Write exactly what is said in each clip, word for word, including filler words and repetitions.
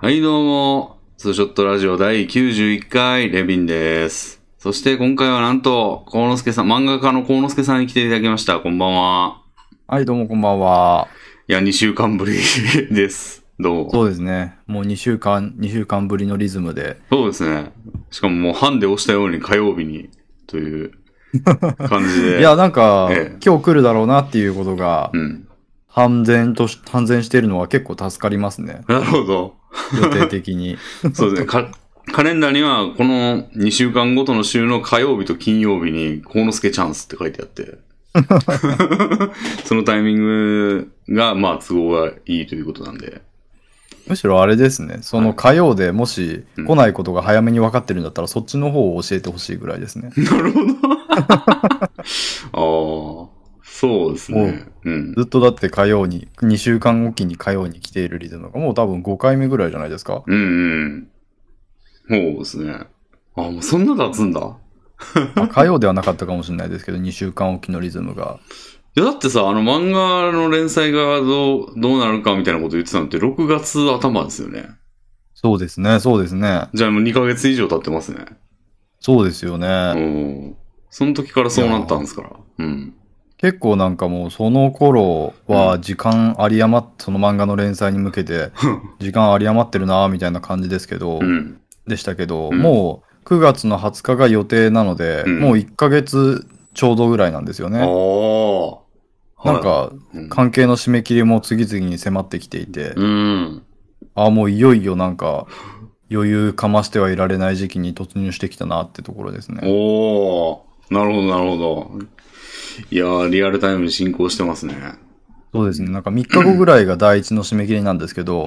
はいどうも、ツーショットラジオだいきゅうじゅういっかい、レビンです。そして今回はなんと、幸之助さん、漫画家の幸之助さんに来ていただきました。こんばんは。 はい、どうもこんばんは。 いや、にしゅうかんぶりです。どうも。 そうですね。もうにしゅうかん、にしゅうかんぶりのリズムで。 そうですね。しかももうハンデ押したように火曜日に、という感じで。 いや、なんか、 ええ、 今日来るだろうなっていうことが、 うん。 判然とし、判然しているのは結構助かりますね。 なるほど。 予定的に。 そうですね。かカレンダーには、このにしゅうかんごとの週の火曜日と金曜日に、幸之助チャンスって書いてあって。そのタイミングが、まあ、都合がいいということなんで。 むしろあれですね。その火曜でもし来ないことが早めに分かってるんだったら、そっちの方を教えてほしいぐらいですね。 なるほど。ああ、そうですね。うん。 ずっとだって火曜に、にしゅうかんおきに火曜に来ているリズムがもう多分ごかいめぐらいじゃないですか。 うんうん。そうですね。あ、もうそんな経つんだ。 あ、火曜ではなかったかもしれないですけど、にしゅうかんおきのリズムが。 いや、だってさ、あの漫画の連載がどう、どうなるかみたいなこと言ってたのってろくがつ頭ですよね。 そうですね、そうですね。 じゃあもうにかげつ以上経ってますね。 そうですようね。 ん。その時からそうなったんですから。うん。 結構なんかもうその頃は時間あり余っ、その漫画の連載に向けて時間あり余ってるなみたいな感じですけど、 うん。 でしたけど、 うん。 もうくがつのはつかが予定なので、 うん。 もういっかげつちょうどぐらいなんですよああ。 ね。なんかはい。 関係の締め切りも次々に迫ってきていて、 うん。 ああ、もういよいよなんか余裕かましてはいられない時期に突入してきたなってところですね。 おー。なるほど、なるほど。いやー、リアルタイムに進行してますね。 そうですね。なんかみっかごぐらいが第一の締め切りなんですけど、 うん。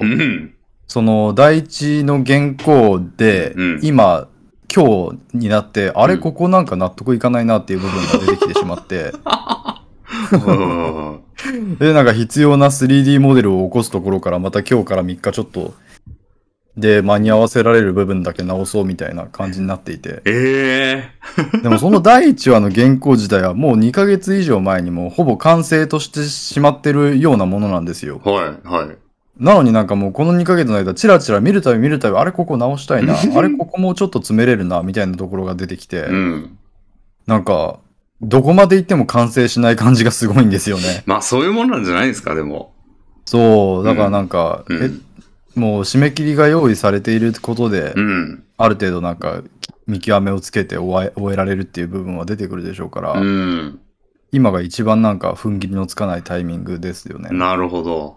その第一の原稿で、 うん。 今、今日になって、あれ、 うん。 ここなんか納得いかないなっていう部分が出てきてしまって、で、なんか必要な スリーディー モデルを起こすところからまた今日からみっかちょっと、で、間に合わせられる部分だけ直そうみたいな感じになっていて。 ええでもその第一話の原稿自体はもうにかげつ以上前にもうほぼ完成としてしまってるようなものなんですよ。 ー。はい、はい。 なのになんかもうこのにかげつの間、チラチラ見るたび見るたび、あれここ直したいな、あれここもうちょっと詰めれるな、みたいなところが出てきて、 うん。 なんか、どこまで行っても完成しない感じがすごいんですよね。 まあ、そういうもんなんじゃないですか、でも。 そう、だからうん。 なんか、え、 うん。 もう締め切りが用意されていることで、 うん。 ある程度なんか、見極めをつけて終え終えられるっていう部分は出てくるでしょうかうら、 ん。 今が一番なんか踏ん切りのつかないタイミングですよね。 なるほど。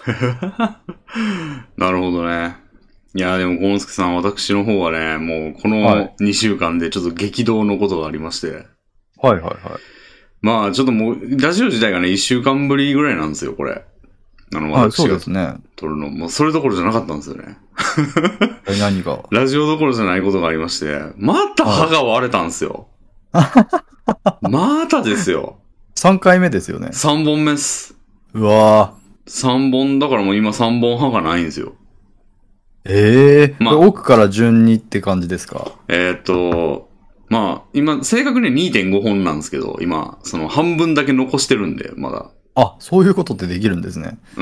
なるほどね。いや、でも、ゴンスケさん、私の方はね、もう、このはい。 にしゅうかんでちょっと激動のことがありまして。 はいはいはい。 まあ、ちょっともう、ラジオ自体がね、いっしゅうかんぶりぐらいなんですよ、これ。あの、 はい、そう私がですね。 撮るの。もう、それどころじゃなかったんですよね。 え、何が。 ラジオどころじゃないことがありまして、また歯はい。 が割れたんですよ。またですよ。 さんかいめですよね。 さんぼんめっす。 うわさんぼん、だからもう今さんぼん歯がないんですよ。 ー。ええー。 まあ、 奥から順にって感じですか？ えーっと、まあ、今、正確にはにてんごほんなんですけど、今、その半分だけ残してるんで、まだ。 あ、そういうことってできるんですね。 うん。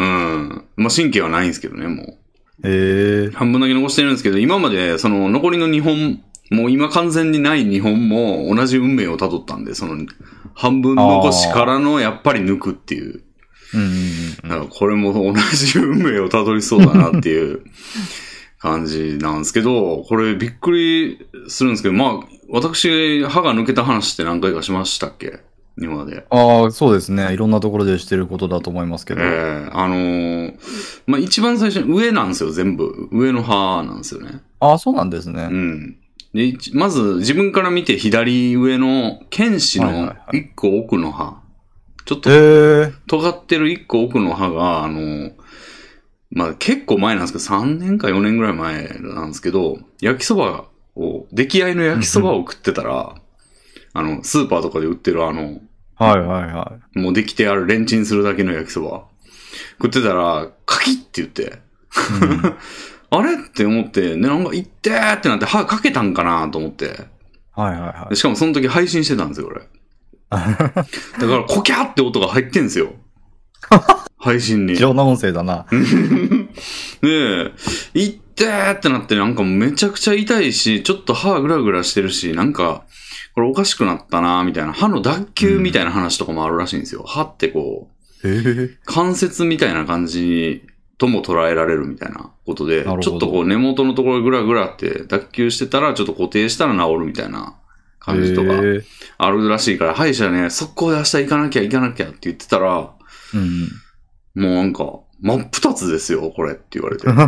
まあ、神経はないんですけどね、もう。 ええー。 半分だけ残してるんですけど、今まで、その、残りのにほん、もう今完全にないにほんも同じ運命を辿ったんで、その、半分残しかああ。 らの、やっぱり抜くっていう。 うんうんうんうん。 なんかこれも同じ運命を辿りそうだなっていう感じなんですけど、これびっくりするんですけど、まあ、私、歯が抜けた話って何回かしましたっけ今まで。 ああ、そうですね。いろんなところでしてることだと思いますけええど。 ー、あのー、まあ、一番最初に上なんですよ、全部。上の歯なんですよね。 ああ、そうなんですね。 うん。で、一まず自分から見て左上の剣士はいはいのは一個奥の歯。ちょっい。 とええ尖ってる一個奥の歯が、あの、まあ、結構前なんですけど、さんねんかよねんぐらい前なんですけど、焼きそばを、出来合いの焼きそばを食ってたら、あの、スーパーとかで売ってるあの、 はいはいはもうできてあるレンチンするだけの焼きそば。食ってたら、カキッって言って、 い。うん。 あれって思って、ね、なんか、いってーってなって歯かけたんかなと思って。 はいはいはしかもその時配信してたんですよ、俺。だから、コキャーって音が入ってんすよ。配信い。 に。 貴重な音声だな。 で、いっでーってなってなんかめちゃくちゃ痛いし、ちょっと歯グラグラしてるし、なんか、これおかしくなったなーみたいな、歯の脱臼みたいな話とかもあるらしいんですよ。うん、歯ってこう、 へ関節みたいな感じとも捉えられるみたいなことで、ちょっとこう根元のところグラグラって脱臼してたら、ちょっと固定したら治るみたいな感じとかあるらしいから、歯医者ね、速攻で明日行かなきゃ行かなきゃって言ってたら、 うん、 もうなんか、真っ二つですよ、これって言われて。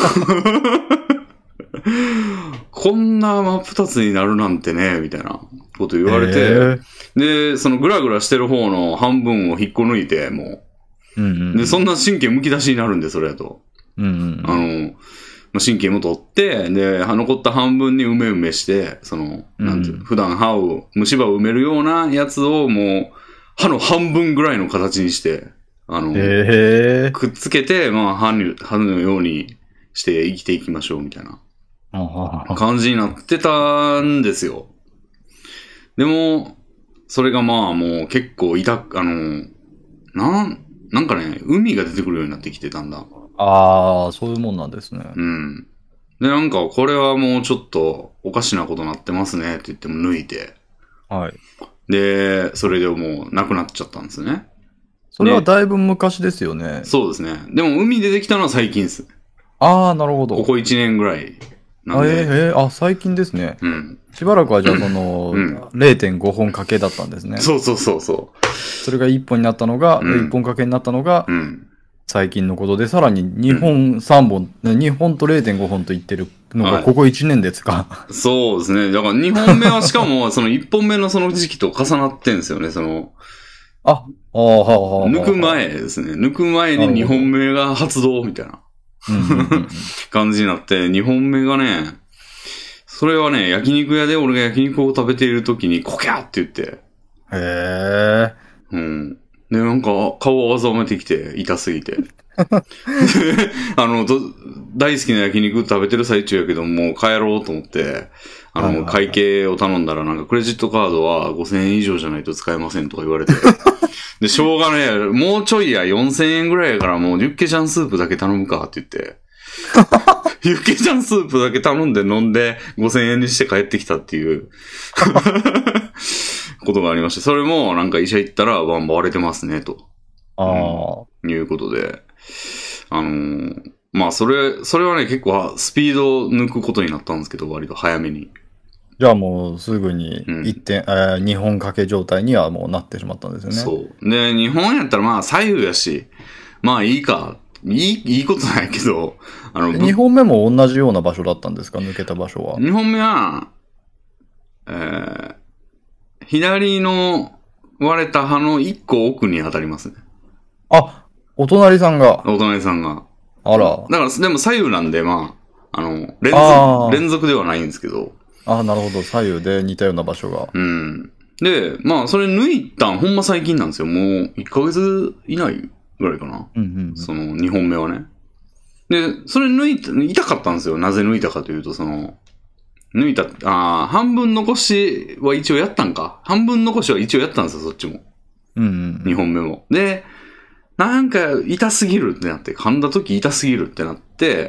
こんな真っ二つになるなんてね、みたいなこと言われて、で、そのグラグラしてる方の半分を引っこ抜いて、もう。うんうん、で、そんな神経むき出しになるんで、それやと。うんうん、あの、まあ、神経も取って、で、残った半分に埋め埋めして、その、なんていうの、普段歯を、虫歯を埋めるようなやつをもう、歯の半分ぐらいの形にして、あの、くっつけて、まあ、歯に、歯のようにして生きていきましょう、みたいな感じになってたんですよ。でも、それがまあもう結構痛く、あの、なん、なんかね、海が出てくるようになってきてたんだ。 ああ、そういうもんなんですね。 うん。で、なんか、これはもうちょっとおかしなことになってますねって言っても抜いて。 はい。 で、それでもうなくなっちゃったんですね。 それはだいぶ昔ですよね。 そうですね。でも海出てきたのは最近です。 ああ、なるほど。 ここいちねんぐらいなんで。えー、えー、あ、最近ですね。 うん。 しばらくはじゃあその、うん、れいてんご 本掛けだったんですね。 そうそうそうそう。 それがいっぽんになったのが、うん、いっぽん掛けになったのが、うん、最近のことで、さらににほん、さんぼん、にほんと れいてんご 本と言ってるのがここいちねんですか、 はい、そうですね。だからにほんめはしかも、そのいっぽんめのその時期と重なってんですよね、その。 あ、ああ、はあ、はあ。 抜く前ですね。抜く前ににほんめが発動みたいな感じになって、にほんめがね、それはね、焼肉屋で俺が焼肉を食べている時にコキャーって言って。 へー。 うん。で、なんか顔を青ざめてきて、痛すぎて。あの、大好きな焼肉食べてる最中やけど、もう帰ろうと思って、あの、会計を頼んだら、なんかクレジットカードはごせんえん以上じゃないと使えませんとか言われて。で、しょうがねえ、もうちょいや、よんせんえんぐらいやからもうユッケジャンスープだけ頼むかって言って。ユッケジャンスープだけ頼んで飲んでごせんえんにして帰ってきたっていうことがありまして、それもなんか医者行ったら、バンバ割れてますね、と。 ああ、 うん。いうことで。あのー、まあそれ、それはね結構スピードを抜くことになったんですけど、割と早めに。 じゃあもうすぐにいってん、うん、えー、にほん掛け状態にはもうなってしまったんですよね。 そう。で、にほんやったらまあ左右やし、まあいいか。いい、いいことないけど、あの、 にほんめも同じような場所だったんですか、抜けた場所は。 にほんめは、えー、左の割れた歯のいっこ奥に当たりますね。 あ、お隣さんが。 お隣さんが。 あら。 だから、でも左右なんで、まあ、あの、連続、連続ではないんですけど。 ああ、なるほど。左右で似たような場所が。 うん。で、まあ、それ抜いたんほんま最近なんですよ。もういっかげつ以内ぐらいかな。 うんうんうん、 そのにほんめはね。で、それ抜いた、痛かったんですよ。なぜ抜いたかというと、その、抜いた、ああ、半分残しは一応やったんか。半分残しは一応やったんですよ、そっちも。 うんうん、 にほんめも。で、なんか痛すぎるってなって、噛んだ時痛すぎるってなって、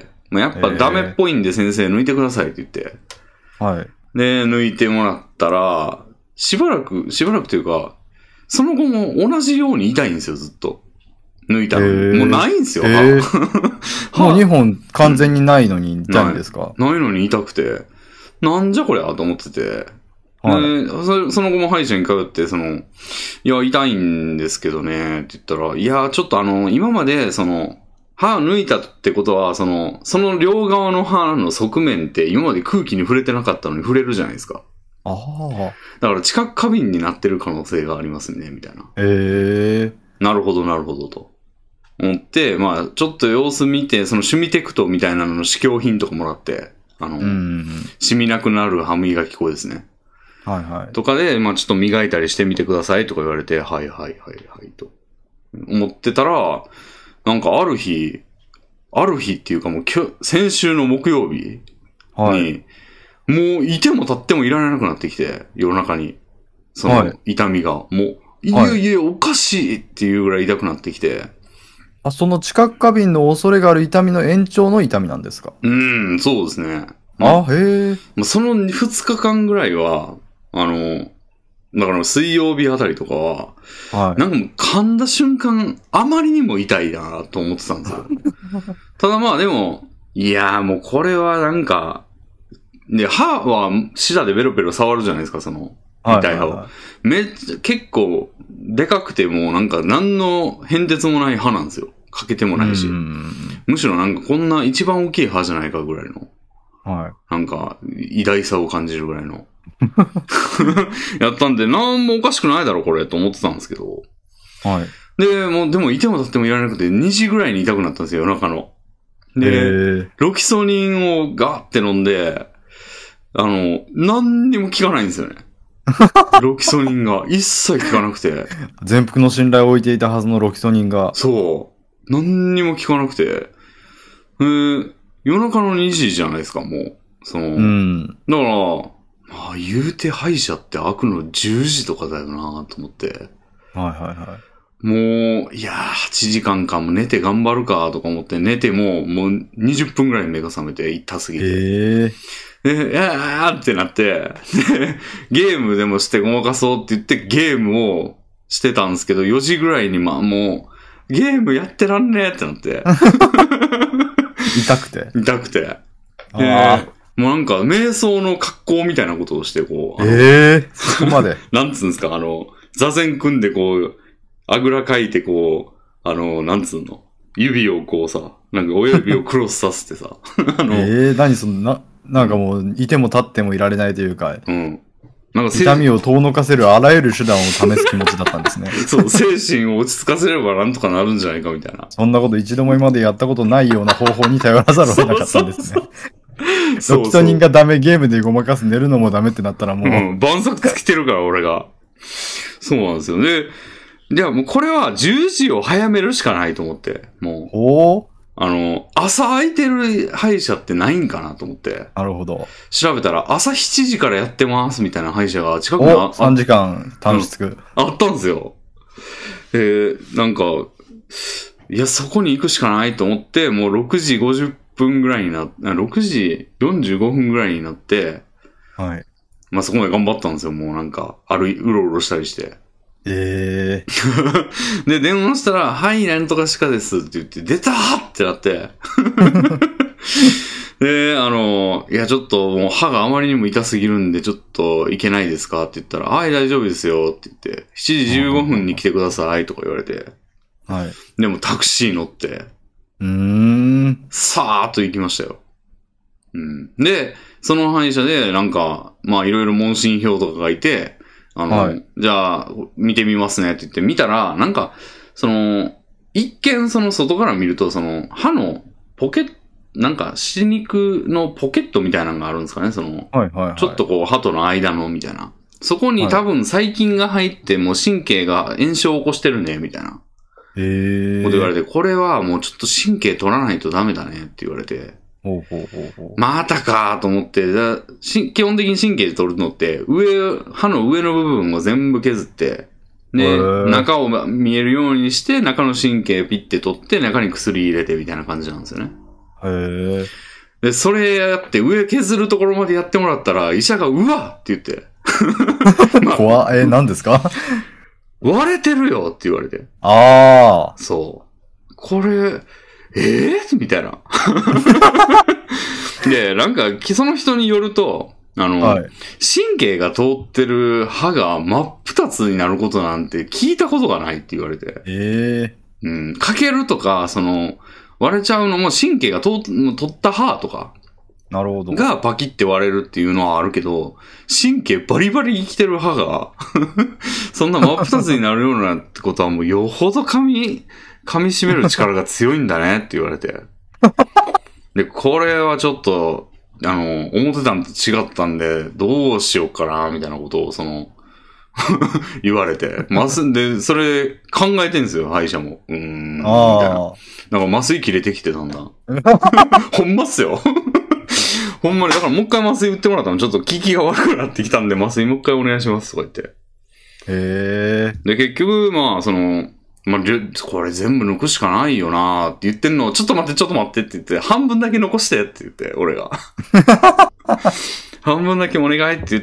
まあ、やっぱダメっぽいんで先生抜いてくださいって言って。 はい。 で、抜いてもらったら、しばらく、しばらくというか、その後も同じように痛いんですよ、ずっと。抜いたのに。もうないんですよ、 歯。もうにほん完全にないのに痛いんですか、 うん、ない、ないのに痛くて。なんじゃこりゃと思ってて。はい、でそ、その後も歯医者に通って、その、いや、痛いんですけどね、って言ったら、いや、ちょっとあの、今まで、その、歯抜いたってことは、その、その両側の歯の側面って今まで空気に触れてなかったのに触れるじゃないですか。 ああ。 だから知覚過敏になってる可能性がありますね、みたいな。 へえ。 なるほど、なるほど、と。思って、まあ、ちょっと様子見て、そのシュミテクトみたいなのの試供品とかもらって、あの、うん、染みなくなる歯磨き粉ですね。 はいはい。 とかで、まあちょっと磨いたりしてみてくださいとか言われて、はいはいはいはいと。思ってたら、なんかある日、ある日っていうかもう今日、先週の木曜日に、はい、もういても立ってもいられなくなってきて、夜中に。その痛みが。はい、もう、いやいや、おかしいっていうぐらい痛くなってきて。 あ、その知覚過敏の恐れがある痛みの延長の痛みなんですか？ うん、そうですね。 あ、へえ。 まあ、そのふつかかんぐらいは、あの、だから水曜日あたりとかは、 はい。 なんかもう噛んだ瞬間、あまりにも痛いなと思ってたんですよ。ただまあでも、いやーもうこれはなんか、で、歯は舌でベロベロ触るじゃないですか、その、痛い歯を。 はいはいはい、 めっちゃ、結構、でかくてもなんか何の変哲もない歯なんですよ。かけてもないし。むしろなんかこんな一番大きい歯じゃないかぐらいの。 はい。 なんか、偉大さを感じるぐらいの。やったんで、なんもおかしくないだろ、これ、と思ってたんですけど。 はい。 で、もう、でも、いても立ってもいられなくて、にじぐらいに痛くなったんですよ、夜中の。で、ロキソニンをガーって飲んで、あの、何にも効かないんですよね。ロキソニンが一切効かなくて。 全幅の信頼を置いていたはずのロキソニンが。 そう。何にも効かなくて。えー、夜中のにじじゃないですか、もう。その、うん、だから、まあ、言うて歯医者って開くのじゅうじとかだよなと思って。 はいはいはい。 もう、いやー、はちじかんかも寝て頑張るかとか思って寝ても、もうにじゅっぷんぐらい目が覚めて痛すぎて。えー。 で、いやーってなって、ゲームでもしてごまかそうって言ってゲームをしてたんですけど、よじぐらいにまあもう、ゲームやってらんねーってなって。 痛くて痛くて。あもうなんか、瞑想の格好みたいなことをして、こう。 ええー、そこまで。 なんつうんですか、あの、座禅組んでこう、あぐらかいてこう、あの、なんつうの、指をこうさ、なんか親指をクロスさせてさ、あの、 ええー、何その、な、なんかもう、いても立ってもいられないというか、 うん。なんか痛みを遠のかせるあらゆる手段を試す気持ちだったんですね。 そう、精神を落ち着かせればなんとかなるんじゃないかみたいな。 そんなこと一度も今までやったことないような方法に頼らざるを得なかったんですね。ロキソニンがダメ、ゲームでごまかす、寝るのもダメってなったらもう。 うん、晩作尽きてるから、俺が。そうなんですよね。じゃあもうこれはじゅうじを早めるしかないと思って、もう。 おあの、朝空いてる歯医者ってないんかなと思って。 なるほど。 調べたら朝しちじからやってますみたいな歯医者が近くにあおさんじかん短縮、うん、 あったんですよ。えー、なんか、いや、そこに行くしかないと思って、もうろくじごじゅっぷんぐらいになって、ろくじよんじゅうごふんぐらいになって、 はい。 まあそこまで頑張ったんですよ。もうなんか、歩い、うろうろしたりして。 ええー。で、電話したら、はい、なんとかしかですって言って、出たーってなって。で、あの、いや、ちょっともう歯があまりにも痛すぎるんで、ちょっといけないですかって言ったら、はい、大丈夫ですよって言って、しちじじゅうごふんに来てくださいとか言われて。 はい。 でもタクシー乗って、 うーん。 さーっと行きましたよ。うん。で、その歯医者で、なんか、まあいろいろ問診票とかがいて、あの、はい、じゃあ、見てみますねって言って見たら、なんか、その、一見その外から見ると、その、歯のポケット、なんか、歯肉のポケットみたいなのがあるんですかね、その、 はいはいはい、 ちょっとこう、歯との間の、みたいな。そこに多分細菌が入って、もう神経が炎症を起こしてるね、みたいな。 へー。 こと言われて、これはもうちょっと神経取らないとダメだねって言われて。 ほうほうほうほう。 またかと思って、基本的に神経で取るのって、上、歯の上の部分を全部削って、で、中を見えるようにして、中の神経ピッて取って、中に薬入れてみたいな感じなんですよね。 へー。 で、それやって、上削るところまでやってもらったら、医者が、うわって言って。 まあ、怖い。え、何ですか？ 割れてるよって言われて。 ああ。 そう。これ、えー、みたいな。で、なんか、その人によると、あの、はい、神経が通ってる歯が真っ二つになることなんて聞いたことがないって言われて。 ええー。うん。かけるとか、その、割れちゃうのも神経が通った歯とか。 なるほど。 がパキって割れるっていうのはあるけど、神経バリバリ生きてる歯が、そんな真っ二つになるようなってことはもうよほど噛み、噛み締める力が強いんだねって言われて。で、これはちょっと、あの、思ってたんと違ったんで、どうしようかな、みたいなことを、その、言われて。まず、で、それ考えてんですよ、歯医者も。うーん、みたいな。なんか麻酔切れてきてたんだ。ほんまっすよ。ほんまに、だからもう一回麻酔打ってもらったのちょっと効きが悪くなってきたんで、麻酔もう一回お願いしますとか言って。 へー。 で、結局、まあ、その、 まあ、これ全部抜くしかないよなーって言ってんのを、ちょっと待って、ちょっと待ってって言って、半分だけ残してって言って、俺が。半分だけお願いって言って、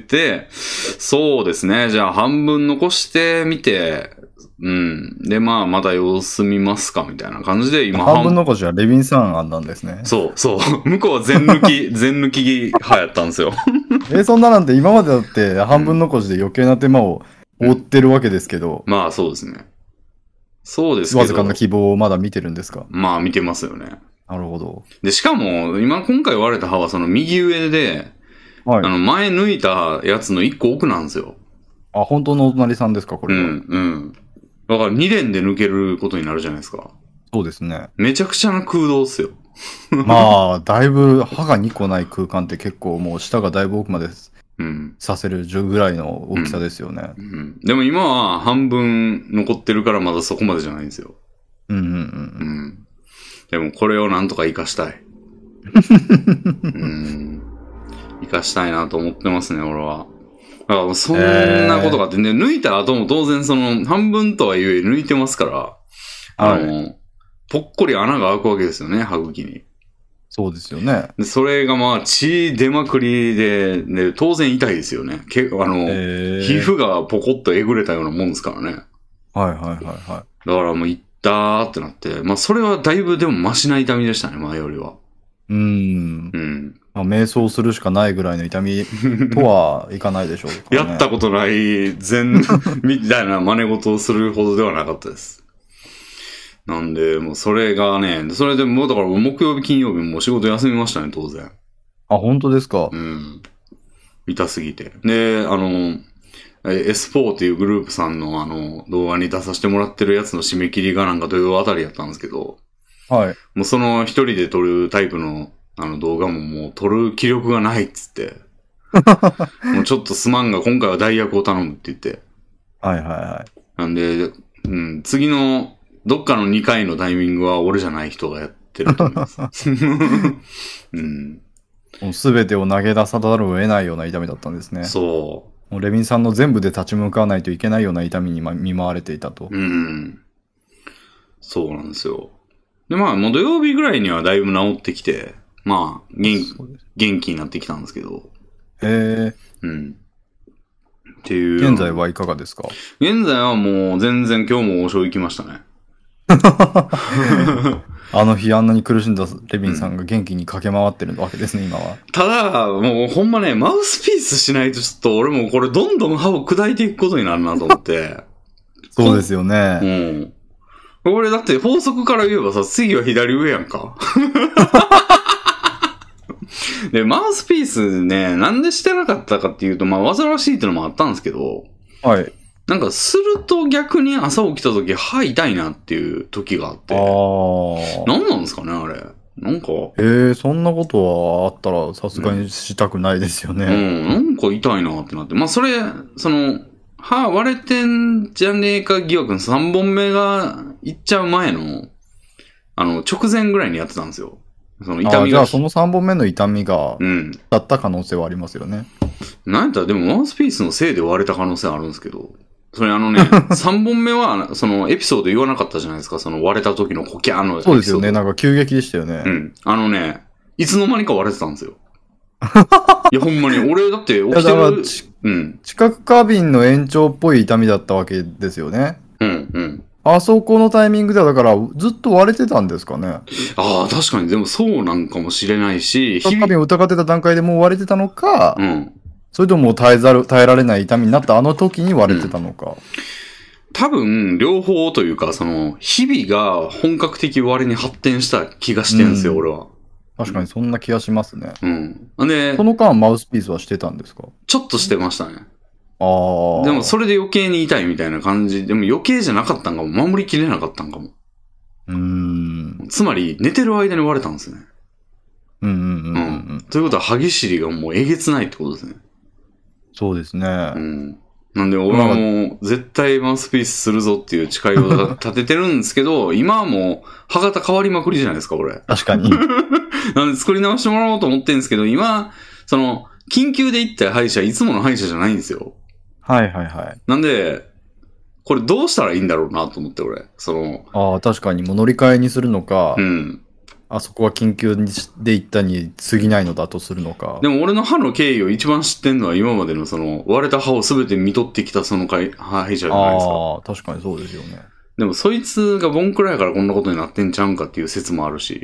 そうですね。じゃあ半分残してみて、うん。で、まあ、まだ様子見ますかみたいな感じで、今半分残しはレビンさん案なんですね。 そう、そう。向こうは全抜き、全抜き派やったんですよ。 え、そんななんて今までだって半分残しで余計な手間を負ってるわけですけど。 うん、まあ、そうですね。そうですけど。 わずかな希望をまだ見てるんですか？ まあ見てますよね。 なるほど。 で、しかも、今、今回割れた歯はその右上で、はい、あの、前抜いたやつの一個奥なんですよ。 あ、本当のお隣さんですか、これは。 うん、うん。だからに連で抜けることになるじゃないですか。 そうですね。 めちゃくちゃな空洞っすよ。 まあ、だいぶ歯がにこない空間って結構もう舌がだいぶ奥までうん、させるぐらいの大きさですよね、 うんうん。でも今は半分残ってるからまだそこまでじゃないんですよ。 うんうんうん。うん、 でもこれをなんとか活かしたい。うん、活かしたいなと思ってますね、俺は。だからそんなことがあって、ね、抜いた後も当然その半分とはいえ抜いてますから、あの、はい、ぽっこり穴が開くわけですよね、歯茎に。 そうですよね。 でそれがまあ血出まくりで、ね、当然痛いですよね。けあの、皮膚がポコッとえぐれたようなもんですからね。 はいはいはいはい。 だからもう痛ーってなって、まあそれはだいぶでもマシな痛みでしたね、前よりは。 うーん。うん。まあ、瞑想するしかないぐらいの痛みとはいかないでしょうか、 ね。やったことない禅みたいな真似事をするほどではなかったです。なんで、もうそれがね、それでもうだから木曜日金曜日も仕事休みましたね、当然。 あ、本当ですか？ うん。痛すぎて。で、あの、エスフォー っていうグループさんのあの動画に出させてもらってるやつの締め切りがなんか土曜あたりやったんですけど、 はい。 もうその一人で撮るタイプのあの動画ももう撮る気力がないっつって、もうちょっとすまんが今回は代役を頼むって言って。 はいはいはい。 なんで、うん、次のどっかのにかいのタイミングは俺じゃない人がやってると思います。うん。 もう全てを投げ出さざるを得ないような痛みだったんですね。 そう。 もうレビンさんの全部で立ち向かわないといけないような痛みに見舞われていたと。 うん。そうなんですよ。で、まあ、もう土曜日ぐらいにはだいぶ治ってきて、まあ、元気、元気になってきたんですけど。 へえ。 うん。っていう。 現在はいかがですか？ 現在はもう全然今日も王将行きましたね。 あの日あんなに苦しんだレビンさんが元気に駆け回ってるわけですね、今は。 ただ、もうほんまね、マウスピースしないとちょっと俺もこれどんどん歯を砕いていくことになるなと思って。 そうですよね。 うん。これだって法則から言えばさ、次は左上やんか。で、マウスピースね、なんでしてなかったかっていうと、まあ、煩わしいってのもあったんですけど、 はい。 なんか、すると逆に朝起きた時、歯痛いなっていう時があって。ああ。なんなんですかね、あれ。なんか。 ええー、そんなことはあったら、さすがにしたくないですよね。 うん、うん、なんか痛いなってなって。まあ、それ、その、歯割れてんじゃねえか疑惑のさんぼんめがいっちゃう前の、あの、直前ぐらいにやってたんですよ。その痛みが。 じゃあそのさんぼんめの痛みが、 うん。 だった可能性はありますよね。 なんやったらでもマウスピースのせいで割れた可能性あるんですけど、それあのね、さんぼんめは、そのエピソード言わなかったじゃないですか、その割れた時のコキャーのエピソード。 そうですよね、なんか急激でしたよね。 うん。あのね、いつの間にか割れてたんですよ。いや、ほんまに、俺だって起きてる。うん。 知覚過敏の延長っぽい痛みだったわけですよね。 うん、うん。 あそこのタイミングでは、だから、ずっと割れてたんですかね。 ああ、確かに、でもそうなんかもしれないし、 知覚過敏を疑ってた段階でもう割れてたのか、 うん。 それとも耐えざる、耐えられない痛みになったあの時に割れてたのか。うん、 多分、両方というか、その、日々が本格的割れに発展した気がしてんすよ、うん、俺は。 確かにそんな気がしますね。 うん。で、 その間マウスピースはしてたんですか？ ちょっとしてましたね。 ああ。 でもそれで余計に痛いみたいな感じ。でも余計じゃなかったんかも。守りきれなかったんかも。 うーん。 つまり、寝てる間に割れたんですね。 うんうんうん、うん。うん。 ということは、歯ぎしりがもうえげつないってことですね。 そうですね。 うん。なんで、俺はもう、絶対マウスピースするぞっていう誓いを立ててるんですけど、今はもう、歯型変わりまくりじゃないですか、これ。 確かに。 なんで作り直してもらおうと思ってるんですけど、今、その、緊急で行った歯医者、いつもの歯医者じゃないんですよ。 はいはいはい。 なんで、 これどうしたらいいんだろうなと思って、俺。その、 ああ、確かにもう乗り換えにするのか、 うん。 あそこは緊急で行ったに過ぎないのだとするのか。 でも俺の歯の経緯を一番知ってんのは今までのその割れた歯を全て見とってきたその会歯医者じゃないですか。 ああ、確かにそうですよね。 でもそいつがボンくらいからこんなことになってんちゃうんかっていう説もあるし。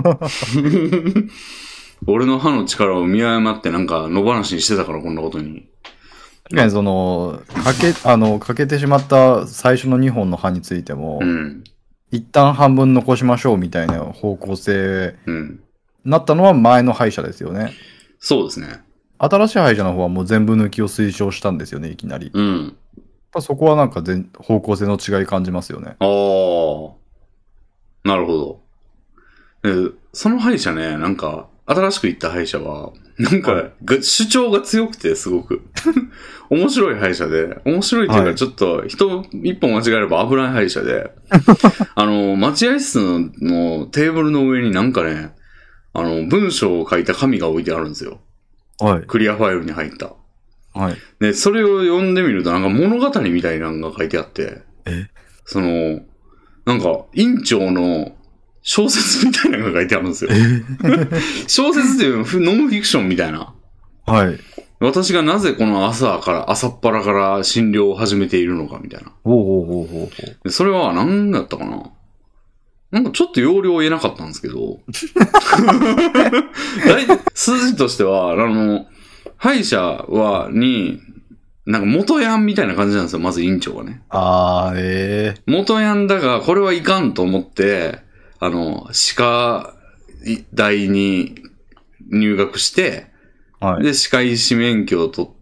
俺の歯の力を見誤ってなんか野放しにしてたからこんなことに。 確かにその、かけ、あの、かけてしまった最初のにほんの歯についても、 うん。 一旦半分残しましょうみたいな方向性うん。 なったのは前の歯医者ですよね。 そうですね。 新しい歯医者の方はもう全部抜きを推奨したんですよね、いきなり。 うん。 やっぱそこはなんか全方向性の違い感じますよね。 ああ。なるほど。でその歯医者ね、なんか、新しく行った歯医者は、なんか、が主張が強くて、すごく。面白い歯医者で、面白いっていうか、 はいちょっと、人一本間違えれば危ない歯医者で、あの、待合室のテーブルの上になんかね、あの、文章を書いた紙が置いてあるんですよ。 はい。 クリアファイルに入った。 はい。 で、それを読んでみると、なんか物語みたいなのが書いてあって、 えその、なんか、院長の小説みたいなのが書いてあるんですよ。小説っていうノンフィクションみたいな。 はい。 私がなぜこの朝から、朝っぱらから診療を始めているのかみたいな。 ほうほうほうほうほう。 でそれは何だったかななんかちょっと要領を言えなかったんですけど。大数字としては、あの、歯医者は、に、なんか元ヤンみたいな感じなんですよ、まず院長がね。 あー、ええ元ヤンだが、これはいかんと思って、あの、歯科大に入学して、 はい。 で、歯科医師免許を取って、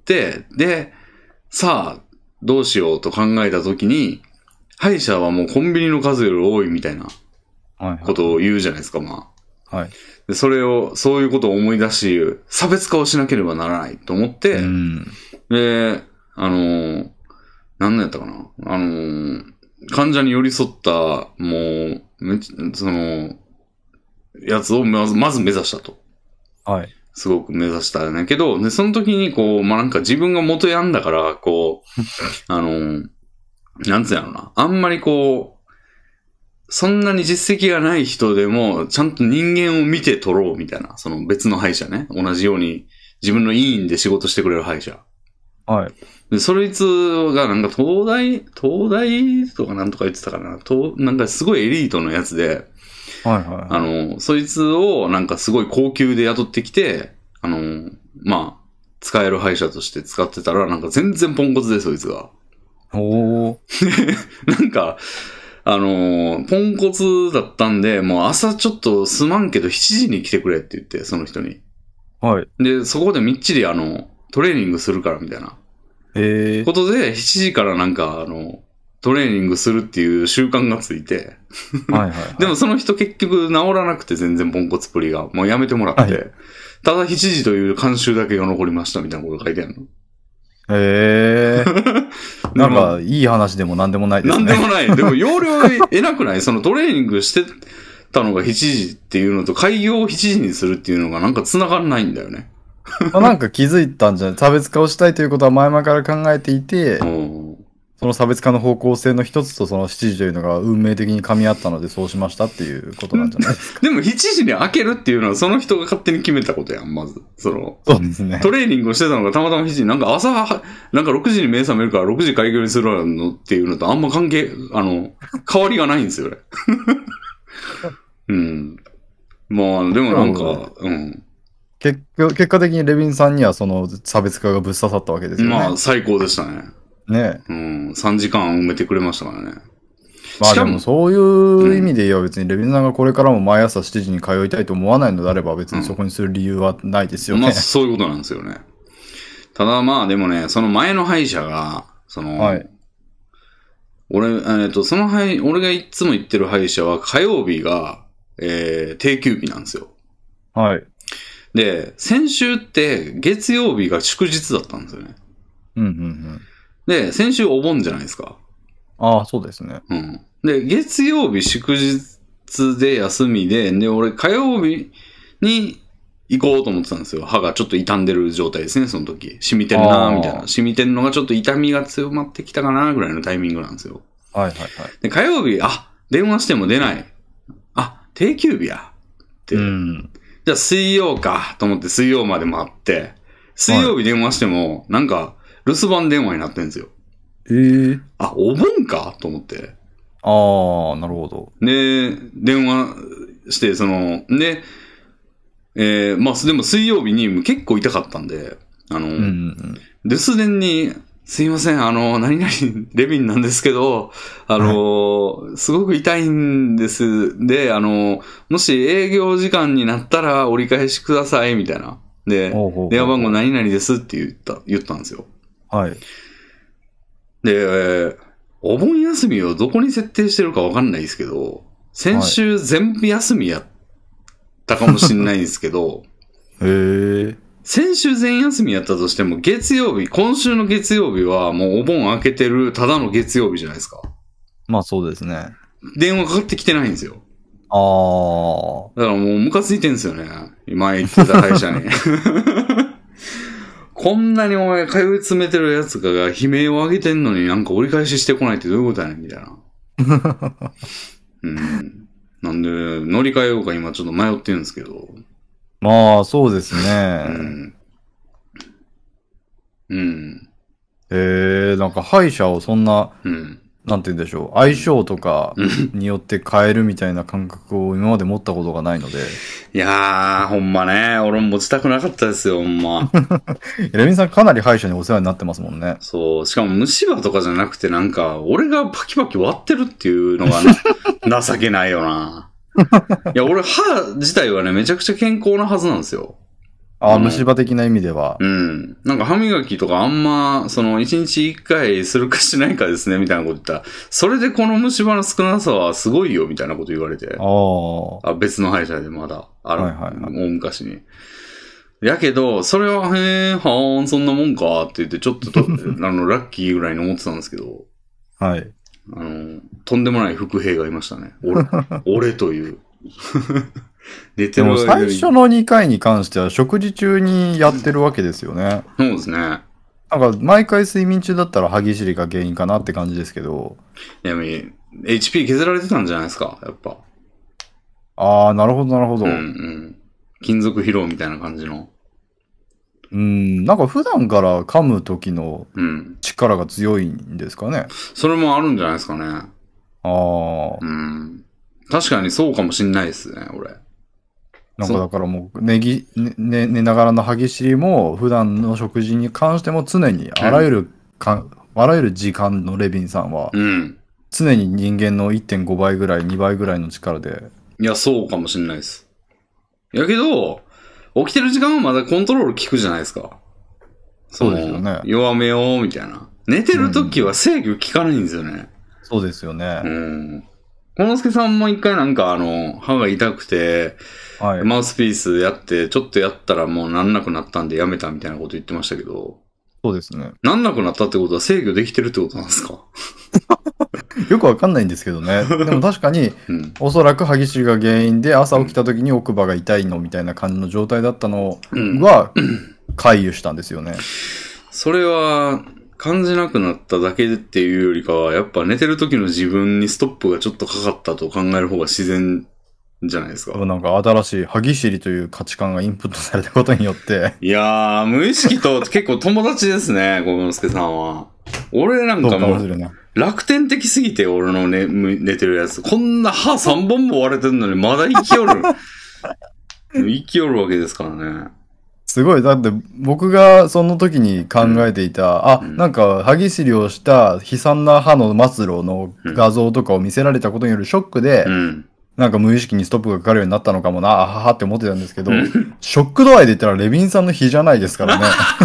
で、さあ、どうしようと考えたときに、歯医者はもうコンビニの数より多いみたいなはい。 ことを言うじゃないですか、まあ。 はい。 で、それを、そういうことを思い出し、差別化をしなければならないと思って、 うん。 で、あのー、何年やったかなあのー、患者に寄り添った、もう、めその、やつをまず、まず目指したと。 はい。 すごく目指したんだけど、で、その時にこう、まあ、なんか自分が元ヤンだから、こう、あのー、なんつうやろな。あんまりこう、そんなに実績がない人でも、ちゃんと人間を見て取ろうみたいな。その別の歯医者ね。同じように、自分の医院で仕事してくれる歯医者。 はい。 で、そいつがなんか東大、東大とかなんとか言ってたかな。となんかすごいエリートのやつで、 はいはい、はい。 あの、そいつをなんかすごい高級で雇ってきて、あの、まあ、使える歯医者として使ってたら、なんか全然ポンコツで、そいつが。 おー。 なんか、あのー、ポンコツだったんで、もう朝ちょっとすまんけどしちじに来てくれって言って、その人に。 はい。 で、そこでみっちりあの、トレーニングするからみたいな。 ええー。 ことで、しちじからなんかあの、トレーニングするっていう習慣がついて。 はいはい、はい。 でもその人結局治らなくて全然ポンコツプリが。もうやめてもらって。はい、ただしちじという慣習だけが残りましたみたいなこと書いてあるの。 へえー。なんか、いい話でもなんでもないですね。 なんでもない。でも、要領得なくないそのトレーニングしてたのがしちじっていうのと、開業をしちじにするっていうのがなんか繋がらないんだよね。 なんか気づいたんじゃない差別化をしたいということは前々から考えていて、その差別化の方向性の一つとそのしちじというのが運命的に噛み合ったのでそうしましたっていうことなんじゃないですか。 でもしちじに開けるっていうのはその人が勝手に決めたことやん、まず。その、 そうですね。 トレーニングをしてたのがたまたましちじ、なんか朝、なんかろくじに目覚めるからろくじ開業にするのっていうのとあんま関係、あの、変わりがないんですよね。うん。まあ、でもなんか、うん。 結果、結果的にレビンさんにはその差別化がぶっ刺さったわけですよね。 まあ、最高でしたね。 ねえ。うん。さんじかん埋めてくれましたからね。 まあでもそういう意味で言えば別にレビンさんがこれからも毎朝しちじに通いたいと思わないのであれば別にそこにする理由はないですよね。 うん、まあそういうことなんですよね。ただまあでもね、その前の歯医者が、その、はい、俺、えっと、その歯医、俺がいつも行ってる歯医者は火曜日が、えー、定休日なんですよ。 はい。 で、先週って月曜日が祝日だったんですよね。 うんうんうん。 で、先週お盆じゃないですか。 ああ、そうですね。 うん。で、月曜日祝日で休みで、で、俺火曜日に行こうと思ってたんですよ。歯がちょっと傷んでる状態ですね、その時。染みてんなーみたいな。染みてんのがちょっと痛みが強まってきたかなぐらいのタイミングなんですよ。 はいはいはい。 で、火曜日、あ、電話しても出ない。あ、定休日や。って。 うん。 じゃあ水曜か、と思って水曜まで待って、水曜日電話しても、なんか、留守番電話になってんですよ。 ええー。 あ、お盆かと思って。 ああ、なるほど。 で、電話して、その、で、えー、まあ、でも水曜日に結構痛かったんで、あの、 うんうんうん、 留守電に、すいません、あの、何々レビンなんですけど、あの、はい、すごく痛いんです。で、あの、もし営業時間になったら折り返しください、みたいな。で、 ほうほうほう電話番号何々ですって言った、言ったんですよ。 はい。 で、えー、お盆休みをどこに設定してるかわかんないですけど、先週全部休みやったかもしれないんですけど、 へー。 先週全休みやったとしても、月曜日、今週の月曜日はもうお盆明けてるただの月曜日じゃないですか。 まあそうですね。 電話かかってきてないんですよ。 ああ。 だからもうムカついてんですよね。前言ってた会社に。こんなにお前通い詰めてるやつかが悲鳴を上げてんのになんか折り返ししてこないってどういうことやねんみたいな。うん。なんで、乗り換えようか今ちょっと迷ってるんですけど。 まあ、そうですね。 うん。うん。 えー、なんか歯医者をそんな、 うん。 なんて言うんでしょう、相性とかによって変えるみたいな感覚を今まで持ったことがないので。 いやー、ほんまね、俺も持ちたくなかったですよ、ほんま。 レミさんかなり歯医者にお世話になってますもんね。 そう、しかも虫歯とかじゃなくてなんか、俺がパキパキ割ってるっていうのがね、情けないよな。いや、俺歯自体はね、めちゃくちゃ健康なはずなんですよ。 ああ、虫歯的な意味では。 うん。なんか歯磨きとかあんま、その、一日一回するかしないかですね、みたいなこと言ったら、それでこの虫歯の少なさはすごいよ、みたいなこと言われて。 ああ。別の歯医者でまだ、ある、 はいはいはい、 大昔に。やけど、それは、へー、はーん、そんなもんか、って言って、ちょっとと、あの、ラッキーぐらいに思ってたんですけど。 はい。 あの、とんでもない伏兵がいましたね。俺、俺という。 寝てるでも最初のにかいに関しては食事中にやってるわけですよね。 そうですね。 なんか毎回睡眠中だったら歯ぎしりが原因かなって感じですけど。 いや、エイチピー 削られてたんじゃないですか、やっぱ。 ああ、なるほどなるほど。 うんうん。金属疲労みたいな感じの。 うん、なんか普段から噛む時の力が強いんですかね。うん、 それもあるんじゃないですかね。ああ。 うん。確かにそうかもしんないですね、俺。 なんかだからもう、寝ぎ、ね、寝ながらの歯ぎしりも、普段の食事に関しても常に、あらゆるか、うん、あらゆる時間のレビンさんは、 うん、 常に人間の いってんご 倍ぐらい、にばいぐらいの力で。 いや、そうかもしんないです。やけど、起きてる時間はまだコントロール効くじゃないですか。 そうですよね。 弱めよう、みたいな。寝てる時は制御効かないんですよね。うん、 そうですよね。 うん。このすけさんも一回なんかあの、歯が痛くて、はい、マウスピースやって、ちょっとやったらもうなんなくなったんでやめたみたいなこと言ってましたけど。 そうですね。 なんなくなったってことは制御できてるってことなんですか？ よくわかんないんですけどね。でも確かに、うん、おそらく歯ぎしりが原因で朝起きた時に奥歯が痛いのみたいな感じの状態だったのは、回遊したんですよね。 それは、感じなくなっただけっていうよりかは、やっぱ寝てる時の自分にストップがちょっとかかったと考える方が自然じゃないですか。 なんか新しい歯ぎしりという価値観がインプットされたことによって。 いやー、無意識と結構友達ですね、ごめんすけさんは。俺なんかもう、楽天的すぎて俺の寝、寝てるやつ。こんな歯さんぼんも割れてるのにまだ生きよる。生きよるわけですからね。 すごい。だって僕がその時に考えていた、うん、あ、うん、なんか歯ぎしりをした悲惨な歯の末路の画像とかを見せられたことによるショックで、うん、なんか無意識にストップがかかるようになったのかもな、あははって思ってたんですけど、うん、ショック度合いで言ったらレビンさんの日じゃないですからね。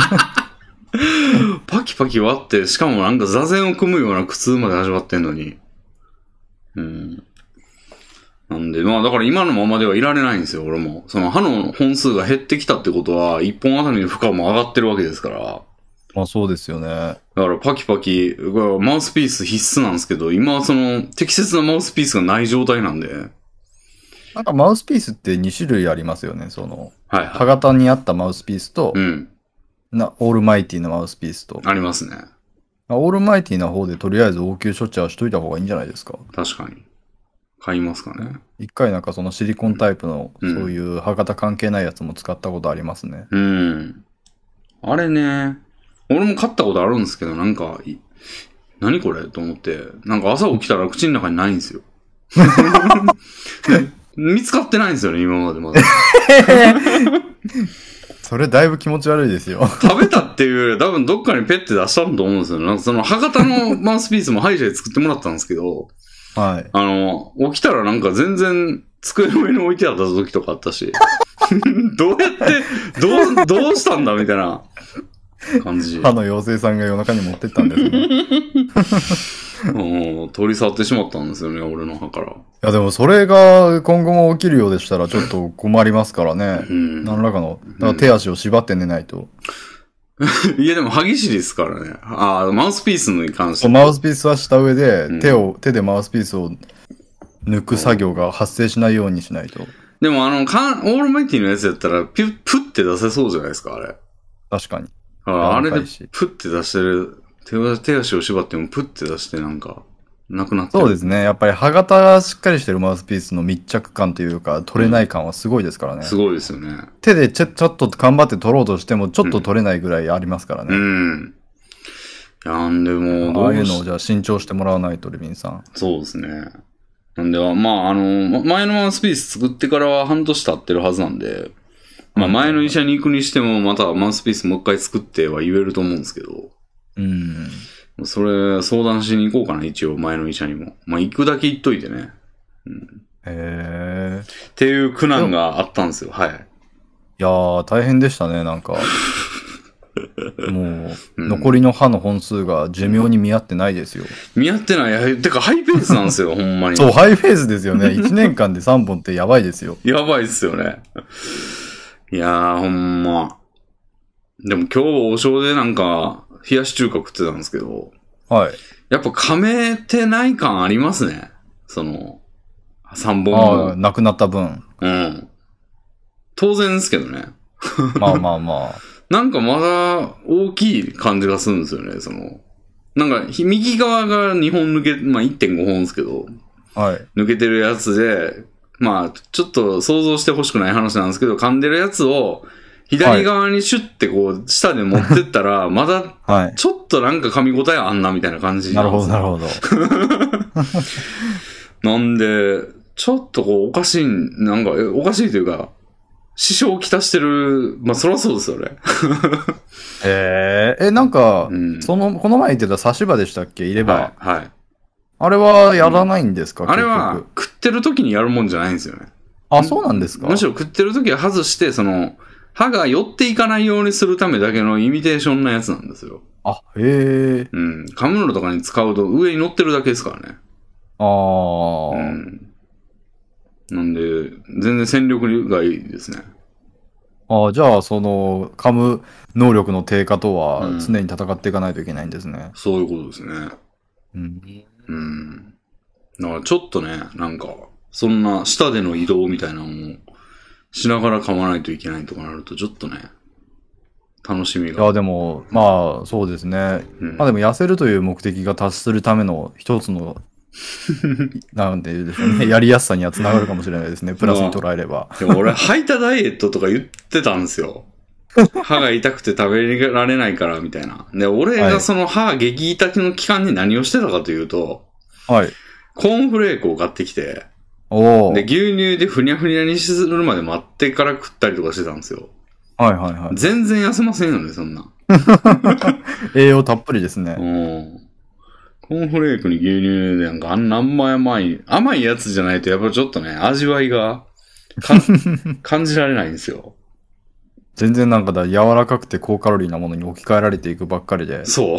パキパキ割って、しかもなんか座禅を組むような苦痛まで味わってんのに。うん。なんで、まあだから今のままではいられないんですよ、俺も。その歯の本数が減ってきたってことは、一本あたりの負荷も上がってるわけですから。 まあそうですよね。 だからパキパキ、マウスピース必須なんですけど、今はその適切なマウスピースがない状態なんで。 なんかマウスピースってに種類ありますよね、その。 はいはい。 歯型に合ったマウスピースと、 うん。 なオールマイティなマウスピースと。 ありますね。 オールマイティな方でとりあえず応急処置はしといた方がいいんじゃないですか。 確かに。買いますかね。 一回なんかそのシリコンタイプの、 うんそういう歯型関係ないやつも使ったことありますね。 うん。あれね、俺も買ったことあるんですけど、なんか、何これと思って、なんか朝起きたら口の中にないんですよ。見つかってないんですよね、今までまだ。 それだいぶ気持ち悪いですよ。 食べたっていうより多分どっかにペッて出したんと思うんですよ。なんかその歯型のマウスピースも歯医者で作ってもらったんですけど、 はい。 あの、起きたらなんか全然机の上に置いてあった時とかあったし、どうやって、どう、どうしたんだみたいな感じ。 歯の妖精さんが夜中に持ってったんですね。 うん、取り去ってしまったんですよね、俺の歯から。いやでもそれが今後も起きるようでしたらちょっと困りますからね。 うん、 何らかの、だから手足を縛って寝ないと。 いやでも歯ぎしりですからね。ああ、マウスピースに関して。 マウスピースはした上で、 うん、 手を、手でマウスピースを抜く作業が発生しないようにしないと。 でもあの、かんオールマイティのやつやったら、ピュッ、プッって出せそうじゃないですか、あれ。 確かに。 あ, あれでプッて出してる手、手足を縛ってもプッて出してなんか、なくなってる。 そうですね。やっぱり歯型がしっかりしてるマウスピースの密着感というか、取れない感はすごいですからね。 うん、すごいですよね。 手でちょ、ちょっと頑張って取ろうとしても、ちょっと取れないぐらいありますからね。 うん。うん、いや、んでもどうああいうのをじゃあ新調してもらわないと、レビンさん。 そうですね。なんでは、まあ、あの、前のマウスピース作ってからは半年経ってるはずなんで、まあ前の医者に行くにしてもまたマウスピースもう一回作っては言えると思うんですけど。 うん。 それ相談しに行こうかな、一応前の医者にも。まあ行くだけ行っといてね。うん、 へー。 っていう苦難があったんですよ。はい。いやー、大変でしたね、なんか。もう、残りの歯の本数が寿命に見合ってないですよ。 見合ってない。てかハイペースなんですよ、ほんまに。 そう、ハイペースですよね。いちねんかんでさんぼんってやばいですよ。 やばいっすよね。いやー、ほんま。でも今日王将でなんか、冷やし中華食ってたんですけど。 はい。 やっぱ噛めてない感ありますね。その、三本も。ああ、なくなった分。 うん。当然ですけどね。 まあまあまあ。 なんかまだ大きい感じがするんですよね、その。なんか、右側がにほん抜け、まあ いってんご 本ですけど。 はい。 抜けてるやつで、まあ、ちょっと想像してほしくない話なんですけど、噛んでるやつを、左側にシュッてこう、下で持ってったら、まだ、ちょっとなんか噛み応えあんなみたいな感じなるほど、なるほど。 なんで、ちょっとこう、おかしい、なんか、おかしいというか、支障をきたしてる、まあ、そりゃそうですよね。 えー、え、なんか、 うん、 その、この前言ってた差し歯でしたっけ入れ歯。 はい。はい。 あれはやらないんですか、 うん、あれは、食ってる時にやるもんじゃないんですよね。 あ、そうなんですか。 むしろ食ってる時は外して、その、歯が寄っていかないようにするためだけのイミテーションなやつなんですよ。 あ、へえ。 うん。噛むのとかに使うと上に乗ってるだけですからね。 ああ。 うん。なんで、全然戦力がいいですね。 ああ、じゃあ、その、噛む能力の低下とは常に戦っていかないといけないんですね。 うん、そういうことですね。 うん。 うん。だからちょっとね、なんか、そんな舌での移動みたいなのもしながら噛まないといけないとかなると、ちょっとね、楽しみが。 いや、でも、まあ、そうですね。うん、まあでも、痩せるという目的が達するための一つの、なんて言うでしょうね。やりやすさにはつながるかもしれないですね。プラスに捉えれば。 でも俺、吐いたダイエットとか言ってたんですよ。歯が痛くて食べられないから、みたいな。で、俺がその歯激痛の期間に何をしてたかというと、 はい。 コーンフレークを買ってきて、 おで、牛乳でふにゃふにゃにするまで待ってから食ったりとかしてたんですよ。 はいはいはい。 全然痩せませんよね、そんな。 栄養たっぷりですね。 うん。コーンフレークに牛乳でなんかあんな甘い甘い、甘いやつじゃないとやっぱちょっとね、味わいが感じられないんですよ。 全然なんかだ、柔らかくて高カロリーなものに置き換えられていくばっかりで。 そう。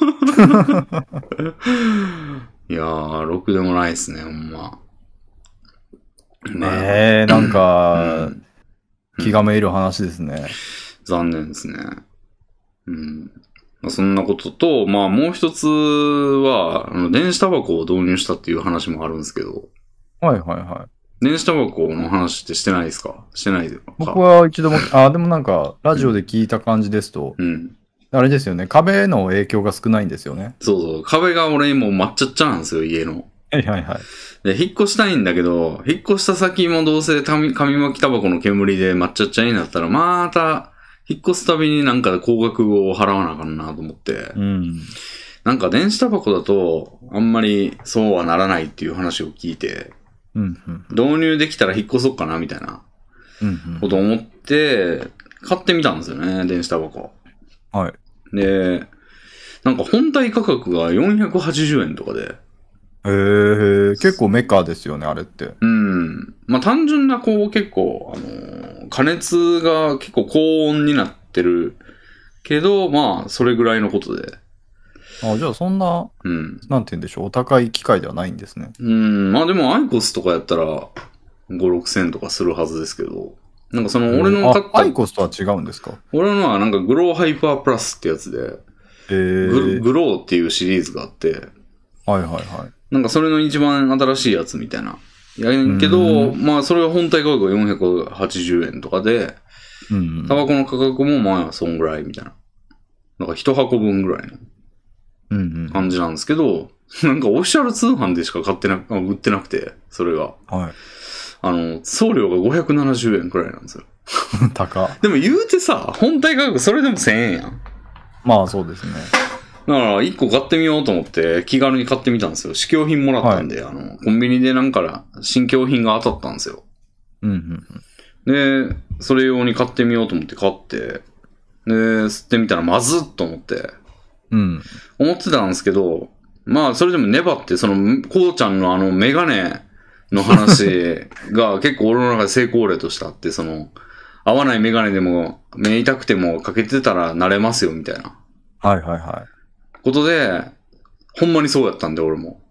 いやー、ろくでもないですね、ほんま。 ねえ、なんか、うん、気がめいる話ですね。 残念ですね。うん。まあ、そんなことと、まあもう一つは、あの電子タバコを導入したっていう話もあるんですけど。 はいはいは電子タバコの話ってしてないですか？してないですか？ 僕は一度も、あ、でもなんか、ラジオで聞いた感じですと、 うん。 あれですよね、壁の影響が少ないんですよね。 そうそう。壁が俺もう抹茶っちゃなんですよ、家の。 はいはいはい。 で、引っ越したいんだけど、引っ越した先もどうせ紙巻きタバコの煙で抹茶っちゃになったら、また、引っ越すたびになんか高額を払わなあかんなと思って。 うん。 なんか電子タバコだと、あんまりそうはならないっていう話を聞いて、 うん、うん。 導入できたら引っ越そうかなみたいなうん、 ことを思って、買ってみたんですよね、電子タバコ。 はい。 で、なんか本体価格がよんひゃくはちじゅうえんとかで。 へえ、結構メカですよね、あれって。 うん。まあ単純なこう結構、あのー、加熱が結構高温になってるけど、まあそれぐらいのことで。 あ、じゃあそんな、 うん。 なんて言うんでしょう、お高い機械ではないんですね。 うん。まあでもアイコスとかやったらご、ろくせんとかするはずですけど。なんかその俺の買った。 あ、アイコスとは違うんですか？ 俺のはなんかグローハイパープラスってやつで、 へえ。 グ, グローっていうシリーズがあって、 はいはいはい。 なんかそれの一番新しいやつみたいな。やねんけど、まあそれは本体価格がよんひゃくはちじゅうえんとかで、 うん、 タバコの価格もまあそんぐらいみたいな。なんか一箱分ぐらいの感じなんですけど、なんかオフィシャル通販でしか買ってなく、売ってなくて、それが。 はい。 あの、送料がごひゃくななじゅうえんくらいなんですよ。 高。 でも言うてさ、本体価格それでもせんえんやん。 まあそうですね。 だからいっこ買ってみようと思って気軽に買ってみたんですよ。試供品もらったんで、はい、あの、コンビニでなんか新供品が当たったんですよ。 うんうんうん、 で、それ用に買ってみようと思って買って、で、吸ってみたらまずっと思って、 うん、 思ってたんですけど、まあそれでも粘って、その、こうちゃんのあのメガネの話が結構俺の中で成功例としてあって、その、合わないメガネでも目痛くてもかけてたら慣れますよみたいな。 はいはいはい。 ことで、ほんまにそうやったんで、俺も。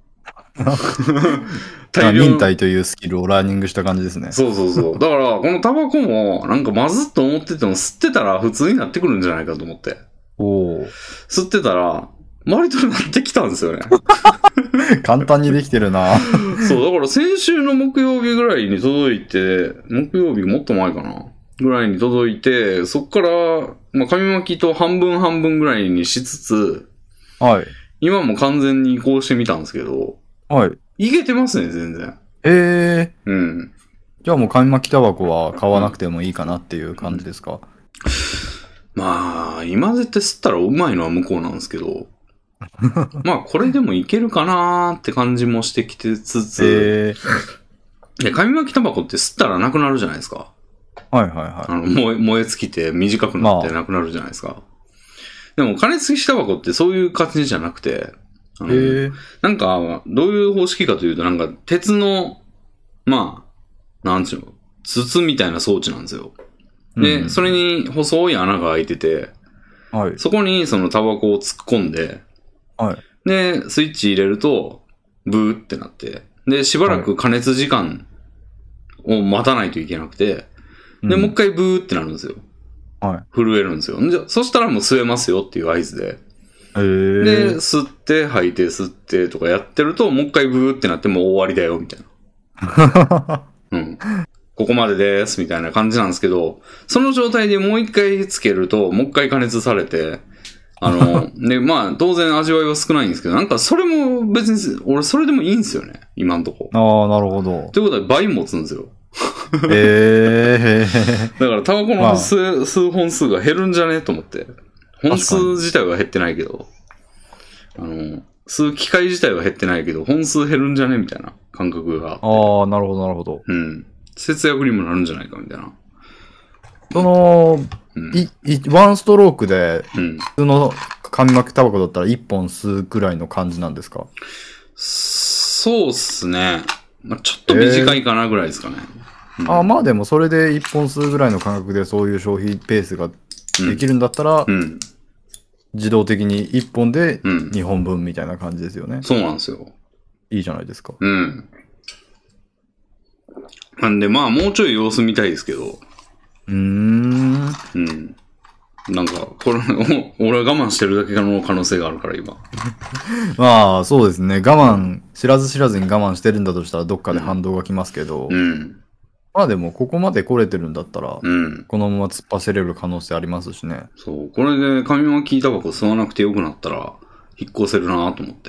大量忍耐というスキルをラーニングした感じですね。 そうそうそう。だから、このタバコも、なんかまずっと思ってても、吸ってたら普通になってくるんじゃないかと思って。 おー。 吸ってたら、割となってきたんですよね。 簡単にできてるな。 そう、だから先週の木曜日ぐらいに届いて、木曜日もっと前かなぐらいに届いて、そっから、まあ、紙巻きと半分半分ぐらいにしつつ、 はい。 今も完全に移行してみたんですけど、 はい。 いけてますね、全然。 ええー。 うん。 じゃあもう紙巻きタバコは買わなくてもいいかなっていう感じですか？うん、 まあ、今絶対吸ったらうまいのは向こうなんですけど、まあ、これでもいけるかなーって感じもしてきてつつ、えー、紙巻きタバコって吸ったらなくなるじゃないですか。 はいはいはい。 あの、燃え、燃え尽きて短くなってなくなるじゃないですか。まあ、でも、加熱式タバコってそういう感じじゃなくて、あの、えー、なんか、どういう方式かというと、なんか、鉄の、まあ、なんちゅうの、筒みたいな装置なんですよ。で、うん、それに細い穴が開いてて、はい、そこにそのタバコを突っ込んで、はい、で、スイッチ入れると、ブーってなって、で、しばらく加熱時間を待たないといけなくて、はい、で、もう一回ブーってなるんですよ。はい、震えるんですよ。じゃ、そしたらもう吸えますよっていう合図で。 へー。 で、吸って、吐いて、吸ってとかやってると、もう一回ブーってなってもう終わりだよ、みたいな。うん。ここまでです、みたいな感じなんですけど、その状態でもう一回つけると、もう一回加熱されて、あの、で、まあ、当然味わいは少ないんですけど、なんかそれも別に、俺それでもいいんですよね、今んとこ。 ああ、なるほど。 ということは倍持つんですよ。 ええー。 だからタバコの吸、まあ、吸う本数が減るんじゃねと思って。本数自体は減ってないけど、あの、吸う機械自体は減ってないけど、本数減るんじゃねみたいな感覚があって。 ああ、なるほど、なるほど。 うん。節約にもなるんじゃないかみたいな。 その、うん、い、い、ワンストロークで、うん、普通の紙巻きタバコだったら一本吸うくらいの感じなんですか？ そうっすね。まあ、ちょっと短いかなぐらいですかね。 えーうん、あまあでもそれで一本吸うぐらいの感覚でそういう消費ペースができるんだったら、うんうん、自動的にいっぽんでにほんぶんみたいな感じですよね。 うん、そうなんですよ。 いいじゃないですか。 うん。なんでまあもうちょい様子見たいですけど。 うーん。 うん。 なんか、これ、お俺は我慢してるだけの可能性があるから今。 まあ、そうですね。我慢、知らず知らずに我慢してるんだとしたらどっかで反動が来ますけど、 うん。 まあでも、ここまで来れてるんだったら、 うん。 このまま突っ走れる可能性ありますしね。 そう。これで紙巻きタバコ吸わなくてよくなったら、引っ越せるなと思って。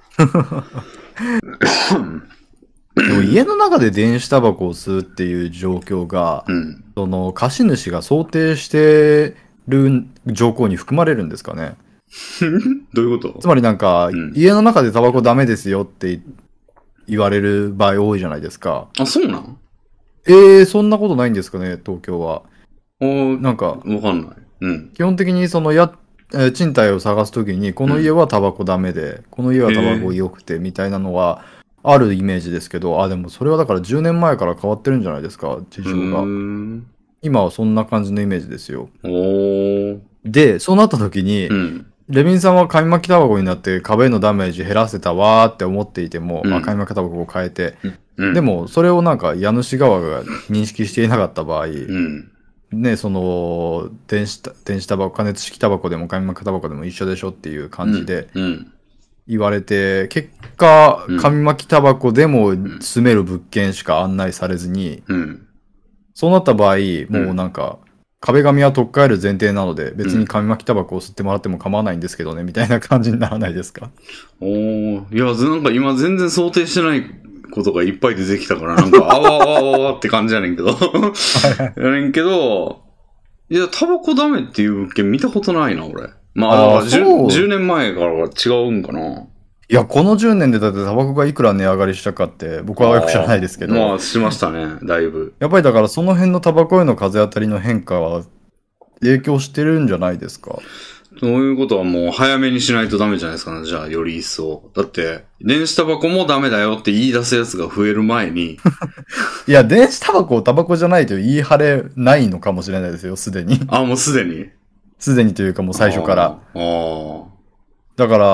でも家の中で電子タバコを吸うっていう状況が、 うん。 その貸主が想定してる条項に含まれるんですかね。 どういうこと？ つまりなんか、 うん家の中でタバコダメですよって言われる場合多いじゃないですか。 あ、そうなん？ えー、そんなことないんですかね、東京は。 おなんか、 わかんない。うん。 基本的にそのや、えー賃貸を探すときに、この家はタバコダメで、この家はタバコ良くて、みたいなのは、あるイメージですけど、あ、でもそれはだからじゅうねんまえから変わってるんじゃないですか、事情が。 ん。 今はそんな感じのイメージですよ。 おー。 で、そうなった時に、 うん。 レビンさんは紙巻きタバコになって壁のダメージ減らせたわーって思っていても、 うんまあ、紙巻きタバコを変えて、 うん。 でもそれをなんか家主側が認識していなかった場合、 うん。 ね、その、電子タ、電子タバコ、加熱式タバコでも紙巻きタバコでも一緒でしょっていう感じでうん。 言われて、結果うん、 紙巻きタバコでも住める物件しか案内されずに、 うん。 そうなった場合、もうなんか、壁紙は取っ替える前提なので、別に紙巻きタバコを吸ってもらっても構わないんですけどね、みたいな感じにならないですか？ おー。いや、なんか今全然想定してないことがいっぱい出てきたから、なんか、あわあわあわわって感じやねんけど。やねんけど、いや、タバコダメっていう物件見たことないな、俺。まあ、 あーじゅう, そうじゅうねんまえからは違うんかな。 いや、このじゅうねんでだってタバコがいくら値上がりしたかって僕はよく知らないですけど、 まあ、しましたね、だいぶ。 やっぱりだからその辺のタバコへの風当たりの変化は影響してるんじゃないですか？ そういうことはもう早めにしないとダメじゃないですかね。じゃあ、より一層。だって、電子タバコもダメだよって言い出すやつが増える前に。 いや、電子タバコをタバコじゃないと言い張れないのかもしれないですよ、すでに。 あ、もうすでにすでにというかもう最初から。 ああ。 だから、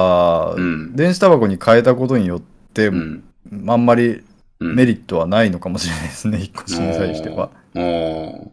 うん。 電子タバコに変えたことによって、 うん。 あんまりうん。 メリットはないのかもしれないですね、引っ越しに際しては。 ああ。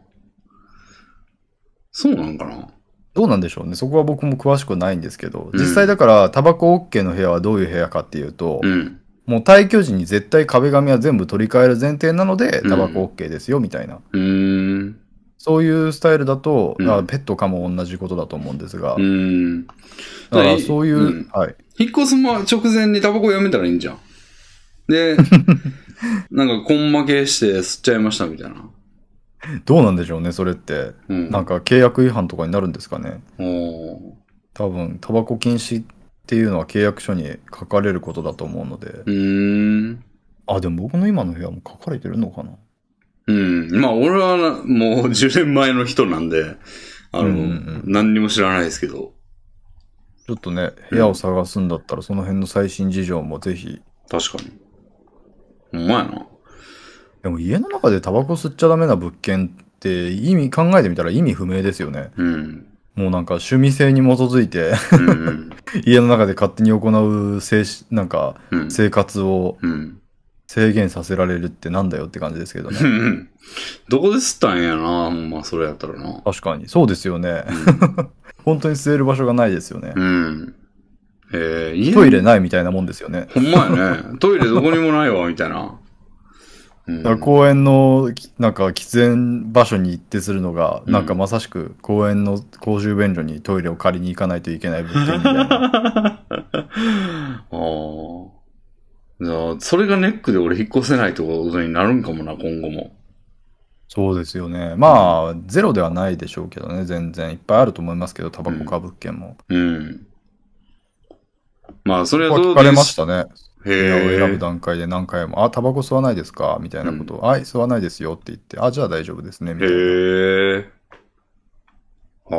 そうなんかな。 どうなんでしょうね。そこは僕も詳しくないんですけど、実際だからタバコ OK の部屋はどういう部屋かっていうと、 うん。 もう退去時に絶対壁紙は全部取り替える前提なので、タバコ OK ですよ、みたいな。 うーん。 そういうスタイルだと、 うんあペットかも同じことだと思うんですが、 うーん。 だからそういう、 うんはい。 引っ越すも直前にタバコやめたらいいんじゃん。で、なんか、根負けして吸っちゃいましたみたいな。 どうなんでしょうね、それって。 うん。 なんか契約違反とかになるんですかね。 おー。 多分、タバコ禁止っていうのは契約書に書かれることだと思うので。 うーん。 あ、でも僕の今の部屋も書かれてるのかな。 うん。まあ、俺はなもうじゅうねんまえの人なんで、あの、 うんうんうん何にも知らないですけど。 ちょっとね、部屋を探すんだったら、その辺の最新事情もぜひ。 確かに。ほんまやな。 でも家の中でタバコ吸っちゃダメな物件って意味、考えてみたら意味不明ですよね。 うん。 もうなんか趣味性に基づいてうんうん。 家の中で勝手に行う性し、なんかうん。 生活をうん。 制限させられるってなんだよって感じですけどね。 どこで吸ったんやな、ほんま、それやったらな。 確かに。そうですよね。本当に吸える場所がないですよね。 うん。えー、家トイレないみたいなもんですよね。 ほんまやね。トイレどこにもないわ、みたいな。うん、 だから公園の、なんか喫煙場所に行ってするのが、なんかまさしく公園の公衆便所にトイレを借りに行かないといけない物件みたいな。 ああ。じゃあ、それがネックで俺引っ越せないってことになるんかもな、今後も。 そうですよね。まあ、ゼロではないでしょうけどね、全然。いっぱいあると思いますけど、タバコか物件も。 うん。うん、まあ、それはここは聞かれましたね。部屋をへ選ぶ段階で何回も、あ、タバコ吸わないですかみたいなことを、うん、はい、吸わないですよって言って、あ、じゃあ大丈夫ですね、みたいな。へえ。ああ。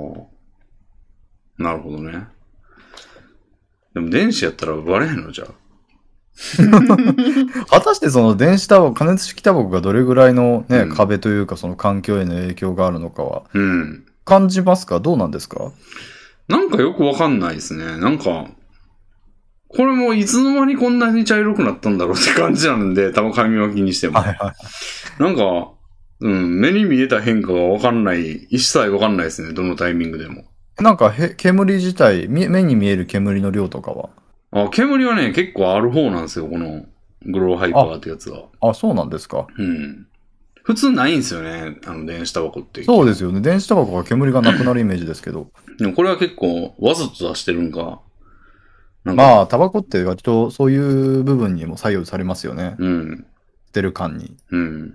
なるほどね。でも電子やったらバレへんのじゃあ。 果たしてその電子タバコ、加熱式タバコがどれぐらいのね、うん、壁というかその環境への影響があるのかは、うん、感じますか？どうなんですか？ なんかよくわかんないですね。なんか、これもいつの間にこんなに茶色くなったんだろうって感じなんで、タバコ紙巻きにしても。はいはい、なんか、 うん、目に見えた変化がわかんない、一切わかんないですね、どのタイミングでも。 なんかへ、煙自体、目に見える煙の量とかは？ あ、煙はね、結構ある方なんですよ、このグローハイパーってやつは。 あ、そうなんですか。 うん。普通ないんですよね、あの電子タバコって。 そうですよね。電子タバコは煙がなくなるイメージですけど。 でもこれは結構わざと出してるんか。 なんかまあ、タバコって割とそういう部分にも左右されますよね。 うん。 捨てる感に。 うん。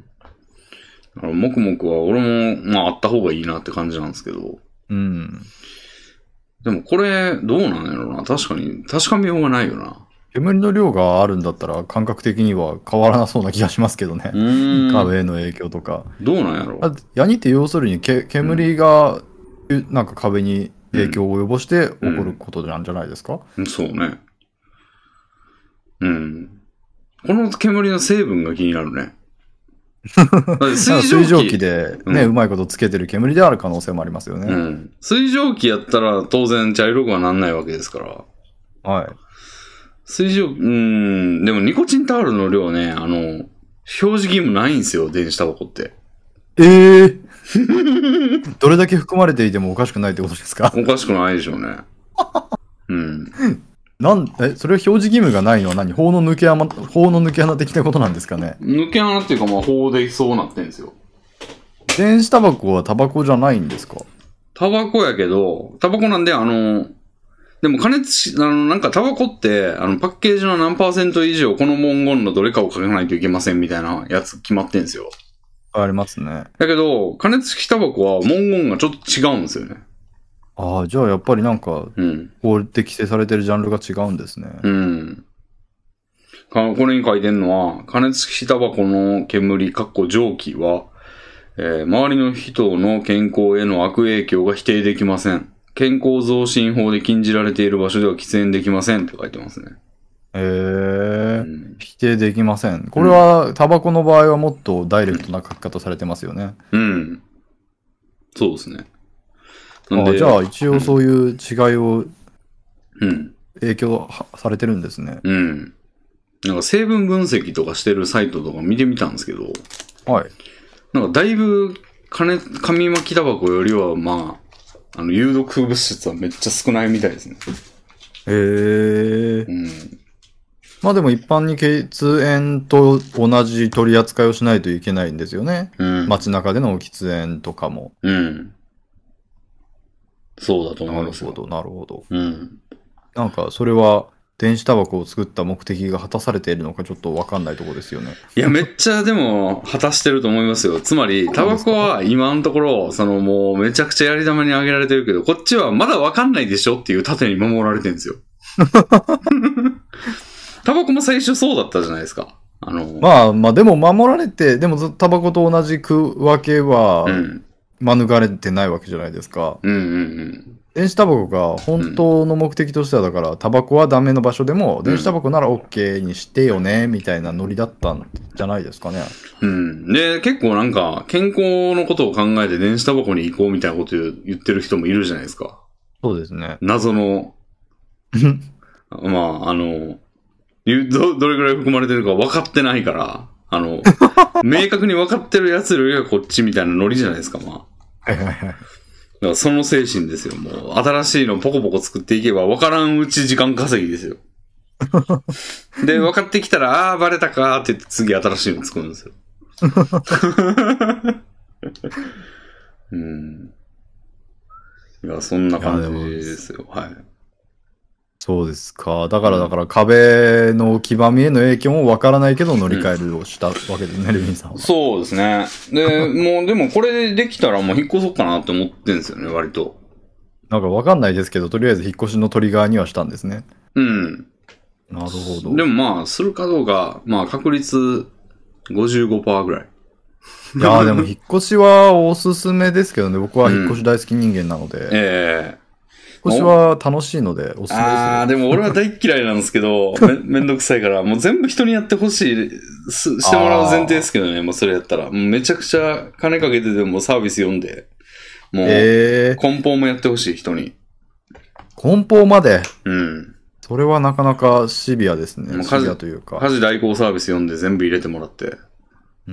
あの、もくもくは俺も、まああった方がいいなって感じなんですけど。 うん。 でもこれ、どうなんやろうな。確かに、確かめようがないよな。 煙の量があるんだったら感覚的には変わらなそうな気がしますけどね。壁への影響とか。 どうなんやろう。 ヤニって要するにけ煙が、なんか壁に影響を及ぼして起こることなんじゃないですか、 うんうん、そうね。うん。この煙の成分が気になるね。 水蒸気、水蒸気でね、うん、うまいことつけてる煙である可能性もありますよね。 うん。水蒸気やったら当然茶色くはなんないわけですから。 はい。 水蒸気、うーん、でもニコチンタールの量ね、あの、表示義務ないんですよ、電子タバコって。 ええー、どれだけ含まれていてもおかしくないってことですか？ おかしくないでしょうね。うん。 なん、え、それは表示義務がないのは何？法の抜け穴、法の抜け穴的なことなんですかね？ 抜け穴っていうか、まあ法でそうなってんですよ。 電子タバコはタバコじゃないんですか？ タバコやけど、タバコなんで、あの、でも加熱し、あの、なんかタバコって、あの、パッケージの何パーセント以上この文言のどれかを書かないといけませんみたいなやつ決まってんですよ。 ありますね。 だけど、加熱式タバコは文言がちょっと違うんですよね。 ああ、じゃあやっぱりなんか、うん。法で規制されてるジャンルが違うんですね。 うん。これに書いてるのは、加熱式タバコの煙、かっこ蒸気は、えー、周りの人の健康への悪影響が否定できません。健康増進法で禁じられている場所では喫煙できませんって書いてますね。 へえー、うん、否定できません。これは、タバコの場合はもっとダイレクトな書き方されてますよね。 うん。そうですね。 なんであ、じゃあ一応そういう違いを、 うん。 影響されてるんですね。 うん。なんか成分分析とかしてるサイトとか見てみたんですけど、 はい。 なんかだいぶ、金、紙巻きタバコよりは、まあ、あの、有毒物質はめっちゃ少ないみたいですね。 へー。 うん。 まあでも一般に喫煙と同じ取り扱いをしないといけないんですよね。うん。街中での喫煙とかも。 うん。そうだと思いますよ。 なるほど、なるほど。 うん。 なんか、それは、電子タバコを作った目的が果たされているのかちょっとわかんないところですよね。 いや、めっちゃでも果たしてると思いますよ。つまり、タバコは今のところ、そのもうめちゃくちゃやり玉にあげられてるけど、こっちはまだわかんないでしょっていう盾に守られてるんですよ。タバコも最初そうだったじゃないですか。あのまあまあ、でも守られて、でもタバコと同じ区分けは、免れてないわけじゃないですか。 うんうんうん。 電子タバコが本当の目的としてはだから、うん、タバコはダメの場所でも、電子タバコなら OK にしてよね、みたいなノリだったんじゃないですかね。 うん。で、結構なんか、健康のことを考えて電子タバコに行こうみたいなこと言ってる人もいるじゃないですか。 そうですね。 謎の、まあ、あの、ど、どれぐらい含まれてるか分かってないから、あの、明確に分かってるやつよりはこっちみたいなノリじゃないですか、まあ。はいはいはい。 だからその精神ですよ。もう、新しいのポコポコ作っていけば、わからんうち時間稼ぎですよ。で、分かってきたら、ああー、バレたかーって言って次新しいの作るんですよ。うん。いや、そんな感じですよ。はい。 そうですか。だから、だから壁の黄ばみへの影響もわからないけど乗り換えるをしたわけですね、うん、レミンさんは。 そうですね。で、もう、でもこれでできたらもう引っ越そうかなって思ってるんですよね、割と。 なんかわかんないですけど、とりあえず引っ越しのトリガーにはしたんですね。 うん。 なるほど。 でもまあ、するかどうか、まあ確率 ごじゅうごパーセント ぐらい。 いやーでも引っ越しはおすすめですけどね、僕は引っ越し大好き人間なので。うん、ええー引っ越しは楽しいので、おすすめですよ。 ああ、でも俺は大嫌いなんですけど、め、めんどくさいから、もう全部人にやってほしい、す、してもらう前提ですけどね、もうそれやったら。もうめちゃくちゃ金かけてでもサービス読んで、もう、梱包もやってほしい人に。 梱包までうん。 それはなかなかシビアですね。シビアというか。 家事代行サービス読んで全部入れてもらって。 うん。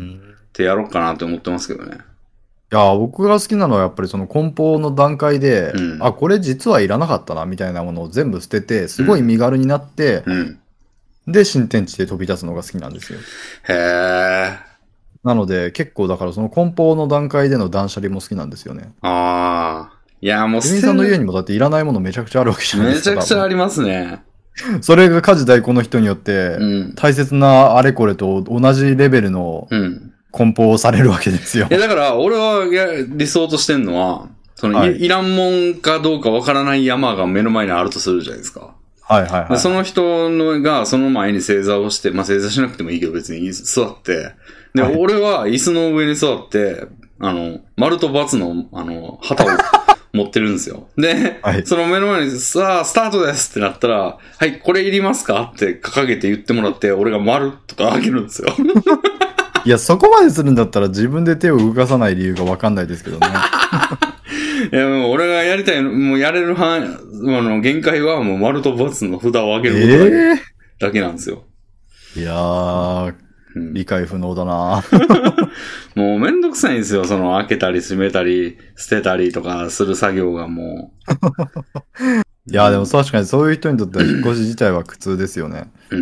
てやろうかなって思ってますけどね。 いや、僕が好きなのはやっぱりその梱包の段階で、 うん、 あ、これ実はいらなかったな、みたいなものを全部捨てて、すごい身軽になって、 うん。 で、新天地で飛び立つのが好きなんですよ。 へえ。 なので、結構だからその梱包の段階での断捨離も好きなんですよね。 ああ。いや、もうレミさんの家にもだっていらないものめちゃくちゃあるわけじゃないですか。 めちゃくちゃありますね。 それが家事代行の人によって、 うん。 大切なあれこれと同じレベルのうん。 梱包をされるわけですよ。 え、だから、俺はや理想としてんのは、その、 はいい、いらんもんかどうかわからない山が目の前にあるとするじゃないですか。 はいはいはい。 でその人のが、その前に正座をして、まあ、正座しなくてもいいけど別に座って、で、 はい俺は椅子の上に座って、あの、丸と×の、あの、旗を持ってるんですよ。で、 はい、 その目の前に、さあ、スタートですってなったら、はい、これいりますかって掲げて言ってもらって、俺が丸とかあげるんですよ。 いや、そこまでするんだったら自分で手を動かさない理由がわかんないですけどね。 いや、もう俺がやりたいの、もうやれる範囲、あの、限界はもう丸と×の札を上げることだけ,、 えー、 だけなんですよ。 いやー、 うん、 理解不能だなもうめんどくさいんですよ。その開けたり閉めたり捨てたりとかする作業がもう。いや、でも確かにそういう人にとっては引っ越し自体は苦痛ですよね。 うん。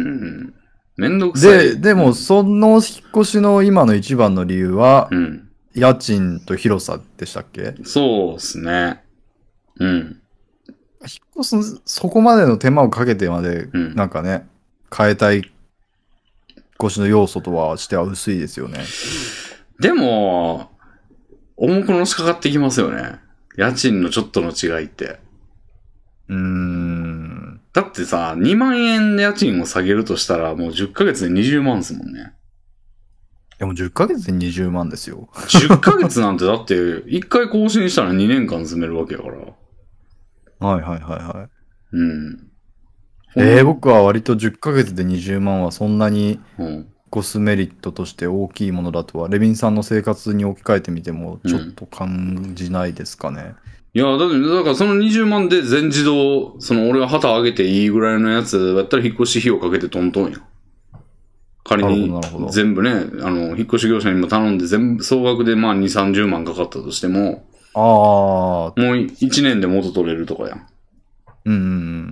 めんどくさい。 で、でもその引っ越しの今の一番の理由は、うん、家賃と広さでしたっけ？ そうですね。うん。引っ越す、そこまでの手間をかけてまで、 うん、 なんかね、変えたい越しの要素とはしては薄いですよね。 でも、重くのしかかってきますよね。家賃のちょっとの違いって。 うーん。 だってさ、にまんえんで家賃を下げるとしたら、もうじゅっかげつでにじゅうまんですもんね。 でもじゅっかげつでにじゅうまんですよ。 じゅっかげつなんてだって、いっかい更新したらにねんかん住めるわけやから。 はいはいはいはい。 うん。 えー、僕は割とじゅっかげつでにじゅうまんはそんなにコスメリットとして大きいものだとは、レビンさんの生活に置き換えてみてもちょっと感じないですかね。 うん、いや、だって、だからそのにじゅうまんで全自動、その俺が旗上げていいぐらいのやつやったら引っ越し費用かけてトントンや。仮に全部ね、あの、引っ越し業者にも頼んで全部総額でまあに、さんじゅうまんかかったとしても、 ああ。 もういちねんで元取れるとかやん。 うんうんうん。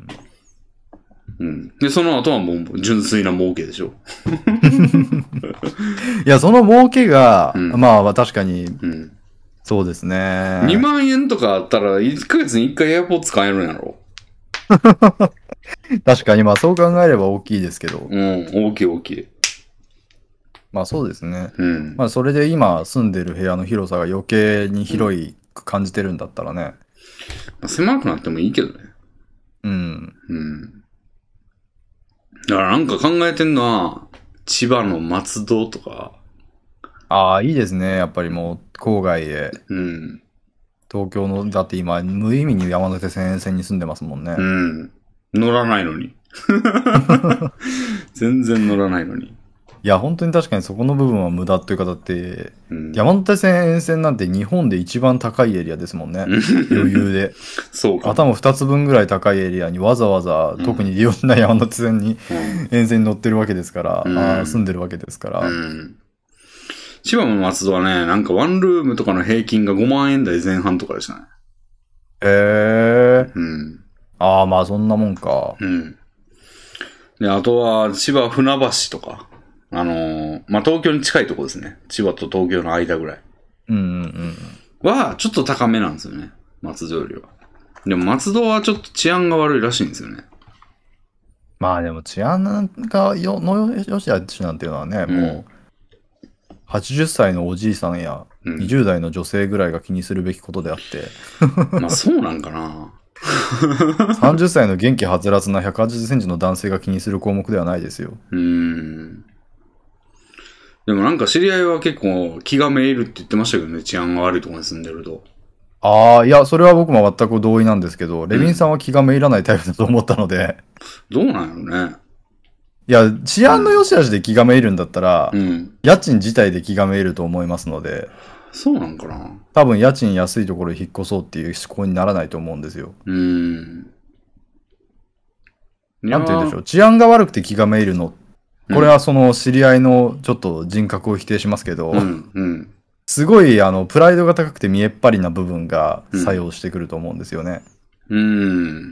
うん。で、その後はもう純粋な儲けでしょ。 いや、その儲けが、 うん、 まあ確かに、 うん、 そうですね。 にまんえんとかあったら、いっかげつにいっかいエアポーツ買えるんやろ。 確かに、まあそう考えれば大きいですけど。 うん、大きい大きい。 まあそうですね。 うん。 まあそれで今住んでる部屋の広さが余計に広いく感じてるんだったらね。 うん、狭くなってもいいけどね。 うん。 うん。だからなんか考えてんのは、千葉の松戸とか。 ああ、いいですね。やっぱりもう郊外へ。 うん。 東京の、だって今無意味に山手線沿線に住んでますもんね。 うん。乗らないのに。全然乗らないのに。 いや、本当に確かにそこの部分は無駄というか、だって、 うん、 山手線沿線なんて日本で一番高いエリアですもんね。余裕で。 そうか。 頭二つ分ぐらい高いエリアにわざわざ、うん、特に利用しない山手線に、うん、沿線に乗ってるわけですから、うん、あ住んでるわけですから。うん、 千葉の松戸はね、なんかワンルームとかの平均がごまんえん台前半とかでしたね。 へえー。 うん。 ああ、まあそんなもんか。 うん。で、あとは千葉船橋とか。あのー、まあ、東京に近いとこですね。千葉と東京の間ぐらい。 うんうんうん。は、ちょっと高めなんですよね。松戸よりは。でも松戸はちょっと治安が悪いらしいんですよね。 まあでも治安がよ、のよしあしなんていうのはね、うん、もう、はちじゅっさいのおじいさんや、にじゅう代の女性ぐらいが気にするべきことであって。 うん、まあそうなんかな。 さんじゅっさいの元気はつらつなひゃくはちじゅっセンチの男性が気にする項目ではないですよ。 うーん。でもなんか知り合いは結構気がめいるって言ってましたけどね、治安が悪いところに住んでると。 ああ、いや、それは僕も全く同意なんですけど、レビンさんは気がめいらないタイプだと思ったので。 どうなんやろね。 いや、治安の良し悪しで気がめいるんだったら、 うん、 家賃自体で気がめいると思いますので。 そうなんかな。 多分家賃安いところに引っ越そうっていう思考にならないと思うんですよ。 うーん。 なんて言うんでしょう。治安が悪くて気がめいるのっこれはその知り合いのちょっと人格を否定しますけど、 うんうん、 すごいあのプライドが高くて見えっ張りな部分が作用してくると思うんですよね。 うん。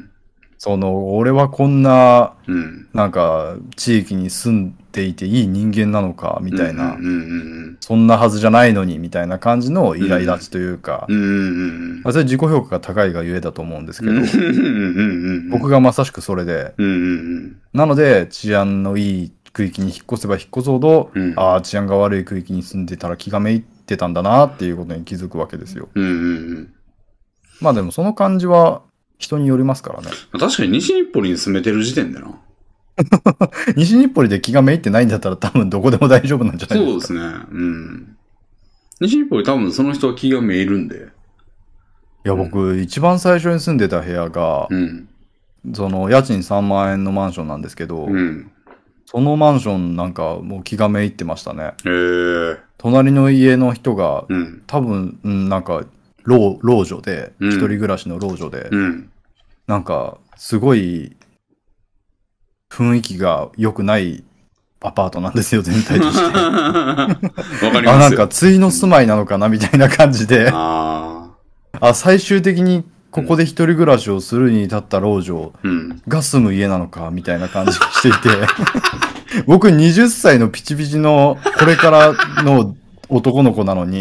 その、俺はこんな、 うん。 なんか、地域に住んでいていい人間なのか、みたいな、 うんうんうんそんなはずじゃないのに、みたいな感じのイライラちというか、 うんうんまあそれ自己評価が高いがゆえだと思うんですけど、 うんうん僕がまさしくそれで、 うんうんなので、治安のいい区域に引っ越せば引っ越すほど、 うんああ、治安が悪い区域に住んでたら気がめいってたんだなっていうことに気づくわけですよ。 うんうんうんまあでもその感じは人によりますからね。 確かに西日暮里に住めてる時点でな。 西日暮里で気がめいってないんだったら多分どこでも大丈夫なんじゃないですか。 そうですね。うん。西日暮里多分その人は気がめいるんで。 いや、僕、一番最初に住んでた部屋が、 うん。 その、家賃さんまん円のマンションなんですけど、 うん。 そのマンションなんかもう気がめいってましたね。 へえ。 隣の家の人が、 うん。 多分、うんなんか、老、老女で、 うん一人暮らしの老女で、 うん。 なんか、すごい、雰囲気が良くないアパートなんですよ、全体として。 わかりますよ。 あ、なんか、対の住まいなのかな、みたいな感じで。 ああ、最終的にここで一人暮らしをするに至った老女あ。うん。 が住む家なのか、みたいな感じがしていて。僕にじゅっさいのピチピチのこれからの男の子なのに。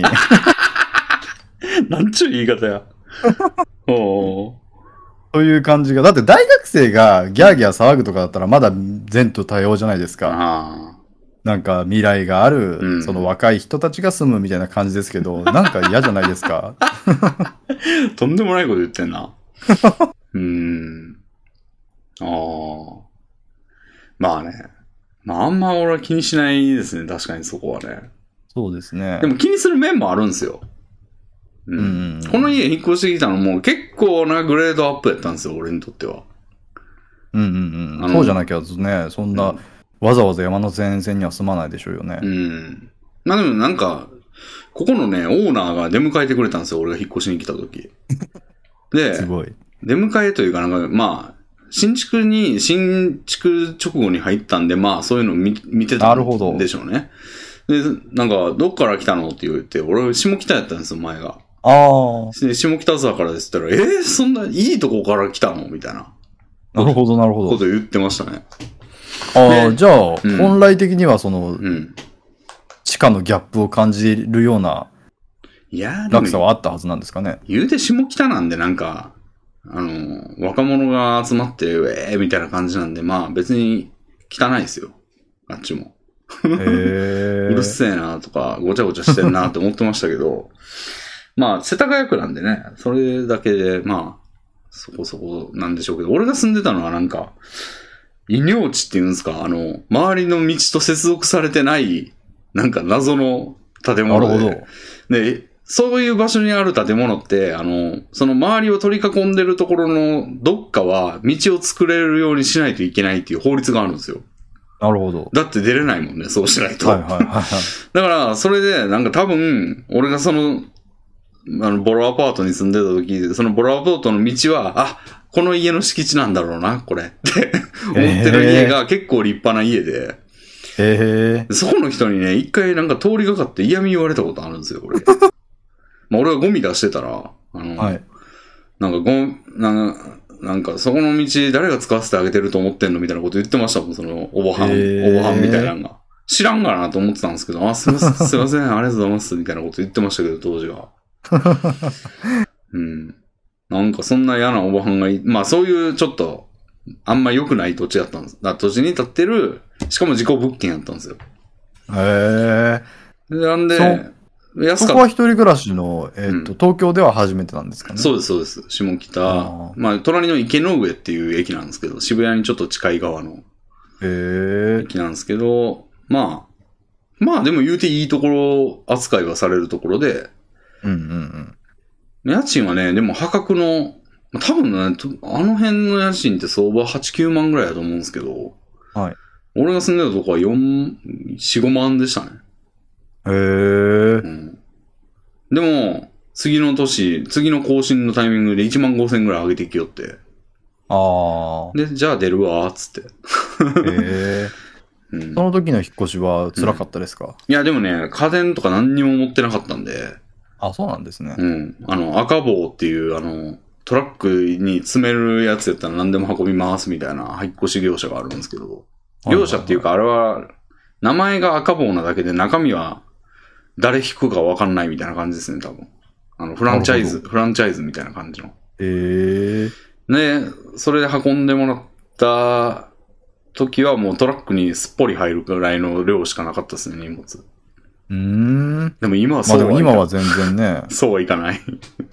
なんちゅう言い方や。おー。 そういう感じが。だって大学生がギャーギャー騒ぐとかだったらまだ前途多様じゃないですか。 あなんか未来がある、 うんその若い人たちが住むみたいな感じですけど、なんか嫌じゃないですか。 あ。とんでもないこと言ってんな。うーん。ああ。まあね。まああんま俺は気にしないですね。確かにそこはね。 そうですね。 でも気にする面もあるんですよ。うん。 うんうんこの家引っ越してきたのも結構なグレードアップやったんですよ。俺にとっては。 うんうんうん。 あのそうじゃなきゃね、そんな、 うんわざわざ山の前線には住まないでしょうよね。 うん。まあでもなんか、ここのね、オーナーが出迎えてくれたんですよ。俺が引っ越しに来た時。で、 すごい。 出迎えというかなんか、まあ、新築に、新築直後に入ったんで、まあそういうの見見てたなるほどんでしょうね。で、なんか、どっから来たのって言って、俺、下北やったんですよ、前が。 ああ。 で、下北沢からですって言ったら、えー、そんないいとこから来たのみたいななるほど、なるほど。 こと言ってましたね。 ああ、 でじゃあ、 うん本来的にはその、 うん。 地下のギャップを感じるようないやー、で落差も、 はあったはずなんですかね。 言うて下北なんでなんか、あの、若者が集まって、ウェーみたいな感じなんで、まあ別に汚いですよ。あっちも。 へえ。 うるせえなとか、ごちゃごちゃしてんなって思ってましたけど、まあ、世田谷区なんでね、それだけで、まあ、そこそこなんでしょうけど、俺が住んでたのはなんか、異名地っていうんですか、あの、周りの道と接続されてない、なんか謎の建物で。 なるほど。 で、そういう場所にある建物って、あの、その周りを取り囲んでるところのどっかは道を作れるようにしないといけないっていう法律があるんですよ。 なるほど。 だって出れないもんね、そうしないと。 はいはいはいはい。 だから、それで、なんか多分、俺がその、あの、ボロアパートに住んでた時、そのボロアパートの道は、あ、この家の敷地なんだろうな、これって思ってる家が結構立派な家で、 へえ。 そこの人にね、一回なんか通りがかって嫌味言われたことあるんですよ、俺。まあ俺がゴミ出してたら、あの、 はい。 なんかゴミ、なんか、なんか、そこの道誰が使わせてあげてると思ってんのみたいなこと言ってましたもん、その、おばはん、 へーおばはんみたいなのが。知らんがなと思ってたんですけど、あ、すいません、すいません、ありがとうございます、みたいなこと言ってましたけど、当時は。うん。なんかそんな嫌なおばはんがい、まあそういうちょっと、あんま良くない土地だったんです。だ土地に建ってる、しかも自己物件やったんですよ。 へえ。 でなんで、安かった。 そこは一人暮らしの、えっ、と、 うん東京では初めてなんですかね。 そうです、そうです。下北あー。 まあ、隣の池の上っていう駅なんですけど、渋谷にちょっと近い側のへえ。 駅なんですけど、まあ、まあでも言うていいところ扱いはされるところで、 うんうん家賃はね、でも破格の、多分ね、とあの辺の家賃って相場はち、きゅうまんぐらいだと思うんですけど、 うん。はい。 俺が住んでたとこはよん、よん、ごまんでしたね。 へえう。ん。でも、次の年、次の更新のタイミングでいちまんごせんぐらい上げてきよって。 ああ。 で、じゃあ出るわ、つって。 へえ。 うん。 その時の引っ越しは辛かったですか？ いや、でもね、家電とか何にも持ってなかったんで。 あ、そうなんですね。 うん。あの、赤棒っていう、あの、トラックに詰めるやつやったら何でも運びますみたいな引っ越し業者があるんですけど、業者っていうかあれは、名前が赤棒なだけで中身は誰引くか分かんないみたいな感じですね、多分。あの、フランチャイズ、フランチャイズみたいな感じの。 へえ。 で、それで運んでもらった時はもうトラックにすっぽり入るくらいの量しかなかったですね、荷物。 うーん。 でも今はそうはいかない。まあでも今は全然ね。 そうはいかない。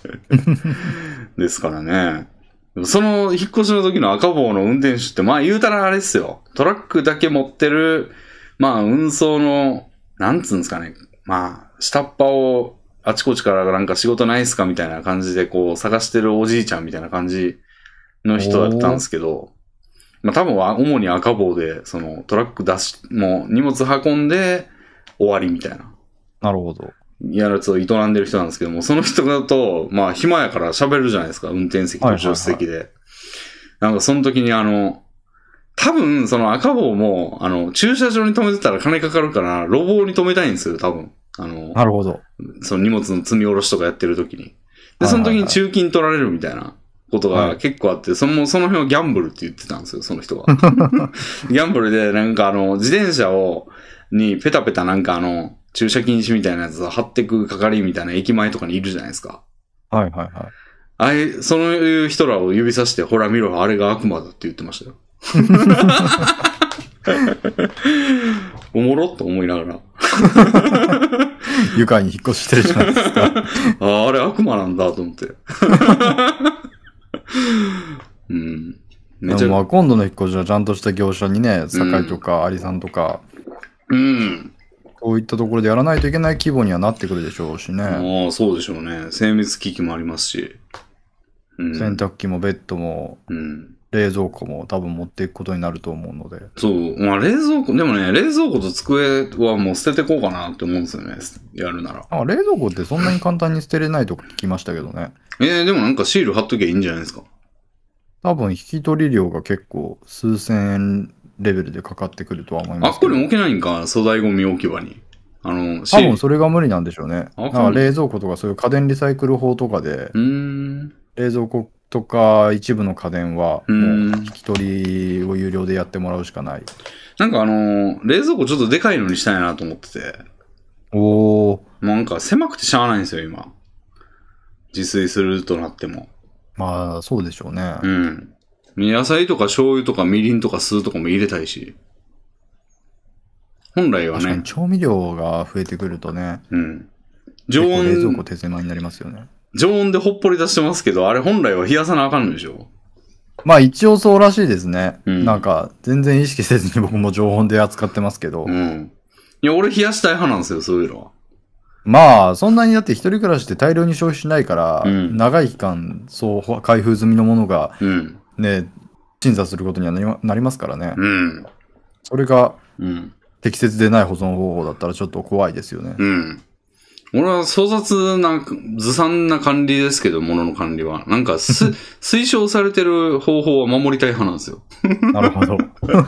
ですからね。その引っ越しの時の赤棒の運転手って、まあ言うたらあれですよ。トラックだけ持ってる、まあ運送の、なんつうんですかね。まあ、下っ端をあちこちからなんか仕事ないっすかみたいな感じでこう探してるおじいちゃんみたいな感じの人だったんですけど、まあ多分は主に赤棒で、そのトラック出し、もう荷物運んで終わりみたいな。 なるほど。 やるやつを営んでる人なんですけども、その人だと、まあ暇やから喋るじゃないですか、運転席と助手席で。はいはいはい、なんかその時にあの、多分その赤棒も、あの、駐車場に止めてたら金かかるから、路傍に止めたいんですよ、多分。あの、 なるほど。 その荷物の積み下ろしとかやってる時に。で、その時に中金取られるみたいなことが結構あって、はい、その、その辺をギャンブルって言ってたんですよ、その人が。ギャンブルでなんかあの、自転車を、にペタペタなんかあの、駐車禁止みたいなやつを貼ってく係みたいな駅前とかにいるじゃないですか。 はいはいはい。 あれ、そのいう人らを指さして、ほら見ろ、あれが悪魔だって言ってましたよ。おもろっと思いながら。 愉快に引っ越してるじゃないですか。 ああ、あれ悪魔なんだと思って。うん。 めちゃでもまあ今度の引っ越しはちゃんとした業者にね、堺とかアリさんとか、 うん。 こういったところでやらないといけない規模にはなってくるでしょうしね。 ああ、そうでしょうね。精密機器もありますし。 うん、洗濯機もベッドも、 うん、 冷蔵庫も多分持っていくことになると思うので。 そう。まあ冷蔵庫、でもね、冷蔵庫と机はもう捨ててこうかなって思うんですよね。やるなら。 あ、冷蔵庫ってそんなに簡単に捨てれないと聞きましたけどね。 えー、でもなんかシール貼っときゃいいんじゃないですか。 多分引き取り料が結構数千円レベルでかかってくるとは思いますけど。 あ、これ置けないんか、粗大ゴミ置き場に。あの、 多分それが無理なんでしょうね。 あ、 なんか冷蔵庫とかそういう家電リサイクル法とかで、 うーん冷蔵庫とか一部の家電はもう引き取りを有料でやってもらうしかない。 なんかあの、冷蔵庫ちょっとでかいのにしたいなと思ってて。 おー。 なんか狭くてしゃあないんですよ、今。自炊するとなっても。 まあ、そうでしょうね。 うん。野菜とか醤油とかみりんとか酢とかも入れたいし。本来はね。 確かに調味料が増えてくるとね。 うん。常温。 冷蔵庫手狭になりますよね。 常温でほっぽり出してますけど、あれ本来は冷やさなあかんのでしょ？ まあ一応そうらしいですね。 うん、 なんか、全然意識せずに僕も常温で扱ってますけど。 うん。いや、俺冷やしたい派なんですよ、そういうのは。 まあ、そんなにだって一人暮らしで大量に消費しないから、 うん、 長い期間、そう、開封済みのものが、ね、うん、審査することにはなり、なりますからね。 うん。 それが、 うん、 適切でない保存方法だったらちょっと怖いですよね。 うん。俺は粗雑な、ずさんな管理ですけど、物の管理は。なんかす、推奨されてる方法は守りたい派なんですよ。 なるほど。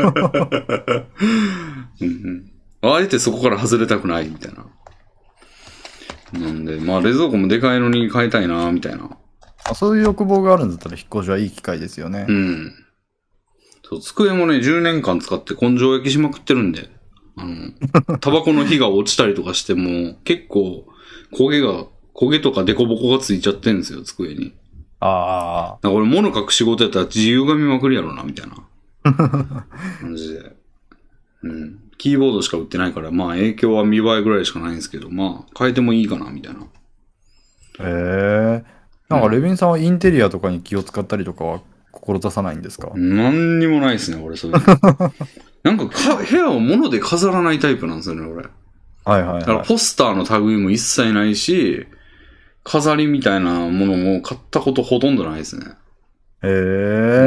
うんうん、あえてそこから外れたくないみたいな。なんで、まあ冷蔵庫もでかいのに変えたいな、みたいな。 そういう欲望があるんだったら引っ越しはいい機会ですよね。 うん。そう、机もね、じゅうねんかん使って根性焼きしまくってるんで。あの、タバコの火が落ちたりとかしても、結構、焦げが、焦げとかデコボコがついちゃってるんですよ、机に。 ああ。 だから俺物書く仕事やったら自由がみまくりやろな、みたいな。感じで。うん。キーボードしか売ってないから、まあ影響は見栄えぐらいしかないんですけど、まあ変えてもいいかな、みたいな。 へえ。なんかレビンさんはインテリアとかに気を使ったりとかは志さないんですか？ なんにもないですね、俺、そういうの。なんかか、部屋を物で飾らないタイプなんですよね、俺。 はいはいはい。 だからポスターの類も一切ないし、飾りみたいなものも買ったことほとんどないですね。 へえ、 うんうん。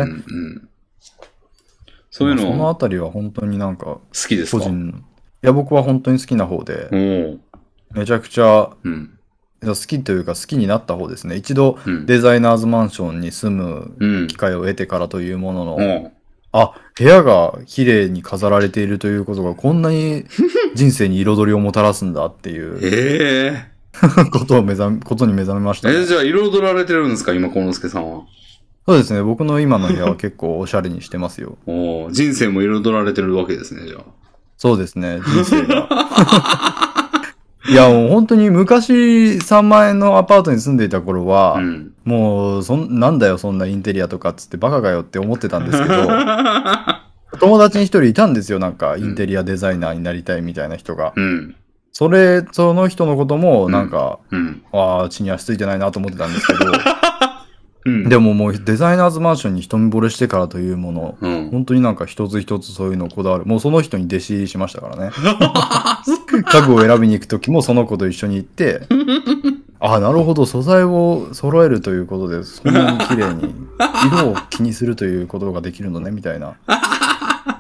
そういうの、 まあ、そのあたりは本当になんか好きですか？ 個人。いや、僕は本当に好きな方で、 おめちゃくちゃ、 うん、 好きというか好きになった方ですね。一度デザイナーズマンションに住む機会を得てからというものの、 うん、 あ、部屋が綺麗に飾られているということがこんなに人生に彩りをもたらすんだっていうえことを目覚め、ことに目覚めました、ね。 えー、じゃあ彩られてるんですか今、幸之助さんは。 そうですね。僕の今の部屋は結構おしゃれにしてますよ。 お人生も彩られてるわけですね、じゃあ。 そうですね。人生が。いや、もう本当に昔さんまん円のアパートに住んでいた頃は、うん、もうそん、なんだよそんなインテリアとかっつってバカかよって思ってたんですけど、友達に一人いたんですよ。なんかインテリアデザイナーになりたいみたいな人が。うん、それ、その人のこともなんか、うん、ああ、地に足ついてないなと思ってたんですけど、うん、でももうデザイナーズマンションに一目惚れしてからというもの、うん、本当になんか一つ一つそういうのをこだわる。もうその人に弟子入りしましたからね。家具を選びに行くときもその子と一緒に行って、ああ、なるほど、素材を揃えるということで、そんなに綺麗に、色を気にするということができるのね、みたいな。 あ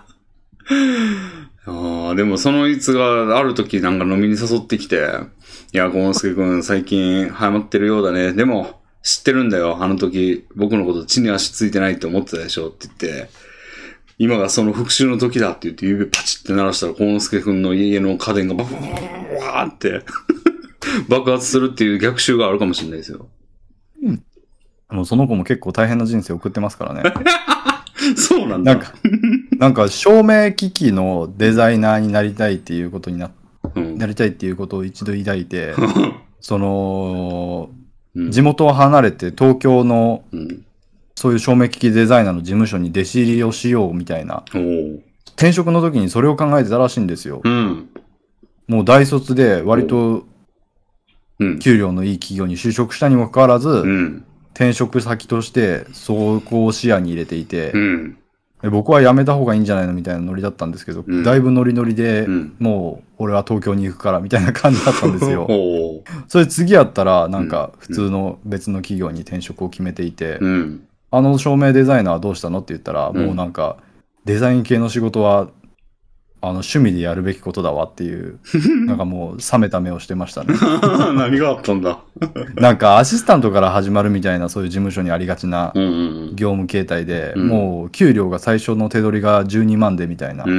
あ、でもそのいつがある時なんか飲みに誘ってきて、いや、幸之助くん最近ハマってるようだね。でも、知ってるんだよ。あの時、僕のこと地に足ついてないって思ってたでしょって言って、今がその復讐の時だって言って指パチって鳴らしたら、幸之助くんの家の家電がバババババーって爆発するっていう逆襲があるかもしれないですよ。 うん。もうその子も結構大変な人生を送ってますからね。 そうなんだ。 なんか、なんか照明機器のデザイナーになりたいっていうことにな、うん、なりたいっていうことを一度抱いて、その、地元を離れて東京の、うん、そういう照明機器デザイナーの事務所に弟子入りをしようみたいな。転職の時にそれを考えてたらしいんですよ。うん、もう大卒で割と給料のいい企業に就職したにもかかわらず、うん、転職先としてそこを視野に入れていて、うん、僕は辞めた方がいいんじゃないのみたいなノリだったんですけど、うん、だいぶノリノリで、うん、もう俺は東京に行くからみたいな感じだったんですよ。それ次やったらなんか普通の別の企業に転職を決めていて、うん、あの照明デザイナーはどうしたのって言ったら、うん、もうなんかデザイン系の仕事はあの趣味でやるべきことだわっていうなんかもう冷めた目をしてましたね。 何があったんだ。 なんかアシスタントから始まるみたいなそういう事務所にありがちな業務形態で、うんうん、もう給料が最初の手取りがじゅうにまんでみたいな、うん、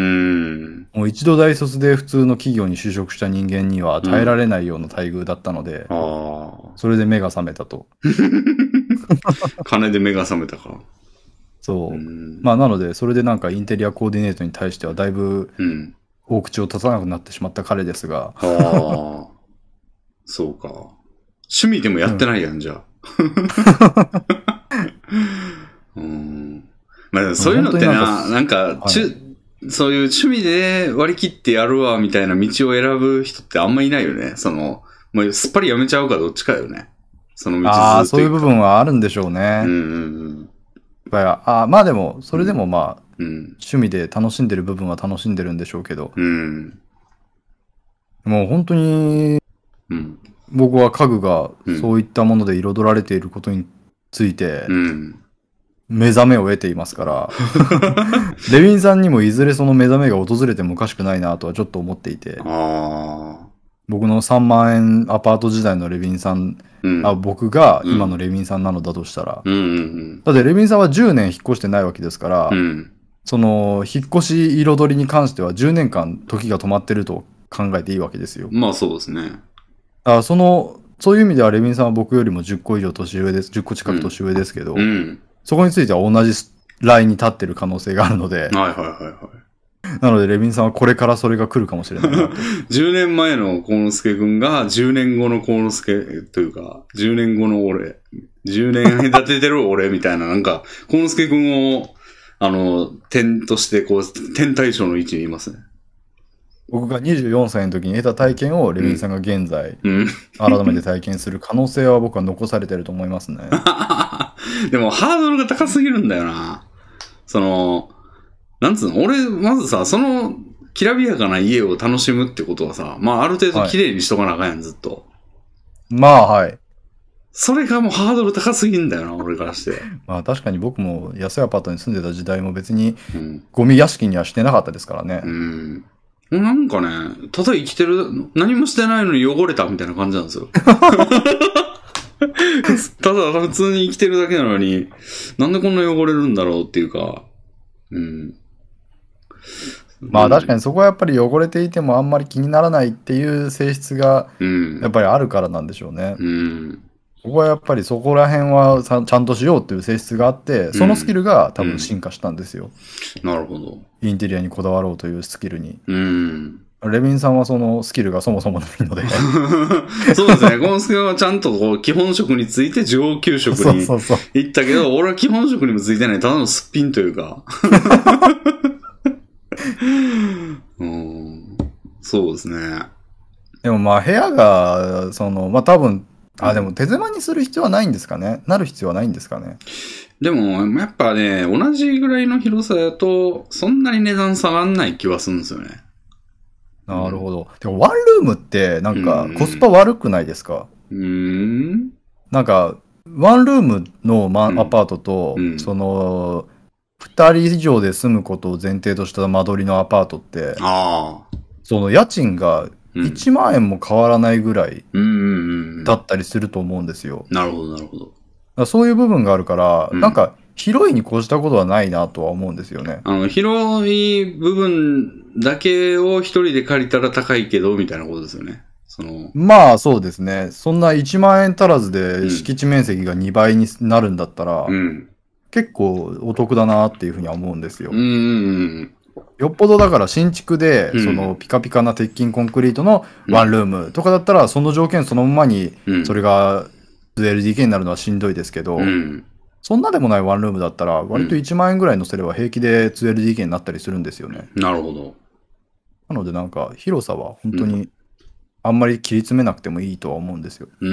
もう一度大卒で普通の企業に就職した人間には耐えられないような待遇だったので、うん、それで目が覚めたと。 金で目が覚めたか。 そう。うん、まあなので、それでなんかインテリアコーディネートに対してはだいぶ大口を立たなくなってしまった彼ですが。 うん、ああ。そうか。趣味でもやってないやん、うん、じゃあ。うん。まあそういうのってな、なんか、はい、そういう趣味で割り切ってやるわみたいな道を選ぶ人ってあんまいないよね。その、もうすっぱりやめちゃうかどっちかよね。その道ずっと。 ああ、そういう部分はあるんでしょうね。 うんうんうん。 あまあでも、それでもまあ、うん、趣味で楽しんでる部分は楽しんでるんでしょうけど、うん、もう本当に、うん、僕は家具がそういったもので彩られていることについて、うん、目覚めを得ていますから、レビンさんにもいずれその目覚めが訪れてもおかしくないなとはちょっと思っていて、あ僕のさんまん円アパート時代のレビンさん、うん、あ僕が今のレビンさんなのだとしたら、うんうんうん、だってレビンさんはじゅうねん引っ越してないわけですから、うん、その引っ越し彩りに関してはじゅうねんかん時が止まってると考えていいわけですよ。 まあそうですね。 あそのそういう意味ではレビンさんは僕よりもじゅっこ以上年上です、じゅっこ近く年上ですけど、うんうん、そこについては同じラインに立ってる可能性があるので、はいはいはいはい。なので、レビンさんはこれからそれが来るかもしれないなと。 じゅうねんまえの幸之助くんがじゅうねんごの幸之助というか、じゅうねんごの俺、じゅうねん隔ててる俺みたいな、なんか、幸之助くんを、あの、点として、こう、点対象の位置にいますね。 僕がにじゅうよんさいの時に得た体験をレビンさんが現在、うん、改めて体験する可能性は僕は残されてると思いますね。 でも、ハードルが高すぎるんだよな。その、なんつうの俺、まずさ、その、きらびやかな家を楽しむってことはさ、まあ、ある程度綺麗にしとかなあかんやん、はい、ずっと。 まあ、はい。 それがもうハードル高すぎんだよな、俺からして。 まあ、確かに僕も安いアパートに住んでた時代も別に、ゴミ屋敷にはしてなかったですからね。 うん。なんかね、ただ生きてる、何もしてないのに汚れたみたいな感じなんですよ。ただ普通に生きてるだけなのに、なんでこんな汚れるんだろうっていうか、 うん。 まあ確かにそこはやっぱり汚れていてもあんまり気にならないっていう性質がやっぱりあるからなんでしょうね。 うん。 ここはやっぱりそこら辺はさちゃんとしようっていう性質があって、そのスキルが多分進化したんですよ。 なるほど。 インテリアにこだわろうというスキルに。 うん。 レビンさんはそのスキルがそもそもないので。 そうですね。このスキルはちゃんとこう基本職について上級職にそうそうそう行ったけど、俺は基本職にもついてない、ただのすっぴんというか。うん、そうですね。 でもまあ部屋が、その、まあ多分、あ、でも手狭にする必要はないんですかね。なる必要はないんですかね。 でも、やっぱね、同じぐらいの広さだと、そんなに値段下がんない気はするんですよね。 なるほど。でもワンルームってなんかコスパ悪くないですか？ うーん。 なんか、ワンルームの、ま、アパートと、 うん、 その、二人以上で住むことを前提とした間取りのアパートって、 ああ。 その家賃がいちまん円も変わらないぐらいうんうんうんうん。 だったりすると思うんですよ。 なるほど、なるほど。 だからそういう部分があるから、 うんなんか、広いに越したことはないなとは思うんですよね。 あの、広い部分だけを一人で借りたら高いけど、みたいなことですよね。その、 まあそうですね。そんないちまん円足らずで敷地面積がにばいになるんだったら、 うん。 結構お得だなっていうふうには思うんですよ。 うんうんうん。 よっぽどだから新築で、 うんそのピカピカな鉄筋コンクリートのワンルームとかだったら、その条件そのままにうん、 それが ツーエルディーケー になるのはしんどいですけど、 うん。 そんなでもないワンルームだったら、割といちまん円ぐらい乗せれば平気で ツーエルディーケー になったりするんですよね。 なるほど。 なのでなんか広さは本当にあんまり切り詰めなくてもいいとは思うんですよ。 うん。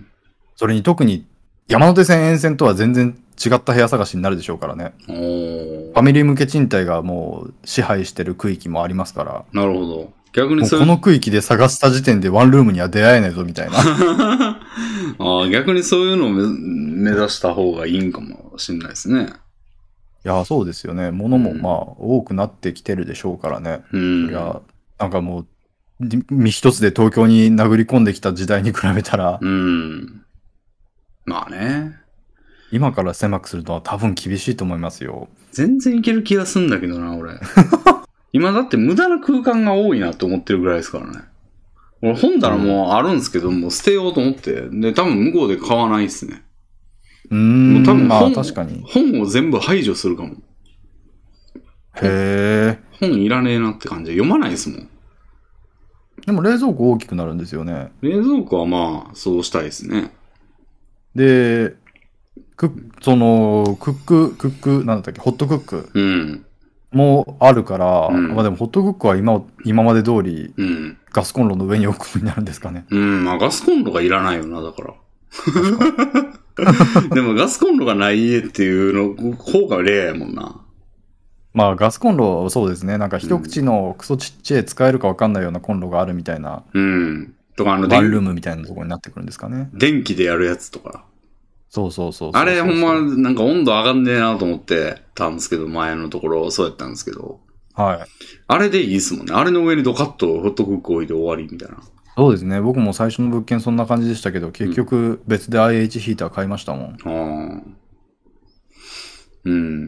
それに特に山手線沿線とは全然違った部屋探しになるでしょうからね。 おー。 ファミリー向け賃貸がもう支配してる区域もありますから。 なるほど。逆にもうそうこの区域で探した時点でワンルームには出会えないぞみたいな。 あ逆にそういうのを目目指した方がいいんかもしれないですね。 いや、そうですよね。物もまあ多くなってきてるでしょうからね。 うん。 そりゃ、なんかもう、身一つで東京に殴り込んできた時代に比べたら、 うん。まあね。 今から狭くするのは多分厳しいと思いますよ。 全然いける気がすんだけどな、俺。今だって無駄な空間が多いなって思ってるぐらいですからね。俺本棚もあるんですけど、もう捨てようと思って。で、多分向こうで買わないっすね。 うーん。 もう多分まあ本、 確かに。 本を全部排除するかも。 へえ。 本いらねえなって感じで読まないですもん。 でも冷蔵庫大きくなるんですよね。 冷蔵庫はまあ、そうしたいですね。 で、クその、クック、クック、なんだったっけ、ホットクックうん。 もあるから、 うんまあでもホットクックは今、今まで通りうん。 ガスコンロの上に置くことになるんですかね。 うん、まあガスコンロがいらないよな、だから。でもガスコンロがない家っていうの方がレアやもんな。 まあガスコンロ、そうですね。なんか一口のクソちっちゃい使えるかわかんないようなコンロがあるみたいな、 うん。とかあの、 ワンルームみたいなところになってくるんですかね。 電気でやるやつとか。 そうそうそうそうそう。 あれほんまなんか温度上がんねえなと思ってたんですけど、前のところそうやったんですけど。 はい。 あれでいいっすもんね。あれの上にドカッとホットクック置いて終わりみたいな。 そうですね。僕も最初の物件そんな感じでしたけど、結局別で アイエイチ ヒーター買いましたもん。 ああ。うん。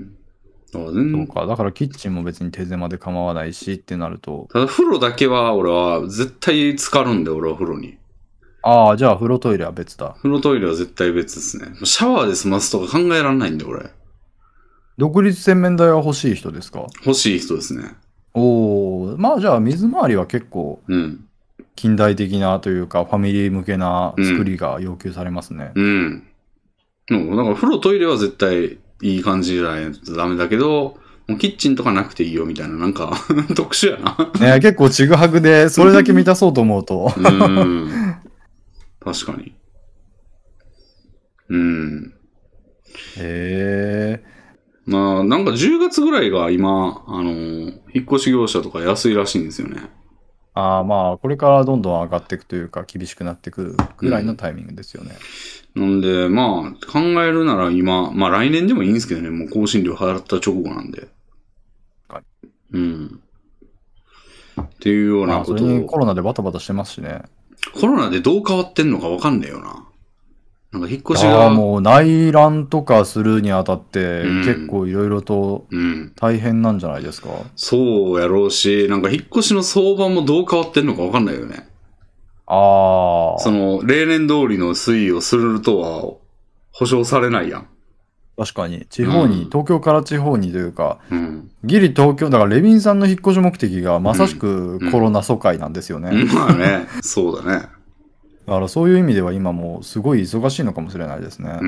そうか。だからキッチンも別に手狭で構わないしってなると。 ただ風呂だけは俺は絶対浸かるんで、俺は風呂に。 ああ、じゃあ風呂トイレは別だ。 風呂トイレは絶対別ですね。シャワーで済ますとか考えられないんで、俺。 独立洗面台は欲しい人ですか？ 欲しい人ですね。 おお、まあじゃあ水回りは結構うん。 近代的なというかファミリー向けな作りが要求されますね。 うん。うん。だから風呂トイレは絶対いい感じじゃないとダメだけど、もうキッチンとかなくていいよみたいな、なんか特殊やな。 ね、結構ちぐはぐでそれだけ満たそうと思うと。 うん。確かに。うん。 へえ。 まあ、なんかじゅうがつぐらいが今、あの、引っ越し業者とか安いらしいんですよね。 ああ、まあ、これからどんどん上がっていくというか、厳しくなっていくぐらいのタイミングですよね。 うん、なんで、まあ、考えるなら今、まあ来年でもいいんですけどね、もう更新料払った直後なんで。 はい。 うん。っていうようなことを。 まあ、それにコロナでバタバタしてますしね。 コロナでどう変わってんのかわかんねえよな。 なんか引っ越しが。 ああ、もう内覧とかするにあたって、 うん結構いろいろと大変なんじゃないですか、うん、 そうやろうし、なんか引っ越しの相場もどう変わってんのかわかんないよね。 ああ。 その、例年通りの推移をするとは保証されないやん。 確かに。地方に、うん、東京から地方にというか、 うん、 ギリ東京、だからレビンさんの引っ越し目的がまさしくコロナ疎開なんですよね。 うんうん、まあね、そうだね。 だからそういう意味では今もすごい忙しいのかもしれないですね。 うん。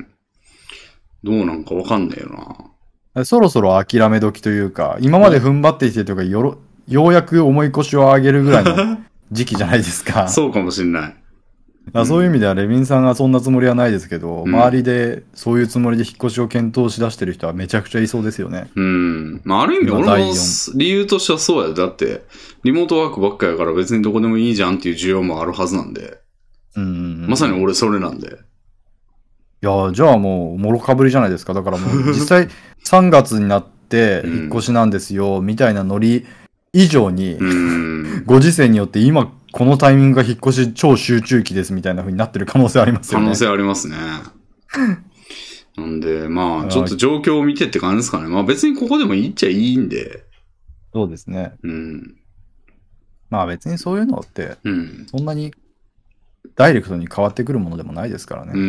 どうなんかわかんねえよな。そろそろ諦め時というか、今まで踏ん張ってきてというか、よろ、ようやく重い腰を上げるぐらいの時期じゃないですか。 そうかもしんない。 そういう意味ではレビンさんがそんなつもりはないですけど、うん、周りでそういうつもりで引っ越しを検討しだしてる人はめちゃくちゃいそうですよね。 うん。まあある意味俺の理由としてはそうや。だってリモートワークばっかやから別にどこでもいいじゃんっていう需要もあるはずなんで。 うんうんうん、 まさに俺それなんで。 いやじゃあもうもろかぶりじゃないですか。だからもう実際さんがつになって引っ越しなんですよ、うん、みたいなノリ以上に、うん、ご時世によって今このタイミングが引っ越し超集中期ですみたいな風になってる可能性ありますよね。 可能性ありますね。なんで、まあ、ちょっと状況を見てって感じですかね。まあ別にここでもいいっちゃいいんで。 そうですね。 うん。 まあ別にそういうのって、うん、そんなにダイレクトに変わってくるものでもないですからね。 うん。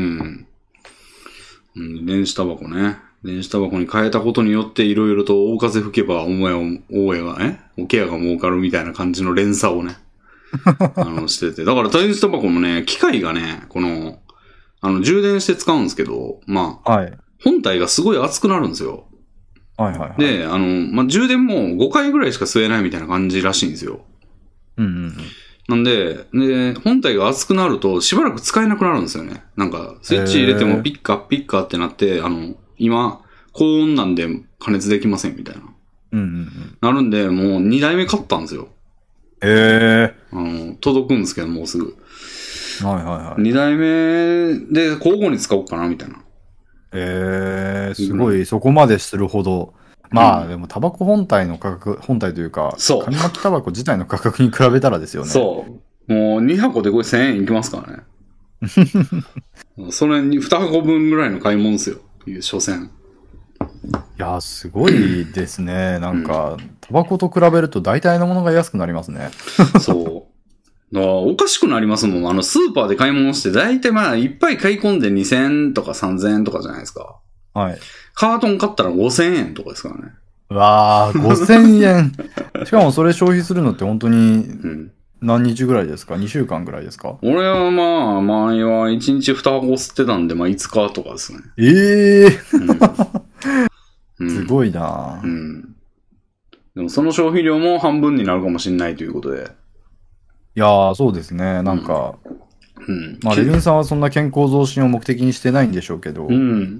うん、電子タバコね。電子タバコに変えたことによっていろいろと大風吹けばお前を、大家がね、おケアが儲かるみたいな感じの連鎖をね。あの、してて。だから、電子タバコもね、機械がね、この、あの、充電して使うんですけど、まあ、 はい、 本体がすごい熱くなるんですよ。 はいはいはい。 で、あの、まあ、充電もごかいぐらいしか吸えないみたいな感じらしいんですよ。 うんうんうん。 なんで、で、本体が熱くなるとしばらく使えなくなるんですよね。なんか、スイッチ入れてもピッカピッカってなって、あの、今、高温なんで加熱できませんみたいな。 うんうんうん。 なるんで、もうにだいめ買ったんですよ。 へえ。 あの、届くんですけど、もうすぐ。 はいはいはい。 二代目で交互に使おうかな、みたいな。 へえ、すごい、そこまでするほど。まあ、うん、でも、タバコ本体の価格、本体というか、 そう。 紙巻きタバコ自体の価格に比べたらですよね。 そう。もう、に箱でこれせんえんいきますからね。それにに箱分ぐらいの買い物ですよ。いう、所詮。 いや、すごいですね。なんか、うん、タバコと比べると大体のものが安くなりますね。 そう。だからおかしくなりますもん。あの、スーパーで買い物して、大体まあ、いっぱい買い込んでにせんえんとかさんぜんえんとかじゃないですか。 はい。 カートン買ったらごせんえんとかですからね。 うわー、ごせんえん。しかもそれ消費するのって本当に、何日ぐらいですか ?に 週間ぐらいですか？ 俺はまあ、前はいちにちに箱吸ってたんで、まあいつかとかですね。 ええーうん、すごいな、 うん、うん。でもその消費量も半分になるかもしれないということで。 いやー、そうですね。なんか、うん。うん、まあ、レビンさんはそんな健康増進を目的にしてないんでしょうけど、 うん、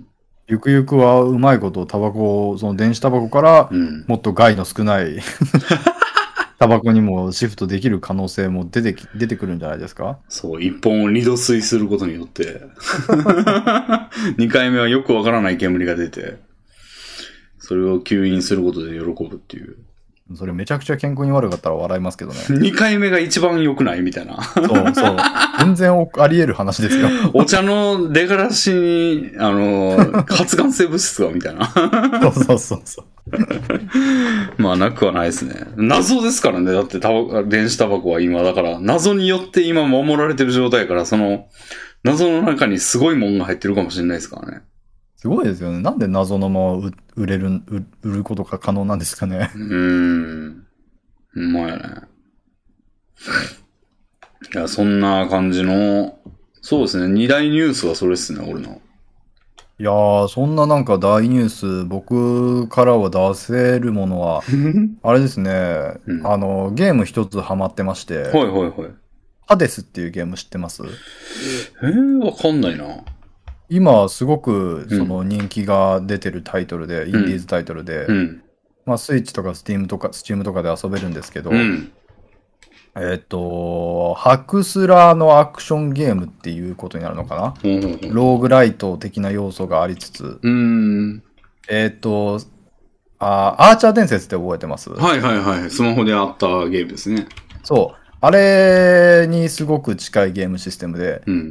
ゆくゆくはうまいことタバコ、その電子タバコからもっと害の少ない、うん、タバコにもシフトできる可能性も出てき、出てくるんじゃないですか？ そう、一本を二度吸いすることによって、二回目はよくわからない煙が出て、それを吸引することで喜ぶっていう。 それめちゃくちゃ健康に悪かったら笑いますけどね。 二回目が一番良くないみたいな。 そうそう。全然あり得る話ですよ。 お茶の出がらしに、あの、発がん性物質がみたいな。 そうそうそうそう。 まあなくはないですね。謎ですからね。だってタバ電子タバコは今、だから謎によって今守られてる状態やから、その謎の中にすごいもんが入ってるかもしれないですからね。 すごいですよね。なんで謎のまま売れる、売ることが可能なんですかね。 うーん。うまいね。いや、そんな感じの、そうですね。二大ニュースはそれですね、俺の。 いやー、そんななんか大ニュース、僕からは出せるものは、あれですね、うん、あの、ゲーム一つハマってまして、 はいはいはい。 ハデスっていうゲーム知ってます？ えー、わかんないな。 今すごくその人気が出てるタイトルで、うん、インディーズタイトルで、うん、まあスイッチとかスティームとかスチームとかで遊べるんですけど、うん、えっとハクスラーのアクションゲームっていうことになるのかな、うん、ローグライト的な要素がありつつ、 うん、 えっとあアーチャー伝説って覚えてます？ はいはいはい、スマホであったゲームですね。 そう、あれにすごく近いゲームシステムで、 うん、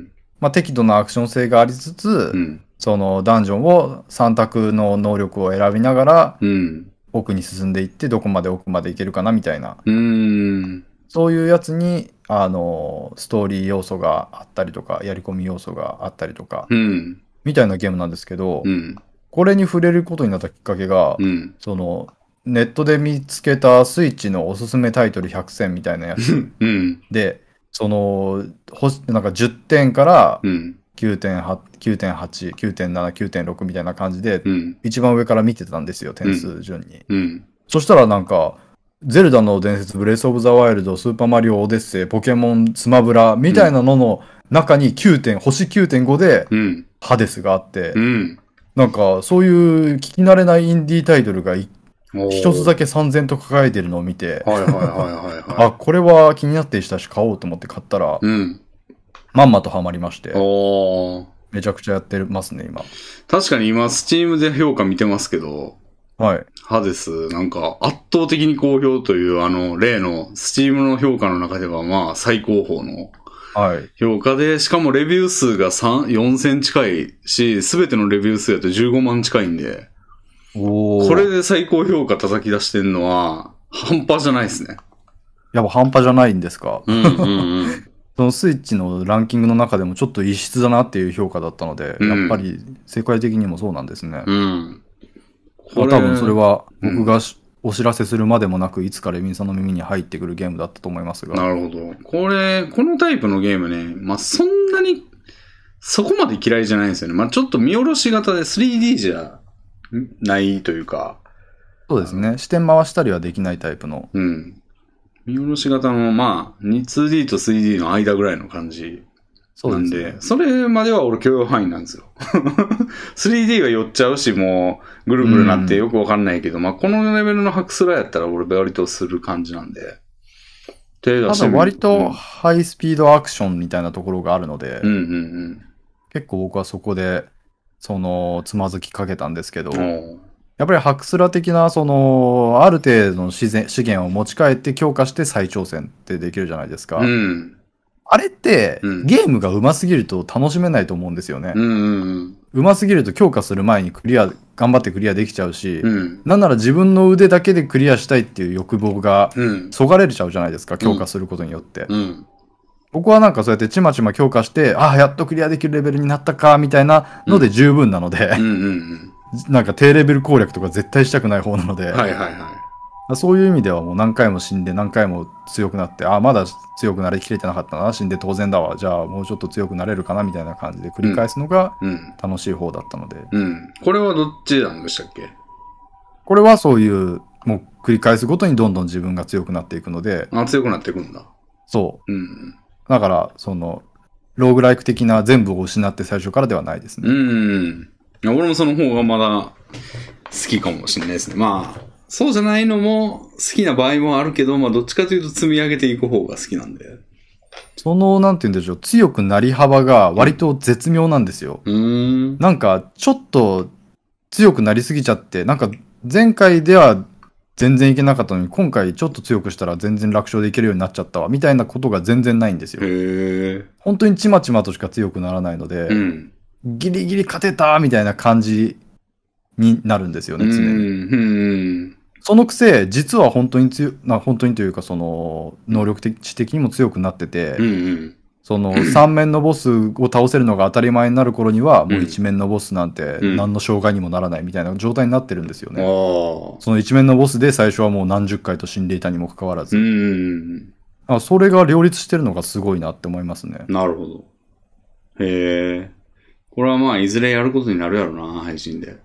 まあ、適度なアクション性がありつつ、 うん。 そのダンジョンをさん択の能力を選びながら、 うん。 奥に進んでいって、どこまで奥までいけるかなみたいな、 うーん。 そういうやつに、あの、ストーリー要素があったりとか、やり込み要素があったりとか、 うん。 みたいなゲームなんですけど、 うん。 これに触れることになったきっかけが、 うん。 その、ネットで見つけたスイッチのおすすめタイトルひゃくせんみたいなやつうん。 で、その、ほしなんかじゅってんからうん。 きゅうてんはち、きゅうてんはち、きゅうてんなな、きゅうてんろくみたいな感じで、 うん。 一番上から見てたんですよ、点数順に。 うん。 そしたらなんか、ゼルダの伝説、ブレスオブザワイルド、スーパーマリオオデッセイ、ポケモン、スマブラみたいなのの中にきゅうてん、星きゅうてんごでうん。 ハデスがあって、 うん。 なんかそういう聞き慣れないインディータイトルがいおー一つだけさんぜんと抱えてるのを見て、 はいはいはいはいはあ、これは気になってしたし買おうと思って買ったら、 い。うん。 まんまとハマりまして、 おー。 めちゃくちゃやってますね、今。 確かに今、スチームで評価見てますけど、 はい。 ハデス、なんか圧倒的に好評というあの例のスチームの評価の中ではまあ最高峰のはい。 評価で、しかもレビュー数がさん、よんせん近いし、すべてのレビュー数やとじゅうごまん近いんで、 おー。 これで最高評価叩き出してんのは半端じゃないですね。 やっぱ半端じゃないんですか。 うんうんうん。 そのスイッチのランキングの中でもちょっと異質だなっていう評価だったので、 うんやっぱり世界的にもそうなんですね。 うん。 まあ多分それはうん僕がしお知らせするまでもなく、いつかレミンさんの耳に入ってくるゲームだったと思いますが。 なるほど。これ、このタイプのゲームね、まあそんなに、そこまで嫌いじゃないんですよね。まあちょっと見下ろし型で スリーディー じゃないというか、 そうですね。視点回したりはできないタイプの。 うん。見下ろし型の、まあ、ツーディー と スリーディー の間ぐらいの感じなんで、 そうですね。 それまでは俺許容範囲なんですよ。スリーディー は寄っちゃうし、もう、ぐるぐるなってよくわかんないけど、まあ、このレベルのハクスラやったら俺割とする感じなんで。手出ただしてみる割とハイスピードアクションみたいなところがあるので、 うんうん結構僕はそこで、その、つまずきかけたんですけど、 うん。おやっぱりハクスラ的な、その、ある程度の自然資源を持ち帰って強化して再挑戦ってできるじゃないですか。 うん。 あれって、 うんゲームが上手すぎると楽しめないと思うんですよね。 うんうん上手すぎると強化する前にクリア、頑張ってクリアできちゃうし、 うん。うん。 なんなら自分の腕だけでクリアしたいっていう欲望がうん。 そがれちゃうじゃないですか、強化することによって。 うん。 僕はなんかそうやってちまちま強化して、ああ、やっとクリアできるレベルになったか、みたいなので十分なので、 うんうんなんか低レベル攻略とか絶対したくない方なので、 うん。はいはいはそういう意味ではもう何回も死んで何回も強くなって、ああ、まだ強くなりきれてなかったな、死んで当然だわ、じゃあもうちょっと強くなれるかな、みたいな感じで繰り返すのがい。うん。 楽しい方だったので、 うん。これはどっちなんでしたっけ？ これはそういう、もう繰り返すごとにどんどん自分が強くなっていくので、 あ、強くなっていくんだ。 そう。 うん。 だから、その、ローグライク的な全部を失って最初からではないですね。 うん。いや俺もその方がまだ好きかもしれないですね。まあ、そうじゃないのも好きな場合もあるけど、まあどっちかというと積み上げていく方が好きなんで。 その、なんて言うんでしょう、強くなり幅が割と絶妙なんですよ。 うーん。 なんか、ちょっと強くなりすぎちゃって、なんか、前回では全然いけなかったのに、今回ちょっと強くしたら全然楽勝でいけるようになっちゃったわ、みたいなことが全然ないんですよ。 へえ。 本当にちまちまとしか強くならないので、 うん。 ギリギリ勝てたみたいな感じになるんですよね、常に。 うん。うん。 そのくせ、実は本当に強な、本当にというか、その、能力的的にも強くなってて、 うんうん。 その、さん面のボスを倒せるのが当たり前になる頃には、もういち面のボスなんてうん何の障害にもならないみたいな状態になってるんですよあね。 あ。 そのいち面のボスで最初はもう何十回と死んでいたにもかかわらず。 うん。 あ、それが両立してるのがすごいなって思いますね。 なるほど。へえ。これはまあ、いずれやることになるやろな、配信で。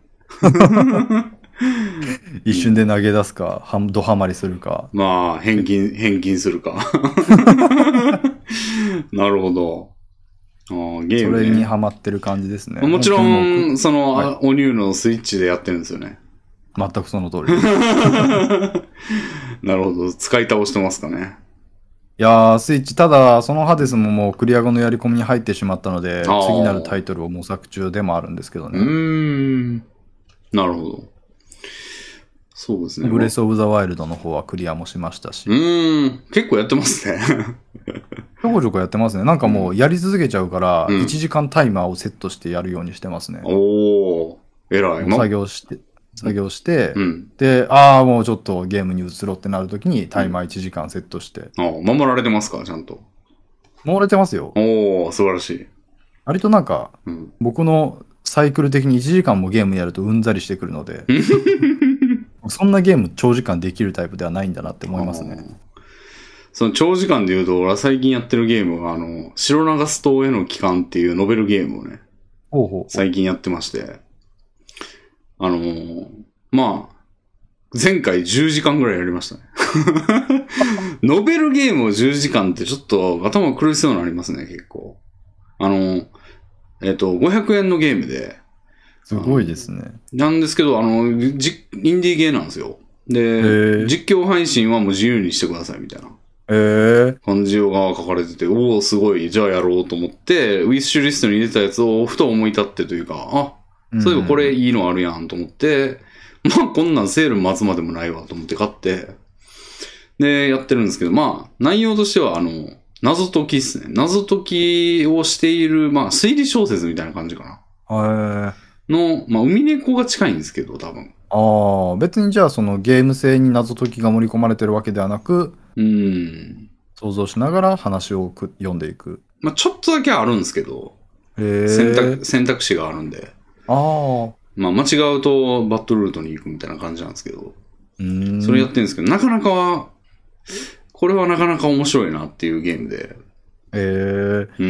一瞬で投げ出すか、はドハマりするか。 まあ、返金、返金するか。なるほど。あーゲーム、ね、 それにハマってる感じですね。 もちろ本当にもん、その、 はいおニューのスイッチでやってるんですよね。 う全くその通りです。 なるほど。使い倒してますかね。 いやー、スイッチ、ただ、そのハデスももうクリア後のやり込みに入ってしまったので、 あー次なるタイトルを模索中でもあるんですけどうね。 ーん。なるほど。 そうですね。 ブレスオブザワイルドの方はクリアもしましたし。 うーん、結構やってますね。 ちょこちょこやってますね。なんかもうやり続けちゃうから、 うん、 いちじかんタイマーをセットしてやるようにしてますね。 おー、偉い。 作業して、作業して、 うん、 で、ああ、もうちょっとゲームに移ろうってなるときにタイマーいちじかんセットして。 うん、あ守られてますかちゃんと。 守れてますよ。 おー、素晴らしい。 割となんか、 うん、 僕のサイクル的にいちじかんもゲームやるとうんざりしてくるので、そんなゲーム長時間できるタイプではないんだなって思いますね。 その長時間で言うと、俺は最近やってるゲームが、あの、白長ス島への帰還っていうノベルゲームをね、 ほうほう最近やってまして、あのー、まあ、前回じゅうじかんぐらいやりましたね。ノベルゲームをじゅうじかんってちょっと頭苦しそうになりますね、結構。あの、えっと、ごひゃくえんのゲームで。 すごいですね。 なんですけど、あの、じインディーゲーなんですよ。で、実況配信はもう自由にしてくださいみたいな。 えー、 感じが書かれてて、おおすごい、じゃあやろうと思って、ウィッシュリストに入れたやつをふと思い立ってというか、あ、そういえばこれいいのあるやんと思って、うん、まあこんなんセール待つまでもないわと思って買って、で、やってるんですけど、まあ内容としてはあの、謎解きっすね。謎解きをしている、まあ推理小説みたいな感じかな。 はい。 の、まあ海猫が近いんですけど、多分。 ああ、別にじゃあそのゲーム性に謎解きが盛り込まれてるわけではなく、 うん。 想像しながら話をく読んでいく。 まあちょっとだけあるんですけど、選択、選択肢があるんで。 ああ。 まあ間違うとバッドルートに行くみたいな感じなんですけど、 うんそれやってるんですけど、なかなかは、これはなかなか面白いなっていうゲームで。 ええうん。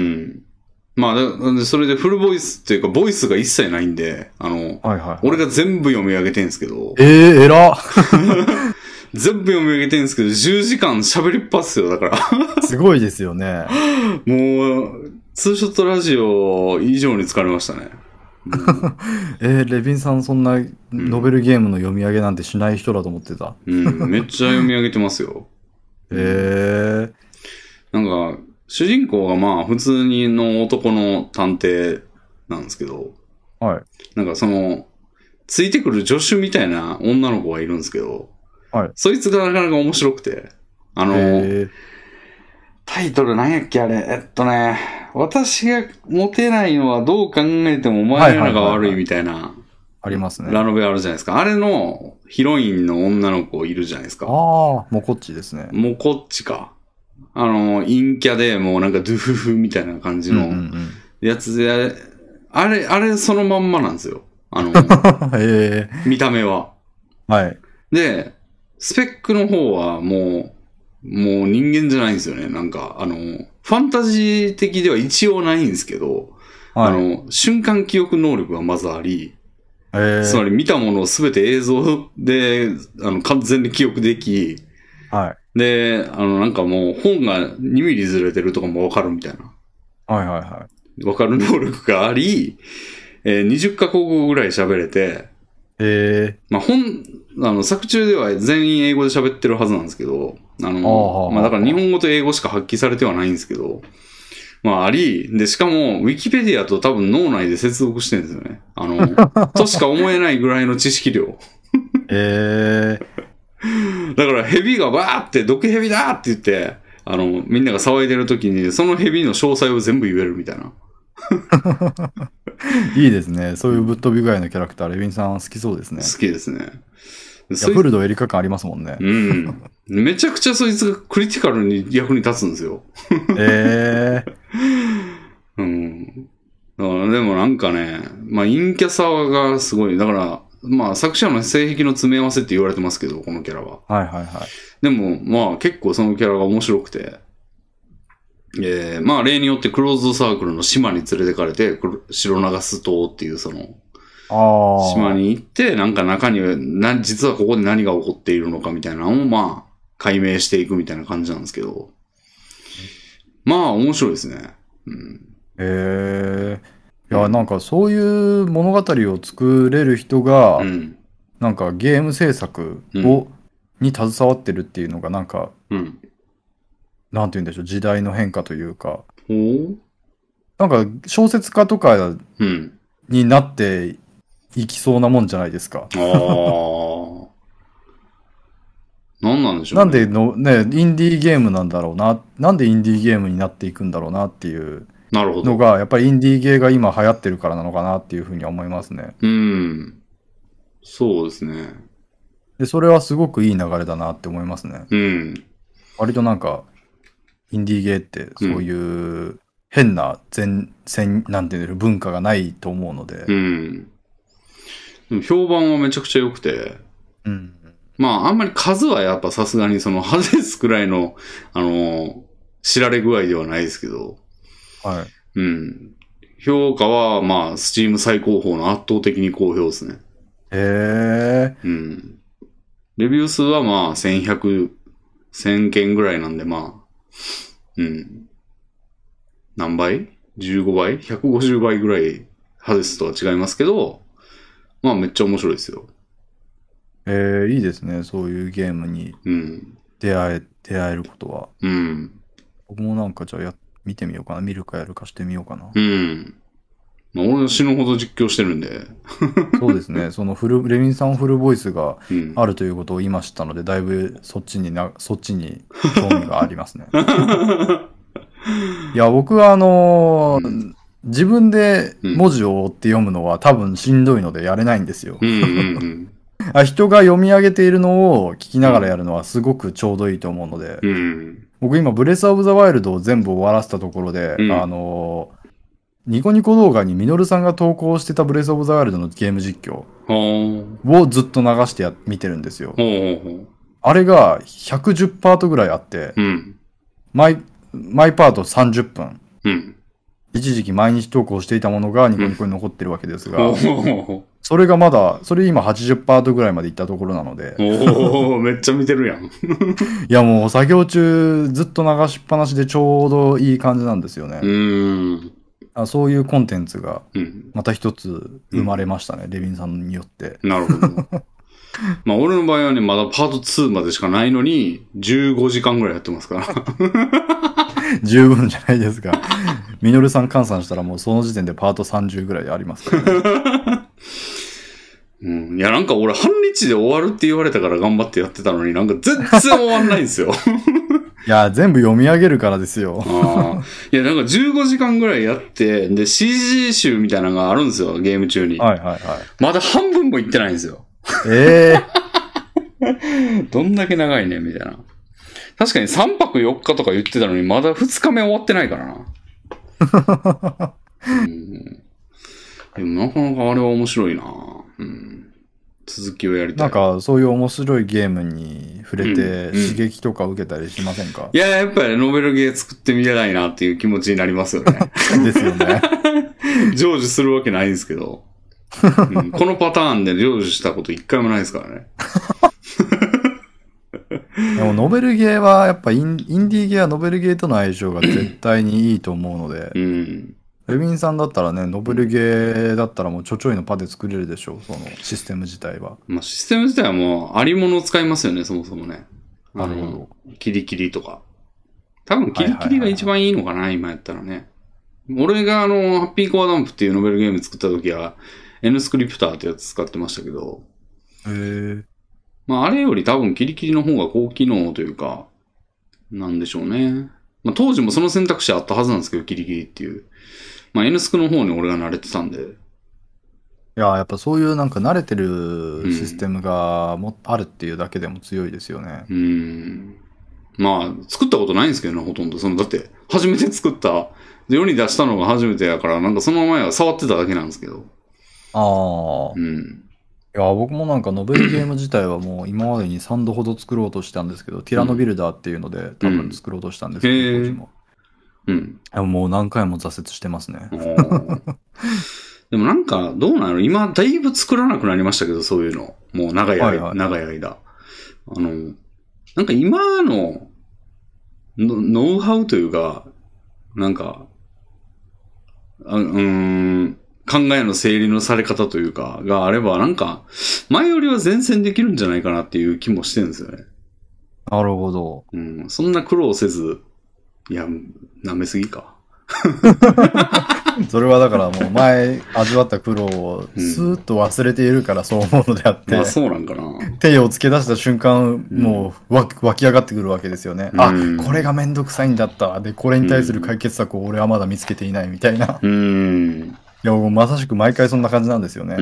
まあ、で、それでフルボイスっていうか、ボイスが一切ないんで、あの、 はいはいはい、 俺が全部読み上げてんですけど。 ええー、偉っ全部読み上げてんですけど、じゅうじかん喋りっぱっすよ、だからすごいですよね。 もう、ツーショットラジオ以上に疲れましたね。 うん、えー、レビンさんそんなノベルゲームの読み上げなんてしない人だと思ってた。 うん、うん、めっちゃ読み上げてますよ。 えー、なんか、主人公がまあ普通にの男の探偵なんですけど、 はい。 なんかその、ついてくる助手みたいな女の子がいるんですけど、 はい。 そいつがなかなか面白くて、あの、タイトル何やっけあれ、えっとね、私がモテないのはどう考えてもお前らが悪いみたいな、 ありますね。 ラノベあるじゃないですか。あれのヒロインの女の子いるじゃないですか。 ああ、もうこっちですね。 もうこっちか。あの、陰キャでもうなんかドゥフフみたいな感じのやつで、うんうんうん、あれ、あれそのまんまなんですよ。あの、 えー、 見た目は。 はい。 で、スペックの方はもう、もう人間じゃないんですよね。なんか、あの、ファンタジー的では一応ないんですけど、はい、あの、瞬間記憶能力がまずあり、 えー、 つまり見たものをすべて映像で、あの、完全に記憶でき、 はい。 で、あの、なんかもう本がにミリずれてるとかもわかるみたいな。 はいはいはい。 わかる能力があり、えー、にじゅっカ国語ぐらい喋れて、 えー、 まあ本、あの、作中では全員英語で喋ってるはずなんですけど、あの、あまあだから日本語と英語しか発揮されてはないんですけど、まああり、で、しかも、ウィキペディアと多分脳内で接続してるんですよね。あの、としか思えないぐらいの知識量。 えー、だからヘビがバーって毒ヘビだって言って、あの、みんなが騒いでる時に、そのヘビの詳細を全部言えるみたいな。 いいですね。そういうぶっ飛び具合のキャラクター、レビンさん好きそうですね。 好きですね。 ヤフルドエリカ感ありますもんね。 うん。めちゃくちゃそいつがクリティカルに役に立つんですよ。 ええー。うん。だからでもなんかね、まあ陰キャさがすごい。だから、まあ作者の性癖の詰め合わせって言われてますけど、このキャラは。 はいはいはい。 でもまあ結構そのキャラが面白くて。えー、まあ例によってクローズドサークルの島に連れてかれて、白長ス島っていうその、島に行って、なんか中には、な、実はここで何が起こっているのかみたいなのを、まあ、解明していくみたいな感じなんですけど。まあ、面白いですね。うん。 へえ。いや、なんかそういう物語を作れる人が、うん、なんかゲーム制作を、うん、に携わってるっていうのが、なんか、うん、なんて言うんでしょう、時代の変化というか。 おなんか小説家とかになって、いきそうなもんじゃないですか。 ああ。 なんなんでしょうね。 なんでの、ね、インディーゲームなんだろうな。なんでインディーゲームになっていくんだろうなっていうなるほど。 のが、やっぱりインディーゲーが今流行ってるからなのかなっていうふうに思いますね。 うん。そうですね。 で、それはすごくいい流れだなって思いますね。 うん。 割となんか、インディーゲーってそういう変な前線、なんていうの、文化がないと思うので。 うん。でも評判はめちゃくちゃ良くて。 うん。 まあ、あんまり数はやっぱさすがにそのハゼスくらいの、あの、知られ具合ではないですけど。 はい。 うん。評価は、まあ、スチーム最高峰の圧倒的に好評ですね。 へえ。 うん。レビュー数はまあ、せんひゃく、せんけんぐらいなんで、まあ、うん。何倍 ?じゅうご 倍 ?ひゃくごじゅう 倍ぐらいハゼスとは違いますけど、まあめっちゃ面白いですよ。 えー、いいですね。そういうゲームにうん。 出会え、出会えることは。 うん。 僕もなんかじゃあや、見てみようかな。見るかやるかしてみようかな。 うん。まあ俺は死ぬほど実況してるんで。 そうですね。そのフル、レミンさんフルボイスがうん。 あるということを今知ったので、だいぶそっちにな、そっちに興味がありますね。いや、僕はあのーうん自分で文字を追って読むのは多分しんどいのでやれないんですよ。 うんうんうんあ、人が読み上げているのを聞きながらやるのはすごくちょうどいいと思うので、 うん。 僕今ブレスオブザワイルドを全部終わらせたところで、 うんあのーニコニコ動画にミノルさんが投稿してたブレスオブザワイルドのゲーム実況ほー。 をずっと流してや見てるんですよ。 ほうほうほう。 あれがひゃくじゅうパートぐらいあって、 うん。 毎、毎パートさんじゅっぷん。 うん。 一時期毎日投稿していたものがニコニコに残ってるわけですが、 ほうほうほそれがまだ、それ今はちじゅうパートぐらいまでいったところなので、 う。おー、めっちゃ見てるやん。 いやもう作業中ずっと流しっぱなしでちょうどいい感じなんですよね。 うーん。 あ、そういうコンテンツがうん。 また一つ生まれましたね、レビンさんによって。 なるほど。まあ俺の場合はね、まだパートツーまでしかないのに、じゅうごじかんぐらいやってますから。 十分じゃないですか。ミノルさん換算したらもうその時点でパートさんじゅうぐらいありますからね。 うん、いやなんか俺半日で終わるって言われたから頑張ってやってたのになんか全然終わんないんですよ。 いや、全部読み上げるからですよ。 あいやなんかじゅうごじかんぐらいやって、で シージー 集みたいなのがあるんですよ、ゲーム中に。 はいはいはい。 まだ半分もいってないんですよ。 ええー。どんだけ長いねみたいな。確かにさんぱくよっかとか言ってたのにまだふつかめ終わってないからな。うん、でもなかなかあれは面白いな、うん、続きをやりたい。 なんかそういう面白いゲームに触れてうん刺激とか受けたりしませんか？ いや、やっぱりノベルゲー作ってみたいなっていう気持ちになりますよね。 ですよね。 成就するわけないんですけど、うん、このパターンで成就したこと一回もないですからね。 でもノベルゲーはやっぱインインディーゲーはノベルゲーとの相性が絶対にいいと思うので、 うん、 レビンさんだったらね、ノベルゲーだったらもうちょちょいのパで作れるでしょう、そのシステム自体は。 まあ、システム自体はもうありものを使いますよね、そもそもね。 なるほど。 キリキリとか。多分キリキリが一番いいのかな、今やったらね。俺があの、ハッピーコアダンプっていうノベルゲーム作った時は、N スクリプターってやつ使ってましたけど、 へえ。 まあ、あれより多分キリキリの方が高機能というか、なんでしょうね。まあ、当時もその選択肢あったはずなんですけど、キリキリっていう。まあ、N スクの方に俺が慣れてたんで。 いや、やっぱそういうなんか慣れてるシステムがも、あるっていうだけでも強いですよね。 うーん。まあ、作ったことないんですけどね、ほとんど。その、だって、初めて作った、世に出したのが初めてやから、なんかその前は触ってただけなんですけど。 ああ。 うん。 いや、僕もなんかノベルゲーム自体はもう今までにさんどほど作ろうとしたんですけど、ティラノビルダーっていうので多分作ろうとしたんですけど、 うん当時も。 うん。 でももう何回も挫折してますね。 でもなんか、どうなの今、だいぶ作らなくなりましたけど、そういうの。もう長い間、はいはい、長い間。あの、なんか今ののノウハウというか、なんか、あうーん、考えの整理のされ方というか、があれば、なんか、前よりは前線できるんじゃないかなっていう気もしてるんですよね。 なるほど。 うん、そんな苦労せず、いや、舐めすぎか。 それはだからもう前味わった苦労をスーッと忘れているからそう思うのであって、 まあそうなんかな。 手をつけ出した瞬間、もうわ湧き上がってくるわけですよね。あ、これがめんどくさいんだった。で、これに対する解決策を俺はまだ見つけていないみたいな。 うん。 いや、もうまさしく毎回そんな感じなんですよね。 うん。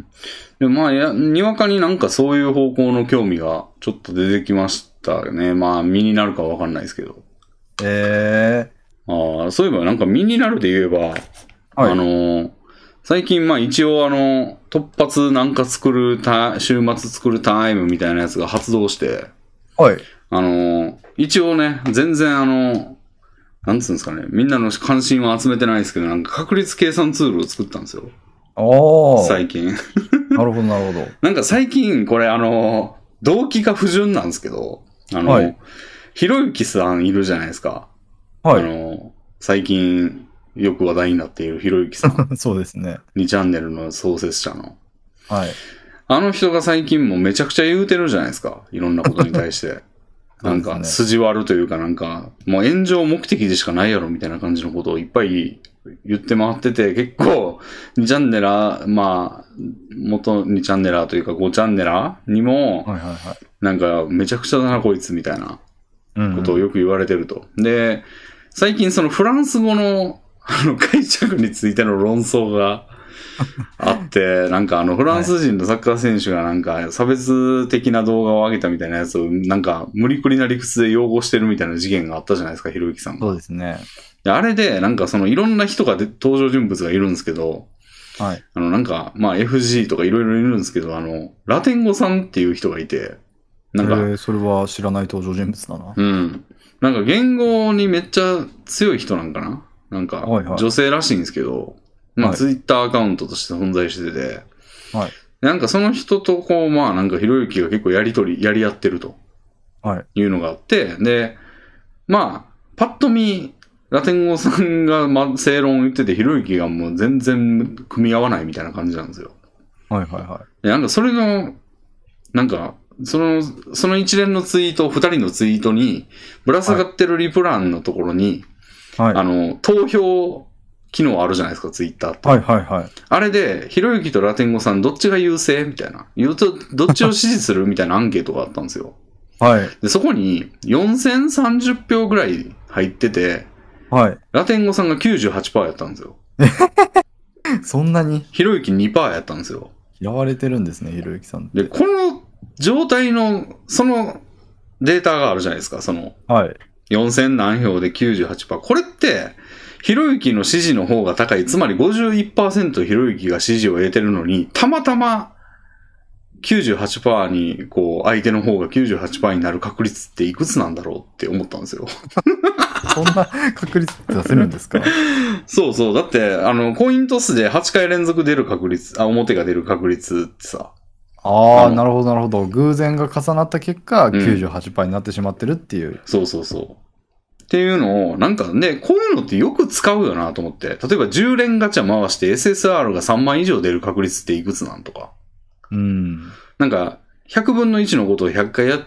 でもまあや、にわかになんかそういう方向の興味がちょっと出てきましたよね。まあ、身になるかわかんないですけど。 ええー。ああ、そういえばなんか身になるで言えば、はい、あのー、最近まあ一応あの、突発なんか作るた、週末作るタイムみたいなやつが発動して、 はい。 あのー、一応ね、全然あの、なんつうんですかね、みんなの関心は集めてないですけど、なんか確率計算ツールを作ったんですよ。 おー。 最近。 なるほど、なるほど。 なんか最近、これあの、動機が不純なんですけど、あの、はい、ひろゆきさんいるじゃないですか。はい。あの、最近よく話題になっているひろゆきさん。 そうですね。 にチャンネルの創設者の。 はい。 あの人が最近もめちゃくちゃ言うてるじゃないですか。いろんなことに対して。なんか、筋悪というかなんか、もう炎上目的でしかないやろみたいな感じのことをいっぱい言って回ってて、結構、にチャンネラー、まあ、元にチャンネラーというかごチャンネラーにも、はいはいはい、なんか、めちゃくちゃだなこいつみたいなことをよく言われてると。うんうん、で、最近そのフランス語の、あの、解釈についての論争があって、なんかあの、フランス人のサッカー選手がなんか、差別的な動画を上げたみたいなやつを、なんか、無理くりな理屈で擁護してるみたいな事件があったじゃないですか、ひろゆきさんが。 そうですね。 であれで、なんかそのいろんな人がで登場人物がいるんですけど、はい。あの、なんか、まあ エフジー とかいろいろいるんですけど、あの、ラテン語さんっていう人がいて、 なんか、えー、それは知らない登場人物だな。 うん。なんか言語にめっちゃ強い人なんかななんか、女性らしいんですけど、まあ、ツイッターアカウントとして存在してて、はい。なんかその人とこう、まあなんかひろゆきが結構やりとり、やり合ってると。はい。いうのがあって、で、まあ、パッと見、ラテン語さんが、ま、正論を言ってて、ひろゆきがもう全然組み合わないみたいな感じなんですよ。 はいはいはい。 で、なんかそれの、なんか、その、その一連のツイート、二人のツイートに、ぶら下がってるリプランのところに、はい。あの、投票、機能あるじゃないですか、ツイッターって。 はいはいはい。 あれで、ひろゆきとラテン語さんどっちが優勢みたいな。言うと、どっちを支持するみたいなアンケートがあったんですよ。はい。で、そこによんせんさんじゅうひょうぐらい入ってて、はい。ラテン語さんが きゅうじゅうはちパーセント やったんですよ。そんなにひろゆき にパーセント やったんですよ。 嫌われてるんですね、ひろゆきさん。 で、この状態の、そのデータがあるじゃないですか、その。はい。よんせん何票で きゅうじゅうはちパーセント。これって、ひろゆきの支持の方が高い、つまり ごじゅういちパーセント ひろゆきが支持を得てるのに、たまたま きゅうじゅうはちパーセント に、こう、相手の方が きゅうじゅうはちパーセント になる確率っていくつなんだろうって思ったんですよ。 そんな確率って出せるんですか？ そうそう。だって、あの、コイントスではちかい連続出る確率、あ、表が出る確率ってさ。 ああ、なるほど、なるほど。偶然が重なった結果、きゅうじゅうはちパーセント になってしまってるっていう。 そうそうそう。っていうのを、なんかね、こういうのってよく使うよなと思って。例えばじゅう連ガチャ回して エスエスアール がさんまん以上出る確率っていくつなんとか。うん。なんか、ひゃくぶんのいちのことをひゃっかいやって、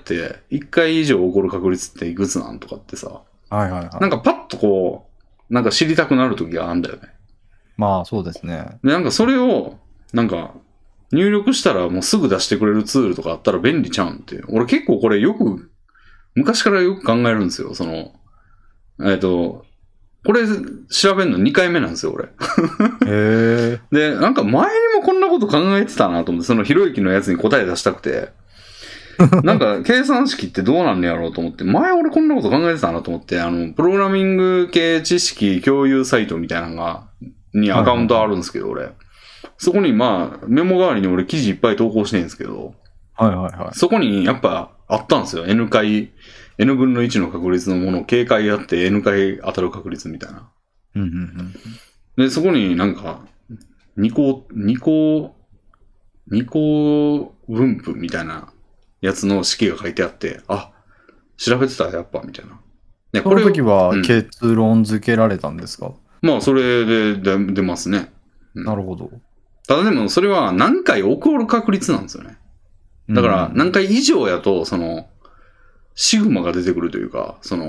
いっかい以上起こる確率っていくつなんとかってさ。はいはいはい。なんかパッとこう、なんか知りたくなる時があるんだよね。 まあそうですね。 で、なんかそれを、なんか、入力したらもうすぐ出してくれるツールとかあったら便利ちゃうんって。俺結構これよく、昔からよく考えるんですよ。その、えっと、これ調べるのにかいめなんですよ、俺。へー。で、なんか前にもこんなこと考えてたなと思って、そのひろゆきのやつに答え出したくて。なんか計算式ってどうなんねやろうと思って、前俺こんなこと考えてたなと思って、あの、プログラミング系知識共有サイトみたいなのが、にアカウントあるんですけど、俺。そこにまあ、メモ代わりに俺記事いっぱい投稿してるんですけど、はいはいはい。そこにやっぱあったんですよ。N 回、N 分のいちの確率のものを警戒やって N 回当たる確率みたいな。うんうんうん、で、そこになんか、二項、二項、二項分布みたいなやつの式が書いてあって、あ、調べてたやっぱ、みたいな。 ね、この時は結論付けられたんですか？うん、 まあ、それで出ますね、 うん。なるほど。 ただでも、それは何回起こる確率なんですよね。だから、何回以上やと、その、シグマが出てくるというか、その、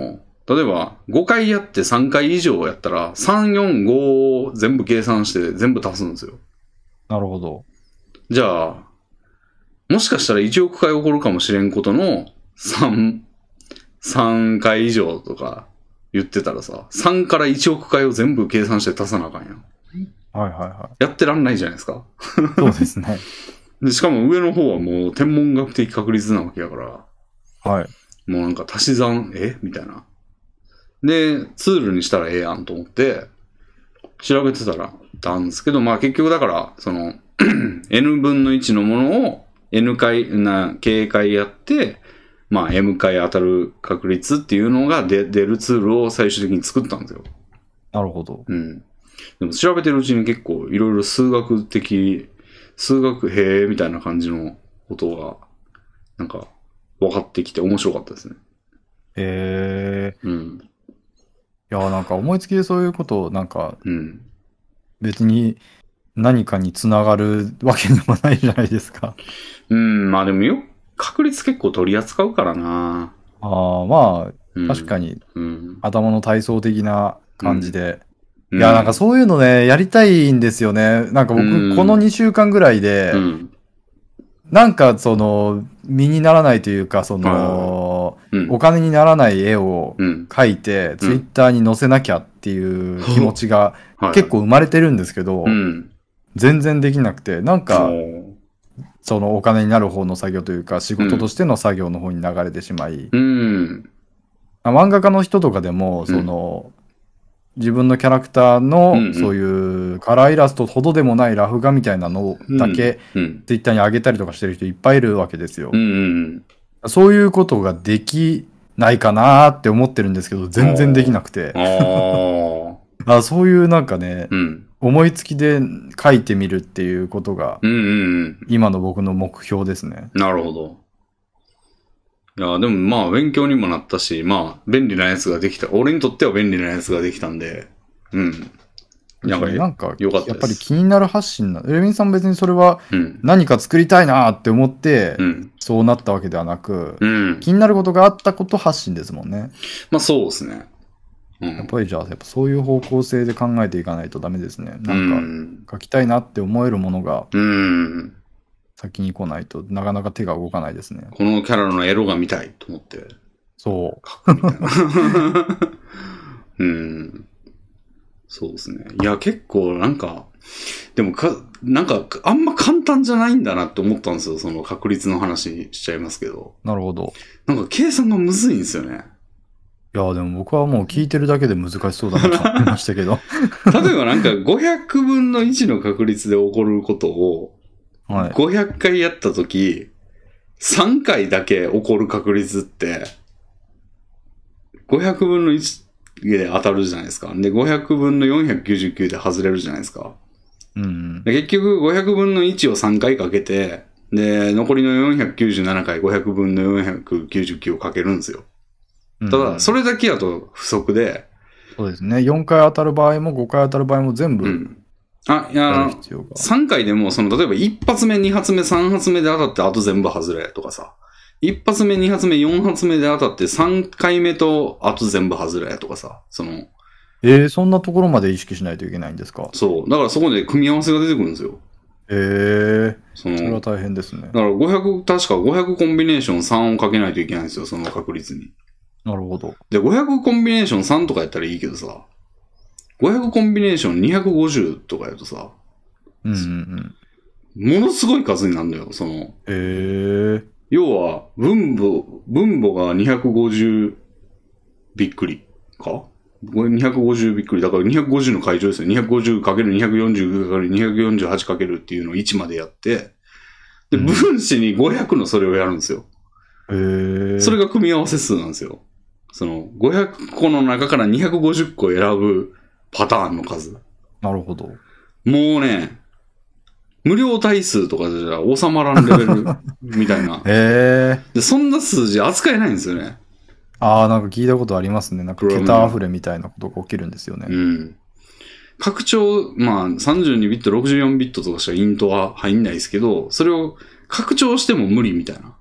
例えばごかいやってさんかい以上やったら、さん、よん、ごを全部計算して全部足すんですよ。 なるほど。 じゃあ、もしかしたらいちおくかい起こるかもしれんことのさん、さんかい以上とか言ってたらさ、さんからいちおくかいを全部計算して足さなあかんやん。 はいはいはやってらんないじゃないですか。 い。そうですね。 でしかも上の方はもう天文学的確率なわけやから、 はい。 もうなんか足し算、えみたいな。で、ツールにしたらええやんと思って、調べてたら、たんですけど、まあ結局だから、その、N 分のいちのものを N 回、な、K 回やって、まあ M 回当たる確率っていうのが出るツールを最終的に作ったんですよ。 なるほど。 うん。でも調べてるうちに結構いろいろ数学的、数学へえみたいな感じのことが、なんか分かってきて面白かったですね。 へえ。 うん。 いや、なんか思いつきでそういうことを、なんか、 うん。 別に何かにつながるわけでもないじゃないですか。 うん、まあでもよ、確率結構取り扱うからな。 ああ、まあ、 うん、 確かにうん。 頭の体操的な感じで。 うん、 いや、なんかそういうのね、やりたいんですよね。なんか僕、 うんこのにしゅうかんぐらいで、 うん、 なんかその、身にならないというか、その、 うん、 お金にならない絵をうん、 描いて、ツイッターに載せなきゃっていう気持ちがはい結構生まれてるんですけど、 うん。 全然できなくて、なんか、 おーそのお金になる方の作業というか、仕事としての作業の方に流れてしまい、 うん。 あ漫画家の人とかでも、その、自分のキャラクターうんうのんそういうカラーイラストほどでもないラフ画みたいなのだけうん。 ツイッターに上げたりとかしてる人いっぱいいるわけですよう。ん。 そういうことができないかなーって思ってるんですけど、全然できなくて。 ああ。 あそういうなんかね、 うん。 思いつきで書いてみるっていうことが、 うんうんうん。 今の僕の目標ですね。 なるほど。いや、でもまあ勉強にもなったし、まあ便利なやつができた。俺にとっては便利なやつができたんで、うん。なんか、 なんかよかったです。 やっぱり気になる発信な、レミンさん別にそれはうん。 何か作りたいなーって思ってう、ん。 そうなったわけではなく、 うん。 気になることがあったこと発信ですもんね。 まあそうですね。うやっん。 ぱりじゃあ、やっぱそういう方向性で考えていかないとダメですね。 うなんん。 か書きたいなって思えるものがうん。 先に来ないとなかなか手が動かないですね。 このキャラのエロが見たいと思ってそ書くみたいな。うん。そうですね。いや、結構なんか、でもか、なんか、あんま簡単じゃないんだなって思ったんですよ。その確率の話しちゃいますけど。 う。なるほど。 なんか計算がむずいんですよね。 いや、でも僕はもう聞いてるだけで難しそうだなと思いましたけど。 例えばなんかごひゃくぶんのいちの確率で起こることを、 はい。 ごひゃっかいやったとき、さんかいだけ起こる確率って、ごひゃくぶんのいちで当たるじゃないですか。で、ごひゃくぶんのよんひゃくきゅうじゅうきゅうで外れるじゃないですか。 うんうん。 で結局ごひゃくぶんのいちをさんかいかけて、で、残りのよんひゃくきゅうじゅうななかいごひゃくぶんのよんひゃくきゅうじゅうきゅうをかけるんですよ。ただ、それだけやと不足で、 そうですね。よんかい当たる場合もごかい当たる場合も全部うん。あ、いややる、必要が。 さんかいでも、その、例えばいち発目、に発目、さん発目で当たってあと全部外れとかさ。いち発目、に発目、よん発目で当たってさんかいめとあと全部外れとかさ。その、 えー、そんなところまで意識しないといけないんですか？ そう。だからそこで組み合わせが出てくるんですよ。 えー、 その、 それは大変ですね。 だからごひゃく、確かごひゃくコンビネーションさんをかけないといけないんですよ、その確率に。 なるほど。 で、ごひゃくコンビネーションさんとかやったらいいけどさ、ごひゃくコンビネーションにひゃくごじゅうとかやとさ、 うんうんうん。 ものすごい数になるのよ、その。 えー、 要は、分母、分母がにひゃくごじゅうびっくりかこれにひゃくごじゅうびっくり。だからにひゃくごじゅうの解除ですよ。にひゃくごじゅうかけるにひゃくよんじゅうかけるにひゃくよんじゅうはちかけるっていうのをいちまでやって、で、 うん分子にごひゃくのそれをやるんですよ。 えー、 それが組み合わせ数なんですよ。その、ごひゃくこの中からにひゃくごじゅっこ選ぶパターンの数。 なるほど。 もうね、無料対数とかじゃ収まらんレベルみたいな。 えー、 で、そんな数字扱えないんですよね。 ああ、なんか聞いたことありますね。なんか桁溢れみたいなことが起きるんですよね。 うん。拡張、まあ、さんじゅうにビット、ろくじゅうよんビットとかしかイントは入んないですけど、それを拡張しても無理みたいな。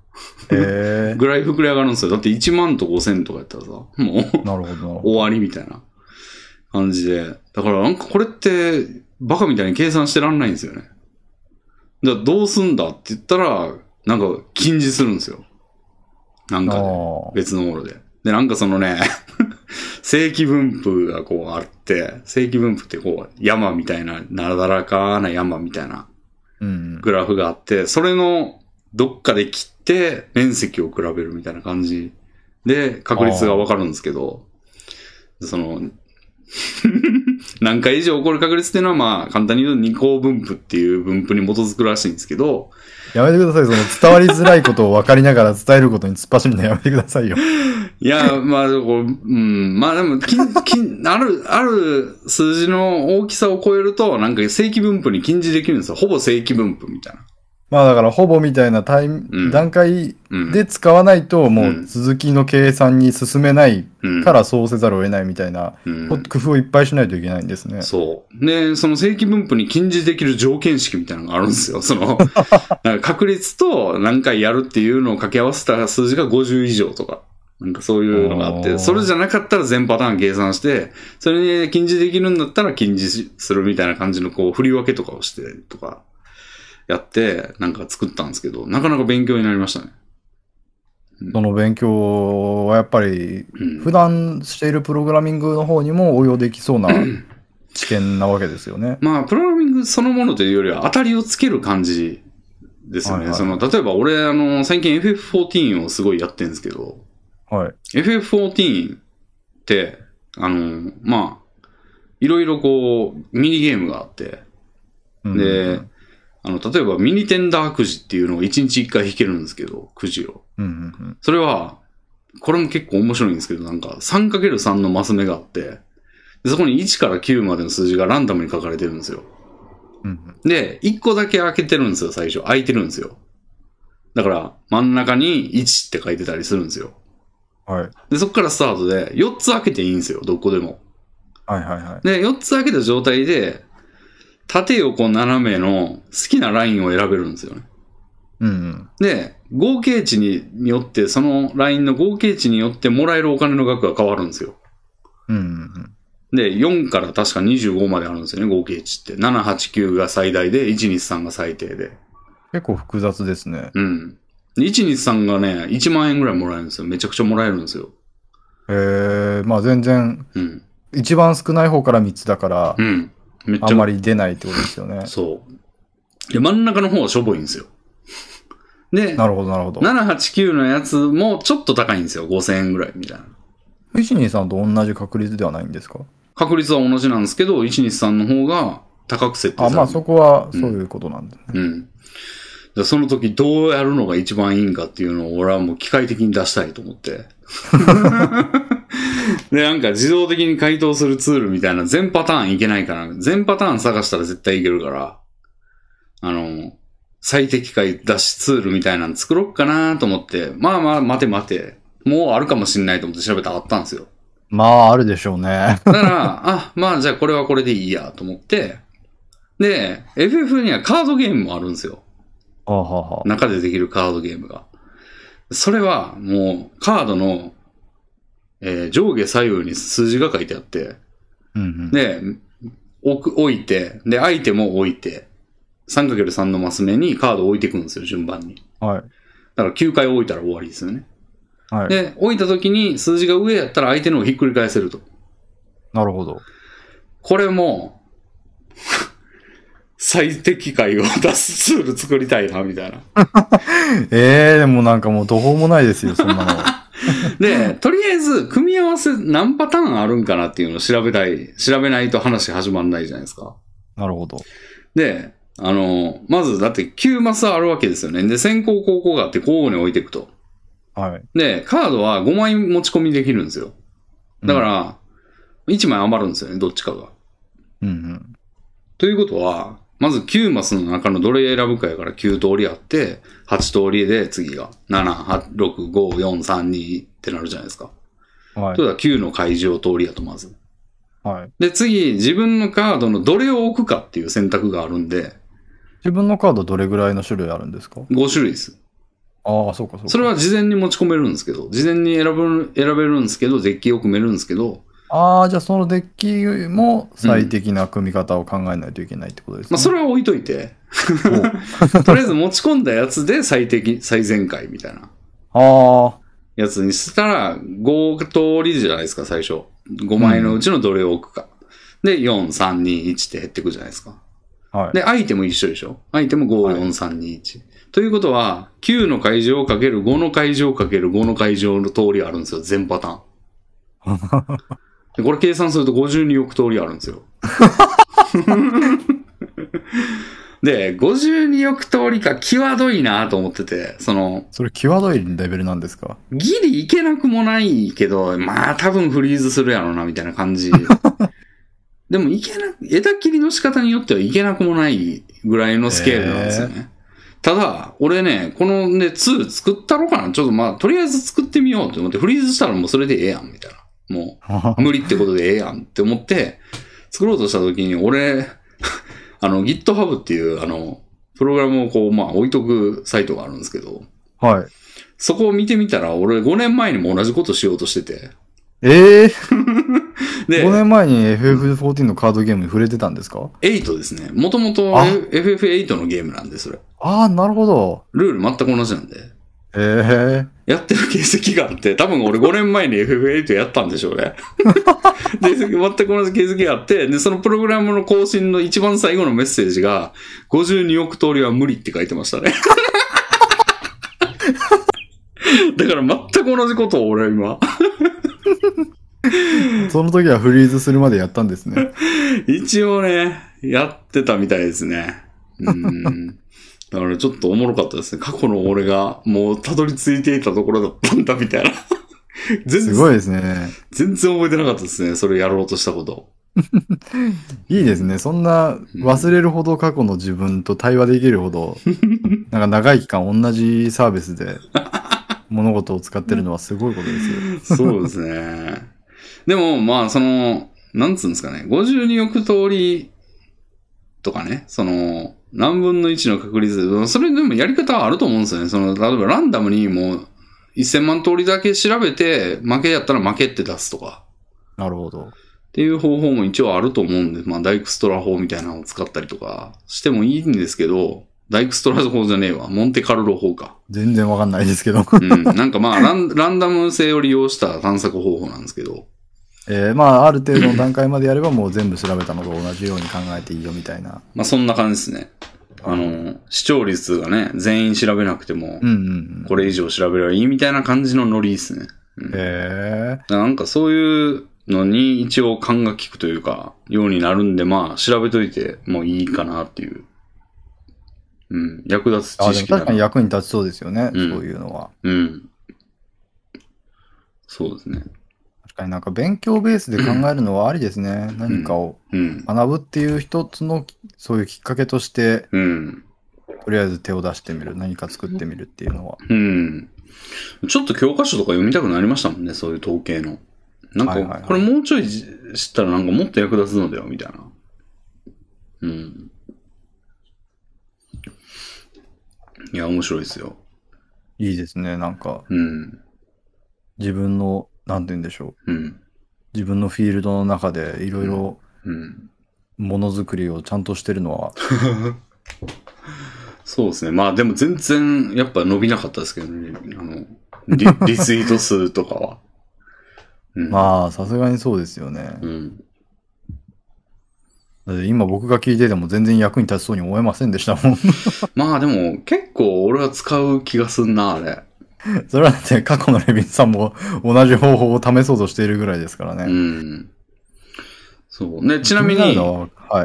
へぐらい膨れ上がるんですよ。だっていちまんとごせんとかやったらさ、もう、 なるほど。 終わりみたいな感じで。だからなんかこれって、バカみたいに計算してらんないんですよね。だからどうすんだって言ったら、なんか禁じするんですよ。なんか、ね、別のもので。で、なんかそのね、正規分布がこうあって、正規分布ってこう山みたいな、なだらかな山みたいなグラフがあって、それのどっかで切って面積を比べるみたいな感じで確率がわかるんですけど、その、何回以上起こる確率っていうのはまあ簡単に言うと二項分布っていう分布に基づくらしいんですけど、 やめてください。その伝わりづらいことを分かりながら伝えることに突っ走るのやめてくださいよ。 いや、まあ、こう、うん、まあでも、ききある、ある数字の大きさを超えると、なんか正規分布に禁じできるんですよ。ほぼ正規分布みたいな。 まあだからほぼみたいなタイム、うん、段階で使わないともう続きの計算に進めないからそうせざるを得ないみたいな、うん、工夫をいっぱいしないといけないんですね。 そう。で、その正規分布に禁じできる条件式みたいなのがあるんですよ。その、なんか確率と何回やるっていうのを掛け合わせた数字がごじゅう以上とか。なんかそういうのがあって、それじゃなかったら全パターン計算して、それに禁じできるんだったら禁じするみたいな感じのこう振り分けとかをしてとか。やって、なんか作ったんですけど、なかなか勉強になりましたね。 うん、その勉強はやっぱり、普段しているプログラミングの方にも応用できそうな知見なわけですよね。 まあ、プログラミングそのものというよりは当たりをつける感じですよね。はいはい、その、例えば俺、あの、最近 エフエフフォーティーン をすごいやってるんですけど、 はい。 エフエフフォーティーン って、あの、まあ、いろいろこう、ミニゲームがあって、うん、で、あの、例えばミニテンダーくじっていうのをいちにちいっかい引けるんですけど、くじを。 うんうんうん、 それは、これも結構面白いんですけど、なんか さんかけるさん のマス目があって、でそこにいちからきゅうまでの数字がランダムに書かれてるんですよ。 うんうん、 で、いっこだけ開けてるんですよ、最初。開いてるんですよ。だから、真ん中にいちって書いてたりするんですよ。 はい。 で、そこからスタートで、よっつ開けていいんですよ、どこでも。 はいはいはい。 で、よっつ開けた状態で、縦横斜めの好きなラインを選べるんですよね。 うんうん、 で、合計値によって、そのラインの合計値によってもらえるお金の額が変わるんですよ。 うんうんうんで、よんから確かにじゅうごまであるんですよね、合計値って。なな、はち、きゅうが最大で、いち、に、さんが最低で。 結構複雑ですね。 うん。いち、に、さんがね、いちまんえんぐらいもらえるんですよ。めちゃくちゃもらえるんですよ。 へえ、まあ全然、 うん、 一番少ない方からみっつだから、 うん。めっちゃ。 あんまり出ないってことですよね。 そう。で、真ん中の方はしょぼいんですよ。で、 なるほどなるほど。 なな、はち、きゅうのやつもちょっと高いんですよ。ごせんえんぐらいみたいな。 いちにさんと同じ確率ではないんですか？ 確率は同じなんですけど、いちにさんの方が高く設定される。 あ、まあそこはそういうことなんだね。 うん。うんでその時どうやるのが一番いいんかっていうのを俺はもう機械的に出したいと思って。で、なんか自動的に回答するツールみたいな全パターンいけないから、全パターン探したら絶対いけるから、あの、最適解出しツールみたいなの作ろうかなと思って、まあまあ待て待て、もうあるかもしんないと思って調べたらあったんですよ。 まああるでしょうね。 だから、あ、まあじゃあこれはこれでいいやと思って、で、エフエフ にはカードゲームもあるんですよ。 はあはあ、 中でできるカードゲームが。それはもうカードの、えー、上下左右に数字が書いてあって、 うんうん、 で、置く、置いて、で、アイテムを置いて、さんかけるさん のマス目にカードを置いていくんですよ、順番に。 はい。 だからきゅうかい置いたら終わりですよね。 はい。 で、置いた時に数字が上やったら相手のをひっくり返せると。 なるほど。 これも、最適解を出すツール作りたいな、みたいな。 ええー、でもなんかもう途方もないですよ、そんなの。 で、とりあえず、組み合わせ何パターンあるんかなっていうのを調べたい、調べないと話始まんないじゃないですか。 なるほど。 で、あの、まずだってきゅうマスあるわけですよね。で、先行後攻があって交互に置いていくと。 はい。 で、カードはごまい持ち込みできるんですよ。だから、いちまい余るんですよね、どっちかが。 うんうん。 ということは、まずきゅうマスの中のどれ選ぶかやからきゅう通りあって、はち通りで次がなな、ろく、ご、よん、さん、にってなるじゃないですか。 はい。 ということはきゅうの階乗通りやとまず。 はい。 で、次、自分のカードのどれを置くかっていう選択があるんで。 自分のカードどれぐらいの種類あるんですか？ ご種類です。 あああ、そうかそうか。 それは事前に持ち込めるんですけど、事前に選ぶ、選べるんですけど、デッキを組めるんですけど、 ああ、じゃあそのデッキも最適な組み方を考えないといけないってことですね。 まあそれは置いといて、とりあえず持ち込んだやつで最適、最善解みたいなああ。 やつにしたら、ご通りじゃないですか、最初。ごまいのうちのどれを置くか。うん、で、よん、さん、に、いちって減ってくじゃないですか。 はい。 で、アイテム一緒でしょ？アイテムご、よん、さん、に、いち。ということは、きゅうの会場かけるごの会場かけるごの会場の通りあるんですよ、全パターン。でこれ計算するとごじゅうにおく通りあるんですよ。で、ごじゅうにおく通りか際どいなと思ってて、その、 それ際どいレベルなんですか？ ギリいけなくもないけど、まあ多分フリーズするやろうなみたいな感じ。でもいけな、枝切りの仕方によってはいけなくもないぐらいのスケールなんですよね。えー、ただ、俺ね、このね、ツー作ったろかなちょっとまあ、とりあえず作ってみようと思って、フリーズしたらもうそれでええやん、みたいな。もう、無理ってことでええやんって思って、作ろうとした時に、俺、あの、GitHub っていう、あの、プログラムをこう、まあ、置いとくサイトがあるんですけど、 はい。 そこを見てみたら、俺ごねんまえにも同じことしようとしてて。 ええー、でごねんまえに エフエフじゅうよん のカードゲームに触れてたんですか？ はちですね。もともと エフエフエイト のゲームなんで、それ。 ああ、なるほど。 ルール全く同じなんで。 ええー。 やってる形跡があって、多分俺ごねんまえに エフエフエイト やったんでしょうね。で、全く同じ形跡があって、で、そのプログラムの更新の一番最後のメッセージが、ごじゅうにおく通りは無理って書いてましたね。だから全く同じことを俺は今。 その時はフリーズするまでやったんですね。 一応ね、やってたみたいですね。うん。だからちょっとおもろかったですね。過去の俺がもうたどり着いていたところだったんだみたいな。 全然すごいですね。 全然覚えてなかったですね。それやろうとしたこと。 いいですね。そんな忘れるほど過去の自分と対話できるほど、なんか長い期間同じサービスで物事を使ってるのはすごいことですよ。 そうですね。でもまあその、なんつうんですかね。ごじゅうにおく通りとかね、その、何分のいちの確率、それでもやり方はあると思うんですよね。その、例えばランダムにもうせんまん通りだけ調べて、負けやったら負けって出すとか。 なるほど。 っていう方法も一応あると思うんで、まあダイクストラ法みたいなのを使ったりとかしてもいいんですけど、ダイクストラ法じゃねえわ。モンテカルロ法か。 全然わかんないですけど。 うん。なんかまあラン、ランダム性を利用した探索方法なんですけど。 えー、まあ、ある程度の段階までやればもう全部調べたのと同じように考えていいよみたいな。 まあそんな感じですね。あの、視聴率がね、全員調べなくても、これ以上調べればいいみたいな感じのノリですね。 うん、へえ。 なんかそういうのに一応勘が利くというか、ようになるんで、まあ調べといてもいいかなっていう。うん。役立つ知識だな。 確かに役に立ちそうですよね、うん、そういうのは。 うん。そうですね。 確かになんか勉強ベースで考えるのはありですね。うん、何かを学ぶっていう一つのそういうきっかけとして、 うん、 とりあえず手を出してみる、何か作ってみるっていうのは。 うん。ちょっと教科書とか読みたくなりましたもんね、そういう統計の。なんか、はいはいはい、これもうちょい知ったらなんかもっと役立つのだよ、みたいな。うん。いや、面白いですよ。 いいですね、なんか。 うん。 自分の、なんて言うんでしょう。うん。 自分のフィールドの中でいろいろ、ものづくりをちゃんとしてるのは。 そうですね。まあでも全然やっぱ伸びなかったですけどね。あの、リ, リツイート数とかは。 うん、まあ、さすがにそうですよね。 うん。 だって今僕が聞いてても全然役に立ちそうに思えませんでしたもん。 まあでも結構俺は使う気がすんな、あれ。 それはだって過去のレビンさんも同じ方法を試そうとしているぐらいですからね。 うん。そう。ね、ちなみに、はい。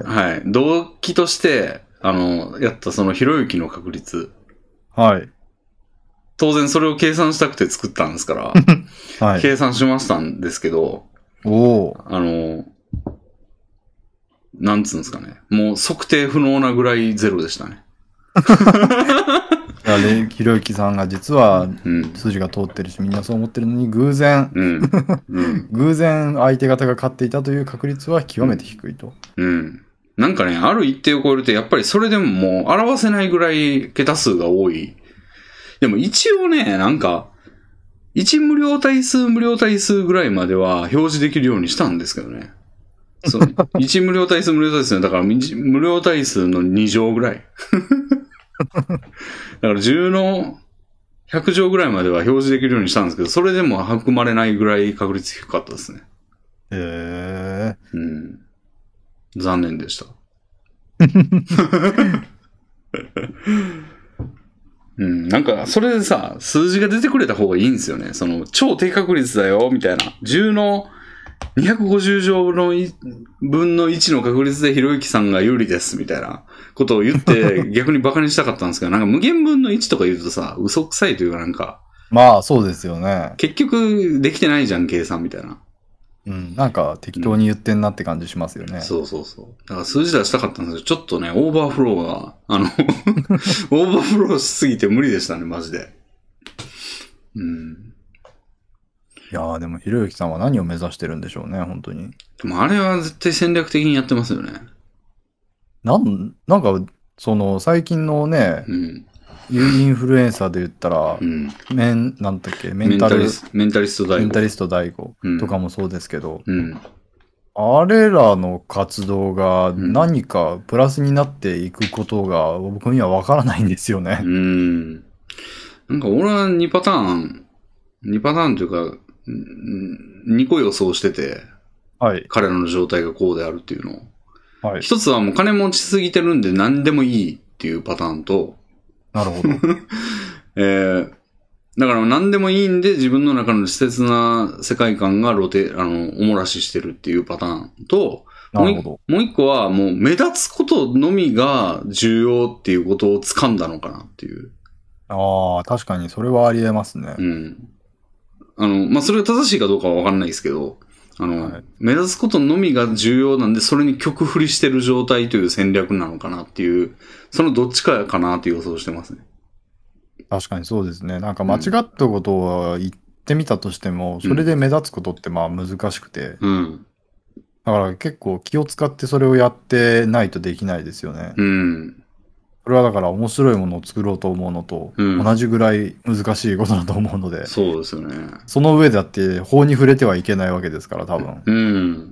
はい。動機として、あの、やったそのひろゆきの確率。 はい。 当然それを計算したくて作ったんですから、はい、計算しましたんですけど、 おあの、なんつうんですかね。もう測定不能なぐらいゼロでしたね。 ひろゆきさんが実は筋が通ってるし、みんなそう思ってるのに偶然、 うんうん、 偶然相手方が勝っていたという確率は極めて低いと。 うん。うん、なんかね、ある一定を超えるとやっぱりそれでももう表せないぐらい桁数が多い。いでも一応ね、なんか、いち無料対数無料対数ぐらいまでは表示できるようにしたんですけどね。そう。いち無料対数無料対数だから無料対数のに乗ぐらい。だからじゅうのひゃく乗ぐらいまでは表示できるようにしたんですけど、それでも含まれないぐらい確率低かったですね。 へえ。 うん。残念でした。うん、なんか、それでさ、数字が出てくれた方がいいんですよね。その、超低確率だよ、みたいな。じゅうのにひゃくごじゅう乗の分のいちの確率でひろゆきさんが有利です、みたいなことを言って逆にバカにしたかったんですけど、なんか無限分のいちとか言うとさ、嘘くさいというかなんか。 まあ、そうですよね。 結局、できてないじゃん、計算みたいな。 うん、なんか適当に言ってんなって感じしますよね。 うん、そうそうそう。だから数字出したかったんですけど、ちょっとね、オーバーフローが、あの、オーバーフローしすぎて無理でしたね、マジで。うん。 いやー、でもひろゆきさんは何を目指してるんでしょうね、本当に。 でもあれは絶対戦略的にやってますよね。 なん、なんか、その、最近のね、 うん。 インフルエンサーで言ったら、 うん、 メン、なんだっけ、メンタル、 メンタリスト大悟。 メンタリスト大悟とかもそうですけど、 うん、 あれらの活動が何かプラスになっていくことが僕にはわからないんですよね。 うん。なんか俺はにパターン、にパターンというか、にこ予想してて、 はい。 彼らの状態がこうであるっていうのを。 はい。 一つはもう金持ちすぎてるんで何でもいいっていうパターンと、 なるほど。 えー、だから何でもいいんで自分の中の稚拙な世界観が露呈、あの、おもらししてるっていうパターンと、 なるほど。 もう一個はもう目立つことのみが重要っていうことを掴んだのかなっていう。 ああ、確かにそれはありえますね。 うん。あの、まあ、それが正しいかどうかはわかんないですけど、あの、はい、目立つことのみが重要なんで、それに曲振りしてる状態という戦略なのかなっていう、そのどっちかかなっていう予想してますね。 確かにそうですね。なんか間違ったことを言ってみたとしても、うん、それで目立つことってまあ難しくて、 うん。 だから結構気を使ってそれをやってないとできないですよね。 うん。 これはだから面白いものを作ろうと思うのと、同じぐらい難しいことだと思うので、うん、 そうですよね。 その上だって法に触れてはいけないわけですから、多分。 うん。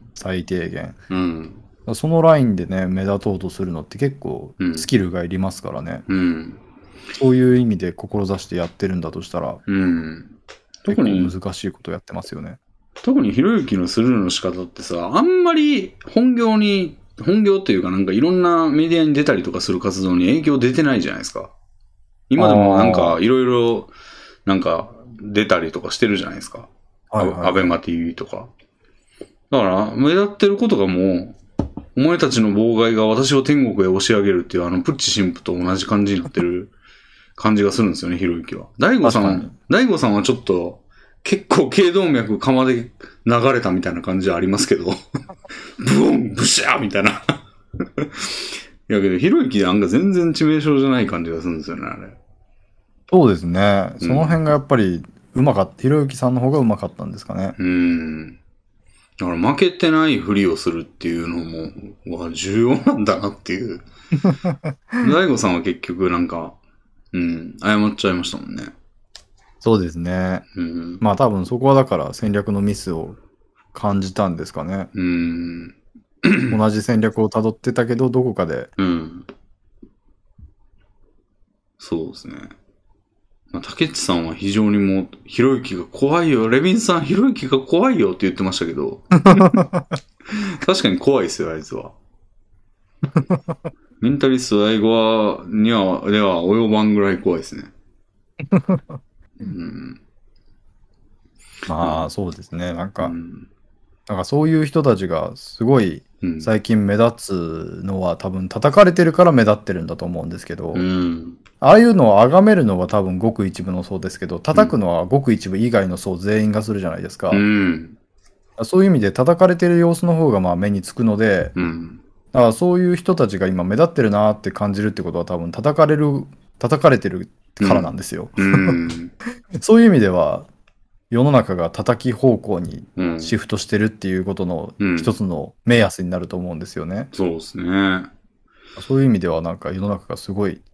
最低限。 うん。 そのラインでね、目立とうとするのって結構スキルがいりますからね。 うん。 そういう意味で志してやってるんだとしたら、 うん。 特に難しいことやってますよね。 特にひろゆきのスルーの仕方ってさ、あんまり本業に、本業っていうかなんかいろんなメディアに出たりとかする活動に影響出てないじゃないですか。今でもなんかいろいろなんか出たりとかしてるじゃないですか。はいはいはい、アベマ ティーブイ とか。だから目立ってることがもう、お前たちの妨害が私を天国へ押し上げるっていうあのプッチ神父と同じ感じになってる感じがするんですよね、ひろゆきは。大悟さん、大悟さんはちょっと結構頸動脈釜で流れたみたいな感じはありますけど、ブオン、ブシャーみたいな。いやけど、ひろゆきなんか全然致命傷じゃない感じがするんですよね、あれ。 そうですね。その辺がやっぱりうまかった。ひろゆきさんの方がうまかったんですかね。 うん。だから負けてないふりをするっていうのも、わ、重要なんだなっていう。大悟さんは結局なんか、うん、謝っちゃいましたもんね。 そうですね。うん、まあ多分そこはだから戦略のミスを感じたんですかね。 うん、 同じ戦略を辿ってたけど、どこかで。 うん。そうですね。まあ、竹内さんは非常にもう、ひろゆきが怖いよ。レビンさん、ひろゆきが怖いよって言ってましたけど。確かに怖いですよ、あいつは。メンタリスト大悟は、には、では及ばんぐらい怖いですね。うん、 まあ、そうですね。なんか、うん、なんかそういう人たちがすごい最近目立つのは、うん、多分叩かれてるから目立ってるんだと思うんですけど、 うん、 ああいうのを崇めるのは多分ごく一部の層ですけど、叩くのはごく一部以外の層全員がするじゃないですか。 うん、 そういう意味で叩かれてる様子の方がまあ目につくので、 うん、 だからそういう人たちが今目立ってるなって感じるってことは多分叩かれる、叩かれてるからなんですよ。 うんうん、 そういう意味では、世の中が叩き方向にシフトしてるっていうことの一つの目安になると思うんですよね。 うん、そうですね。 そういう意味ではなんか世の中がすごい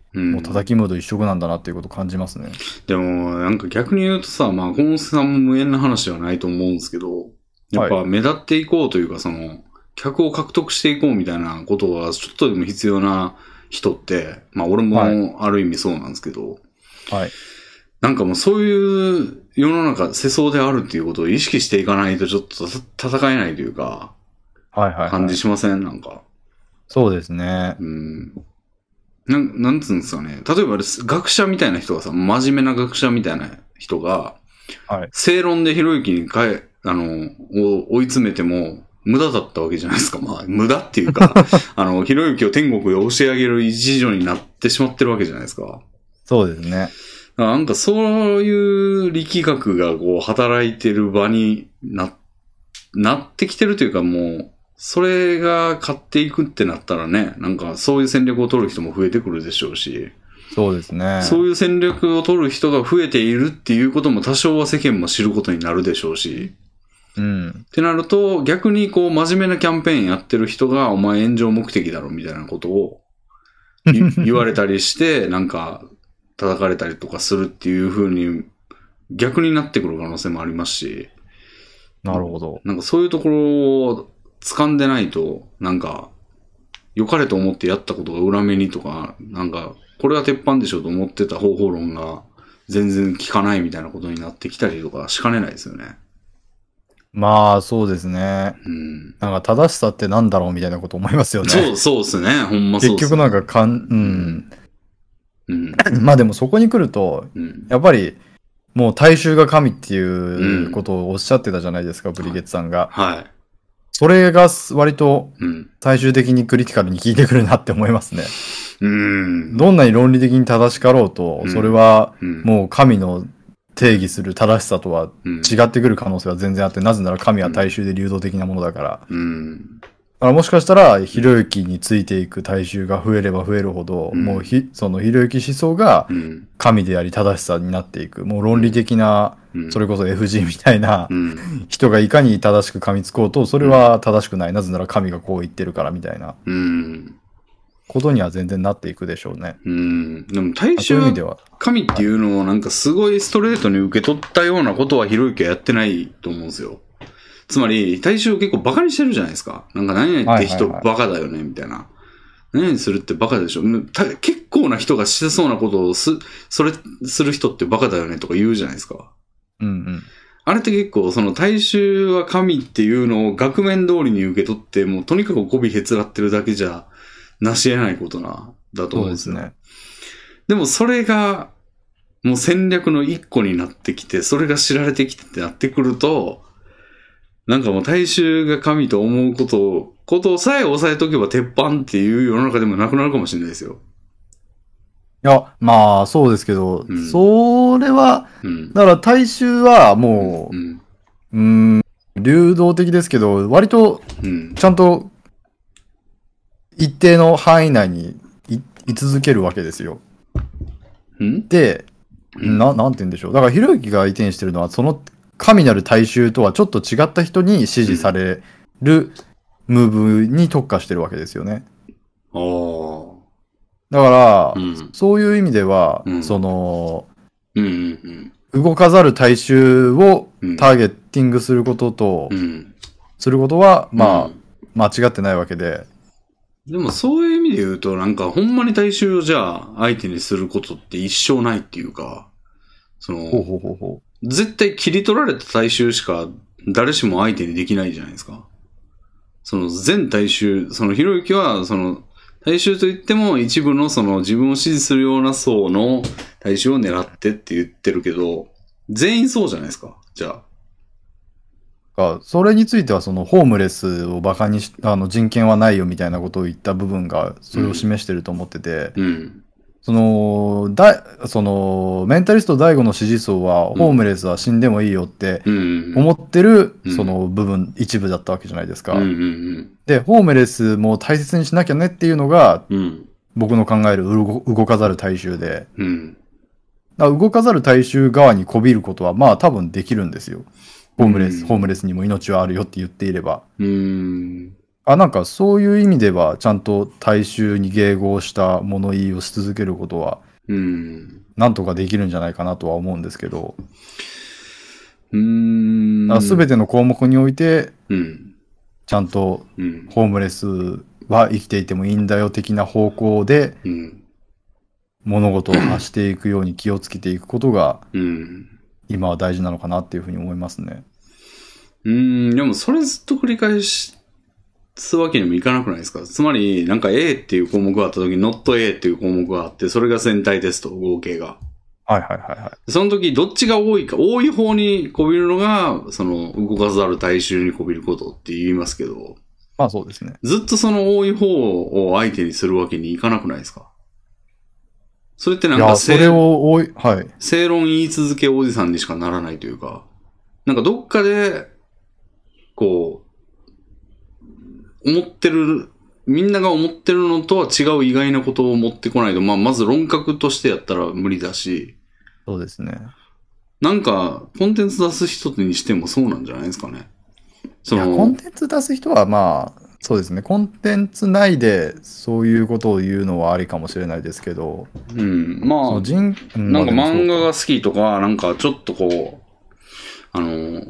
うん、もう叩きムード一色なんだなっていうことを感じますね。 でも、なんか逆に言うとさ、まあ、コンスさんも無縁な話ではないと思うんですけど、やっぱ目立っていこうというか、その、客を獲得していこうみたいなことがちょっとでも必要な人って、まあ俺もある意味そうなんですけど、 はい。 なんかもうそういう世の中、世相であるっていうことを意識していかないとちょっと戦えないというか、 はいはい、はい。 感じしませんなんか。 そうですね。 うん。なん、なんつうんですかね。例えば学者みたいな人がさ、真面目な学者みたいな人が、はい。正論でひろゆきにかえ、あの、を追い詰めても、無駄だったわけじゃないですか。まあ、無駄っていうか、あの、ひろゆきを天国で教え上げる一助になってしまってるわけじゃないですか。 そうですね。 なんかそういう力学がこう働いてる場にな、なってきてるというかもう、それが勝っていくってなったらね、なんかそういう戦略を取る人も増えてくるでしょうし。 そうですね。 そういう戦略を取る人が増えているっていうことも多少は世間も知ることになるでしょうし。 うん。 ってなると、逆にこう真面目なキャンペーンやってる人がお前炎上目的だろみたいなことを言われたりして、なんか叩かれたりとかするっていう風に逆になってくる可能性もありますし。 なるほど。 なんかそういうところを掴んでないと、なんか良かれと思ってやったことが裏目にとか、なんかこれは鉄板でしょと思ってた方法論が全然効かないみたいなことになってきたりとかしかねないですよね。 まあ、そうですね。 うん。 なんか正しさってなんだろうみたいなこと思いますよね。 そう、そうですね。ほんまそうっすね。 結局なんかかん、うん。 うん。 まあでもそこに来ると、うん、やっぱり、もう大衆が神っていうことをおっしゃってたじゃないですか、うん、ブリゲッツさんが。 はい。 それが割と最終的にクリティカルに効いてくるなって思いますね。 うん。 どんなに論理的に正しかろうと、それはもう神の定義する正しさとは違ってくる可能性は全然あって、なぜなら神は大衆で流動的なものだから。 うん。 だからもしかしたら、ひろゆきについていく大衆が増えれば増えるほど、うん、もうひ、そのひろゆき思想が神であり正しさになっていく。もう論理的な、うん、それこそ エフジー みたいな人がいかに正しく噛みつこうと、それは正しくない。なぜなら神がこう言ってるからみたいな。 うんことには全然なっていくでしょうね。 うん。でも大衆は神っていうのをなんかすごいストレートに受け取ったようなことはひろゆきはやってないと思うんですよ。つまり大衆を結構バカにしてるじゃないですか。なんか何々って人バカだよねみたいな。何々するってバカでしょ。結構な人がしてそうなことをす、それする人ってバカだよねとか言うじゃないですか。 うんうん。 あれって結構その大衆は神っていうのを額面通りに受け取ってもうとにかく媚びへつらってるだけじゃなし得ないことな、だと思うんですよ。そうですね。でもそれが、もう戦略の一個になってきて、それが知られてきてってなってくると、なんかもう大衆が神と思うことを、ことをさえ抑えとけば鉄板っていう世の中でもなくなるかもしれないですよ。 いや、まあ、そうですけど、うん、それは、うん、だから大衆はもう、うん、うん、流動的ですけど、割と、ちゃんと、一定の範囲内に い, い続けるわけですよ。 んで、な、なんて言うんでしょう。だから、ひろゆきが相手にしてるのは、その神なる大衆とはちょっと違った人に支持されるムーブに特化してるわけですよね。 ああ。 だから、うん、そういう意味では、うん、その、 うんうんうん、動かざる大衆をターゲッティングすることと、 うん、 することは、まあ、うん、間違ってないわけで。 でもそういう意味で言うと、なんかほんまに大衆をじゃあ相手にすることって一生ないっていうか、その、 ほうほうほうほう絶対切り取られた大衆しか誰しも相手にできないじゃないですか。その全大衆、そのひろゆきは、その、大衆といっても一部のその自分を支持するような層の大衆を狙ってって言ってるけど、全員そうじゃないですか、じゃあ。それについてはそのホームレスをバカにし、あの人権はないよみたいなことを言った部分がそれを示してると思ってて、 うん。うんその、だ、その、メンタリスト大悟の支持層は、ホームレスは死んでもいいよって思ってる、その部分、一部だったわけじゃないですか。 うんうんうん、 で、ホームレスも大切にしなきゃねっていうのが、 うん、 僕の考える動かざる大衆で、 うん、 だから動かざる大衆側にこびることは、まあ多分できるんですよ。ホームレス、うん、ホームレスにも命はあるよって言っていれば。 うんあ、なんかそういう意味では、ちゃんと大衆に迎合した物言いをし続けることは、 うん。 なんとかできるんじゃないかなとは思うんですけど、 うーん。 すべての項目において、 うん。 ちゃんとうん。 ホームレスは生きていてもいいんだよ的な方向で、 うん。 物事を発していくように気をつけていくことが、 うん。 今は大事なのかなっていうふうに思いますね。 うーん。でもそれずっと繰り返すわけにもいかなくないですか？つまり、なんか A っていう項目があった時に not A っていう項目があって、それが全体テスト、合計が。 はいはいはいはい。 その時、どっちが多いか、多い方にこびるのが、その、動かざる大衆にこびることって言いますけど、 まあそうですね。 ずっとその多い方を相手にするわけにいかなくないですか？それってなんかいや、それを多い、はい。 正論言い続けおじさんにしかならないというか、なんかどっかで、こう、思ってる、みんなが思ってるのとは違う意外なことを持ってこないと、まあ、まず論客としてやったら無理だし、 そうですね。 なんか、コンテンツ出す人にしてもそうなんじゃないですかね。そいや、 の、 コンテンツ出す人はまあ、そうですね。コンテンツ内でそういうことを言うのはありかもしれないですけど、 うん、まあ、 その人、うんなんかまあでもそう漫画が好きとか、なんかちょっとこう、あの、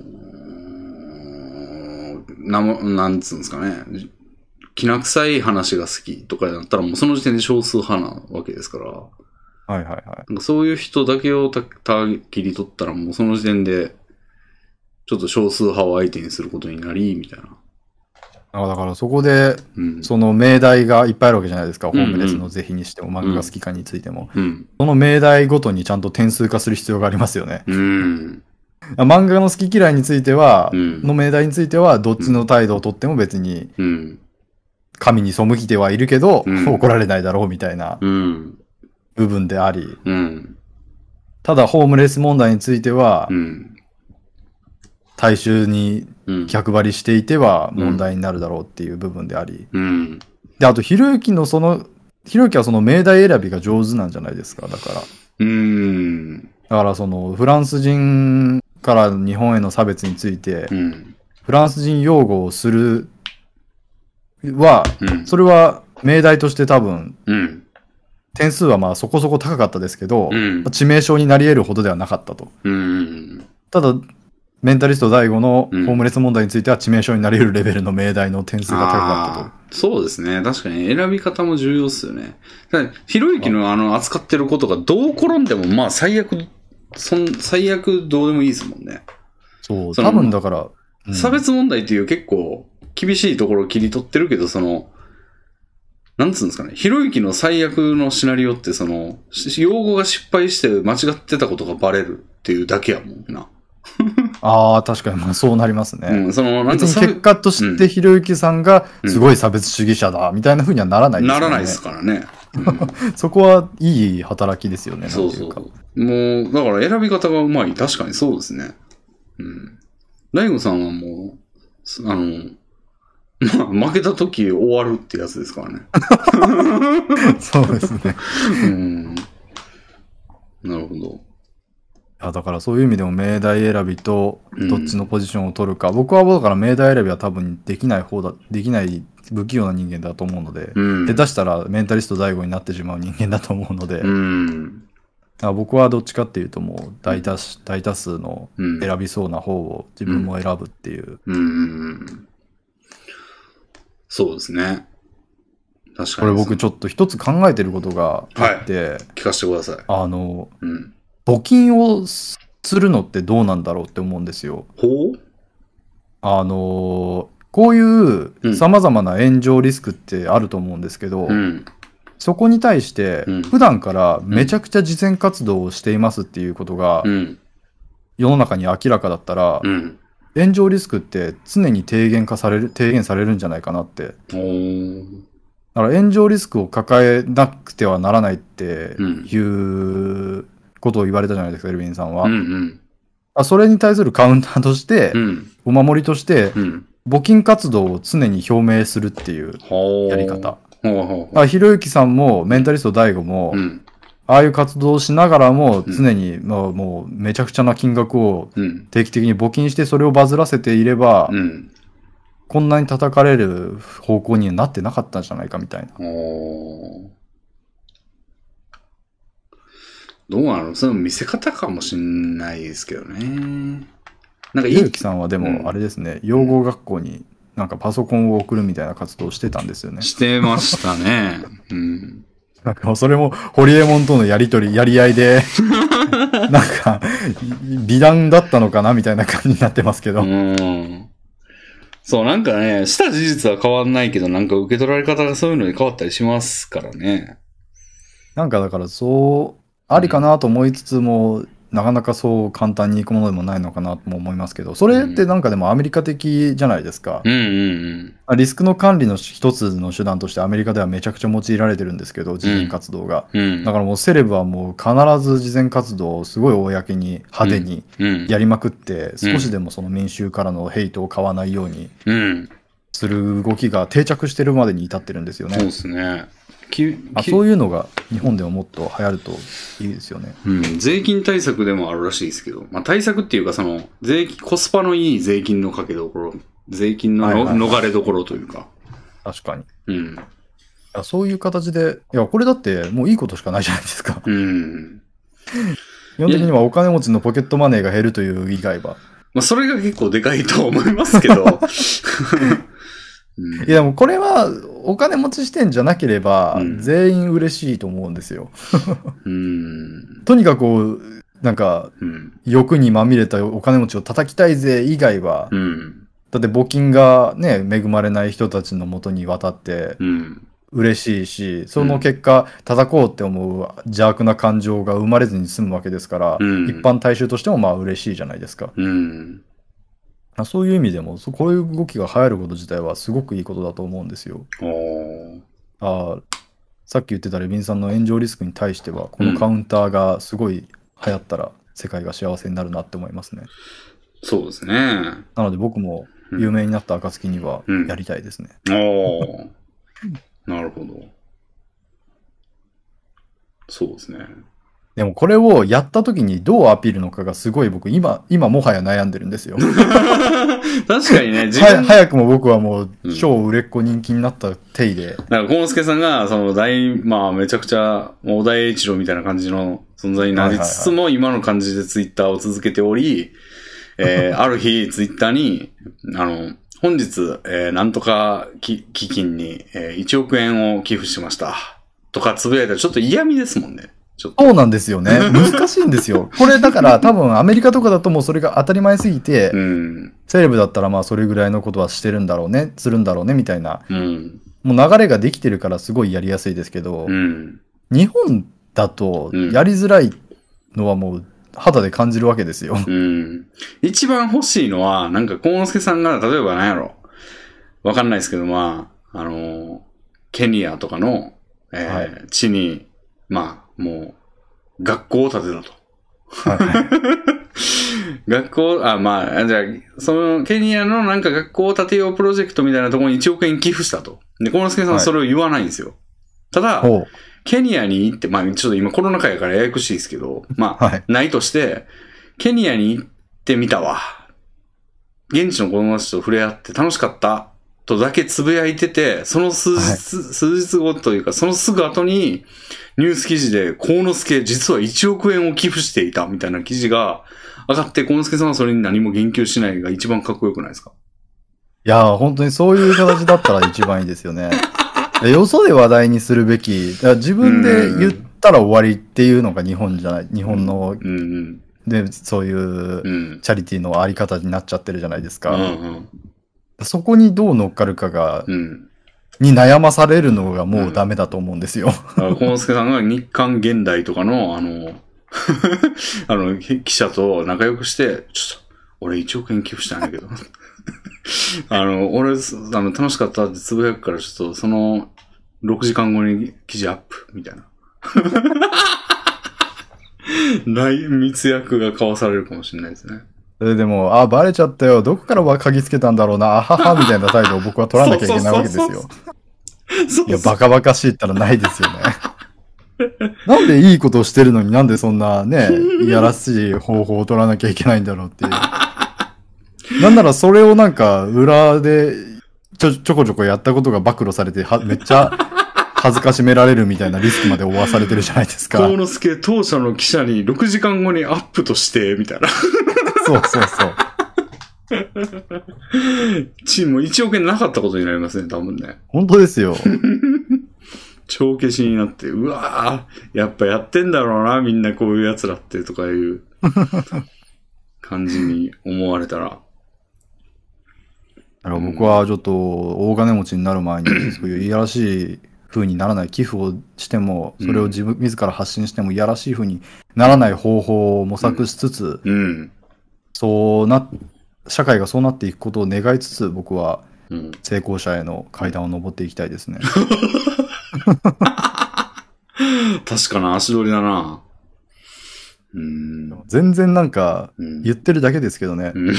なも、なんつうんですかね。きな臭い話が好きとかだったらもうその時点で少数派なわけですから。 はいはいはい。 なんかそういう人だけをた、た切り取ったらもうその時点で、ちょっと少数派を相手にすることになり、みたいな。 あだからそこで、 うん、 その命題がいっぱいあるわけじゃないですか。 うんうんホームレスの是非にしても、漫画が好きかについても。 うん。 その命題ごとにちゃんと点数化する必要がありますよね。 うん。 漫画の好き嫌いについては、 うんの命題については、どっちの態度をとっても別に、 うん。 神に背きてはいるけど、 うん怒られないだろうみたいなうん。 部分であり、 うん。 ただホームレス問題についてはう、ん。 大衆にうん。 逆張りしていては問題になるだろうっていう部分であり。 うん。 で、あと、ひろゆきのその、ひろゆきはその命題選びが上手なんじゃないですか、だから。 うん。 だからその、フランス人から日本への差別についてう、ん。 フランス人擁護をするは、 うん。 それは命題として多分、 うん。 点数はまあそこそこ高かったですけど、 うん致命傷になり得るほどではなかったと。 うん。 ただ、メンタリスト大悟のホうんームレス問題については致命傷になり得るレベルの命題の点数が高かったと。 あーそうですね。確かに選び方も重要っすよね。だからひろゆきのあの扱ってることがどう転んでもまあ最悪、そん最悪どうでもいいですもんね。 そう、 その多分だから、うん差別問題っていう結構厳しいところを切り取ってるけど、その、なんつうんですかね。ひろゆきの最悪のシナリオってその、し用語が失敗して間違ってたことがバレるっていうだけやもんな。 ああ、確かにまあそうなりますね。 うん、その、なん別かに結果としてひろゆきさんがすごい差別主義者だみたいな風にはならないですよね。 ならないですからね。うんそこはいい働きですよね。 そうそなんていうかう。もう、だから選び方がうまい。確かにそうですね。うん。大悟さんはもう、あの、まあ、負けた時終わるってやつですからね。 そうですね。 うん。なるほど。 あだからそういう意味でも命題選びとうんどっちのポジションを取るか、僕はだから命題選びは多分できない方だ、できない不器用な人間だと思うので、 うん。 下手したらメンタリスト大悟になってしまう人間だと思うので、 うん。 あ僕はどっちかっていうともう大多数大多数のうん。 選びそうな方を自分も選ぶっていう。 うん。そうですね。確かこに。 れ僕ちょっと一つ考えてることがあって、 聞かせてください。 あの、 うん。 募金をするのってどうなんだろうって思うんですよ。 ほうあの、こういう様々な炎上リスクってあると思うんですけど、 うん。 そこに対してうん普段からめちゃくちゃ慈善活動をしていますっていうことがうん。 世の中に明らかだったら、 うん。 炎上リスクって常に低減化される、低減されるんじゃないかなって。 おー。 だから炎上リスクを抱えなくてはならないってうんいうことを言われたじゃないですか、エルヴィンさんは。 うんうん。 あそれに対するカウンターとして、 うん。 お守りとして、 うん。 募金活動を常に表明するっていうほう。 やり方。 ほうほうほう。 あひろゆきさんもメンタリスト大悟も、 うん。 ああいう活動をしながらもうん常に、まあ、もうめちゃくちゃな金額をうん。 定期的に募金してそれをバズらせていれば、 うん。 こんなに叩かれる方向にはなってなかったんじゃないかみたいな。 おどうなの？その見せ方かもしんないですけどね。なんかゆうきさんはでもあれですね、うん、養護学校になんかパソコンを送るみたいな活動をしてたんですよね。 してましたね。うん。 なんかそれもホリエモンとのやりとり、やり合いで、なんか美談だったのかなみたいな感じになってますけど。 うん。そう、なんかね、した事実は変わんないけど、なんか受け取られ方がそういうのに変わったりしますからね。 なんかだからそう、ありかなと思いつつも、うんなかなかそう簡単にいくものでもないのかなとも思いますけど、それってなんかでもアメリカ的じゃないですか。 うんうんうん、 リスクの管理の一つの手段としてアメリカではめちゃくちゃ用いられてるんですけど、慈善活動が。 うんうん、 だからもうセレブはもう必ず慈善活動をすごい公に派手にやりまくって、少しでもその民衆からのヘイトを買わないようにする動きが定着してるまでに至ってるんですよね。 そうですね。 あそういうのが日本でももっと流行るといいですよね。 うん、税金対策でもあるらしいですけど、まあ対策っていうかその税金、コスパのいい税金のかけどころ、税金の、はいはいはい、逃れどころというか。 確かに。 うん。 そういう形で、いや、これだってもういいことしかないじゃないですか。 うん。 基本的にはお金持ちのポケットマネーが減るという以外は。 まあそれが結構でかいと思いますけど。 うん、いや、もうこれはお金持ち視点じゃなければ、全員嬉しいと思うんですよ。 うん、 とにかく、なんか、うん、欲にまみれたお金持ちを叩きたいぜ以外は、 うん、 だって募金がね、恵まれない人たちのもとに渡って嬉しいし、うん、その結果、叩こうって思う邪悪な感情が生まれずに済むわけですから、うん、一般大衆としてもまあ嬉しいじゃないですか。 うんそういう意味でも、こういう動きが流行ること自体はすごくいいことだと思うんですよ。あさっき言ってたレビンさんの炎上リスクに対しては、このカウンターがすごい流行ったら世界が幸せになるなって思いますね。 うん、そうですね。 なので僕も有名になった暁にはやりたいですね。 うん、おなるほど。そうですね。 でもこれをやった時にどうアピールのかがすごい僕今、今もはや悩んでるんですよ。 確かにね、 自分早くも僕はもう超売れっ子人気になった体で。 うん、なんか、コウスケさんが、その大、まあめちゃくちゃ、小田栄一郎みたいな感じの存在になりつつも、今の感じでツイッターを続けており、えー、ある日ツイッターに、あの、本日、えー、なんとか基金に、えー、いちおく円を寄付しました。とかつぶやいたらちょっと嫌味ですもんね。 そうなんですよね。難しいんですよ。これだから多分アメリカとかだともうそれが当たり前すぎて、うん、セレブだったらまあそれぐらいのことはしてるんだろうね、するんだろうねみたいな、うん、もう流れができてるからすごいやりやすいですけど、うん、日本だとやりづらいのはもう肌で感じるわけですよ。 うん、一番欲しいのは、なんか幸之助さんが例えば何やろ、わかんないですけど、まあ、あのー、ケニアとかの、えーはい、地に、まあ、もう、学校を建てたと。はいはい、学校、あ、まあ、じゃあ、その、ケニアのなんか学校を建てようプロジェクトみたいなところにいちおく円寄付したと。で、幸之助さんはそれを言わないんですよ。はい、ただ、ケニアに行って、まあ、ちょっと今コロナ禍やからややこしいですけど、まあ、はい、ないとして、ケニアに行ってみたわ。現地の子供たちと触れ合って楽しかった。とだけつぶやいてて、その数日、はい、数日後というか、そのすぐ後に、ニュース記事で、幸之助実はいちおく円を寄付していたみたいな記事が上がって、幸之助さんはそれに何も言及しないが一番かっこよくないですか？ いやー、本当にそういう形だったら一番いいですよね。よそで話題にするべき、だから自分で言ったら終わりっていうのが日本じゃない、日本の、うんうん、で、そういうチャリティーのあり方になっちゃってるじゃないですか。うんうんそこにどう乗っかるかが、うん、に悩まされるのがもうダメだと思うんですよ。 幸之助さんが日刊現代とかの、あの、あの、記者と仲良くして、ちょっと、俺いちおく円寄付したんだけど。あの、俺、あの、楽しかったってつぶやくから、ちょっと、その、ろくじかんごに記事アップ、みたいな。内密約が交わされるかもしれないですね。 それでも、あ、バレちゃったよ。どこから嗅ぎつけたんだろうな。あはは、みたいな態度を僕は取らなきゃいけないわけですよ。いや、バカバカしいったらないですよね。なんでいいことをしてるのになんでそんなね、いやらしい方法を取らなきゃいけないんだろうっていう。なんならそれをなんか、裏でちょ、ちょこちょこやったことが暴露されて、は、めっちゃ恥ずかしめられるみたいなリスクまで負わされてるじゃないですか。 幸之助当社の記者にろくじかんごにアップとして、みたいな。 そうそうそう。 チームいちおくえんなかったことになりますね、多分ね。 本当ですよ。 帳消しになって、うわぁ、やっぱやってんだろうな、みんなこういう奴らってとかいう感じに思われたら。 だから僕はちょっと大金持ちになる前に、そういういやらしい風にならない、寄付をしても、それを自分、自ら発信してもいやらしい風にならない方法を模索しつつ、 うんうん、 そうな、社会がそうなっていくことを願いつつ、僕は成功者への階段を登っていきたいですね。 確かな、足取りだな。うん、 全然なんか、言ってるだけですけどね。 うん、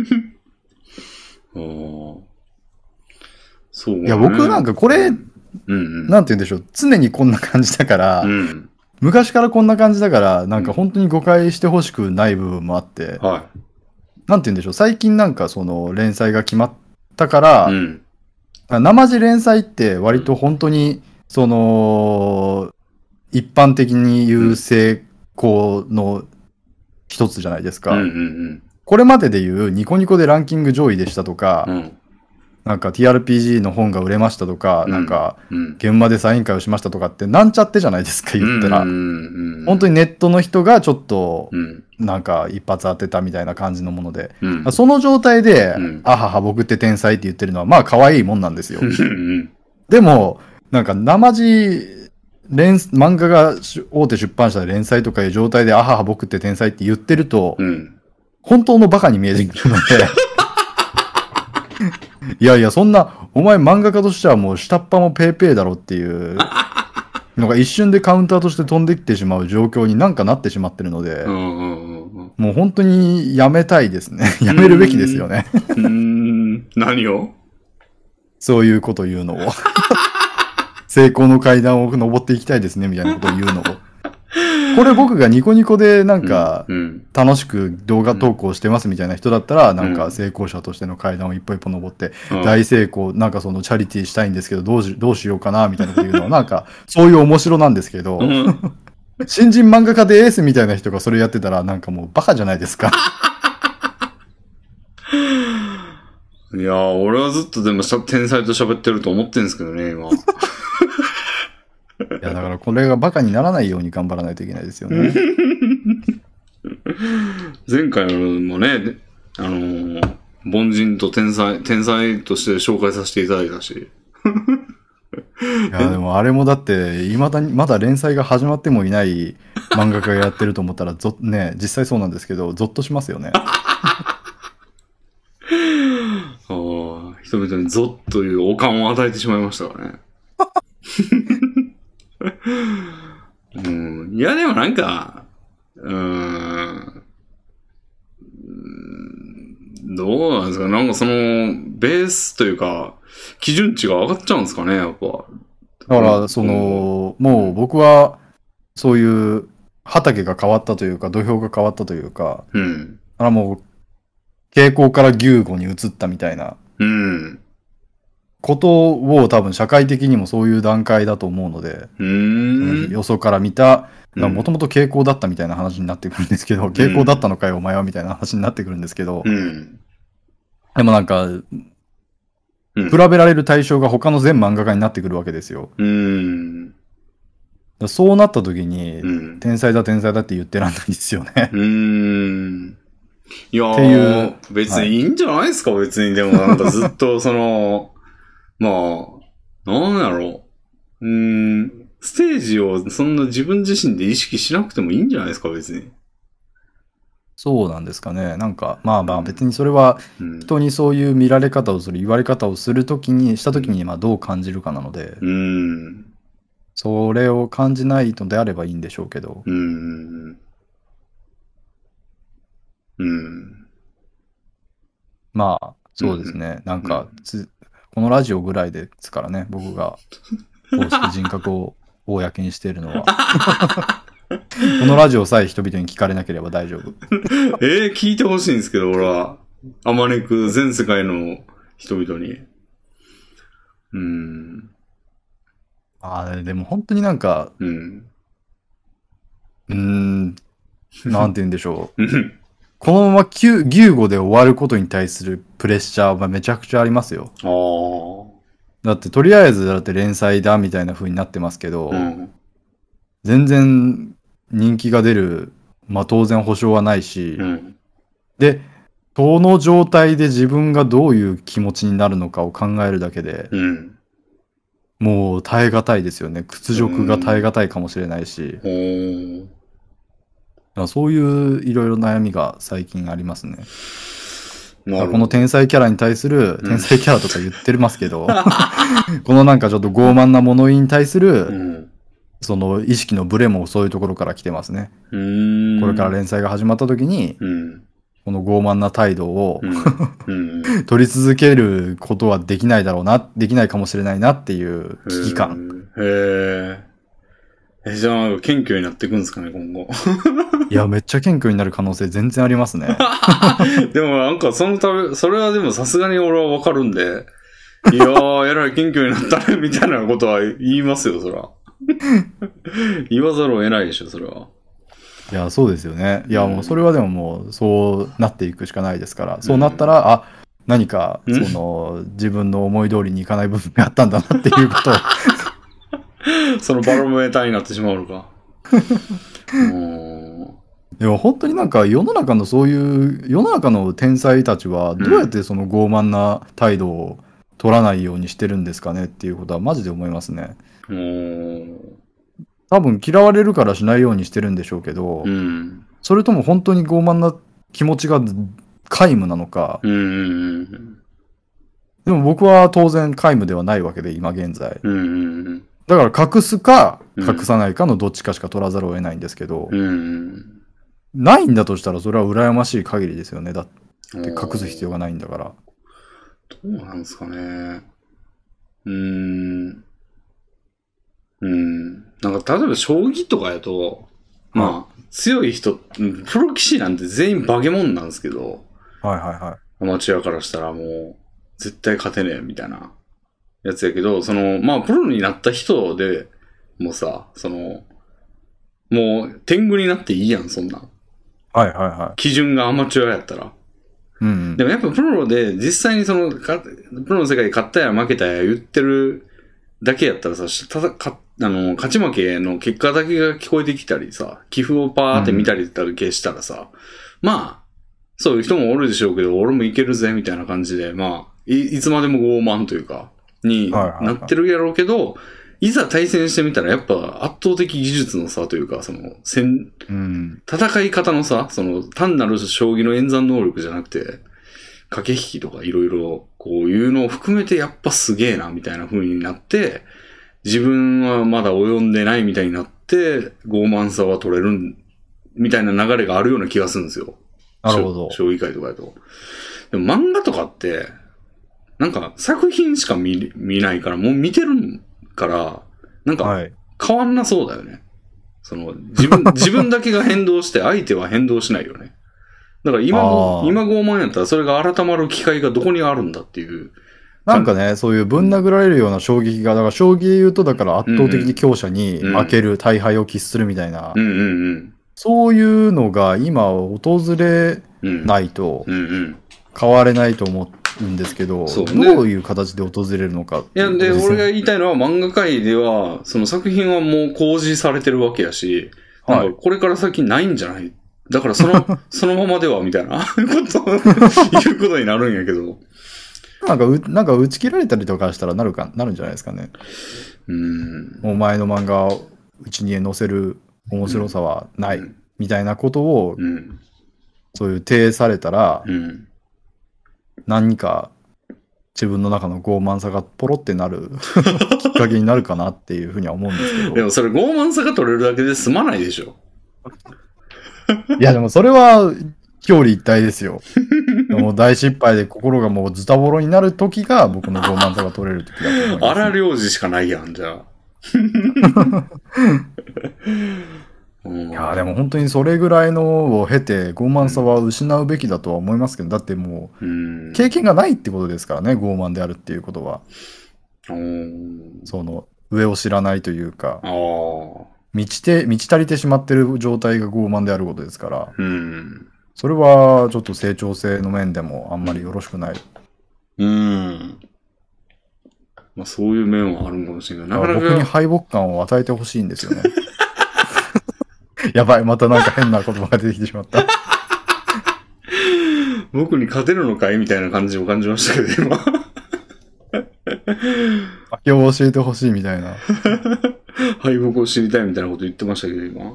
そうね。 いや、僕なんかこれ、うんうん、なんて言うんでしょう、常にこんな感じだから、うん、昔からこんな感じだから、なんか本当に誤解してほしくない部分もあって、うん、はい、なんて言うんでしょう、最近なんかその連載が決まったから、うん、生地連載って割と本当に、その、一般的に言う成功の一つじゃないですか。うんうんうん、これまでで言うニコニコでランキング上位でしたとか、うん、なんか ティーアールピージー の本が売れましたとか、うん、なんか現場でサイン会をしましたとかってなんちゃってじゃないですか、言ったら。うんうんうん、本当にネットの人がちょっと、なんか一発当てたみたいな感じのもので。うん、その状態で、うん、あはは僕って天才って言ってるのはまあ可愛いもんなんですよ。でも、なんか生地、連漫画が大手出版社で連載とかいう状態で、あはは僕って天才って言ってると、うん、本当のバカに見えてくるので、いやいや、そんな、お前漫画家としてはもう下っ端もペーペーだろっていうのが一瞬でカウンターとして飛んできてしまう状況になんかなってしまってるので、もう本当にやめたいですね。やめるべきですよね。 うーん何をそういうこと言うのを。成功の階段を登っていきたいですね、みたいなことを言うのを。これ僕がニコニコでなんか、楽しく動画投稿してますみたいな人だったら、なんか成功者としての階段を一歩一歩登って、大成功、なんかそのチャリティーしたいんですけど、どうし、どうしようかな、みたいなこと言うのは、なんか、そういう面白なんですけど、新人漫画家でエースみたいな人がそれやってたら、なんかもうバカじゃないですか。 いやー、俺はずっとでも天才と喋ってると思ってるんですけどね、今。 いや、だからこれがバカにならないように頑張らないといけないですよね。 前回もね、あのー、凡人と天才、天才として紹介させていただいたし。 いや、でもあれもだって、未だに、まだ連載が始まってもいない漫画家がやってると思ったら、ぞ、ね、実際そうなんですけど、ゾッとしますよね。 人々にゾッというお感を与えてしまいましたからね。うん、いや、でもなんか、うーん、どうなんですか、なんかその、ベースというか、基準値が上がっちゃうんですかね、やっぱ。 だから、その、うん、もう僕は、そういう畑が変わったというか、土俵が変わったというか、うん。だからもう、傾向から牛語に移ったみたいな、うん。ことを多分社会的にもそういう段階だと思うので、うん。よそから見た、もともと傾向だったみたいな話になってくるんですけど、うん、傾向だったのかよ、お前はみたいな話になってくるんですけど、うん、でもなんか、うん、比べられる対象が他の全漫画家になってくるわけですよ。うん、そうなった時に、うん、天才だ天才だって言ってらんないんですよね。うんいやー、別にいいんじゃないですか、はい、別に。でもなんかずっとその、まあ、なんやろう。うーん、ステージをそんな自分自身で意識しなくてもいいんじゃないですか、別に。 そうなんですかね。なんか、まあまあ別にそれは人にそういう見られ方をする、言われ方をするときに、したときにまあどう感じるかなので、うん、それを感じないのであればいいんでしょうけど。うん。うん。まあ、そうですね。うん、なんかつ、このラジオぐらいですからね、僕が公式人格を公にしているのは。このラジオさえ人々に聞かれなければ大丈夫。 えー、聞いてほしいんですけど、俺は。あまねく全世界の人々に。 うん。 ああ、でも本当になんか、 うん。 うーん、なんて言うんでしょう。 うん。 このままきゅ牛語で終わることに対するプレッシャーはめちゃくちゃありますよ。 ああ。 だってとりあえずだって連載だみたいな風になってますけど、 うん。 全然人気が出る、まあ当然保証はないし、 うん。 で、その状態で自分がどういう気持ちになるのかを考えるだけで、 うん。 もう耐え難いですよね。屈辱が耐え難いかもしれないし、 おー。 だからそういういろいろ悩みが最近ありますね。だからこのなるほど。 天才キャラに対する、 うん天才キャラとか言ってますけど、このなんかちょっと傲慢な物言いに対すうる、 ん。 その意識のブレもそういうところから来てますね。 うーん。 これから連載が始まった時に、 うん。 この傲慢な態度をうん。うん。 取り続けることはできないだろうな、できないかもしれないなっていう危機感。 へえ。え、じゃあ、謙虚になっていくんですかね、今後。 いや、めっちゃ謙虚になる可能性全然ありますね。 でもなんか、そのため、それはでもさすがに俺はわかるんで、いやー、えらい謙虚になったね、みたいなことは言いますよ、そら。言わざるを得ないでしょ、それは。 いや、そうですよね。いや、 うんもうそれはでももう、そうなっていくしかないですから、そうなったら、あ、何か、 うんその、自分の思い通りにいかない部分があったんだなっていうことを、 そのバロメーターになってしまうのか。うーん。 でも本当になんか世の中のそういう、世の中の天才たちはどうやってその傲慢な態度を取らないようにしてるんですかねっていうことはマジで思いますね。 うーん。 多分嫌われるからしないようにしてるんでしょうけど、 うん。 それとも本当に傲慢な気持ちが皆無なのか、 うん。うん。 でも僕は当然皆無ではないわけで今現在。 うん。 だから隠すかうん隠さないかのどっちかしか取らざるを得ないんですけど、 うん。 ないんだとしたらそれは羨ましい限りですよね。だって隠す必要がないんだから。 どうなんですかね。うーん。うん。なんか、例えば将棋とかやと、まあ、強い人、うんプロ棋士なんて全員化け物なんですけど、 はいはいはい。 アマチュアからしたらもう、絶対勝てねえみたいなやつやけど、その、まあ、プロになった人で、もうさ、その、もう、天狗になっていいやん、そんなん。 はいはいは基準がアマチュアやったら。 い。うん、うん。 でもやっぱプロで実際にその、かプロの世界で勝ったや負けたや言ってるだけやったらさ、ただか、あの、勝ち負けの結果だけが聞こえてきたりさ、寄付をパーって見たりだけしたらさ、まあ、そういう人もおるでしょうけど、俺もいけるぜ、みたいな感じで、まあ、い、いつまでも傲慢というか、にはいはいはいなってるやろうけど、いざ対戦してみたらやっぱ圧倒的技術の差というか、その、戦、 うん。 戦い方のさ、その、単なる将棋の演算能力じゃなくて、駆け引きとかいろいろ、こういうのを含めてやっぱすげえな、みたいな風になって、自分はまだ及んでないみたいになって、傲慢さは取れるみたいな流れがあるような気がするんですよ。 なるほど。 将棋界とかだと。でも漫画とかって、なんか作品しか 見, 見ないから、もう見てるから、なんかはい。 変わんなそうだよね。その、自分、自分だけが変動して相手は変動しないよね。だから今も、 あー今傲慢やったらそれが改まる機会がどこにあるんだっていう。 なんかね、そういうぶん殴られるような衝撃が、だから将棋で言うと、だから圧倒的に強者に負ける、大敗を喫するみたいな、 うんうんうん。 そういうのが今訪れうん。 ないとうんうん。 変われないと思うんですけど、 そうねどういう形で訪れるのかっていや、で、 いうことですね俺が言いたいのは漫画界では、その作品はもう公示されてるわけやし、 はいなんかこれから先ないんじゃないだからその、そのままでは、みたいなことを言うことになるんやけど。 なんかう、なんか打ち切られたりとかしたらなるか、なるんじゃないですかね。 うん。 お前の漫画をうちに載せる面白さはない、 うんみたいなことを、 うん。 そういう提されたら、 うん。 何か自分の中の傲慢さがポロってなるきっかけになるかなっていうふうには思うんですけど。 でもそれ傲慢さが取れるだけで済まないでしょ。 いやでもそれは表裏一体ですよ。もう大失敗で心がもうズタボロになる時が僕の傲慢さが取れる時だと思います、 荒領事しかないやん、じゃあ。うんいやでも本当にそれぐらいのを経て傲慢さは失うべきだとは思いますけど、だってもうんう経験がないってことですからね、傲慢であるっていうことは。 おー。 その、上を知らないというか、 ああ。 満ちて、満ち足りてしまってる状態が傲慢であることですから、 うん。 それはちょっと成長性の面でもあんまりよろしくない。 うん。まあそういう面はあるんかもしれない。なかなか僕に敗北感を与えてほしいんですよね。やばい、またなんか変な言葉が出てきてしまった。 僕に勝てるのかいみたいな感じを感じましたけど、今。 負けを教えてほしいみたいな。 敗北を知りたいみたいなこと言ってましたけど、今。う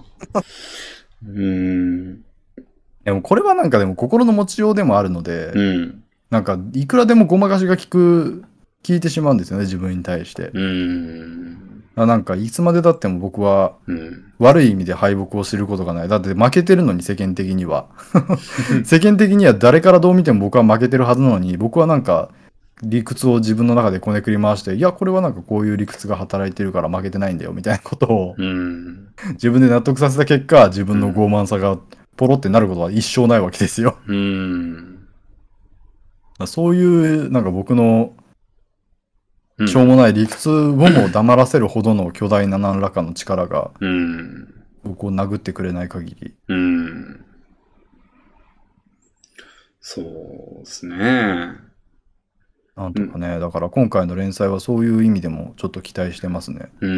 ーん。 でもこれはなんかでも心の持ちようでもあるので、 うん。 なんかいくらでもごまかしが効く、効いてしまうんですよね、自分に対して。 うーん。 なんかいつまで経っても僕はうん。 悪い意味で敗北を知ることがない。だって負けてるのに世間的には。世間的には誰からどう見ても僕は負けてるはずなのに、僕はなんか理屈を自分の中でこねくり回して、いや、これはなんかこういう理屈が働いてるから負けてないんだよ、みたいなことをうん。 自分で納得させた結果、自分の傲慢さがポロってなることは一生ないわけですよ。 うん。 そういう、なんか僕のうんしょうもない理屈をも黙らせるほどの巨大な何らかの力がうん。 僕を殴ってくれない限り。 うん。そうですね。 なんとかね、だから今回の連載はそういう意味でもちょっと期待してますね。 うん。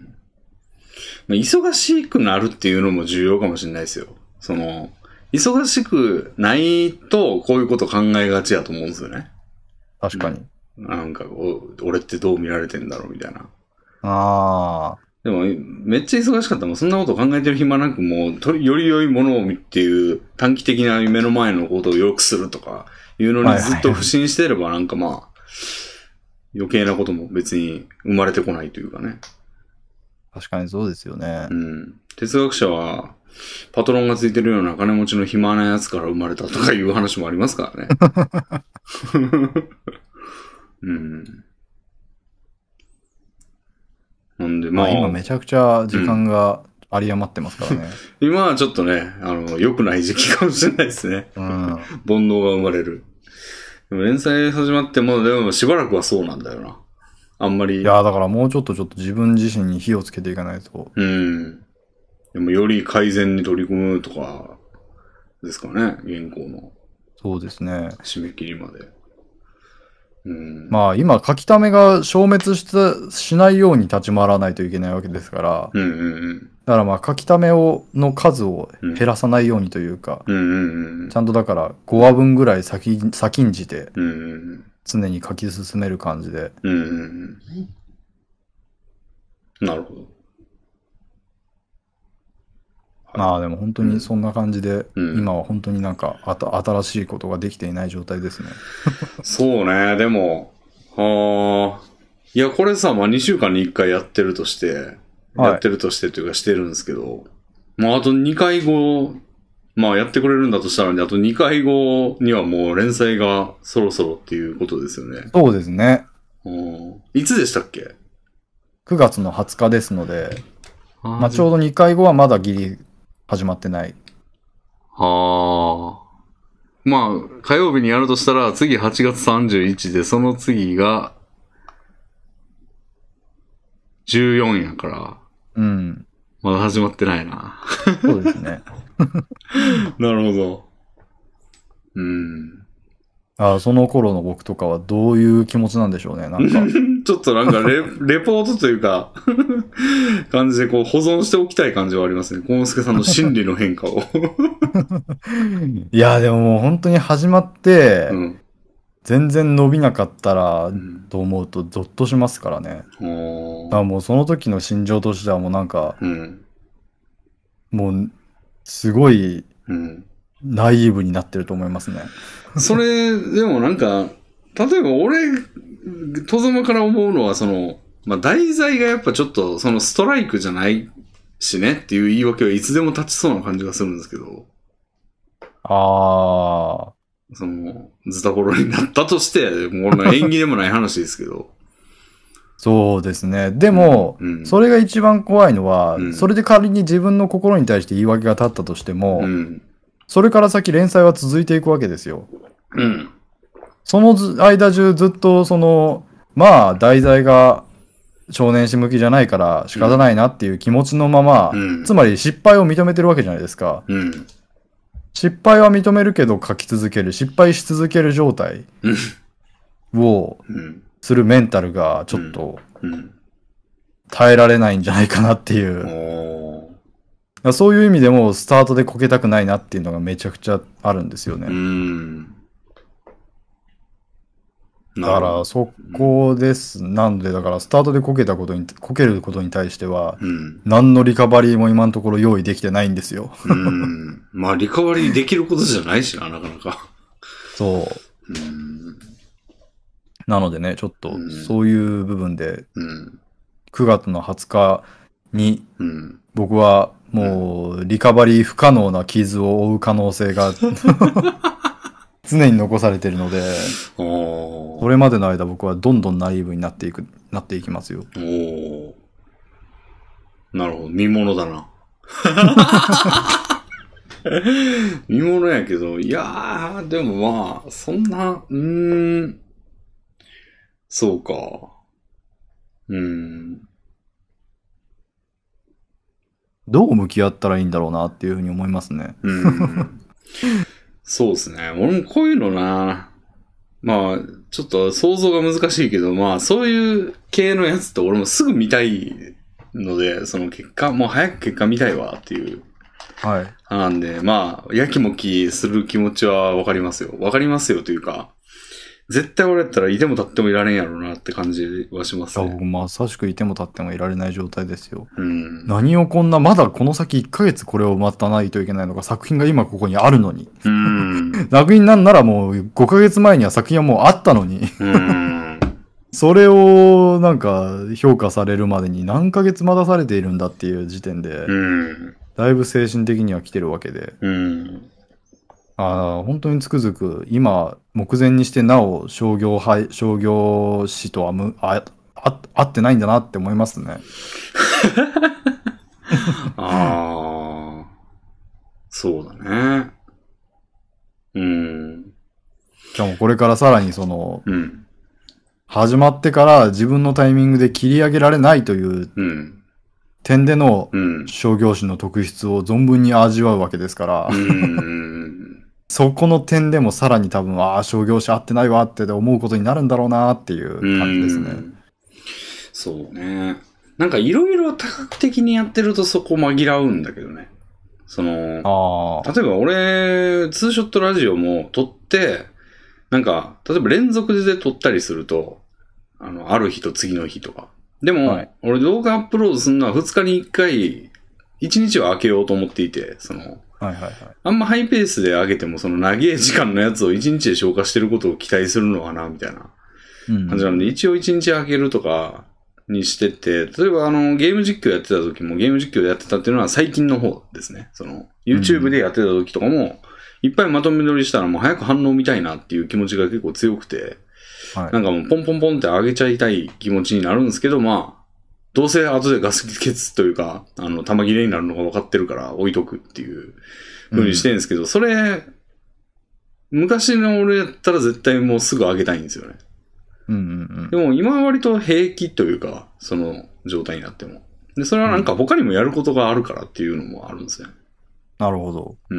まあ忙しくなるっていうのも重要かもしれないですよ。その、忙しくないとこういうこと考えがちやと思うんですよね。 確かに。 なんかお、俺ってどう見られてんだろうみたいな。 ああ、 でも、めっちゃ忙しかったらもうそんなこと考えてる暇なく、もうと、より良いものを見っていう短期的な目の前のことを良くするとかいうのにずっと不信してればなんかまあ、余計なことも別に生まれてこないというかね。 確かにそうですよね。 うん。哲学者は、パトロンがついてるような金持ちの暇なやつから生まれたとかいう話もありますからね。うん。なんでまあ、 まあ今めちゃくちゃ時間が有り余ってますからね。 今はちょっとね、あの、良くない時期かもしれないですね。 うん。 煩悩が生まれる。でも連載始まっても、でもしばらくはそうなんだよな。あんまり。 いや、だからもうちょっとちょっと自分自身に火をつけていかないと。 うん。でもより改善に取り組むとか、ですかね、原稿の。 そうですね。 締め切りまで。うん、 まあ今書き溜めが消滅したしないように立ち回らないといけないわけですから、 うんうんうん、 だからまあ書き溜めをの数を減らさないようにというか、 うんうんうん、 ちゃんとだからごわぶんぐらい先先んじて常に書き進める感じで、 うんうんうん、なるほど。 まあでも本当にそんな感じで、 うん、 今は本当になんかあた新しいことができていない状態ですね。 そうね、でも、はあ、いやこれさ、まあにしゅうかんにいっかいやってるとして、はい、やってるとしてというかしてるんですけど、まああとにかいご、まあやってくれるんだとしたら、ね、あとにかいごにはもう連載がそろそろっていうことですよね。 そうですね。 いつでしたっけ？ くがつのはつかですので、まあちょうどにかいごはまだギリ始まってない。 はあ。まあ、火曜日にやるとしたら、次はちがつさんじゅういちで、その次が、じゅうよんやから。 うん。 まだ始まってないな。 そうですね。 なるほど。うん。 あ、その頃の僕とかはどういう気持ちなんでしょうね、なんか。 ちょっとなんかレ、レポートというか、感じでこう保存しておきたい感じはありますね。コンスケさんの心理の変化を。 いや、でももう本当に始まって、 うん、 全然伸びなかったら、と思うとゾッとしますからね。うん、だからもうその時の心情としてはもうなんか、うん、もう、すごい、ナイーブになってると思いますね。 それ、でもなんか、例えば俺、とぞまから思うのは、その、まあ、題材がやっぱちょっと、そのストライクじゃないしねっていう言い訳はいつでも立ちそうな感じがするんですけど。 ああ。 その、ズタボロになったとして、もう縁起でもない話ですけど。 そうですね。でも、うんうん、それが一番怖いのは、うん、それで仮に自分の心に対して言い訳が立ったとしても、うん、それから先連載は続いていくわけですよ。うん。その間中ずっとそのまあ、題材が少年誌向きじゃないから仕方ないなっていう気持ちのまま、 うん、 つまり失敗を認めてるわけじゃないですか。 うん、 失敗は認めるけど書き続ける、失敗し続ける状態をするメンタルがちょっと耐えられないんじゃないかなっていう。うん、そういう意味でもスタートでこけたくないなっていうのがめちゃくちゃあるんですよね。 うん、 だからそこです。うん、なんでだからスタートでこけたことに、こけることに対しては、うん、何のリカバリーも今のところ用意できてないんですよ。 うん、まあリカバリーできることじゃないしな、なかなか。 そう。うん、なのでね、ちょっとそういう部分で、くがつのはつかに僕はもうリカバリー不可能な傷を負う可能性が常に残されているので、それまでの間僕はどんどんナイーブになっていく、なっていきますよ。おー。 なるほど。見物だな。見物やけど、いやー、でもまあ、そんな、うーん、そうか。うーん。 どう向き合ったらいいんだろうなっていうふうに思いますね。 うん。そうですね。俺もこういうのな、まあ、ちょっと想像が難しいけど、まあ、そういう系のやつって俺もすぐ見たいので、その結果、もう早く結果見たいわっていう。 はい。 なんで、まあ、やきもきする気持ちはわかりますよ。わかりますよというか、絶対俺やったらいても立ってもいられんやろうなって感じはしますね。 僕まさしくいても立ってもいられない状態ですよ。 うん、 何をこんな、まだこの先いっかげつこれを待たないといけないのか、作品が今ここにあるのに。うん、作品なんならもうごかげつまえには作品はもうあったのに。うん、それをなんか評価されるまでに何ヶ月待たされているんだっていう時点で、うん、だいぶ精神的には来てるわけで。うんあ本当につくづく今目前にしてなお商業配商業誌とはむああ合ってないんだなって思いますね。 ああ、そうだね。うん。 じゃあもうこれからさらにその、うん、始まってから自分のタイミングで切り上げられないという点での商業誌の特質を存分に味わうわけですから。うんそこの点でもさらに多分、ああ、商業誌合ってないわって思うことになるんだろうなっていう感じですね。 そうね。なんかいろいろ多角的にやってるとそこ紛らうんだけどね。その、あ例えば俺、ツーショットラジオも撮って、なんか、例えば連続で撮ったりすると、あの、ある日と次の日とか。でも、はい、俺動画アップロードするのはふつかにいっかい、いちにちは空けようと思っていて、その、はいはいはい。あんまハイペースで上げても、その長い時間のやつをいちにちで消化してることを期待するのかな、みたいな感じなので、うん、一応いちにち上げるとかにしてて、例えばあの、ゲーム実況やってた時も、ゲーム実況でやってたっていうのは最近の方ですね。その、YouTube でやってた時とかも、いっぱいまとめ撮りしたらもう早く反応見たいなっていう気持ちが結構強くて、はい、なんかもうポンポンポンって上げちゃいたい気持ちになるんですけど、まあ、どうせ後でガス欠というか、あの、玉切れになるのが分かってるから置いとくっていう風にしてるんですけど、うん、それ、昔の俺やったら絶対もうすぐ上げたいんですよね。うんうんうん、でも今は割と平気というか、その状態になっても。で、それはなんか他にもやることがあるからっていうのもあるんですよね。 なるほど。 うん。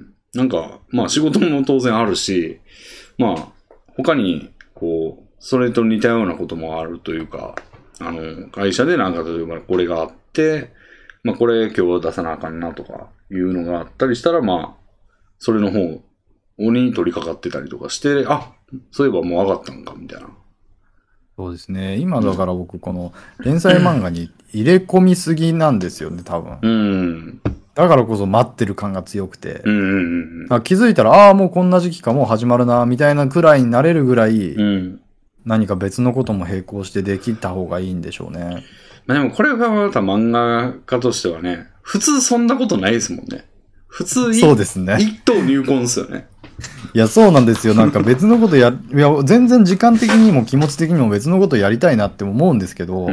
なんか、まあ仕事も当然あるし、まあ他にこう、それと似たようなこともあるというか、あの、会社でなんか例えばこれがあって、まあこれ今日出さなあかんなとかいうのがあったりしたら、まあ、それの方に取り掛かってたりとかして、あ、そういえばもう上がったんか、みたいな。 そうですね。今だから僕この連載漫画に入れ込みすぎなんですよね、多分。うん。だからこそ待ってる感が強くて。うんうんうん、気づいたら、ああ、もうこんな時期か、もう始まるな、みたいなくらいになれるぐらい、うん、何か別のことも並行してできた方がいいんでしょうね。 まあでもこれがまた漫画家としてはね、普通そんなことないですもんね。普通そうですね。 一等入魂ですよね。 いや、そうなんですよ。なんか別のことや、いや、全然時間的にも気持ち的にも別のことやりたいなって思うんですけど、うん、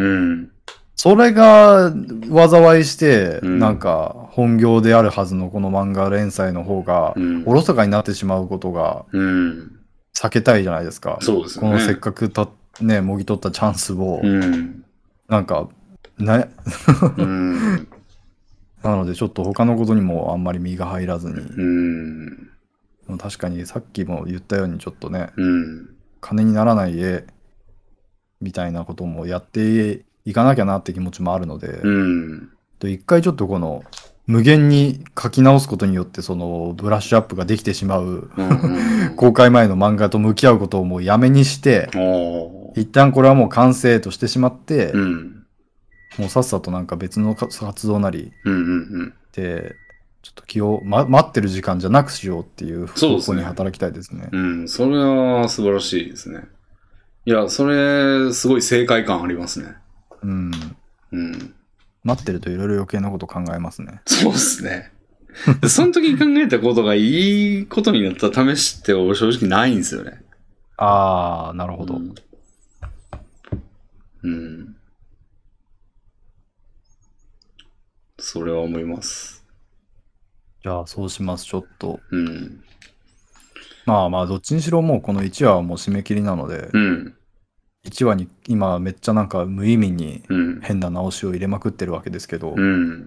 それが災いして、うん、なんか本業であるはずのこの漫画連載の方が、おろそかになってしまうことが、避けたいじゃないですか。 そうですね。 このせっかくたね、もぎ取ったチャンスを、 うん。 なんか、ね、 うん。 なのでちょっと他のことにもあんまり身が入らずに、 うん。 確かにさっきも言ったようにちょっとね、 うん。 金にならない絵みたいなこともやっていかなきゃなって気持ちもあるので、 うん。 と一回ちょっとこの無限に書き直すことによってそのブラッシュアップができてしまう、 うん、 公開前の漫画と向き合うことをもうやめにして、一旦これはもう完成としてしまって、 うん、 もうさっさとなんか別の活動なりうんうんうん、 で、ちょっと気を、ま、待ってる時間じゃなくしようっていう方向に働きたいですね。 うん、それは素晴らしいですね。いや、それ、すごい正解感ありますね。 うん。 うん。 待ってるといろいろ余計なこと考えますね。 そうですね。その時に考えたことがいいことになった試しって正直ないんですよね。 あー、なるほど。うん。 うん、それは思います。 じゃあ、そうします、ちょっと。 うん。 まあまあ、どっちにしろもうこのいちわはもう締め切りなので、 うん。 いちわに今めっちゃなんか無意味に変な直しを入れまくってるわけですけど、 うん。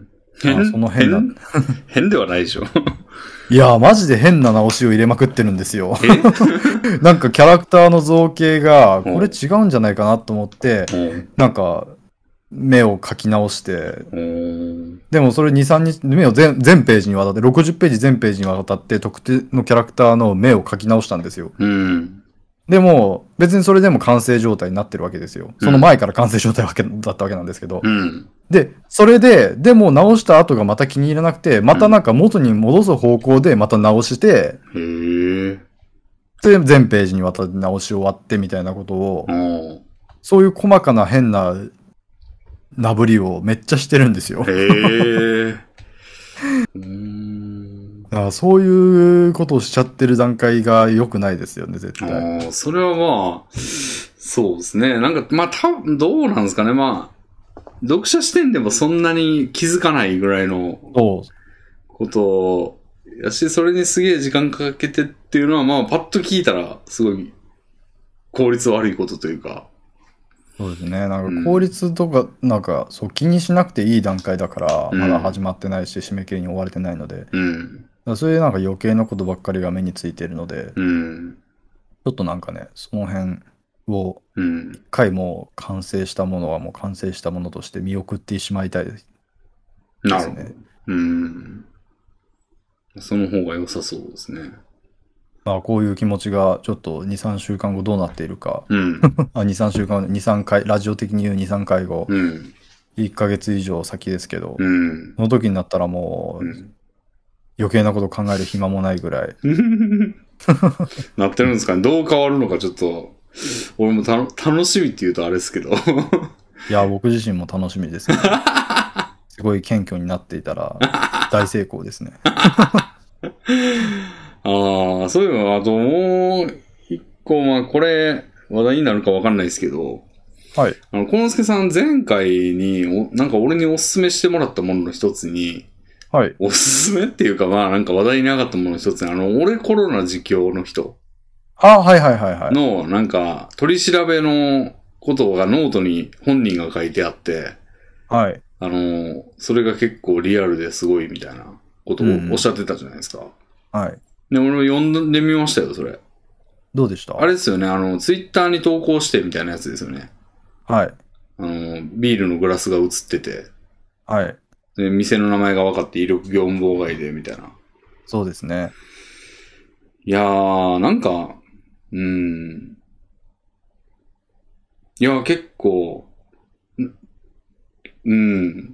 まあ、その変な変、変ではないでしょ。 いやー、マジで変な直しを入れまくってるんですよ。なんかキャラクターの造形が、これ違うんじゃないかなと思って、なんか、目を描き直して、でもそれに、さんにち、目を全全ページにわたって、ろくじゅっページ全ページにわたって特定のキャラクターの目を描き直したんですよ。 うん、 でも、別にそれでも完成状態になってるわけですよ。その前から完成状態だったわけなんですけど。 うん、 で、それで、でも直した後がまた気に入らなくて、またなんか元に戻す方向でまた直して、 うん、へで、全ページにわたって直し終わってみたいなことを、そういう細かな変ななぶりをめっちゃしてるんですよ。へー。うーん。だからそういうことをしちゃってる段階が良くないですよね、絶対。 ああ、それはまあ、そうですね。なんか、まあ、たどうなんですかね。まあ、読者視点でもそんなに気づかないぐらいのことやし、それにすげえ時間かけてっていうのは、まあ、パッと聞いたら、すごい効率悪いことというか。 そうですね。なんか効率とか、なんか、そう気にしなくていい段階だから、まだ始まってないし、締め切りに追われてないので、うん、そういうなんか余計なことばっかりが目についているので、うん、ちょっとなんかね、その辺を、一回もう完成したものはもう完成したものとして見送ってしまいたいですね。なるほど。うん。 その方が良さそうですね。 まあ、こういう気持ちがちょっとに、さんしゅうかんごどうなっているか。うん、あに、さんしゅうかん、に、さんかい、ラジオ的に言うに、さんかいご。うん、いっかげつ以上先ですけど、うん、その時になったらもう、うん、余計なこと考える暇もないぐらい。 なってるんですかね。どう変わるのかちょっと、俺もた楽しみって言うとあれですけど。 いや、僕自身も楽しみですね。すごい謙虚になっていたら、大成功ですね。 ああ、そういうのは、あともう一個、まあこれ話題になるかわかんないですけど、はい。あの、コノスケさん前回にお、なんか俺におすすめしてもらったものの一つに、はい。おすすめっていうか、まあなんか話題に上がったものの一つに、あの、俺コロナ自供の人。 あはいはいはいはい。 の、なんか、取り調べのことがノートに本人が書いてあって、はい。あの、それが結構リアルですごいみたいなことをおっしゃってたじゃないですか。うん、はい。で、俺も読んでみましたよ、それ。 どうでした？ あれですよね、あの、ツイッターに投稿してみたいなやつですよね。はい。あの、ビールのグラスが映ってて。はい。で、店の名前が分かって威力業務妨害で、みたいな。 そうですね。 いやー、なんか、うーん。いや、結構、うん。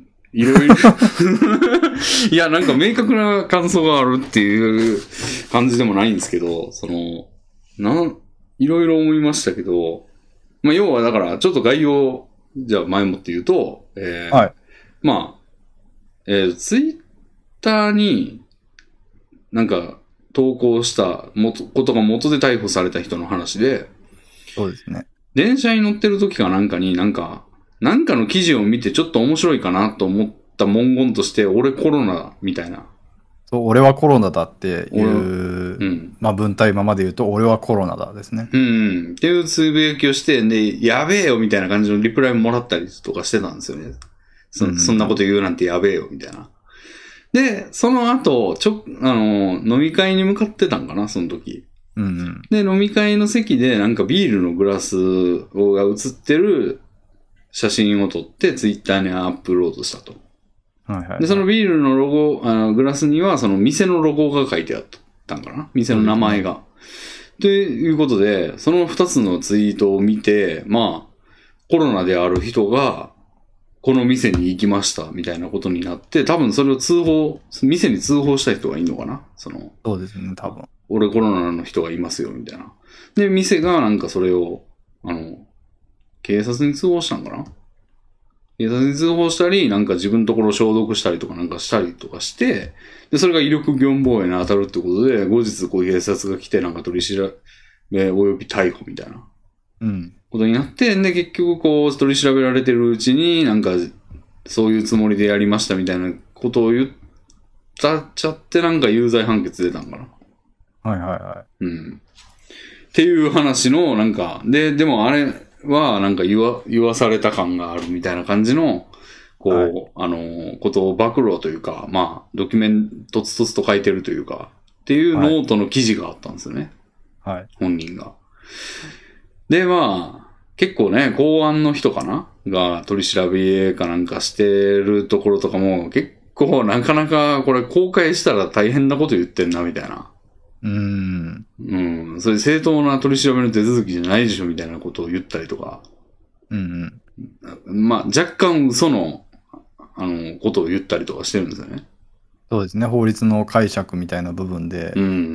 いろいろ。いや、なんか明確な感想があるっていう感じでもないんですけど、その、なん、いろいろ思いましたけど、まあ、要はだから、ちょっと概要、じゃあ前もって言うと、えー、はい。まあ、えー、ツイッターに、なんか、投稿した元ことが元で逮捕された人の話で、 そうですね。 電車に乗ってる時かなんかになんか、なんかの記事を見てちょっと面白いかなと思った文言として、俺コロナみたいな。 そう俺はコロナだっていう、 うん、 まあ文体ままで言うと、俺はコロナだですね。 うん。っていうつぶやきをして、で、やべえよみたいな感じのリプライもらったりとかしてたんですよね。そ, うん、そんなこと言うなんてやべえよみたいな。で、その後、ちょ、あの、飲み会に向かってたんかな、その時。 うんうん、 で、飲み会の席でなんかビールのグラスが映ってる写真を撮ってツイッターにアップロードしたと。 はいはいはい、 で、そのビールのロゴ、あのグラスにはその店のロゴが書いてあったんかな、店の名前が。ということで、その二つのツイートを見て、まあ、コロナである人が、この店に行きましたみたいなことになって、多分それを通報、店に通報した人がいいのかな、その。 そうですね、多分。 俺コロナの人がいますよ、みたいな。で、店がなんかそれを、あの、警察に通報したんかな、警察に通報したり、なんか自分のところを消毒したりとかなんかしたりとかして、で、それが威力業務妨害に当たるってことで、後日こう警察が来てなんか取り調べ及び逮捕みたいな。 うん。 ことになって、で、結局こう取り調べられてるうちになんかそういうつもりでやりましたみたいなことを言ったっちゃってなんか有罪判決出たんかな。 はいはいはい。 うん。っていう話のなんか、で、でもあれはなんか言わ、言わされた感があるみたいな感じの、こう、はい、あの、ことを暴露というか、まあ、ドキュメントつつつと書いてるというか、っていうノートの記事があったんですよね。 はい。 本人が。で、まあ、結構ね、公安の人かなが取り調べかなんかしてるところとかも、結構なかなかこれ公開したら大変なこと言ってんな、みたいな。 うーん。 うん。それ正当な取り調べの手続きじゃないでしょ、みたいなことを言ったりとか。 うんうん。まあ、若干嘘の、あの、ことを言ったりとかしてるんですよね。 そうですね。法律の解釈みたいな部分で。 うん。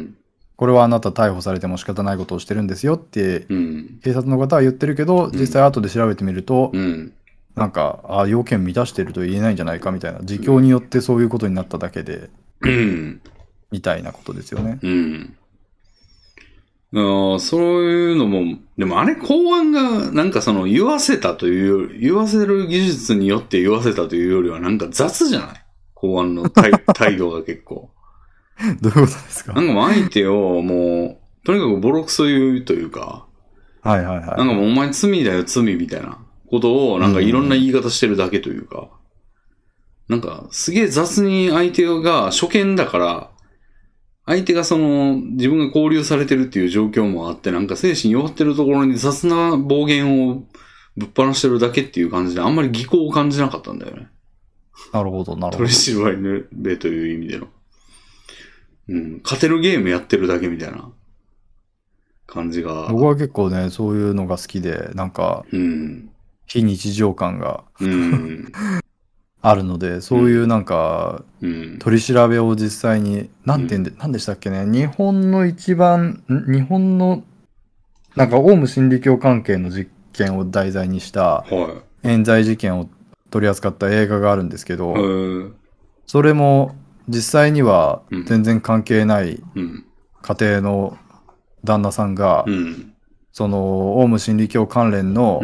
これはあなた逮捕されても仕方ないことをしてるんですよって、 うん、 警察の方は言ってるけど、実際後で調べてみると、 うん、 なんか、ああ、要件満たしてると言えないんじゃないかみたいな、自供によってそういうことになっただけで、 うん、 みたいなことですよね。 うん。あ、そういうのも、でもあれ公安がなんかその言わせたという、言わせる技術によって言わせたというよりはなんか雑じゃない？公安の態度が結構。 どういうことですか？ なんかもう相手をもう、とにかくボロクソ言うというか、 はいはいはい。 なんかもうお前罪だよ罪みたいなことをなんかいろんな言い方してるだけというか、なんかすげえ雑に相手が初見だから、相手がその自分が交流されてるっていう状況もあって、なんか精神弱ってるところに雑な暴言をぶっ放してるだけっていう感じで、あんまり技巧を感じなかったんだよね。 なるほどなるほど。 取り調べという意味での。うん、勝てるゲームやってるだけみたいな感じが。 僕は結構ね、そういうのが好きで、なんか、 うん、 非日常感が、 うん、 あるので、そういうなんか、うん、取り調べを実際に、なんて言うんで、うん、なんでしたっけね、日本の一番、日本の、なんかオウム真理教関係の実験を題材にした、冤罪事件を取り扱った映画があるんですけど、 はい、 それも、実際には全然関係ない家庭の旦那さんが、うん、そのオウム真理教関連の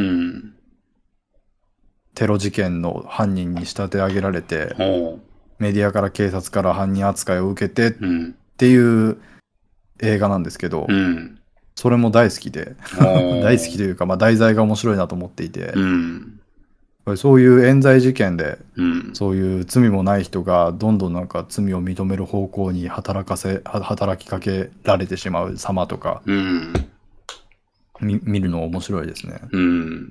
テロ事件の犯人に仕立て上げられて、うん、メディアから警察から犯人扱いを受けてっていう映画なんですけど、うん、それも大好きで大好きというか、まあ、題材が面白いなと思っていて、うんそういう冤罪事件で、うん、そういう罪もない人がどんどんなんか罪を認める方向に働かせ、働きかけられてしまう様とか、うん、み見るの面白いですね。 うん。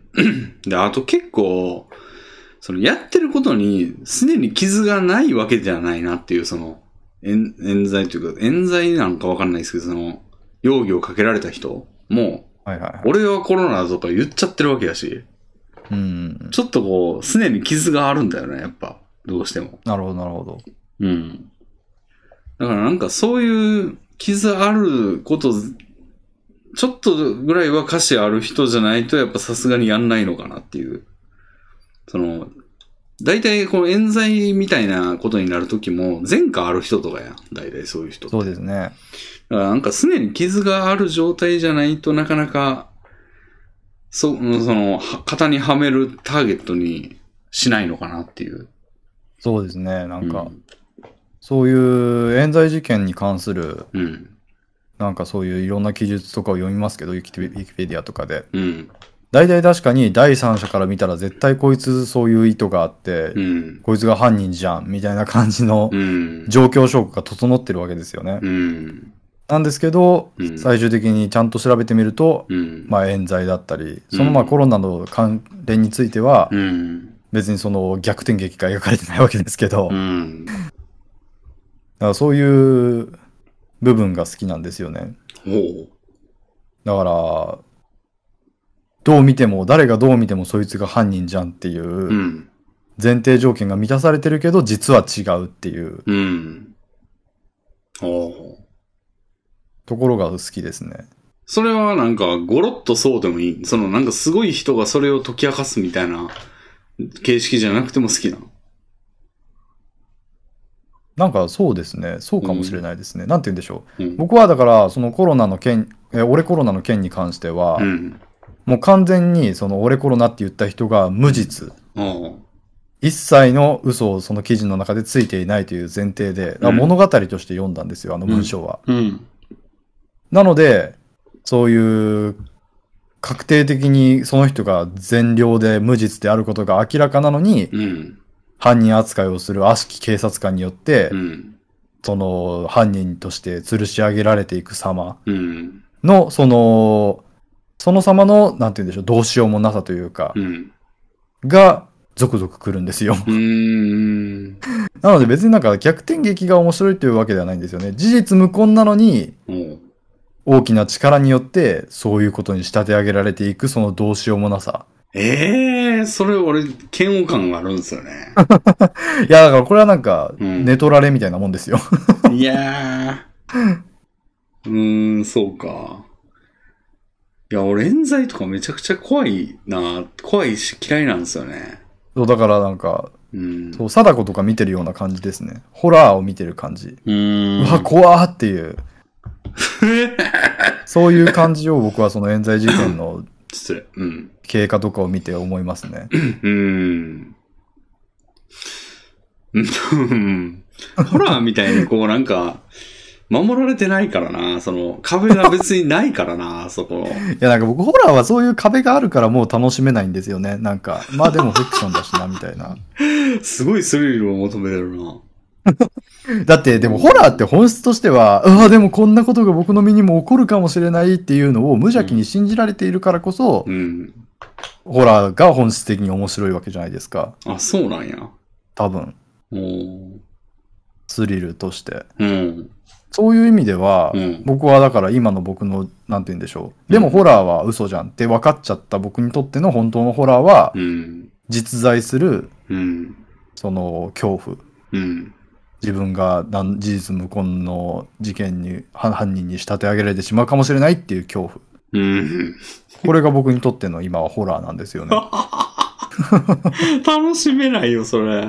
で、あと結構、そのやってることにすでに傷がないわけじゃないなっていう、その、冤、冤罪というか、冤罪なんかわかんないですけど、その、容疑をかけられた人も、 はいはいはい、 俺はコロナだとか言っちゃってるわけだし、うん、ちょっとこう、すでに傷があるんだよね、やっぱ。どうしても。 なるほど、なるほど。 うん。だからなんかそういう傷あること、ちょっとぐらいは歌詞ある人じゃないと、やっぱさすがにやんないのかなっていう。その、大体この冤罪みたいなことになるときも、前科ある人とかやん。大体そういう人って。 そうですね。 だからなんか常に傷がある状態じゃないとなかなか、そ, その、型にはめるターゲットにしないのかなっていう。 そうですね、なんか、 そういう冤罪事件に関する、 うん。 なんかそういういろんな記述とかを読みますけど、ウィキウィキペディアとかで。 うん。 大体確かに第三者から見たら絶対こいつそういう意図があって、 うん。 こいつが犯人じゃん、みたいな感じのうん。 状況証拠が整ってるわけですよね。 うん。 なんですけど、 うん最終的にちゃんと調べてみると、 うん。 まあ冤罪だったり、そのまあコロナの関連については、 うん。 別にその逆転劇が描かれてないわけですけど、 うだん。 からそういう部分が好きなんですよね。 ほう。 だから、どう見ても、誰がどう見てもそいつが犯人じゃんっていううん前提条件が満たされてるけど、実は違うっていううん。ほう。 ところが好きですね。 それはなんか、ゴロッとそうでもいい。そのなんかすごい人がそれを解き明かすみたいな形式じゃなくても好きなの。 なんかそうですね。そうかもしれないですね。なんて言うんでしょう。 うん。 僕はだから、そのコロナの件、え俺コロナの件に関しては、 うん。 もう完全にその俺コロナって言った人が無実。 ああ。 一切の嘘をその記事の中でついていないという前提で、 うん物語として読んだんですよ、あの文章は。 うん。 なので、そういう確定的にその人が善良で無実であることが明らかなのに、 うん。 犯人扱いをする悪しき警察官によって、 うん。 その犯人として吊るし上げられていく様うん。 の、その、その様の、なんて言うんでしょう、どうしようもなさというかう、ん。 が、続々来るんですよ。 うーん。 なので別になんか逆転劇が面白いというわけではないんですよね。事実無根なのに、 おう。 大きな力によって、そういうことに仕立て上げられていく、そのどうしようもなさ。 ええー、それ俺、嫌悪感があるんですよね。 いや、だからこれはなんか、 うんネトラレみたいなもんですよ。 いやー。うーん、そうか。いや、俺、冤罪とかめちゃくちゃ怖いな。怖いし嫌いなんですよね。 そう、だからなんか、 うん。 そう、貞子とか見てるような感じですね。ホラーを見てる感じ。 うーん。 うわ、怖ーっていう。そういう感じを僕はその冤罪事件の失礼。うん。 経過とかを見て思いますね。 うーん。うんホラーみたいにこうなんか、守られてないからな。その、壁が別にないからな、そこ。 いや、なんか僕ホラーはそういう壁があるからもう楽しめないんですよね。なんか、まあでもフィクションだしな、みたいな。 すごいスリルを求めてるな。 だって、でもホラーって本質としては、うわ、でもこんなことが僕の身にも起こるかもしれないっていうのを無邪気に信じられているからこそ、 うん。 ホラーが本質的に面白いわけじゃないですか。 あ、そうなんや。 多分、 おースリルとして。 うん。 そういう意味では、 うん僕はだから今の僕の、なんて言うんでしょう。でもホラーは嘘じゃんって分かっちゃった僕にとっての本当のホラーはう、ん。 実在する、 うん。 その恐怖。 うん。 自分が何事実無根の事件に、犯犯人に仕立て上げられてしまうかもしれないっていう恐怖。 うん。 これが僕にとっての今はホラーなんですよね。 楽しめないよ、それ。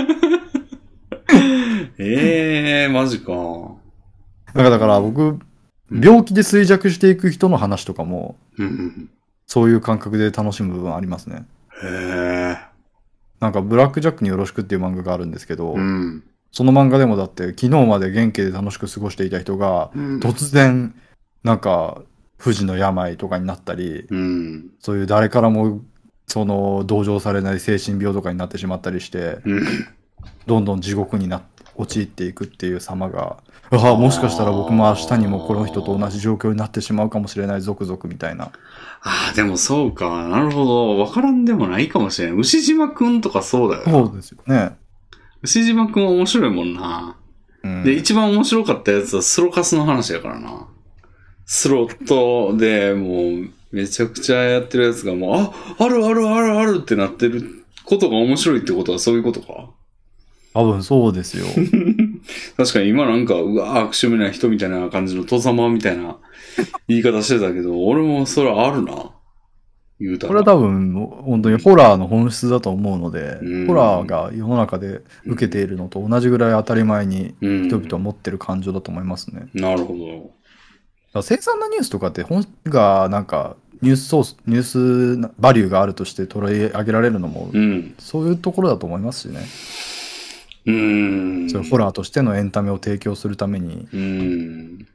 ええー、マジか。 だからだから僕、病気で衰弱していく人の話とかも、 うん。 そういう感覚で楽しむ部分ありますね。 へえ。 なんか、ブラックジャックによろしくっていう漫画があるんですけど、 うん。 その漫画でもだって、昨日まで元気で楽しく過ごしていた人が、 うん突然、なんか、不治の病とかになったり、 うん。 そういう誰からも、その、同情されない精神病とかになってしまったりして、 うん。 どんどん地獄になって、陥っていくっていう様が、ああ、もしかしたら僕も明日にもこの人と同じ状況になってしまうかもしれない、ゾクゾクみたいな。 ああ、でもそうか。なるほど。わからんでもないかもしれない。牛島くんとかそうだよな。 そうですよね。 牛島くんは面白いもんな。 うん、 で、一番面白かったやつはスロカスの話やからな。スロットでもうめちゃくちゃやってるやつがもう、あ、あるあるあるあるってなってることが面白いってことはそういうことか。 多分そうですよ。 確かに今なんか、うわー、悪趣味な人みたいな感じの戸様みたいな言い方してたけど、俺もそれあるな。言うたら。 これは多分、本当にホラーの本質だと思うので、 うんホラーが世の中で受けているのと同じぐらい当たり前にうん人々は持ってる感情だと思いますね。 なるほど。 だから凄惨なニュースとかって本がなんかニュースソース、ニュースバリューがあるとして取り上げられるのも、 うん。 そういうところだと思いますしね。 うーん。 そういうホラーとしてのエンタメを提供するために。 うーん。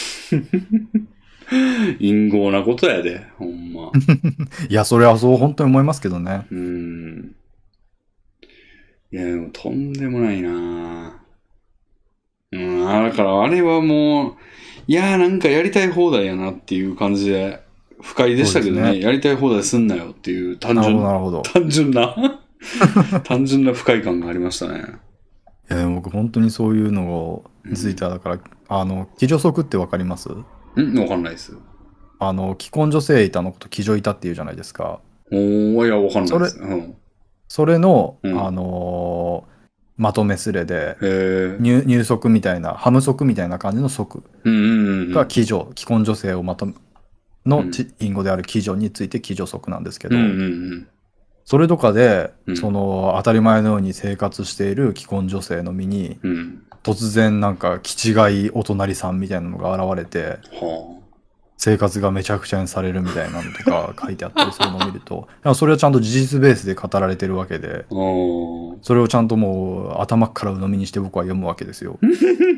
陰謀なことやで、ほんま。 いや、それはそう本当に思いますけどね。 うーん。いや、でもとんでもないなぁ。うん、だからあれはもう、いやーなんかやりたい放題やなっていう感じで、不快でしたけどね、 ねやりたい放題すんなよっていう単なるほど、 純、 なるほど。 単純な、単純な不快感がありましたね。 いや、でも僕本当にそういうのについては、だから、あの、鬼女足ってわかります？ んわかんないです。 あの、既婚女性板のこと鬼女板っていうじゃないですか。 おー、いや、わかんないです。 そうん。 それの、 うんあのーまとめスレで、 へー。 入入足みたいな、ハム足みたいな感じの足うんうんうん。 が鬼女、既婚女性をまとめ、 うんのち隠語である鬼女について鬼女足なんですけど、 うんうんうん。 それとかで、 うんその当たり前のように生活している既婚女性の身に、 うん。 突然なんか気違いお隣さんみたいなのが現れて、 は生活がめちゃくちゃにされるみたいなのとか書いてあったりするのを見ると、いやそれはちゃんと事実ベースで語られてるわけで、 あ。おー。 それをちゃんともう頭から鵜呑みにして僕は読むわけですよ。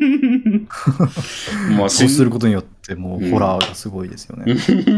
まあ、 そうするこことによってもうホラーがすごいですよね。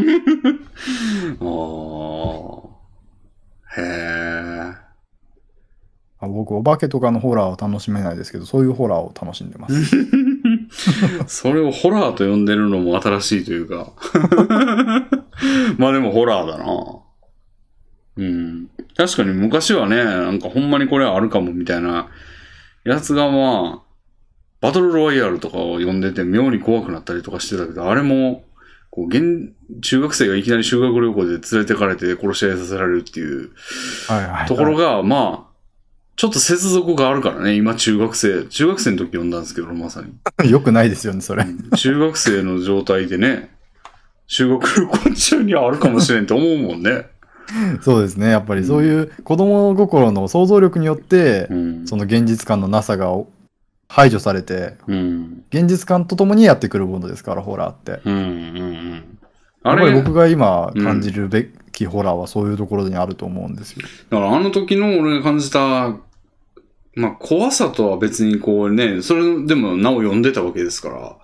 ああ。へえ。 あ僕、お化けとかのホラーを楽しめないですけど、そういうホラーを楽しんでます。 それをホラーと呼んでるのも新しいというか。まあでもホラーだな。うん。確かに昔はね、なんかほんまにこれあるかもみたいなやつがまあ、バトルロワイヤルとかを読んでて妙に怖くなったりとかしてたけど、あれも、こう、現、中学生がいきなり修学旅行で連れてかれて殺し合いさせられるっていうはいはいはい。 ところが、まあ、ちょっと接続があるからね、今中学生、中学生の時読んだんですけど、まさに。 よくないですよね、それ。 中学生の状態でね、修学旅行中にはあるかもしれんって思うもんね。 そうですね。やっぱりそういう子供心の想像力によって、 うん。 その現実感のなさが排除されて、 うん。 現実感とともにやってくるものですから、ホラーって。 うん。うん。うん。 やあれ、 っぱり僕が今うん感じるべきホラーはそういうところにあると思うんですよ。 だからあの時の俺が感じた、まあ怖さとは別にこうね、それでもなお読んでたわけですから、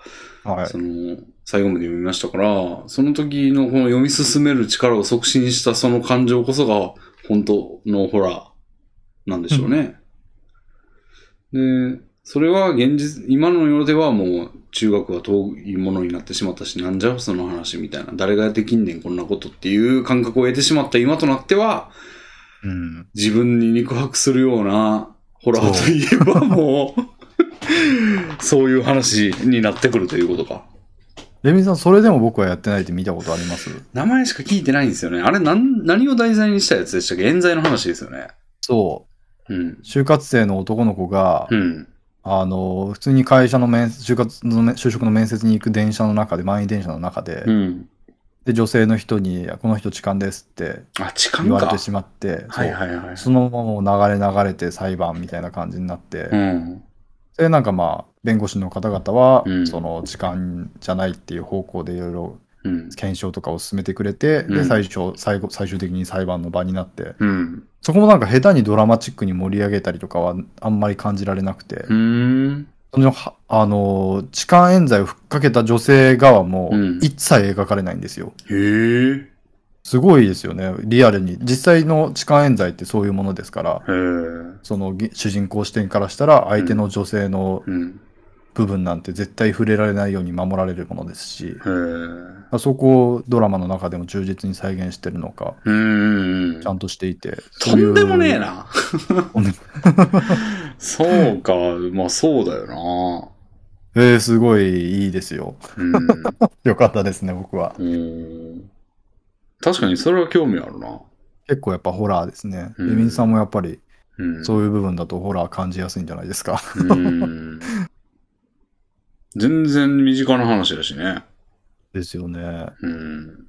はいそ。の、最後まで読みましたから、その時のこの読み進める力を促進したその感情こそが本当のホラーなんでしょうね。で、それは現実、今の世ではもう中学は遠いものになってしまったし、なんじゃその話みたいな、誰ができんねんこんなことっていう感覚を得てしまった今となっては、 うん。 自分に肉薄するようなホラーといえばもう、そういう話になってくるということか。 レミさん、それでも僕はやってないって見たことあります？ 名前しか聞いてないんですよね。あれ何、何を題材にしたやつでしたっけ？冤罪の話ですよね。 そう。 うん。 就活生の男の子が、 うん。 あの、普通に会社の面接、就活の面、就職の面接に行く電車の中で、満員電車の中で、 うん。 で、女性の人に、この人痴漢ですってあ、痴漢か。 言われてしまって、 はいはいはい。 そのままもう流れ流れて裁判みたいな感じになって、 うん。 それでなんかまあ、弁護士の方々は、 うんその痴漢じゃないっていう方向でいろいろうん。 検証とかを進めてくれて、で、 うん最初、最後、最終的に裁判の場になって、 うん。 そこもなんか下手にドラマチックに盛り上げたりとかはあんまり感じられなくて、 うーん。 そのはあの、痴漢冤罪をふっかけた女性側もうん一切描かれないんですよ。 へえ。 すごいですよね。リアルに。実際の痴漢冤罪ってそういうものですから、 へえ。 そのげ主人公視点からしたら相手の女性のうん。 部分なんて絶対触れられないように守られるものですし、 へえ。 あそこをドラマの中でも忠実に再現してるのか、 うーん。 ちゃんとしていて。 とんでもねえな。 とんでもそうか。まあそうだよな。 えー、すごいいいですよ。 うん。 よかったですね、僕は。 うん確かにそれは興味あるな。 結構やっぱホラーですね。 うんレミンさんもやっぱりうん。 そういう部分だとホラー感じやすいんじゃないですか。 うん。全然身近な話だしね。 ですよね。 うん。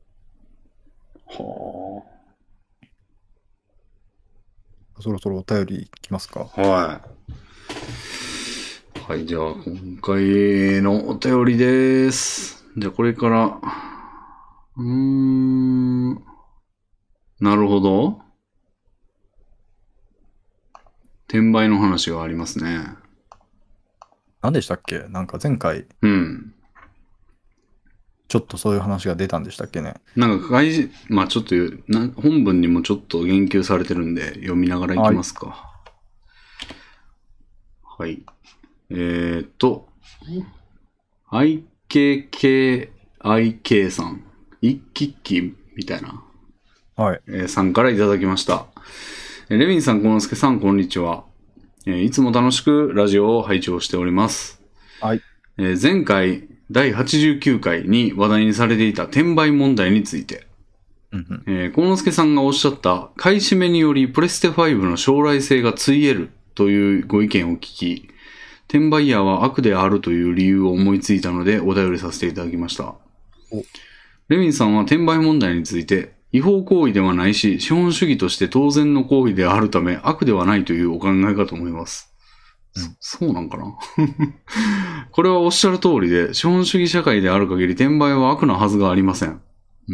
はそろそろお便りいきますか。 あ。はい。はい、じゃあ今回のお便りです。じゃあこれから、うーん。なるほど。 転売の話がありますね。 何でしたっけ？なんか前回、 うん。 ちょっとそういう話が出たんでしたっけね。 なんか外事、まあちょっとな、本文にもちょっと言及されてるんで、読みながらいきますか。はい。えーっと、アイケーケーアイケー さん、一気っきみたいな、 はい。 えー、さんからいただきました。レビンさん、コノスケさん、こんにちは。えーいつも楽しくラジオを拝聴しております。 はい。 えー前回、だいはちじゅうきゅうかいに話題にされていた転売問題について、 うんうん、 えー、コノスケさんがおっしゃった買い占めによりプレステファイブの将来性がついえるというご意見を聞き、転売ヤーは悪であるという理由を思いついたのでお便りさせていただきました。レミンさんは転売問題について、違法行為ではないし、資本主義として当然の行為であるため悪ではないというお考えかと思います。うん、そ, そうなんかなこれはおっしゃる通りで、資本主義社会である限り転売は悪なはずがありません。うん、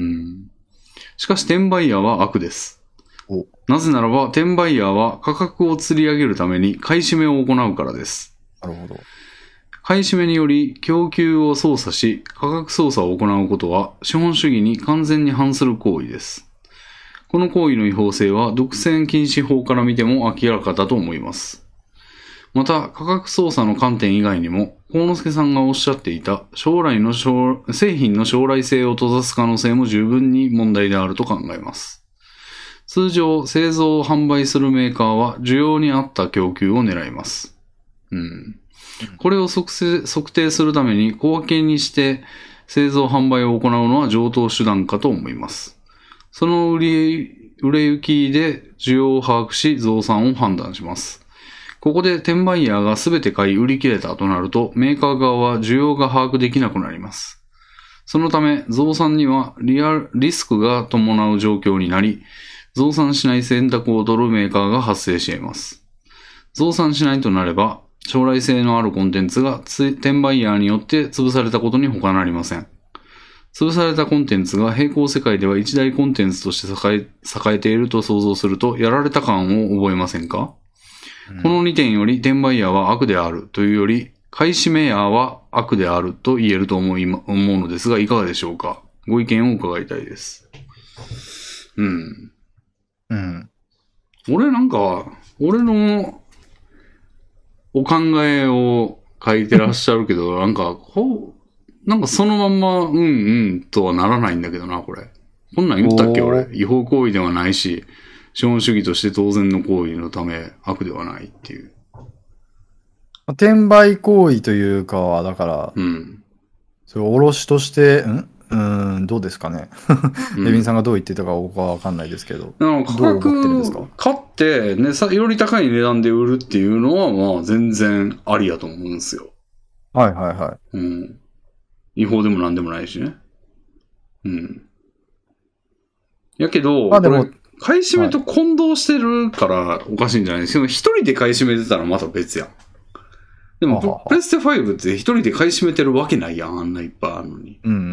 しかし転売ヤーは悪です。なぜならば転売ヤーは価格を釣り上げるために買い占めを行うからです。 なるほど。 買い占めにより供給を操作し価格操作を行うことは資本主義に完全に反する行為です。この行為の違法性は独占禁止法から見ても明らかだと思います。また価格操作の観点以外にも幸之助さんがおっしゃっていた将来の製品の将来性を閉ざす可能性も十分に問題であると考えます。通常製造を販売するメーカーは需要に合った供給を狙います。うんこれを測定するために小分けにして製造販売を行うのは常套手段かと思います。その売り、売れ行きで需要を把握し増産を判断します。ここで転売ヤーが全て買い売り切れたとなるとメーカー側は需要が把握できなくなります。そのため増産にはリアルリスクが伴う状況になり増産しない選択を取るメーカーが発生しています。増産しないとなれば将来性のあるコンテンツが転売ヤーによって潰されたことに他なりません。潰されたコンテンツが並行世界では一大コンテンツとして栄え、栄えていると想像するとやられた感を覚えませんか、うん、このにてんより転売ヤーは悪であるというより買い占めヤーは悪であると言えると思い、思うのですがいかがでしょうか。ご意見を伺いたいです。うん。 うん。 俺なんか、俺のお考えを書いてらっしゃるけど、なんか、こう、なんかそのまんま、うんうんとはならないんだけどな、これ。こんなん言ったっけ、俺。違法行為ではないし、資本主義として当然の行為のため悪ではないっていう。 転売行為というかは、だから、 うん。 それおろしとして、んうーん、どうですかね。レビンさんがどう言ってたか僕はわかんないですけど。 うん、価格買って、ね、さ、より高い値段で売るっていうのは、まあ、全然ありやと思うんですよ。 はいはいはい。 うん。違法でもなんでもないしね。うん。やけど、 まあでも、 買い占めと混同してるからおかしいんじゃないですけど、一人で買い占めてたらまた別やん。でも、はははプレステファイブって一人で買い占めてるわけないやん、あんないっぱいあるのに。 うんうんうん。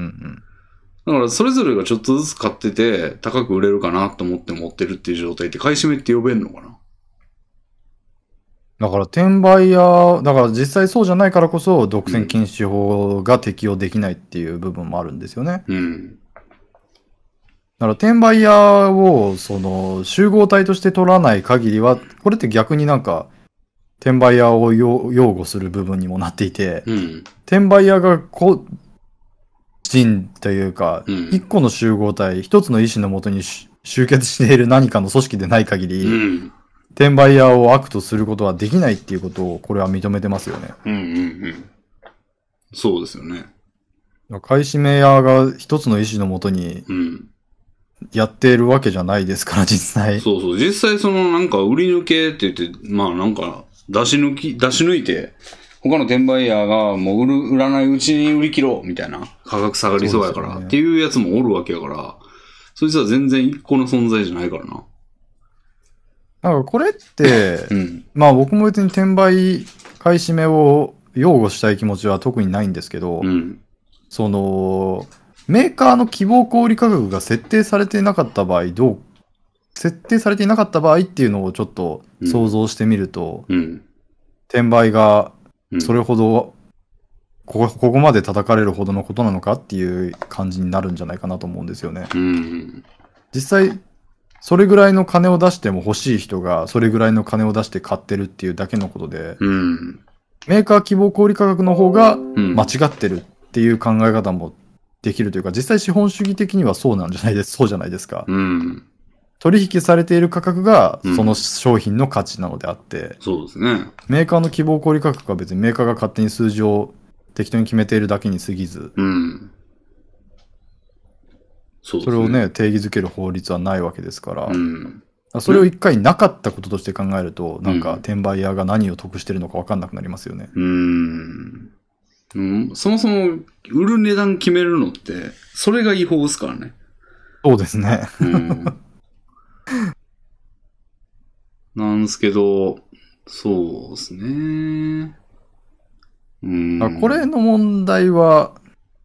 だからそれぞれがちょっとずつ買ってて高く売れるかなと思って持ってるっていう状態って買い占めって呼べんのかな。 だから転売や、だから実際そうじゃないからこそ独占禁止法が適用できないっていう部分もあるんですよね。 うん。 だから転売屋をその集合体として取らない限りは、これって逆になんか転売屋を擁護する部分にもなっていて、 うん、 転売屋がこ人というか、 うん、 一個の集合体、一つの意思のもとに集結している何かの組織でない限り、うん、転売屋を悪とすることはできないっていうことを、これは認めてますよね。 うんうんうん。そうですよね。 買い占め屋が一つの意思のもとに、やっているわけじゃないですから、実際。 そうそう。実際そのなんか売り抜けって言って、まあなんか出し抜き、出し抜いて、他の転売ヤーがもう売る、売らないうちに売り切ろうみたいな価格下がりそうやからっていうやつもおるわけやから、そいつは全然一個の存在じゃないからな。 なんかこれって、 うん、 まあ僕も別に転売買い占めを擁護したい気持ちは特にないんですけど、 うん、 そのメーカーの希望小売価格が設定されてなかった場合どう設定されていなかった場合っていうのをちょっと想像してみると、 うん、 転売がうん、 それほど、ここ、ここまで叩かれるほどのことなのかっていう感じになるんじゃないかなと思うんですよね。 うん、 実際、それぐらいの金を出しても欲しい人がそれぐらいの金を出して買ってるっていうだけのことで、 うん、 メーカー希望小売価格の方がうん間違ってるっていう考え方もできるというか、実際資本主義的にはそうなんじゃないです、そうじゃないですか。 うん、 取引されている価格がうんその商品の価値なのであって、 そうですね。 メーカーの希望小売価格は別にメーカーが勝手に数字を適当に決めているだけに過ぎず、 うん。そうですね。 それをね、定義づける法律はないわけですから、 うん。 それを一回なかったこととして考えると、 んなんか転売屋が何を得してるのか分かんなくなりますよね。 うーん。うん、そもそも、売る値段決めるのって、それが違法ですからね。 そうですね。 うん。なんですけど、そうですね。うん。 これの問題は、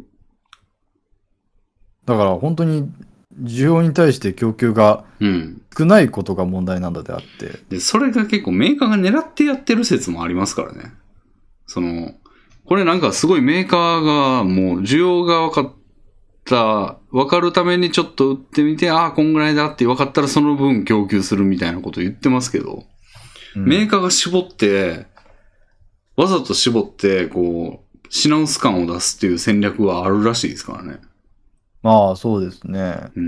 だから本当に需要に対して供給がうん。 少ないことが問題なんだであって。 で、それが結構メーカーが狙ってやってる説もありますからね。その、これなんかすごいメーカーがもう需要が分かった、分かるためにちょっと売ってみて、ああ、こんぐらいだって分かったらその分供給するみたいなこと言ってますけど、 うん、 メーカーが絞って、わざと絞って、こう、品薄感を出すっていう戦略はあるらしいですからね。 まあそうですね。 うん。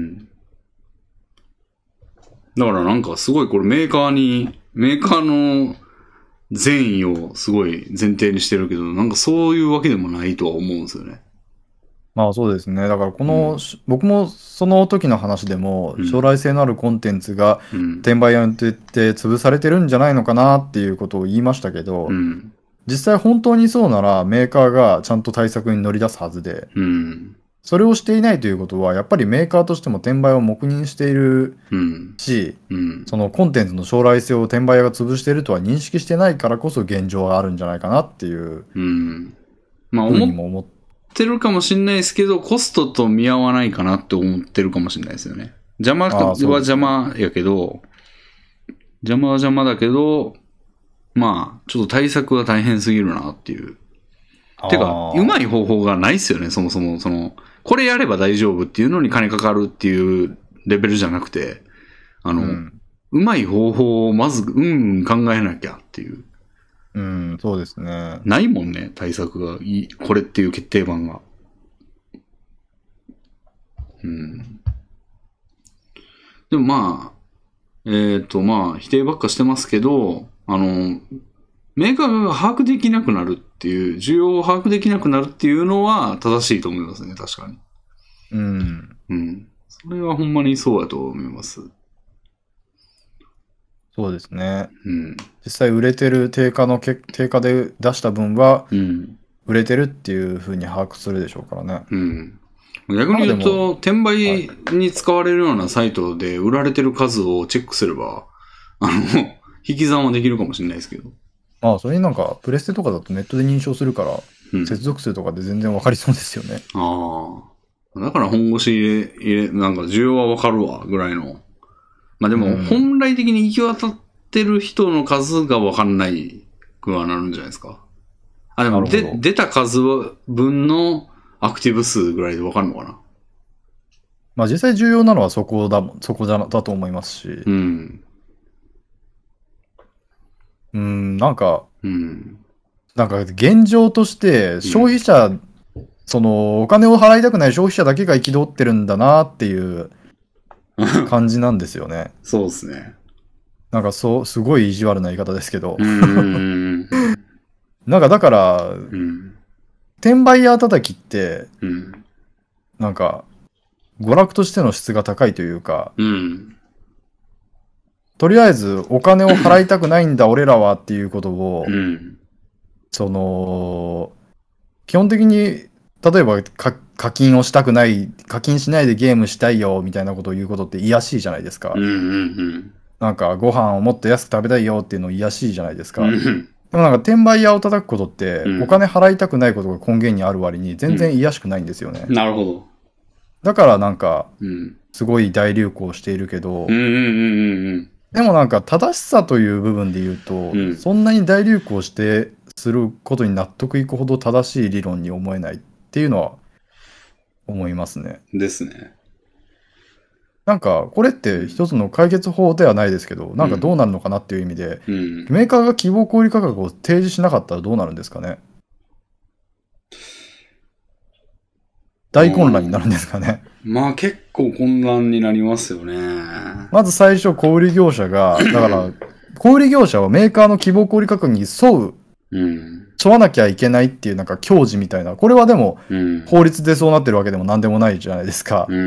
だからなんかすごいこれメーカーに、メーカーの善意をすごい前提にしてるけど、なんかそういうわけでもないとは思うんですよね。 まあそうですね。だからこの、 うん、 僕もその時の話でも、 うん、 将来性のあるコンテンツがうん、 転売屋によって潰されてるんじゃないのかなっていうことを言いましたけど、 うん、 実際本当にそうならメーカーがちゃんと対策に乗り出すはずで、 うん、 それをしていないということは、やっぱりメーカーとしても転売を黙認しているうん、 し、 うん。 そのコンテンツの将来性を転売屋が潰しているとは認識してないからこそ現状があるんじゃないかなっていううん。まあふうに思も思ってってるかもしれないですけど、コストと見合わないかなって思ってるかもしれないですよね。邪魔は邪魔やけど、邪魔は邪魔だけど、まあ、ちょっと対策が大変すぎるなっていう。てか、うまい方法がないっすよね、そもそも。その、これやれば大丈夫っていうのに金かかるっていうレベルじゃなくて、あの、うん、うまい方法をまず、うん考えなきゃっていう。 うん、そうですね。 ないもんね、対策がいい。これっていう決定版が。うん。でもまあ、えっ、ー、とまあ、否定ばっかしてますけど、あの、メーカーが把握できなくなるっていう、需要を把握できなくなるっていうのは正しいと思いますね、確かに。 うん。 うん。それはほんまにそうやと思います。 そうですね。 うん。 実際売れてる定価のけ、定価で出した分は、 うん。 売れてるっていうふうに把握するでしょうからね。 うん。逆に言うと、転売に使われるようなサイトで売られてる数をチェックすれば、あの、引き算はできるかもしれないですけど。 まあ、それになんか、プレステとかだとネットで認証するから、 うん、 接続数とかで全然わかりそうですよね。 ああ。だから本腰入れ、入れ、なんか需要はわかるわ、ぐらいの。まあでも、本来的に行き渡ってる人の数がわかんないくはなるんじゃないですか。あ、でも、で、出た数分のアクティブ数ぐらいでわかるのかな。 まあ実際重要なのはそこだ、そこだ、だと思いますし。 うん。 うん、なんか、 うん、 なんか現状として消費者、うん、そのお金を払いたくない消費者だけが憤ってるんだなっていう感じなんですよね。 そうですね。 なんかそう、すごい意地悪な言い方ですけど。 うんなんかだから、うん、転売ヤー叩きって、うん、なんか、娯楽としての質が高いというか、うん、とりあえずお金を払いたくないんだ俺らはっていうことを、うん、その、基本的に、例えば課金をしたくない、課金しないでゲームしたいよみたいなことを言うことって癒やしいじゃないですか。うんうんうん、なんかご飯をもっと安く食べたいよっていうの癒やしいじゃないですか。うん、でもなんか転売屋を叩くことって、うん、お金払いたくないことが根源にある割に全然癒やしくないんですよね。 なるほど。 だからなんか、 うん。 すごい大流行しているけど、 うんうんうんうんうん。 でもなんか正しさという部分で言うと、 うんそんなに大流行してすることに納得いくほど正しい理論に思えないっていうのは思いますね。 ですね。 なんかこれって一つの解決法ではないですけど、なんかどうなるのかなっていう意味で、 うん。 メーカーが希望小売価格を提示しなかったらどうなるんですかね。大混乱になるんですかね。 まあ結構混乱になりますよね。 まず最初小売業者が、だから小売業者はメーカーの希望小売価格に沿う、 うん。 沿わなきゃいけないっていうなんか矜持みたいな、これはでもうん。 法律でそうなってるわけでも何でもないじゃないですか。 うん。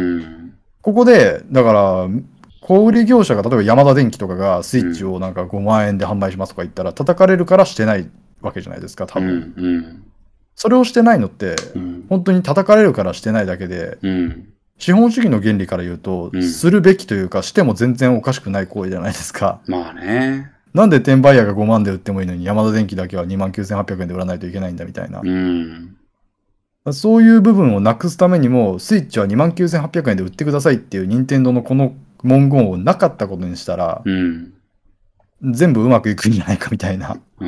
ここで、だから、小売業者が例えばヤマダ電機とかがスイッチをなんかごまん円で販売しますとか言ったら叩かれるからしてないわけじゃないですか、多うん。 分。 うん。 それをしてないのって、 うん。 本当に叩かれるからしてないだけで、 うん。 資本主義の原理から言うと、 うんするべきというか、しても全然おかしくない行為じゃないですか。 まあね。 なんで転売ヤーがごまんで売ってもいいのに、ヤマダ電機だけはにまんきゅうせんはっぴゃくえんで売らないといけないんだみたいな。 うん。 そういう部分をなくすためにも、スイッチはにまんきゅうせんはっぴゃくえんで売ってくださいっていう任天堂のこの文言をなかったことにしたら、 うん。 全部うまくいくんじゃないかみたいな。 うん。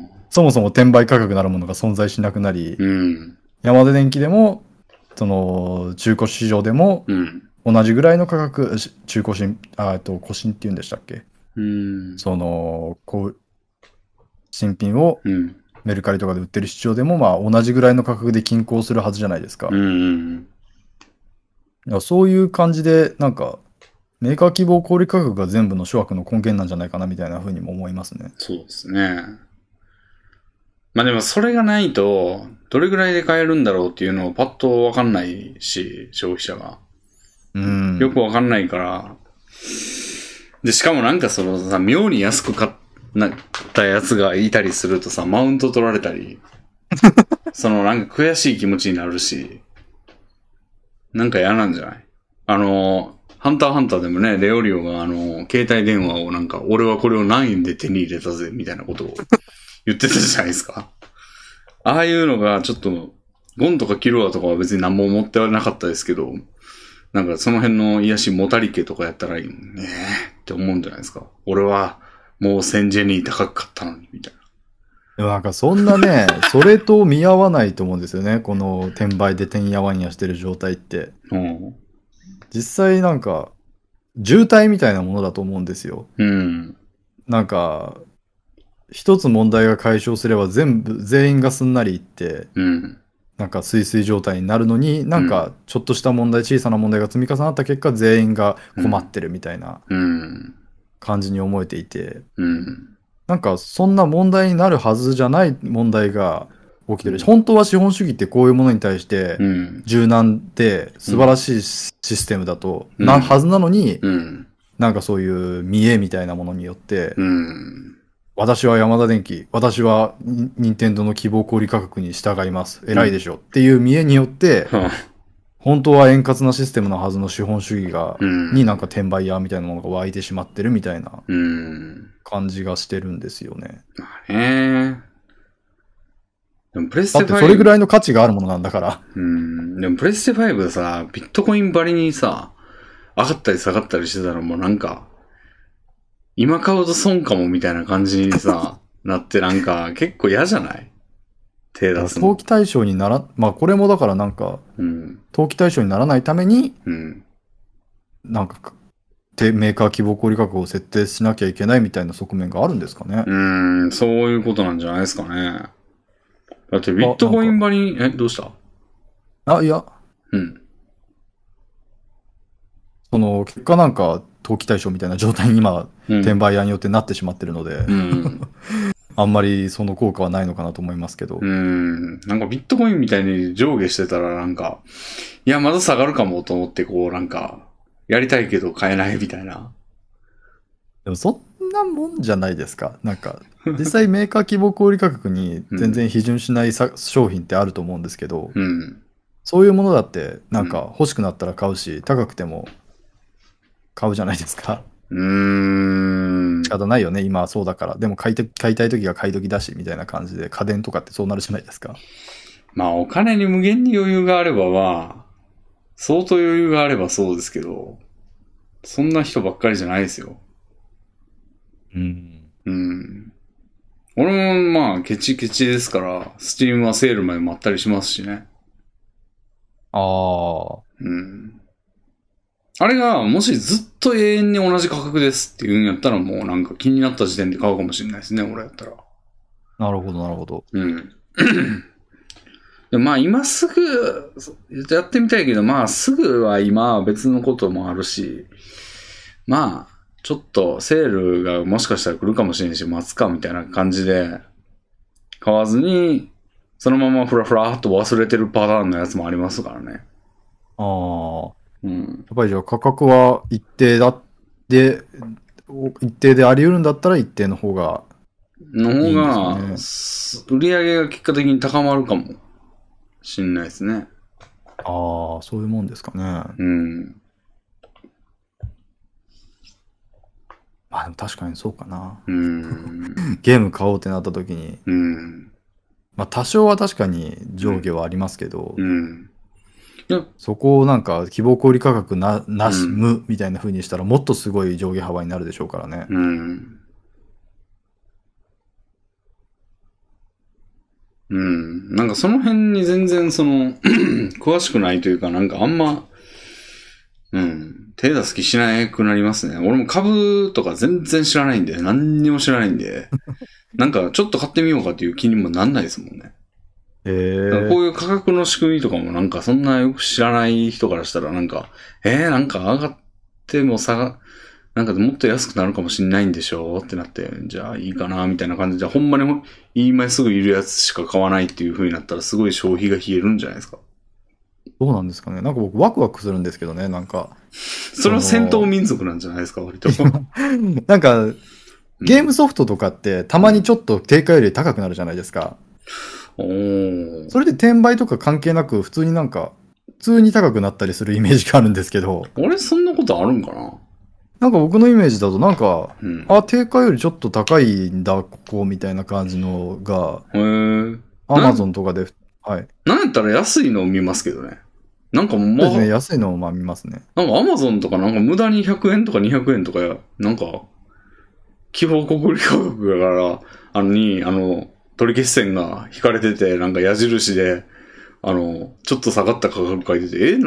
そもそも転売価格なるものが存在しなくなり、 うん。 ヤマダ電機でも、その、中古市場でも、 うん。 同じぐらいの価格、し中古新、あえっと、古新って言うんでしたっけ？ うん。 その、こう、新品をうん。 メルカリとかで売ってる市場でも、まあ、同じぐらいの価格で均衡するはずじゃないですか。 うん。 いやそういう感じで、なんか、メーカー希望小売価格が全部の諸悪の根源なんじゃないかなみたいな風にも思いますね。 そうですね。まあでもそれがないと、どれぐらいで買えるんだろうっていうのをパッとわかんないし、消費者が。 うん。 よくわかんないから。で、しかもなんかそのさ、妙に安く買ったやつがいたりするとさ、マウント取られたり、そのなんか悔しい気持ちになるし、なんか嫌なんじゃない？あの、ハンターハンターでもね、レオリオがあの、携帯電話をなんか、俺はこれを何円で手に入れたぜ、みたいなことを言ってたじゃないですか。ああいうのがちょっと、ゴンとかキルアとかは別に何も思ってはなかったですけど、なんかその辺の癒しモタリケとかやったらいいねえって思うんじゃないですか。俺はもうせんジェニー高く買ったのに、みたいな。 でもなんかそんなね、それと見合わないと思うんですよね。この転売でてんやわんやしてる状態って。 うん。 実際なんか、渋滞みたいなものだと思うんですよ。 うん。 なんか、一つ問題が解消すれば全部、全員がすんなりいって、 うん。 なんか水水状態になるのに、なんかちょっとした問題、小さな問題が積み重なった結果、全員が困ってるみたいなうん。 感じに思えていて、 うん。 なんかそんな問題になるはずじゃない問題が起きてる。本当は資本主義ってこういうものに対してうん。 柔軟で素晴らしいシステムだとうんなはずなのに、 うん。 なんかそういう見栄みたいなものによって、 うん。 私はヤマダ電機、私はニ任天堂の希望小売価格に従います。偉いでしょっていう見栄によって、 は本当は円滑なシステムのはずの資本主義が、 うんになんか転売屋みたいなものが湧いてしまってるみたいなうん。 感じがしてるんですよね。 まあね。でもプレステだってファイブ。 それぐらいの価値があるものなんだから。 うん。でもプレステファイブさ、ビットコインばりにさ、上がったり下がったりしてたらもうなんか、今買うと損かもみたいな感じにさ、なってなんか結構嫌じゃない手出すの。 投機対象になら、まあこれもだからなんか、 うん。 投機対象にならないために、 うん。 なんか、てメーカー希望小売価格を設定しなきゃいけないみたいな側面があるんですかね。 うーん、そういうことなんじゃないですかね。だってビットコインばりに、え、どうしたあ、いや、 うん。 その、結果なんか、投機対象みたいな状態に今、 うん。 転売屋によってなってしまってるので、 うん。 あんまりその効果はないのかなと思いますけど。 うーん。なんかビットコインみたいに上下してたらなんか、いや、まだ下がるかもと思ってこうなんか、やりたいけど買えないみたいな。 でもそんなもんじゃないですか。なんか、実際メーカー希望小売価格に全然批准しないさ、商品ってあると思うんですけど、 うん。 そういうものだって、なんか欲しくなったら買うし、高くても買うじゃないですか。 うーん。 仕方ないよね、今はそうだから。でも買いた買いたい時が買い時だし、みたいな感じで、家電とかってそうなるじゃないですか。 まあお金に無限に余裕があればは、 相当余裕があればそうですけど、そんな人ばっかりじゃないですよ。 うん。 うん。俺もまあ、ケチケチですから、スチームはセールまで待ったりしますしね。 ああ。 うん。あれが、もしずっと永遠に同じ価格ですって言うんやったらもうなんか気になった時点で買うかもしれないですね、俺やったら。 なるほど、なるほど。 うん。でまあ今すぐやってみたいけど、まあすぐは今は別のこともあるし、まあちょっとセールがもしかしたら来るかもしれんし待つかみたいな感じで買わずにそのままフラフラっと忘れてるパターンのやつもありますからね。 ああ。 うん。 やっぱりじゃあ価格は一定だって、一定であり得るんだったら一定の方がのいいん方が、 です売り上げが結果的に高まるかもしんないですね。 ああ、そういうもんですかね。 うん。 まあでも確かにそうかな。 うん。 ゲーム買おうってなった時に、 うん。 まあ多少は確かに上下はありますけど、 うん。 そこをなんか希望小売価格な、なし、 うん無みたいな風にしたらもっとすごい上下幅になるでしょうからね。 うん。うん。なんかその辺に全然その、詳しくないというか、なんかあんま、うん。手出す気しなくなりますね。俺も株とか全然知らないんで、何にも知らないんで、なんかちょっと買ってみようかっていう気にもなんないですもんね。 へえ。 こういう価格の仕組みとかもなんかそんなよく知らない人からしたらなんか、えー、なんか上がっても下が、なんかもっと安くなるかもしんないんでしょってなって、じゃあいいかなみたいな感じで、ほんまに今すぐいるやつしか買わないっていう風になったらすごい消費が冷えるんじゃないですか。 どうなんですかね。なんか僕ワクワクするんですけどね、なんか。 それは戦闘民族なんじゃないですか、割と。 なんか、ゲームソフトとかってたまにちょっと定価より高くなるじゃないですか。 おー。 それで転売とか関係なく普通になんか、普通に高くなったりするイメージがあるんですけど。 俺そんなことあるんかな。 なんか僕のイメージだとなんか、 うん、 あ、定価よりちょっと高いんだ、ここ、みたいな感じのが、 へー。 アマゾンとかで、はい。 なんやったら安いのを見ますけどね。なんかもう、 そうですね、安いのをまあ見ますね。 なんかアマゾンとかなんか無駄にひゃくえんとかにひゃくえんとかや、なんか、希望小売価格だから、あのに、あの、取り消し線が引かれてて、なんか矢印で、あの、ちょっと下がった価格書いてて、え、なん、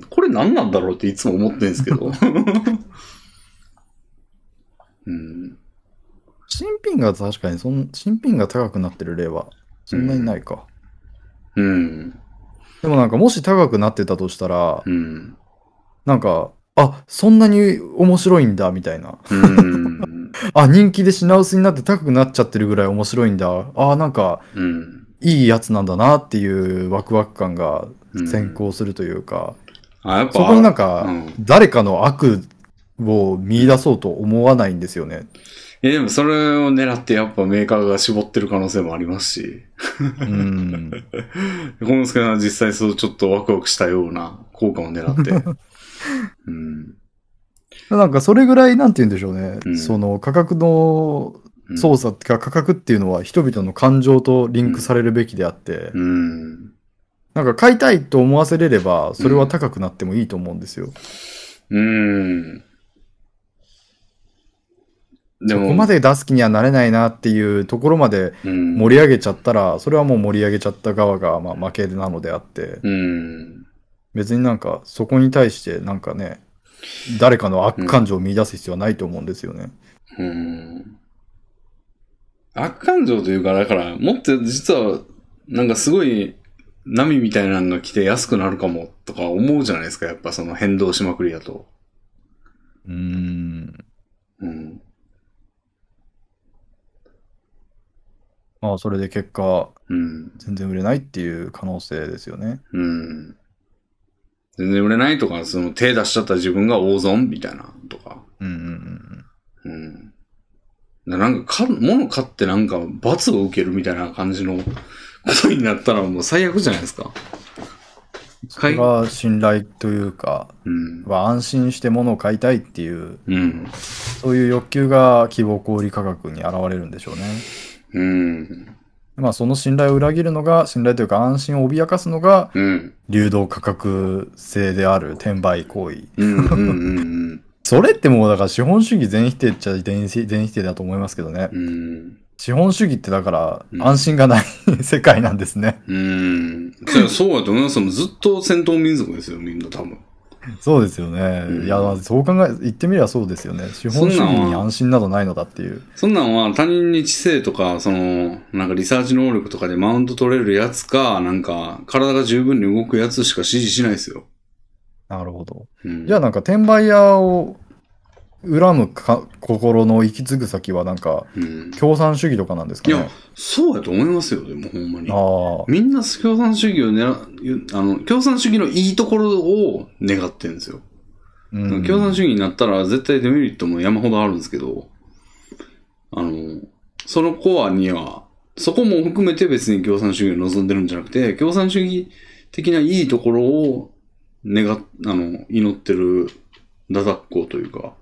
これ何なんだろうっていつも思ってんですけど。うん、 新品が確かにそん、新品が高くなってる例は、そんなにないか。 うん。 でもなんか、もし高くなってたとしたら、 うん。 なんか、あ、そんなに面白いんだ、みたいな。 うん。 あ、人気で品薄になって高くなっちゃってるぐらい面白いんだ。あ、なんか、 うん。 いいやつなんだなっていうワクワク感が先行するというか、 あ、やっぱ、 そこになんか、 うん、 誰かの悪を見出そうと思わないんですよね。 いやでもそれを狙ってやっぱメーカーが絞ってる可能性もありますし。 うん。 このスケは実際そうちょっとワクワクしたような効果を狙って。うん、 なんかそれぐらいなんて言うんでしょうね。 うん、 その価格の操作ってか価格っていうのは人々の感情とリンクされるべきであって、 うん、なんか買いたいと思わせれればそれは高くなってもいいと思うんですよ。 うん。 でもそこまで出す気にはなれないなっていうところまで盛り上げちゃったら、うん、それはもう盛り上げちゃった側がまあ負けなのであって、 うん、 別になんかそこに対してなんかね、誰かの悪感情を見出す必要はないと思うんですよね。 うん、悪感情というか、だからもっと実はなんかすごい波みたいなのが来て安くなるかもとか思うじゃないですか、やっぱその変動しまくりだと。 うーん。 うんまあ、それで結果、 うん、 全然売れないっていう可能性ですよね。 うん。全然売れないとか、その手出しちゃった自分が大損みたいなとか。 うんうんうん。うん。なんか、か、物買ってなんか罰を受けるみたいな感じのことになったらもう最悪じゃないですか。 それは信頼というか、 うん、 安心して物を買いたいっていう、 うん、 そういう欲求が希望小売価格に現れるんでしょうね。 うん。 まあその信頼を裏切るのが、信頼というか安心を脅かすのが、 うん。 流動価格制である転売行為。 うんうんうんそれってもうだから資本主義全否定っちゃ全否全否定だと思いますけどね。 うん。うん。 資本主義ってだからうん安心がない世界なんですね。 うん。そりゃそうだと思います。ずっと戦闘民族ですよ、みんな多分。 そうですよね。 うんいや、まあそう考え、言ってみればそうですよね。資本主義に安心などないのだっていう。 そんなんは他人に知性とか、その、なんかリサーチ能力とかでマウント取れるやつか、なんか体が十分に動くやつしか支持しないですよ。 なるほど。 うん、 じゃあなんか転売屋を恨むか心の行き継ぐ先はなんか、 うん、 共産主義とかなんですかね。 いや、そうやと思いますよ、でもほんまに。 ああ。 みんな共産主義を狙う、あの、共産主義のいいところを願ってるんですよ。 うん、 共産主義になったら絶対デメリットも山ほどあるんですけど、あの、そのコアには、そこも含めて別に共産主義を望んでるんじゃなくて、共産主義的ないいところを願っ、あの、祈ってるダダっ子というか。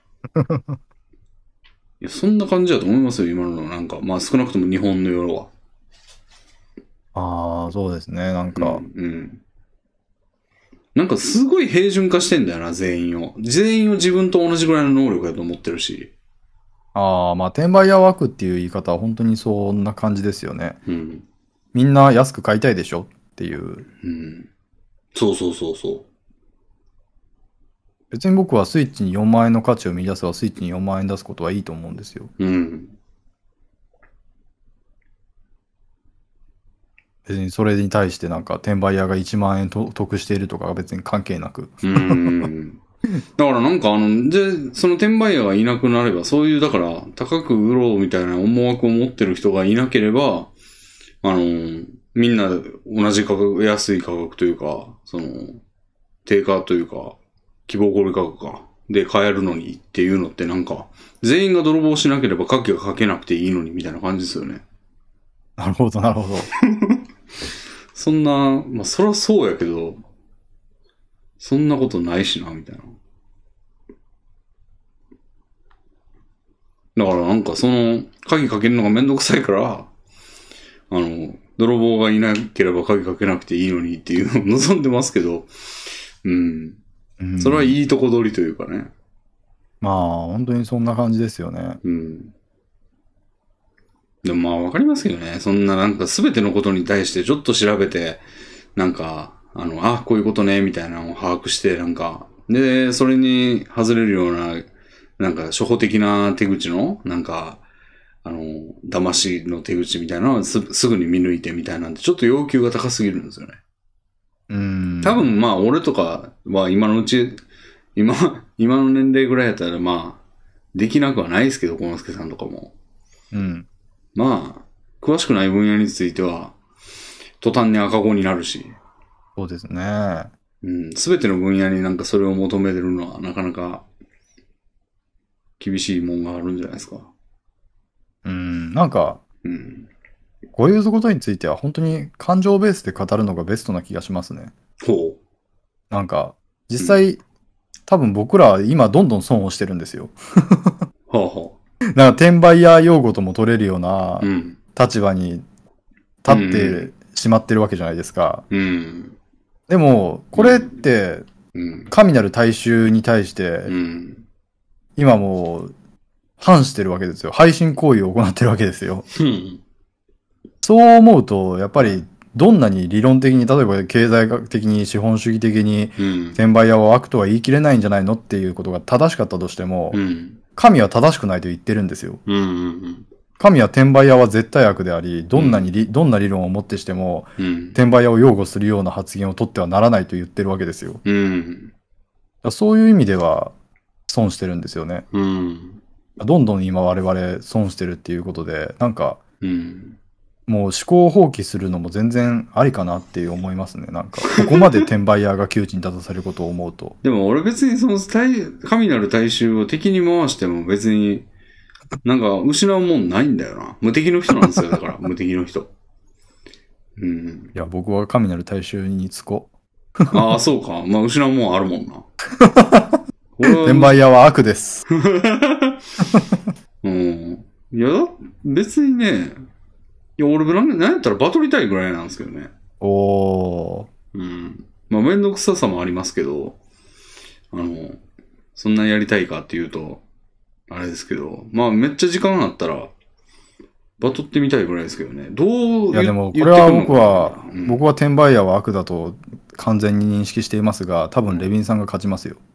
いや、そんな感じだと思いますよ、今のなんか。まあ少なくとも日本の世は。 ああ、そうですね。なんか、 うん、うん。なんかすごい平準化してんだよな、全員を。全員を自分と同じぐらいの能力だと思ってるし。 ああ、まあ転売屋枠っていう言い方は本当にそんな感じですよね。 うん。 みんな安く買いたいでしょっていう。 うん。そうそうそうそ別に僕はスイッチによんまん円の価値を見出せばスイッチによんまん円出すことはいいと思うんですよ。 う。うん。 別にそれに対してなんか転売屋がいちまん円と得しているとかは別に関係なく。 うん。だからなんかあの、で、その転売屋がいなくなれば、そういう、だから、高く売ろうみたいな思惑を持ってる人がいなければ、あの、みんな同じ価格、安い価格というか、その、定価というか、希望小売価格か、で買えるのにっていうのってなんか、全員が泥棒しなければ価格がかけなくていいのにみたいな感じですよね。 なるほど、なるほど。 そんな、まあそりゃそうやけど、そんなことないしな、みたいな。だからなんかその、鍵かけるのがめんどくさいから、あの、泥棒がいなければ鍵かけなくていいのにっていうのを望んでますけど、うん。 うん、 それはいいとこ取りというかね。 まあ、本当にそんな感じですよね。 うん。でもまあわかりますけどね。そんななんか全てのことに対してちょっと調べて、なんか、あの、あ、こういうことね、みたいなのを把握して、なんか、で、それに外れるような、なんか、初歩的な手口の、なんか、あの、騙しの手口みたいなのはすすぐに見抜いてみたいなんで、ちょっと要求が高すぎるんですよね。 うん。 多分まあ、俺とかは今のうち、今、今の年齢ぐらいやったらまあ、できなくはないですけど、小之助さんとかも。 うん。 まあ、詳しくない分野については、途端に赤子になるし。 そうですね。 うん、すべての分野になんかそれを求めてるのはなかなか厳しいもんがあるんじゃないですか。 うん。なんか、 うん。 こういうことについては本当に感情ベースで語るのがベストな気がしますね。 ほう。 なんか、実際、うん、多分僕らは今どんどん損をしてるんですよ。 はあはあ。なんか転売屋用語とも取れるような立場に立ってしまってるわけじゃないですか。 うん。うん、 でも、これって、神なる大衆に対して、今もう、反してるわけですよ。配信行為を行ってるわけですよ。うん、そう思うと、やっぱり、どんなに理論的に、例えば経済学的に資本主義的に、転売屋を悪とは言い切れないんじゃないのっていうことが正しかったとしても、うん、神は正しくないと言ってるんですよ。うんうんうん、神は転売屋は絶対悪であり、どんなに理、うん、どんな理論をもってしても、うん、転売屋を擁護するような発言を取ってはならないと言ってるわけですよ。うん、そういう意味では損してるんですよね。うん、どんどん今我々損してるっていうことで、なんか、うん、もう思考を放棄するのも全然ありかなって思いますね。なんか、ここまで転売屋が窮地に立たされることを思うと。 でも俺別にその神なる大衆を敵に回しても別に、なんか失うもんないんだよな。無敵の人なんですよ、だから、無敵の人。 うん。いや、僕は神なる大衆につこう。ああ、そうか。まあ失うもんあるもんな。 転売屋は悪です。 うん。いや、別にね、 いや、俺なん、なんやったらバトりたいぐらいなんですけどね。 おー。 うん。まあ、めんどくささもありますけど、あの、そんなやりたいかっていうと、あれですけど、まあ、めっちゃ時間あったら、バトってみたいぐらいですけどね。どういやでも、これは僕は、うん、僕は転売ヤーは悪だと完全に認識していますが、多分レビンさんが勝ちますよ。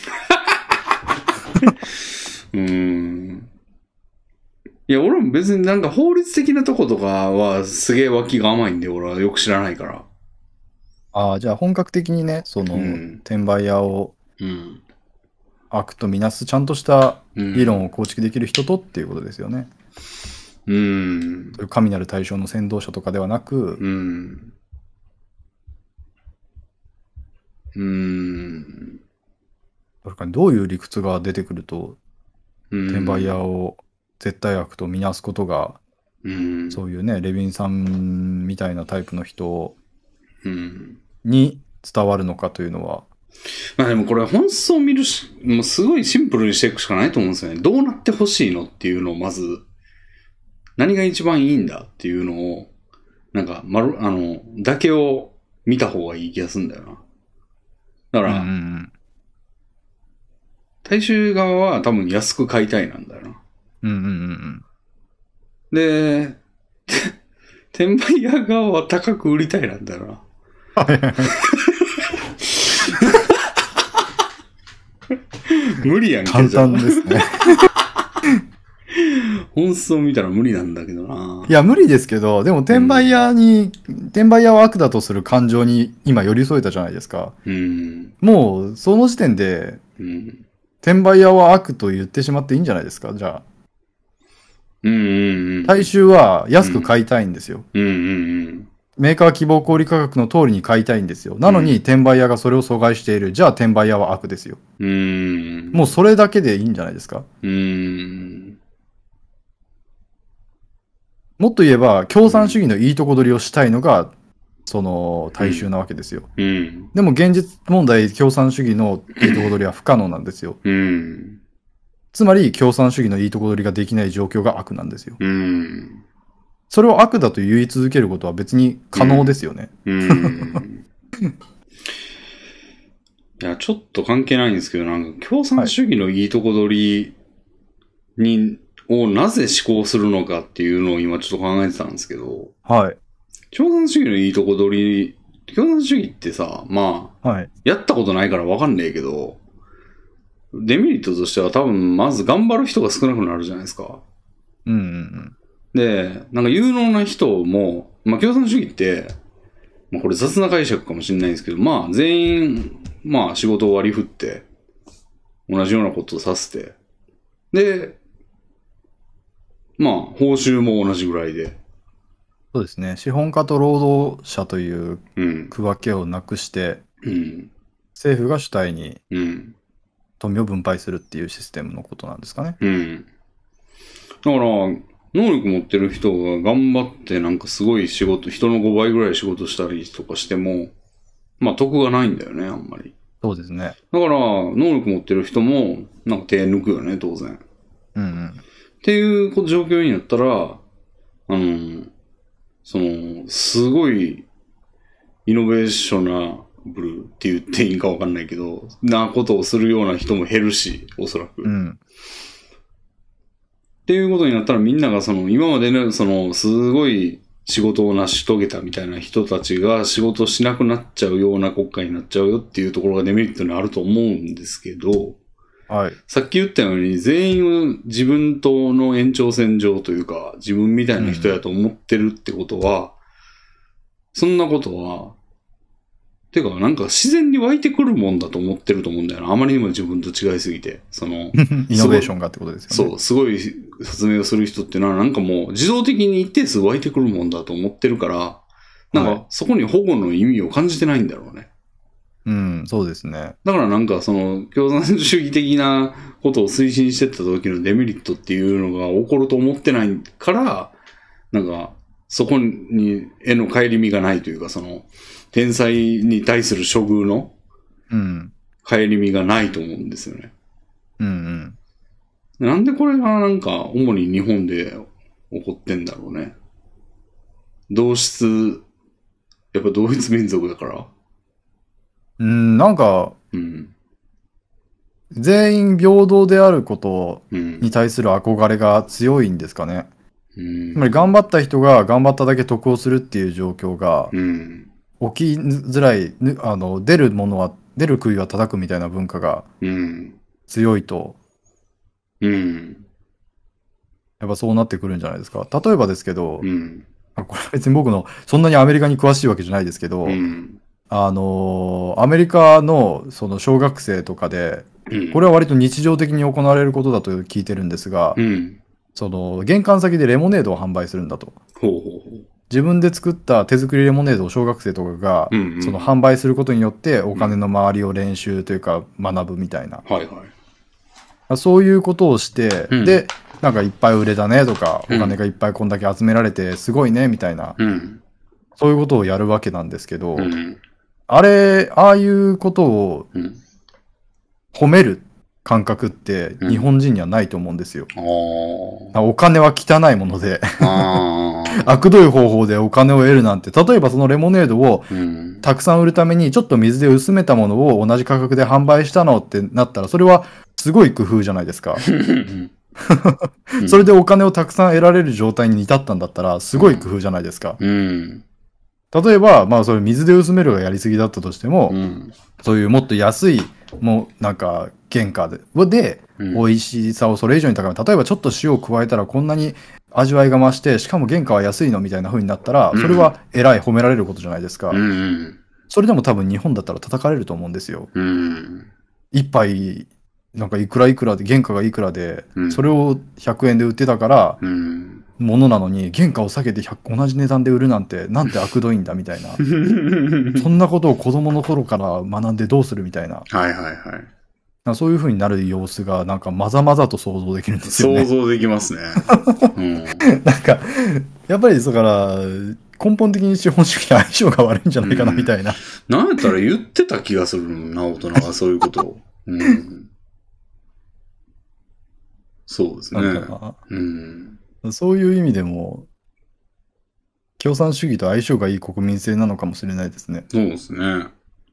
うーん。いや、俺も別になんか法律的なとことかはすげえ脇が甘いんで、俺はよく知らないから。 ああ、じゃあ本格的にね、その、うん、転売屋を悪とみなすちゃんとした理論を構築できる人とっていうことですよね。 うん。 そういう神なる対象の先導者とかではなく、 うん。うん。 確かにどういう理屈が出てくると、転売屋を絶対悪とみなすことが、 うん、 そういうね、レビンさんみたいなタイプの人に伝わるのかというのは。 まあでもこれ本質を見るし、もうすごいシンプルにしていくしかないと思うんですよね。どうなってほしいのっていうのをまず、何が一番いいんだっていうのを、なんか、まる、あの、だけを見た方がいい気がするんだよな。だから、うんうん、大衆側は多分安く買いたいなんだよな。 うんうんうん。 で、転売屋側は高く売りたいなんだよな。無理やんけ。 簡単ですね。 本質を見たら無理なんだけどな。 いや、無理ですけど、でも転売屋に、うん、転売屋を悪だとする感情に今寄り添えたじゃないですか。 うん、 もう、その時点で、うん、転売屋は悪と言ってしまっていいんじゃないですか、じゃあ。 うんうんうん、 大衆は安く買いたいんですよ。 うんうんうん、 メーカー希望小売価格の通りに買いたいんですよ。なのに、転売屋がそれを阻害している。じゃあ、転売屋は悪ですよ。 うん、 もうそれだけでいいんじゃないですか。 うん、 もっと言えば、共産主義のいいとこ取りをしたいのが、その、大衆なわけですよ。 うんうん、 でも、現実問題、共産主義のいいとこ取りは不可能なんですよ。 うん、 つまり、共産主義のいいとこ取りができない状況が悪なんですよ。 うん、 それを悪だと言い続けることは別に可能ですよね。 うんうん、いや、ちょっと関係ないんですけど、なんか、共産主義のいいとこ取りに、はい、をなぜ思考するのかっていうのを今ちょっと考えてたんですけど、 はい。 共産主義のいいとこ取り、共産主義ってさ、まあ、はい、やったことないからわかんねえけど、デメリットとしては多分まず頑張る人が少なくなるじゃないですか。 うんうんうん。 で、なんか有能な人も、まあ共産主義って、まあこれ雑な解釈かもしれないんですけど、まあ全員、まあ仕事を割り振って、同じようなことをさせて、で、まあ報酬も同じぐらいで。 そうですね。資本家と労働者という区分けをなくして、 うん、 政府が主体に富を分配するっていうシステムのことなんですかね。 うん。だから、能力持ってる人が頑張ってなんかすごい仕事、人のごばいぐらい仕事したりとかしても、まあ得がないんだよね、あんまり。 そうですね。 だから、能力持ってる人も、なんか手抜くよね、当然。 うんうん。 っていう状況になったら、あの、その、すごい、イノベーショナブルって言っていいかわかんないけど、なことをするような人も減るし、おそらく。 うん。 っていうことになったらみんながその、今までね、その、すごい仕事を成し遂げたみたいな人たちが仕事しなくなっちゃうような国家になっちゃうよっていうところがデメリットにあると思うんですけど、 はい。 さっき言ったように全員を自分との延長線上というか、自分みたいな人やと思ってるってことは、うん、そんなことは、てか、なんか自然に湧いてくるもんだと思ってると思うんだよな。あまりにも自分と違いすぎて。その、 イノベーションがってことですよね。 そう、すごい説明をする人っていうのは、なんかもう自動的に一定数湧いてくるもんだと思ってるから、なんかそこに保護の意味を感じてないんだろうね。 うん、そうですね。 だからなんかその、共産主義的なことを推進してった時のデメリットっていうのが起こると思ってないから、なんか、そこに、への顧みがないというか、その、天才に対する処遇の、 うん。 顧みがないと思うんですよね。 うんうん。 なんでこれがなんか、主に日本で起こってんだろうね。 同質、やっぱ同一民族だから。 うん、なんか、 うん。 全員平等であることうん。 に対する憧れが強いんですかね。 うん。 つまり頑張った人が頑張っただけ得をするっていう状況がうん。 起きづらい、ぬあの、出るものは、出る杭は叩くみたいな文化がうん。 強いと、 うん。 やっぱそうなってくるんじゃないですか。例えばですけど、 うん。 あこれ別に僕のそんなにアメリカに詳しいわけじゃないですけうど、 ん。 あのーアメリカのその小学生とかで、 うん。 これは割と日常的に行われることだと聞いてるんですが、 うん。 その玄関先でレモネードを販売するんだと。 ほうほうほう。 自分で作った手作りレモネードを小学生とかが、 うんうん。 その販売することによってお金の回りを練習というか学ぶみたいな。 はいはい。 そういうことをして、 うんで、なんかいっぱい売れたねとか、 うんお金がいっぱいこんだけ集められてすごいねみたいな、 うん。 そういうことをやるわけなんですけど、 うん。 あれ、ああいうことをうん。 褒める感覚ってうん日本人にはないと思うんですよ。 あお金は汚いものであ。ああ。 悪どい方法でお金を得るなんて、例えばそのレモネードをうん。 たくさん売るためにちょっと水で薄めたものを同じ価格で販売したのってなったら、それはすごい工夫じゃないですか。それでお金をたくさん得られる状態に至ったんだったら、すごい工夫じゃないですか。 うん。 例えば、まあそれ水で薄めるがやりすぎだったとしても、 うん。 そういうもっと安い、もうなんか原価で、で、 うん美味しさをそれ以上に高める。例えばちょっと塩を加えたらこんなに味わいが増して、しかも原価は安いのみたいな風になったら、それは偉い、褒められることじゃないですか。 うん。 それでも多分日本だったら叩かれると思うんですよ。 うん。 一杯、なんかいくらいくらで、原価がいくらで、 うんそれをひゃくえんで売ってたから、 うん。 ものなのに、原価を下げてひゃく同じ値段で売るなんて、なんて悪どいんだみたいな。そんなことを子供の頃から学んでどうするみたいな。 はいはいはい。 そういう風になる様子が、なんかまざまざと想像できるんですよね。 想像できますね。うん。 なんか、やっぱりだから、根本的に資本主義と相性が悪いんじゃないかなみたいな。 なんやったら言ってた気がするな、大人がそういうことを。うん。そうですね。 なんかうん。 そういう意味でも、共産主義と相性がいい国民性なのかもしれないですね。 そうですね。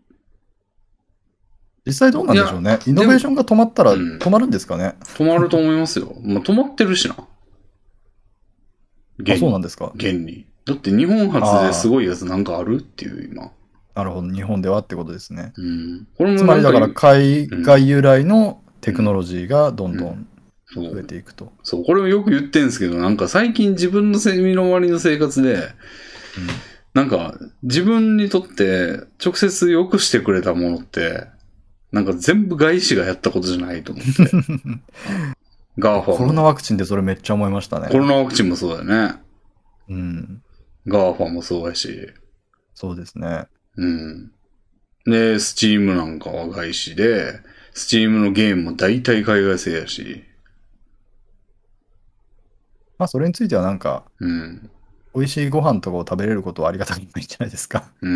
実際どうなんでしょうね。イノベーションが止まったら止まるんですかね。 止まると思いますよ。まあ、止まってるしな。 あ、そうなんですか。 現に。だって日本初ですごいやつなんかあるっていう今。 なるほど。日本ではってことですね。 うん。これもつまりだから海外由来のテクノロジーがどんどんうん増えていくと。 そう、これをよく言ってんですけど、なんか最近自分の身の回りの生活で、 うん、 なんか自分にとって直接良くしてくれたものって、なんか全部外資がやったことじゃないと思って。ガーファも。 コロナワクチンでそれめっちゃ思いましたね。 コロナワクチンもそうだよね。 うん。 ガーファもそうやし。 そうですね。 うん。で、スチームなんかは外資で、スチームのゲームも大体海外製やし。 まあそれについてはなんか、 うん。 美味しいご飯とかを食べれることはありがたいんじゃないですか。 うん。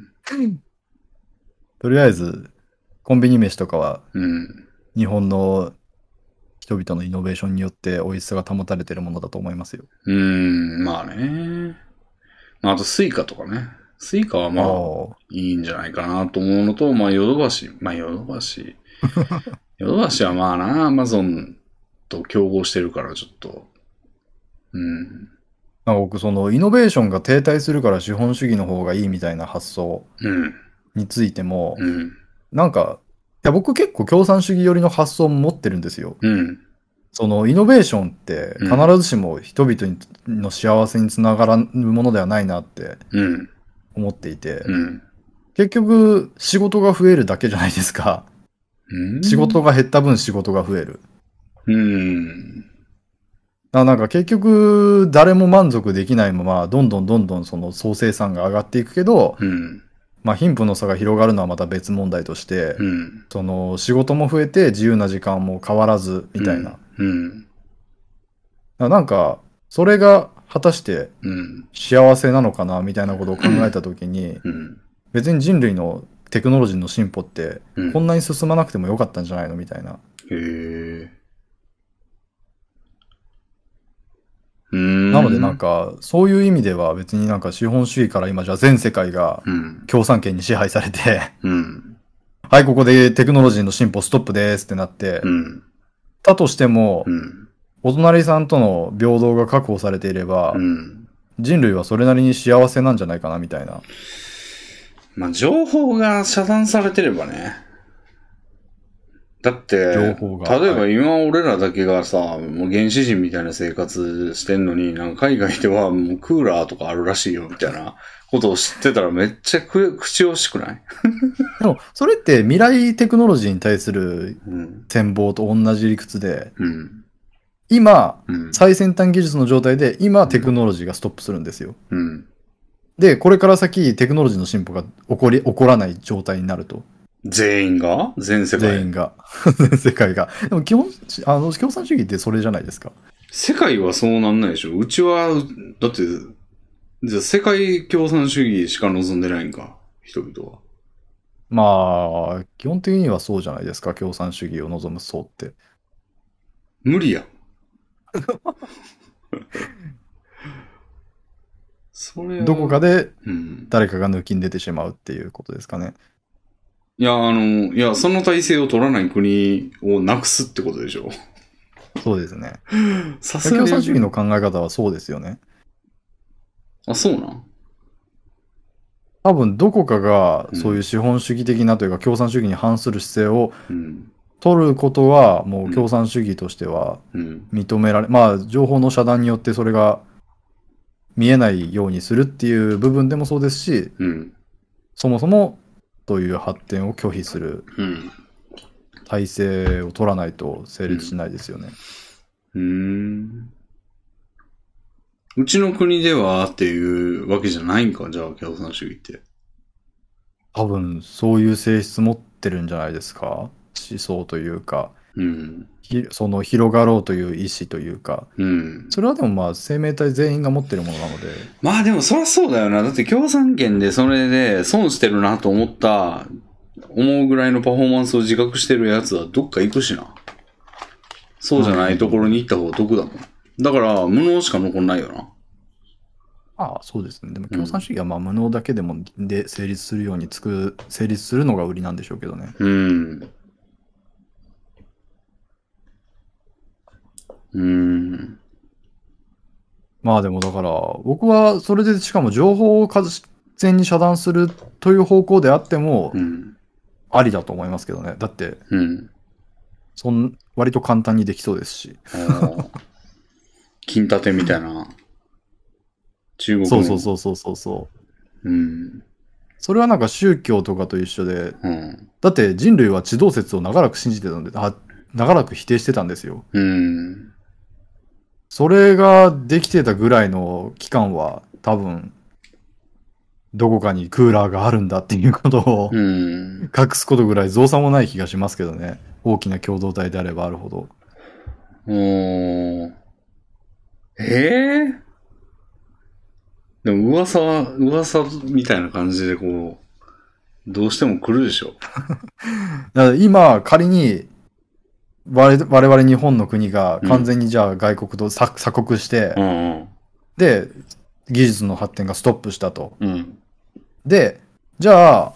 とりあえず、コンビニ飯とかは、 うん。 日本の人々のイノベーションによって美味しさが保たれているものだと思いますよ。 うん、まあね。まあ、あとスイカとかね。スイカはまあ、いいんじゃないかなと思うのと、まあ、ヨドバシ。まあ、ヨドバシ。ヨドバシはまあな、アマゾンと競合してるからちょっと。うん。 なんか僕、そのイノベーションが停滞するから資本主義の方がいいみたいな発想についても、 うん、 なんか、いや僕結構共産主義寄りの発想も持ってるんですよ。 うん。 そのイノベーションって必ずしも人々の幸せにつながらぬものではないなって思っていて、 うん、 結局仕事が増えるだけじゃないですか。 うん、 仕事が減った分仕事が増える。 うん。 だなんか結局誰も満足できないままどんどんどんどんその総生産が上がっていくけど、 うん、 まあ貧富の差が広がるのはまた別問題として、 うん、 その仕事も増えて自由な時間も変わらずみたいな。 うん、 うん、なんかそれが果たして幸せなのかなみたいなことを考えたときに、 うん、 別に人類のテクノロジーの進歩ってうんこんなに進まなくてもよかったんじゃないのみたいな。 へえ。 うーん。 なのでなんか、そういう意味では別になんか資本主義から今じゃあ全世界がうん。 共産権に支配されて、 うん。 はい、ここでテクノロジーの進歩ストップですってなって、 うん。 だとしても、 うん。 お隣さんとの平等が確保されていれば、 うん。 人類はそれなりに幸せなんじゃないかなみたいな。 まあ、情報が遮断されてればね。だって、 情報が例えば今俺らだけがさ、もう原始人みたいな生活してんのに、なんか海外ではもうクーラーとかあるらしいよみたいなことを知ってたらめっちゃく口惜しくない？ でも、それって未来テクノロジーに対するうん。 展望と同じ理屈で、 うん。 今、 うん。 最先端技術の状態で、今テクノロジーがストップするんですよ。 うん。 で、これから先テクノロジーの進歩が起こり、起こらない状態になると。 全員が全世界。 全員が。全世界が。でも基本、あの、共産主義ってそれじゃないですか。 世界はそうなんないでしょ。うちは、だって、じゃあ世界共産主義しか望んでないんか、人々は。 まあ、基本的にはそうじゃないですか。共産主義を望む層って。 無理や。それはどこかでうん。 誰かが抜きん出てしまうっていうことですかね。 いや、あの、いや、その体制を取らない国をなくすってことでしょ。 そうですね。 さすがに。 共産主義の考え方はそうですよね。 あ、そうなん多分どこかがうんそういう資本主義的なというか共産主義に反する姿勢をうん。 取ることはもう共産主義としてはうん。 認められ、まあ情報の遮断によってそれが見えないようにするっていう部分でもそうですし、 うん。 そもそもという発展を拒否するうん。 体制を取らないと成立しないですよね。 うーん。うちの国ではっていうわけじゃないんか、じゃあ、共産主義って。 多分そういう性質持ってるんじゃないですか。思想というか、 うん。 ひその広がろうという意思というか、 うん。 それはでもまあ生命体全員が持ってるものなので、 まあでもそりゃそうだよな。だって共産権でそれで損してるなと思った、思うぐらいのパフォーマンスを自覚してるやつはどっか行くしな。そうじゃないところに行った方が得だもん。だから無能しか残んないよな。 ああ、そうですね。でも共産主義はまあ無能だけでもで成立するようにつく、成立するのが売りなんでしょうけどね。 うん。うん。 まあでもだから、僕はそれでしかも情報を完全に遮断するという方向であってもう、ん。 ありだと思いますけどね。だって、 うん。 そん、割と簡単にできそうですし。 あー金立てみたいな。中国の。 そうそうそうそうそうそう。 うん。 それはなんか宗教とかと一緒で、 うん。 だって人類は地動説を長らく信じてたんで、あ、長らく否定してたんですよ。 うん。 それができてたぐらいの期間は多分、どこかにクーラーがあるんだっていうことをうん。 隠すことぐらい造作もない気がしますけどね。大きな共同体であればあるほど。 おー。ええでも噂は、噂みたいな感じでこう、どうしても来るでしょ。 だから今、仮に我々、我々日本の国が完全にじゃあ外国と鎖鎖国して、 うんうん。 で、技術の発展がストップしたと。 うん。 で、じゃあ、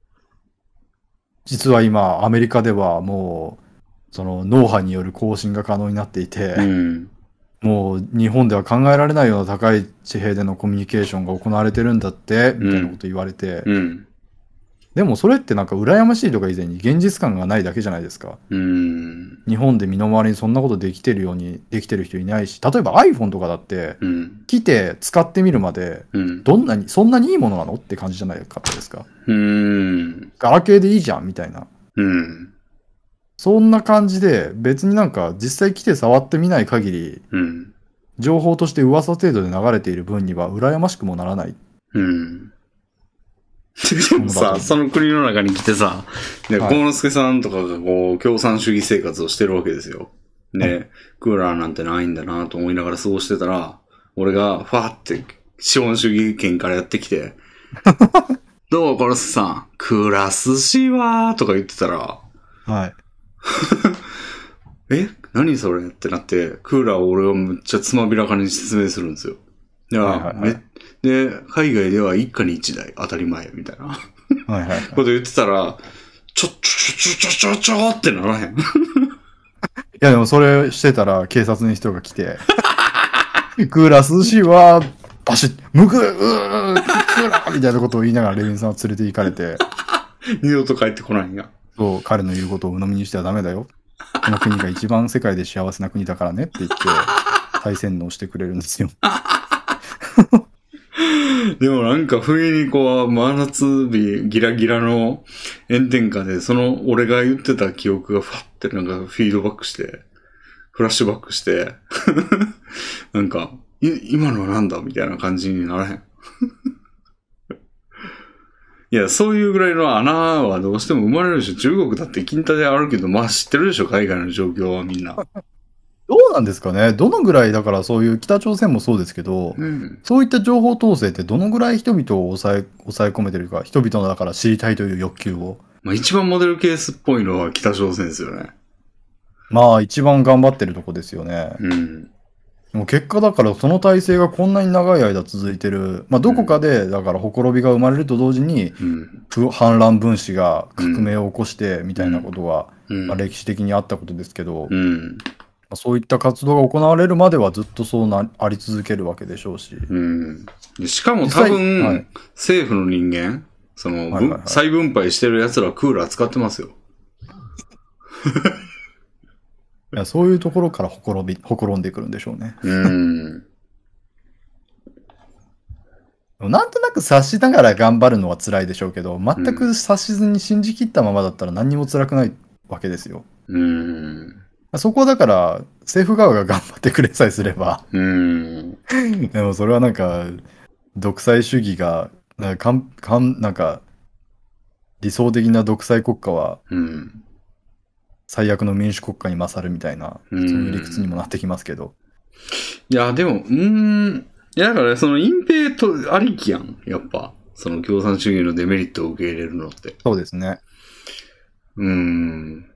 実は今、アメリカではもう、その脳波による更新が可能になっていて、 うん。 もう日本では考えられないような高い地平でのコミュニケーションが行われてるんだって、みたいなこと言われて、 うん。 でもそれってなんか羨ましいとか以前に現実感がないだけじゃないですか。 うん。 日本で身の回りにそんなことできてるようにできてる人いないし、例えば iPhone とかだって、 うん。 来て使ってみるまで、 うん。 どんなに、そんなにいいものなのって感じじゃないかったですか。 うん。 ガラケーでいいじゃんみたいな。 うん。 そんな感じで、別になんか実際来て触ってみない限り、 うん。 情報として噂程度で流れている分には羨ましくもならない。 うん。でもさ、その国の中に来てさ、で、 はい幸之助さんとかがこう、共産主義生活をしてるわけですよ。で、 はクーラーなんてないんだなと思いながら過ごしてたら、俺がファーって資本主義圏からやってきて、どう幸之助さん、クーラー涼しいわーとか言ってたら、 はい。 え何それってなって、クーラーを俺がむっちゃつまびらかに説明するんですよ。いや、はいはいはい、で、海外では一家に一台当たり前みたいな。はいはい、はい。こと言ってたら、ちょ、ちょ、ちょ、ちょ、ちょ、ちょ、ってならへん。いやでもそれしてたら警察の人が来て、クーラー涼しいわー、バシッ、むく、うー、クーラーみたいなことを言いながらレビンさんを連れて行かれて、 二度と帰ってこないんや。 そう、彼の言うことを鵜呑みにしてはダメだよ。この国が一番世界で幸せな国だからねって言って、再洗脳してくれるんですよ。 でもなんか不意にこう、真夏日ギラギラの炎天下で、その俺が言ってた記憶がファってなんかフィードバックして、フラッシュバックして、なんか、い今のはなんだみたいな感じにならへん。いや、そういうぐらいの穴はどうしても生まれるでしょ。中国だって金太であるけど、まあ知ってるでしょ、海外の状況はみんな。 どうなんですかね。どのぐらい、だからそういう北朝鮮もそうですけど、うん、そういった情報統制ってどのぐらい人々を抑え、抑え込めてるか、人々のだから知りたいという欲求を。 まあ一番モデルケースっぽいのは北朝鮮ですよね。 まあ一番頑張ってるとこですよね。 うん。 でも結果だからその体制がこんなに長い間続いてる。まあどこかでだからほころびが生まれると同時に、うん、反乱分子が革命を起こしてみたいなことは、うんまあ、歴史的にあったことですけど、うんそういった活動が行われるまではずっとそうなあり続けるわけでしょうし。 うん、しかも多分、はい、政府の人間、その、はいはいはい、再分配してる奴らはクーラー使ってますよ。 いやそういうところからほころび、ほころんでくるんでしょうね。 うんなんとなく察しながら頑張るのは辛いでしょうけど、全く察しずに信じきったままだったら何にも辛くないわけですよ。 うんそこはだから、政府側が頑張ってくれさえすれば。 うん。 でもそれはなんか、独裁主義が、なんか、かんなんか理想的な独裁国家は、最悪の民主国家に勝るみたいな、そういう理屈にもなってきますけど。 いや、でも、うーん。いや、だからその隠蔽とありきやん。やっぱ。その共産主義のデメリットを受け入れるのって。 そうですね。 うーん。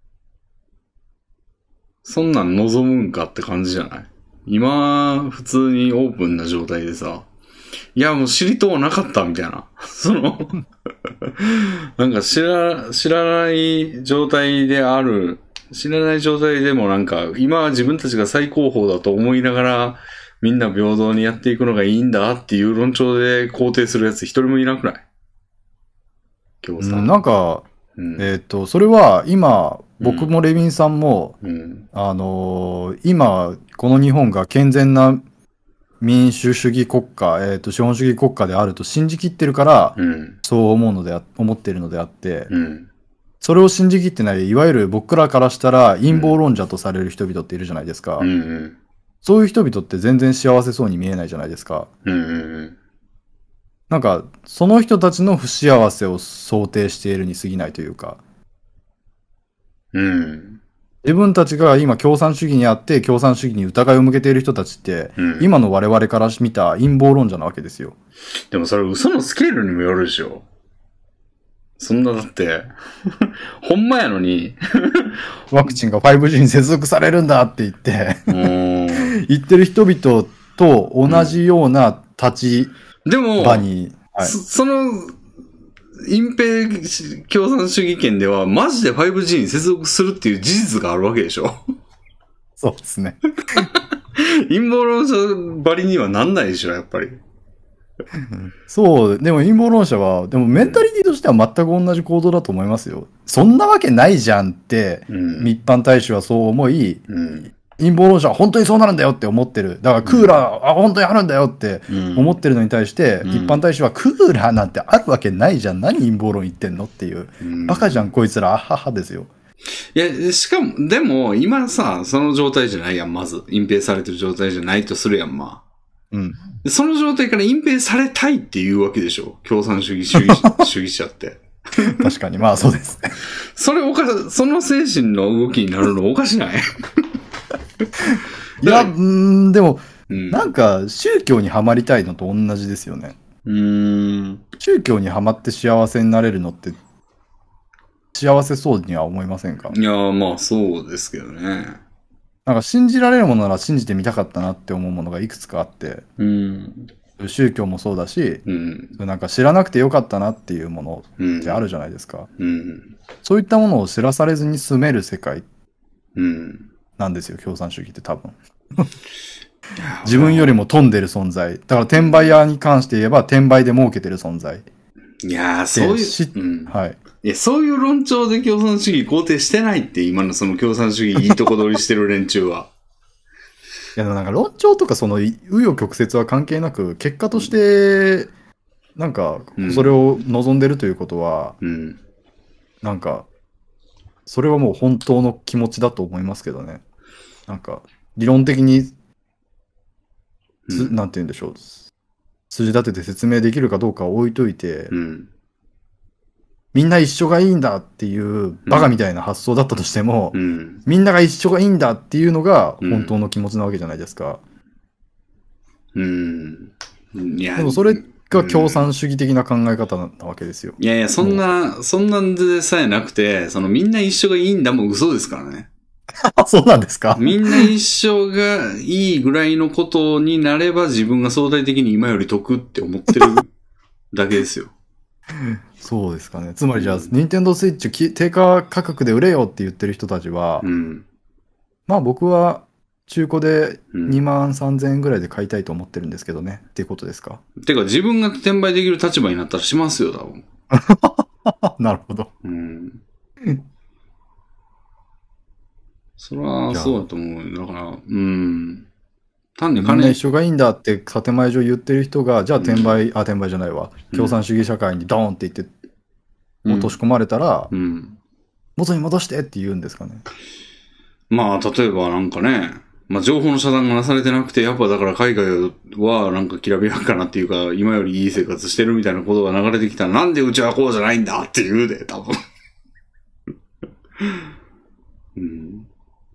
そんなん望むんかって感じじゃない？今、普通にオープンな状態でさ、いや、もう知りとうなかったみたいな。その、なんか知ら、知らない状態である、知らない状態でもなんか、今は自分たちが最高峰だと思いながら、みんな平等にやっていくのがいいんだっていう論調で肯定するやつ一人もいなくない？ 共産。うん、なんか、うん、えっと、それは今、僕もレビンさんも、うん、あのー、今、この日本が健全な民主主義国家、えっと、資本主義国家であると信じきってるから、うん、そう思うのであ、思っているのであって、うん、それを信じきってない、いわゆる僕らからしたら陰謀論者とされる人々っているじゃないですか。 うんうん、 そういう人々って全然幸せそうに見えないじゃないですか。 うんうんうん、 なんか、その人たちの不幸せを想定しているに過ぎないというか、 うん、 自分たちが今共産主義にあって共産主義に疑いを向けている人たちって、うん、今の我々から見た陰謀論者なわけですよ。 でもそれ嘘のスケールにもよるでしょ。そんなだってほんまやのにワクチンが ファイブジー に接続されるんだって言って言ってる人々と同じような立場に、 うん、でも、はい、そ, その隠蔽共産主義圏ではマジで ファイブジー に接続するっていう事実があるわけでしょ。 そうですね。 陰謀論者ばりにはなんないでしょ、やっぱり。 そう、でも陰謀論者は、でもメンタリティとしては全く同じ行動だと思いますよ。そんなわけないじゃんって、うん、一般大衆はそう思い、うん、陰謀論者は本当にそうなるんだよって思ってる。だからクーラー、うん、あ、本当にあるんだよって思ってるのに対して、うん、一般大衆はクーラーなんてあるわけないじゃん。何陰謀論言ってんのっていう。うん、バカじゃん、こいつら、あははですよ。 いや、しかも、でも、今さ、その状態じゃないやん、まず。隠蔽されてる状態じゃないとするやん、まあ。 うん。 その状態から隠蔽されたいっていうわけでしょ。共産主義主義主義者って。 確かに、まあそうですね。 それおかし、その精神の動きになるのおかしないいや、んでも、うん、なんか宗教にはまりたいのと同じですよね。 うーん。 宗教にはまって幸せになれるのって、 幸せそうには思いませんか？ いやー、まあそうですけどね。 なんか信じられるものなら信じてみたかったなって思うものがいくつかあって、 うん。 宗教もそうだし、 うん。 なんか知らなくてよかったなっていうものうん。 ってあるじゃないですか。 うん。 そういったものを知らされずに住める世界うん。 なんですよ、共産主義って多分。自分よりも富んでる存在。だから転売屋に関して言えば転売で儲けてる存在。 いやー、そういう、うん。 はい。 いや、そういう論調で共産主義肯定してないって、今のその共産主義いいとこ取りしてる連中は。 いや、でもなんか論調とかその紆余曲折は関係なく、結果として、なんか、それを望んでるということは、 うん、 なんか、それはもう本当の気持ちだと思いますけどね。なんか、理論的に、うん、なんて言うんでしょう。筋立てて説明できるかどうかは置いといて、 うん、 みんな一緒がいいんだっていうバカみたいな発想だったとしても、 うん、 みんなが一緒がいいんだっていうのが本当の気持ちなわけじゃないですか。 うん。いや、 でもそれが共産主義的な考え方なわけですよ。 いやいや、そんな、そんなんでさえなくて、そのみんな一緒がいいんだも嘘ですからね。 そうなんですか？ みんな一緒がいいぐらいのことになれば自分が相対的に今より得って思ってるだけですよ。 そうですかね。つまりじゃあ、ニンテンドースイッチ定価価格で売れよって言ってる人たちは、 うん、 まあ僕は中古でにまんさんぜんえんぐらいで買いたいと思ってるんですけどね。っていうことですか？ てか自分が転売できる立場になったらしますよ、多分。 なるほど。 うん。それはそうだと思う。だから、うん。単に金。 みんな一緒がいいんだって建前上言ってる人が、じゃあ転売、うん、あ、転売じゃないわ。共産主義社会にドーンって言って、落とし込まれたら、うん、元に戻してって言うんですかね。 まあ、例えばなんかね、まあ情報の遮断がなされてなくて、やっぱだから海外はなんかきらびやかなっていうか、今よりいい生活してるみたいなことが流れてきたら、なんでうちはこうじゃないんだって言うで、多分。 うん、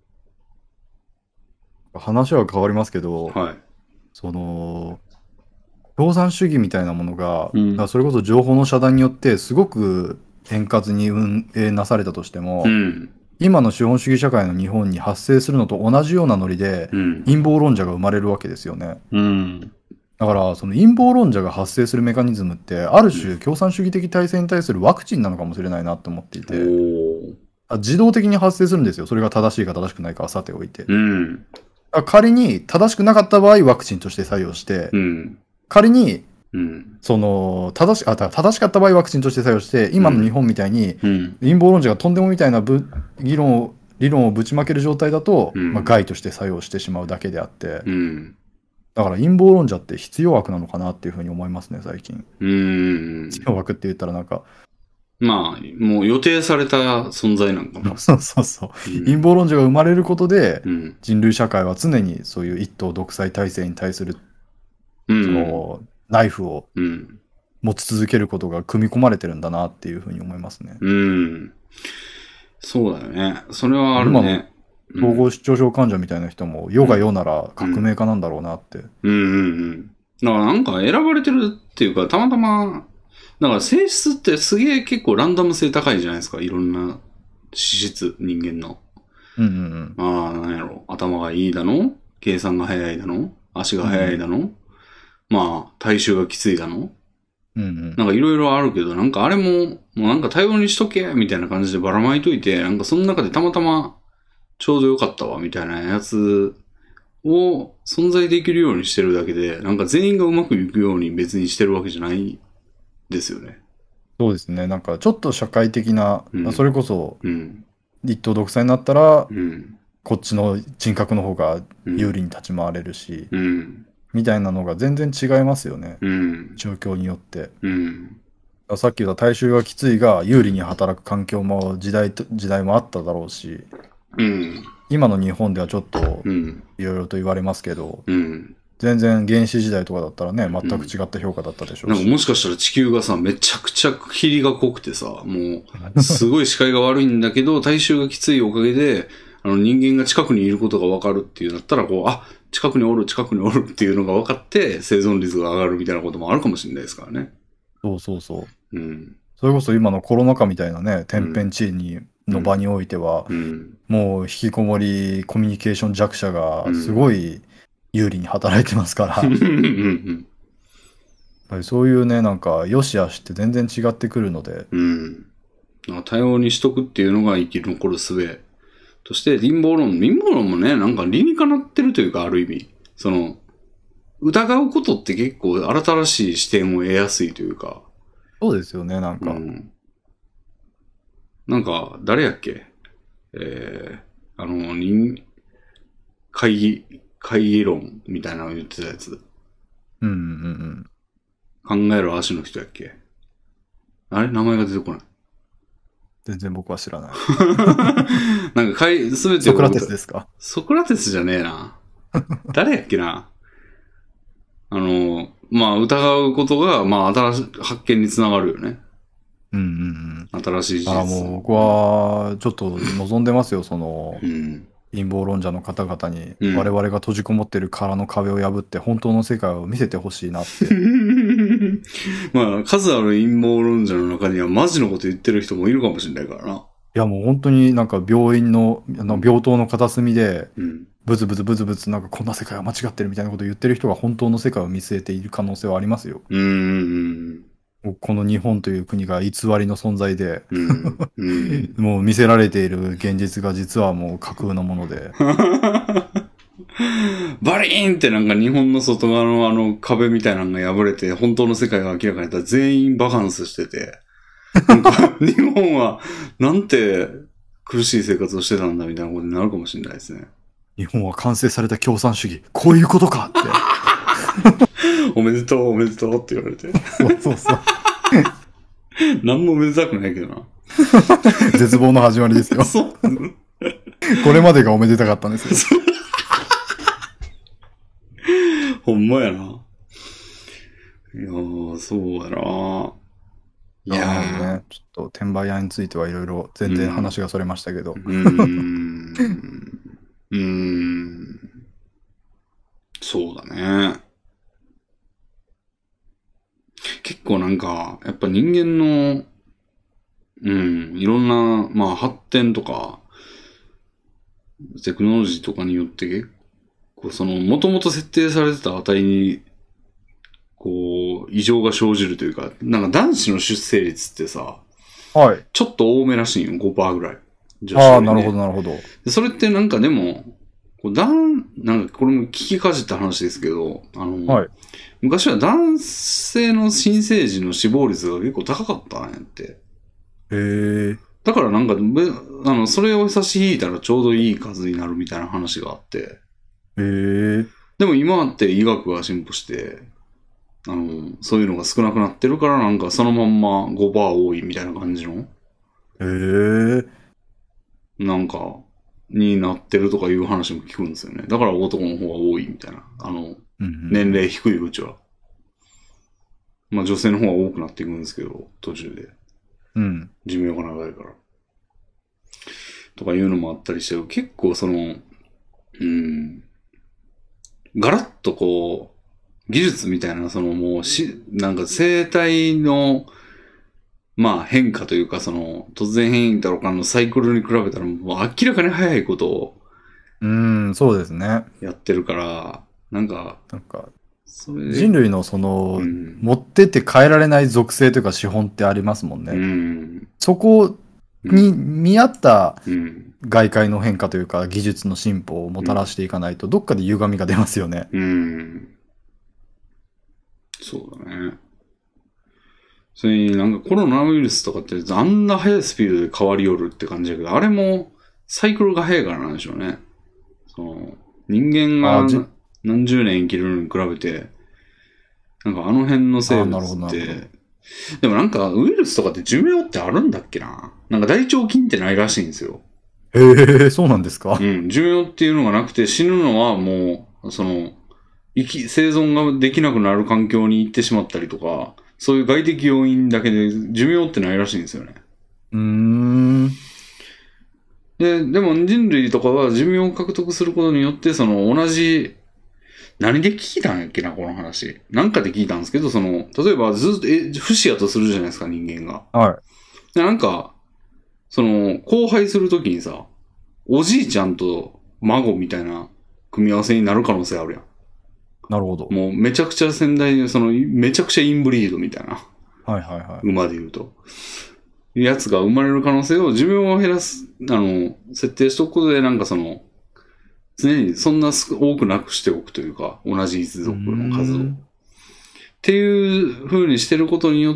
話は変わりますけど、はい、その、共産主義みたいなものが、うん、それこそ情報の遮断によってすごく円滑に運営なされたとしても、うん、今の資本主義社会の日本に発生するのと同じようなノリで、うん、陰謀論者が生まれるわけですよね。うん、だからその陰謀論者が発生するメカニズムってある種共産主義的体制に対するワクチンなのかもしれないなと思っていて、うん、自動的に発生するんですよ。それが正しいか正しくないかはさておいて、うん、仮に正しくなかった場合ワクチンとして採用して、うん、仮に、うん、その正しあ正しかった場合ワクチンとして採用して今の日本みたいに、うん、陰謀論者がとんでもみたいなぶ議論を理論をぶちまける状態だと、うんまあ、害として作用してしまうだけであって、うん、だから陰謀論者って必要悪なのかなっていうふうに思いますね最近。うん必要悪って言ったらなんかまあもう予定された存在なんかも。 そうそうそう、うん、陰謀論者が生まれることで、うん、人類社会は常にそういう一党独裁体制に対するそのナイフを持ち続けることが組み込まれてるんだなっていうふうに思いますね。 うん。そうだよね。それはあるね。 今の統合失調症患者みたいな人も、世が世なら革命家なんだろうなって。 うんうんうん。だからなんか選ばれてるっていうか、たまたま、だから性質ってすげえ結構ランダム性高いじゃないですか。いろんな資質、人間の。うんうんうん。ああ、なんやろ。頭がいいだの計算が早いだの足が速いだの、うんまあ、体臭がきついだのうんうん。なんかいろいろあるけど、なんかあれも、もうなんか多様にしとけみたいな感じでばらまいといて、なんかその中でたまたまちょうどよかったわみたいなやつを存在できるようにしてるだけで、なんか全員がうまくいくように別にしてるわけじゃないですよね。 そうですね。なんかちょっと社会的な、うん、それこそ、うん、一党独裁になったら、うん、こっちの人格の方が有利に立ち回れるし、うんうんみたいなのが全然違いますよね。うん、状況によって。うん、さっき言った体臭がきついが有利に働く環境も時代と時代もあっただろうし、うん、今の日本ではちょっといろいろと言われますけど、うん、全然原始時代とかだったらね、全く違った評価だったでしょうし。 なんかもしかしたら地球がさ、めちゃくちゃ霧が濃くてさ、もうすごい視界が悪いんだけど、体臭がきついおかげで、あの人間が近くにいることがわかるっていうなったら、こう、あ近くにおる、近くにおるっていうのが分かって、生存率が上がるみたいなこともあるかもしれないですからね。 そうそうそう。うん。 それこそ今のコロナ禍みたいなね、天変地異に、の場においては、 うん、 もう引きこもり、コミュニケーション弱者がすごい有利に働いてますから、やっぱりそういうね、なんか、良し悪しって全然違ってくるので。 うん。多様にしとくっていうのが生き残る術として、陰謀論、陰謀論もね、なんか理にかなってるというか、ある意味。その、疑うことって結構新しい視点を得やすいというか。 そうですよね、なんか。うん、 なんか、誰やっけえー、あの、人、会議、会議論みたいなのを言ってたやつ。 うんうんうん。 考える足の人やっけあれ名前が出てこない。 全然僕は知らない。 なんかかい、すべてソクラテスですか？ ソクラテスじゃねえな。誰やっけな。あの、まあ、疑うことが、まあ、新しい発見につながるよね。 うんうんうん。 新しい事実。 ああ、もう僕は、ちょっと望んでますよ、その、 うん、 陰謀論者の方々に、 うん、 我々が閉じこもってる殻の壁を破って、本当の世界を見せてほしいなって。 まあ、数ある陰謀論者の中には、マジのこと言ってる人もいるかもしれないからな。 いや、もう本当になんか病院の、あの病棟の片隅で、 うんブツブツブツブツなんかこんな世界は間違ってるみたいなことを言ってる人が本当の世界を見据えている可能性はありますよ。 うーん。 この日本という国が偽りの存在で、 うんうん、 もう見せられている現実が実はもう架空のもので。 バリーンってなんか日本の外側のあの壁みたいなのが破れて本当の世界が明らかになったら全員バカンスしてて、なんか日本はなんて苦しい生活をしてたんだみたいなことになるかもしれないですね。 日本は完成された共産主義。こういうことかって。 おめでとう、おめでとうって言われて。 そうそうそう。 何もめでたくないけどな。 絶望の始まりですよ。 そう。 これまでがおめでたかったんですよ。 ほんまやな。いやー、そうやな。 いやーね、ちょっと転売屋についてはいろいろ全然話がそれましたけど。 うーん。うーん。そうだね。結構なんか、やっぱ人間の、うん、いろんな、まあ発展とか、テクノロジーとかによって結構その、もともと設定されてた値に、こう、異常が生じるというか、なんか男子の出生率ってさ、 はい。 ちょっと多めらしいよ、ごパーセントぐらい。 ああ、なるほど、なるほど。 それってなんかでも、こう男、なんかこれも聞きかじった話ですけど、あの、 はい、 昔は男性の新生児の死亡率が結構高かったんやって。 へえ。 だからなんか、あの、それを差し引いたらちょうどいい数になるみたいな話があって。へえ。 でも今って医学が進歩して、あの、そういうのが少なくなってるからなんかそのまんま ごパーセント 多いみたいな感じの。 へえ。 なんか、になってるとかいう話も聞くんですよね。だから男の方が多いみたいな。あの、うんうん、年齢低いうちは。まあ女性の方が多くなっていくんですけど、途中で。 うん。 寿命が長いから。とかいうのもあったりして、結構その、うん、ガラッとこう、技術みたいな、そのもうし、なんか生態の、まあ変化というか、その、突然変異だろうかのサイクルに比べたら、もう明らかに早いことを、 うん、そうですね。 やってるから、なんか、 なんか、人類のその、 うん、 持ってって変えられない属性というか資本ってありますもんね。 うん、 そこに見合った外界の変化というか技術の進歩をもたらしていかないと、どっかで歪みが出ますよね。 うん。そうだね。それになんかコロナウイルスとかってあんな速いスピードで変わりよるって感じだけど、あれもサイクルが速いからなんでしょうね。その人間が何十年生きるのに比べて、なんかあの辺の生物って、でもなんかウイルスとかって寿命ってあるんだっけな？なんか大腸菌ってないらしいんですよ。 へえ、そうなんですか？ うん。寿命っていうのがなくて死ぬのはもう、その、生き、生存ができなくなる環境に行ってしまったりとか、そういう外的要因だけで寿命ってないらしいんですよね。 うーん。 で、でも人類とかは寿命を獲得することによって、その同じ、 何で聞いたんやっけな、この話。なんかで聞いたんですけど、その、例えばずっと、え、不死やとするじゃないですか、人間が。 はい。 でなんか、その、交配するときにさ、おじいちゃんと孫みたいな組み合わせになる可能性あるやん。 なるほど。 もうめちゃくちゃ先代に、その、めちゃくちゃインブリードみたいな。 はいはいはい。 馬で言うと。やつが生まれる可能性を寿命を減らす、あの、設定しとくことで、なんかその、常にそんな多くなくしておくというか、同じ一族の数を。っていう風にしてることによって、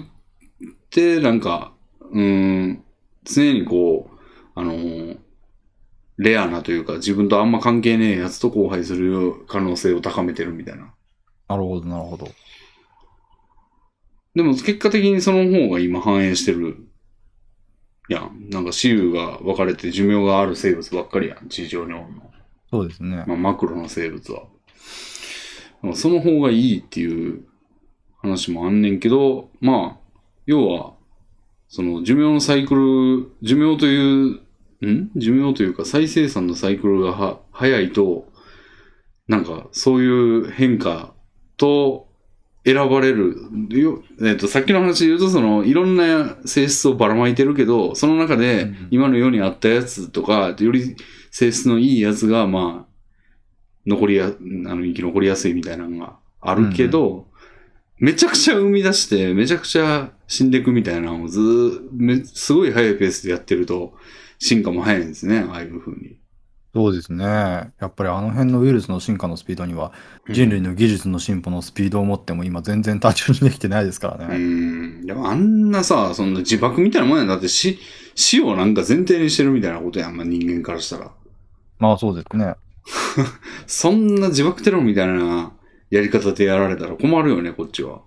なんか、うーん、常にこう、あのー、レアなというか、自分とあんま関係ねえやつと交配する可能性を高めてるみたいな。 なるほど、なるほど。 でも結果的にその方が今反映してるやん。なんか雌雄が分かれて寿命がある生物ばっかりやん、地上におるの。 そうですね。 まあマクロの生物は。その方がいいっていう話もあんねんけど、まあ、要は、その寿命のサイクル、寿命という、ん寿命というか再生産のサイクルがは早いと、なんかそういう変化と選ばれる。よえっと、さっきの話で言うと、そのいろんな性質をばらまいてるけど、その中で今の世にあったやつとか、より性質のいいやつが、まあ、残りや、あの、生き残りやすいみたいなのがあるけど、うんうん、めちゃくちゃ生み出して、めちゃくちゃ死んでいくみたいなのをずーすごい速いペースでやってると、進化も早いんですね、ああいう風に。 そうですね。やっぱりあの辺のウイルスの進化のスピードには、人類の技術の進歩のスピードを持っても今全然達成できてないですからね。 うん。でもあんなさ、そんな自爆みたいなもんやん。だって死、死をなんか前提にしてるみたいなことやん、まあ、人間からしたら。 まあそうですね。 そんな自爆テロみたいなやり方でやられたら困るよね、こっちは。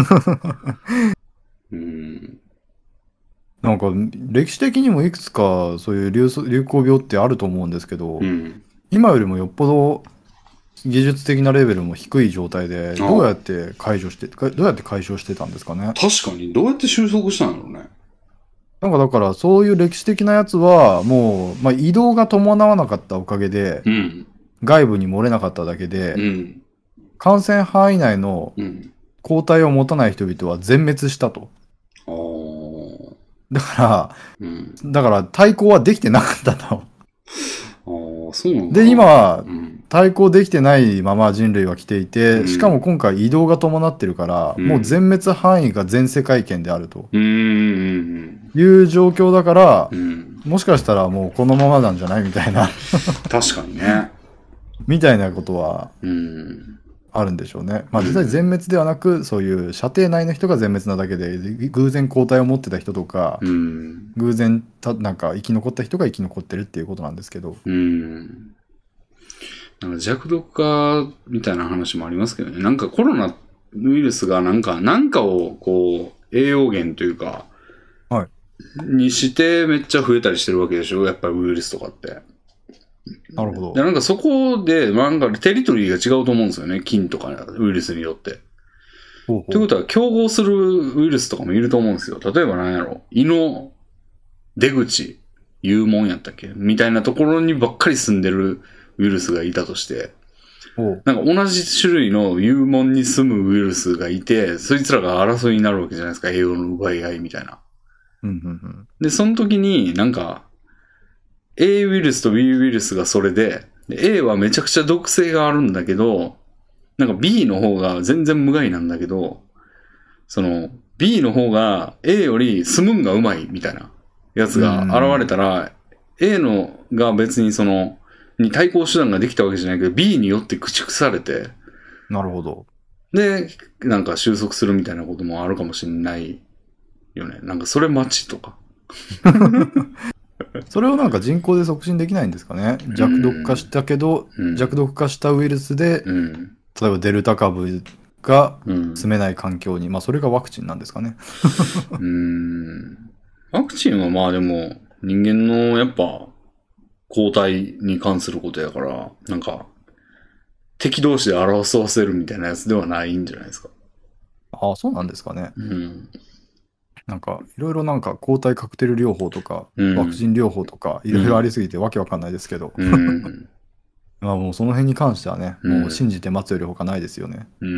うん。 なんか、歴史的にもいくつかそういう流流行病ってあると思うんですけど、 うん、 今よりもよっぽど技術的なレベルも低い状態で、どうやって解除して、どうやって解消してたんですかね。 確かに、どうやって収束したんだろうね。 なんかだから、そういう歴史的なやつは、もう、まあ、移動が伴わなかったおかげで、 うん、 外部に漏れなかっただけで、 うん、 感染範囲内の抗体を持たない人々は全滅したと。 うん、 だから、 うん、 だから対抗はできてなかったと。 あそうなんだ。 で、今は、対抗できてないまま人類は来ていて、うん、しかも今回移動が伴ってるから、うん、もう全滅範囲が全世界圏であると。いう状況だから、うん、もしかしたらもうこのままなんじゃないみたいな。 確かにね。 みたいなことは、 うんあるんでしょうね。まあ実際全滅ではなく、そういう射程内の人が全滅なだけで、偶然抗体を持ってた人とか、 うん、 偶然た、なんか生き残った人が生き残ってるっていうことなんですけど。 うん。なんか弱毒化みたいな話もありますけどね。なんかコロナウイルスがなんか、なんかをこう、栄養源というか、 はい。 にしてめっちゃ増えたりしてるわけでしょ、やっぱりウイルスとかって。 なるほど。 でなんかそこで、なんかテリトリーが違うと思うんですよね。菌とかウイルスによって。 ほうほう。 ということは、競合するウイルスとかもいると思うんですよ。例えば何やろ、胃の出口、幽門やったっけみたいなところにばっかり住んでるウイルスがいたとして、なんか同じ種類の幽門に住むウイルスがいて、そいつらが争いになるわけじゃないですか。栄養の奪い合いみたいな。 うんうんうん、 で、その時になんか、A ウイルスと B ウイルスがそれで、A はめちゃくちゃ毒性があるんだけど、なんか B の方が全然無害なんだけど、その B の方が A より住むんがうまいみたいなやつが現れたら、A のが別にその、に対抗手段ができたわけじゃないけど、B によって駆逐されて、 なるほど。 で、なんか収束するみたいなこともあるかもしれないよね。なんかそれ待ちとか。 それをなんか人工で促進できないんですかね。弱毒化したけど、うん、弱毒化したウイルスで、うん、例えばデルタ株が住めない環境に、うん、まあそれがワクチンなんですかね。 うーんワクチンはまあでも人間のやっぱ抗体に関することやから、なんか敵同士で争わせるみたいなやつではないんじゃないですか。 ああ、そうなんですかね。 うんなんか、いろいろなんか抗体カクテル療法とか、うん、ワクチン療法とか、いろいろありすぎてわけわかんないですけど。 うん、 まあもうその辺に関してはね、 うんもう信じて待つより他ないですよね。 うん。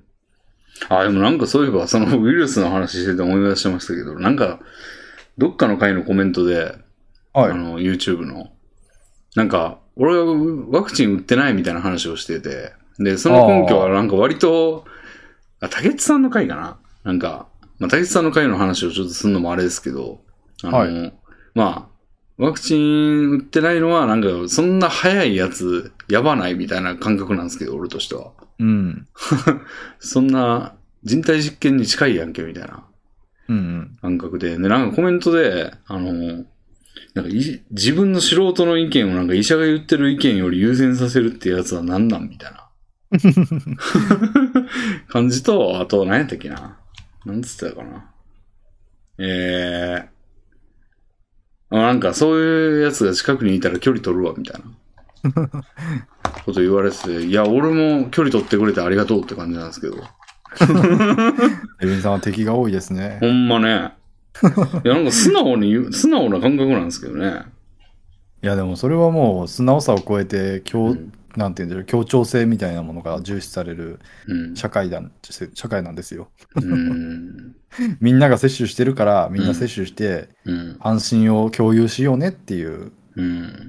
あ、でもなんかそういえば、そのウイルスの話してて思い出してましたけど、なんか、どっかの回のコメントで、 はい。 あの、YouTube の、なんか、俺はワクチン打ってないみたいな話をしてて、で、その根拠はなんか割と、あ、竹内さんの回かななんか、まあ、竹内さんの回の話をちょっとするのもあれですけど、あの、 はい、 まあ、ワクチン打ってないのはなんか、そんな早いやつ、やばないみたいな感覚なんですけど、俺としては。 うん。 そんな人体実験に近いやんけ、みたいなうんうん。 感覚で。で、なんかコメントで、あの、なんかい自分の素人の意見をなんか医者が言ってる意見より優先させるってやつは何なんみたいな感じと、あと何やったっけな。なんつってたかな。えー、なんかそういうやつが近くにいたら距離取るわみたいなこと言われてて、いや俺も距離取ってくれてありがとうって感じなんですけど。 エビンさんは敵が多いですね。 ほんまね。いやなんか素直に言う、素直な感覚なんですけどね。 いやでもそれはもう素直さを超えて協、 うん、 なんていうんだろう、協調性みたいなものが重視される社会だ、 うん、 社会なんですよ。 うん、 みんなが接種してるからみんな接種してうん、 安心を共有しようねっていう、 うん。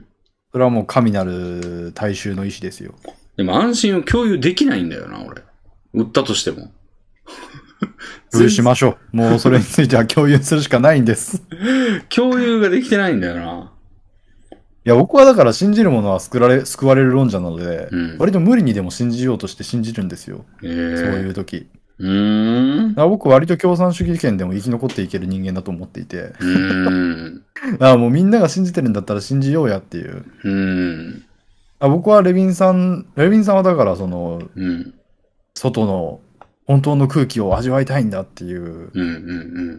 それはもう神なる大衆の意志ですよ。 でも安心を共有できないんだよな、俺。売ったとしても。 共有しましょう。もうそれについては共有するしかないんです。 共有ができてないんだよな。 いや、僕はだから信じるものは救われ、救われる論者なので、 うん、 割と無理にでも信じようとして信じるんですよ。 えー、 そういう時。 うーん。 だから僕割と共産主義圏でも生き残っていける人間だと思っていて。 うーん。 だからもうみんなが信じてるんだったら信じようやっていう。 うーん。 僕はレビンさん、レビンさんはだからその、 うん。 外の本当の空気を味わいたいんだっていううんうんうん。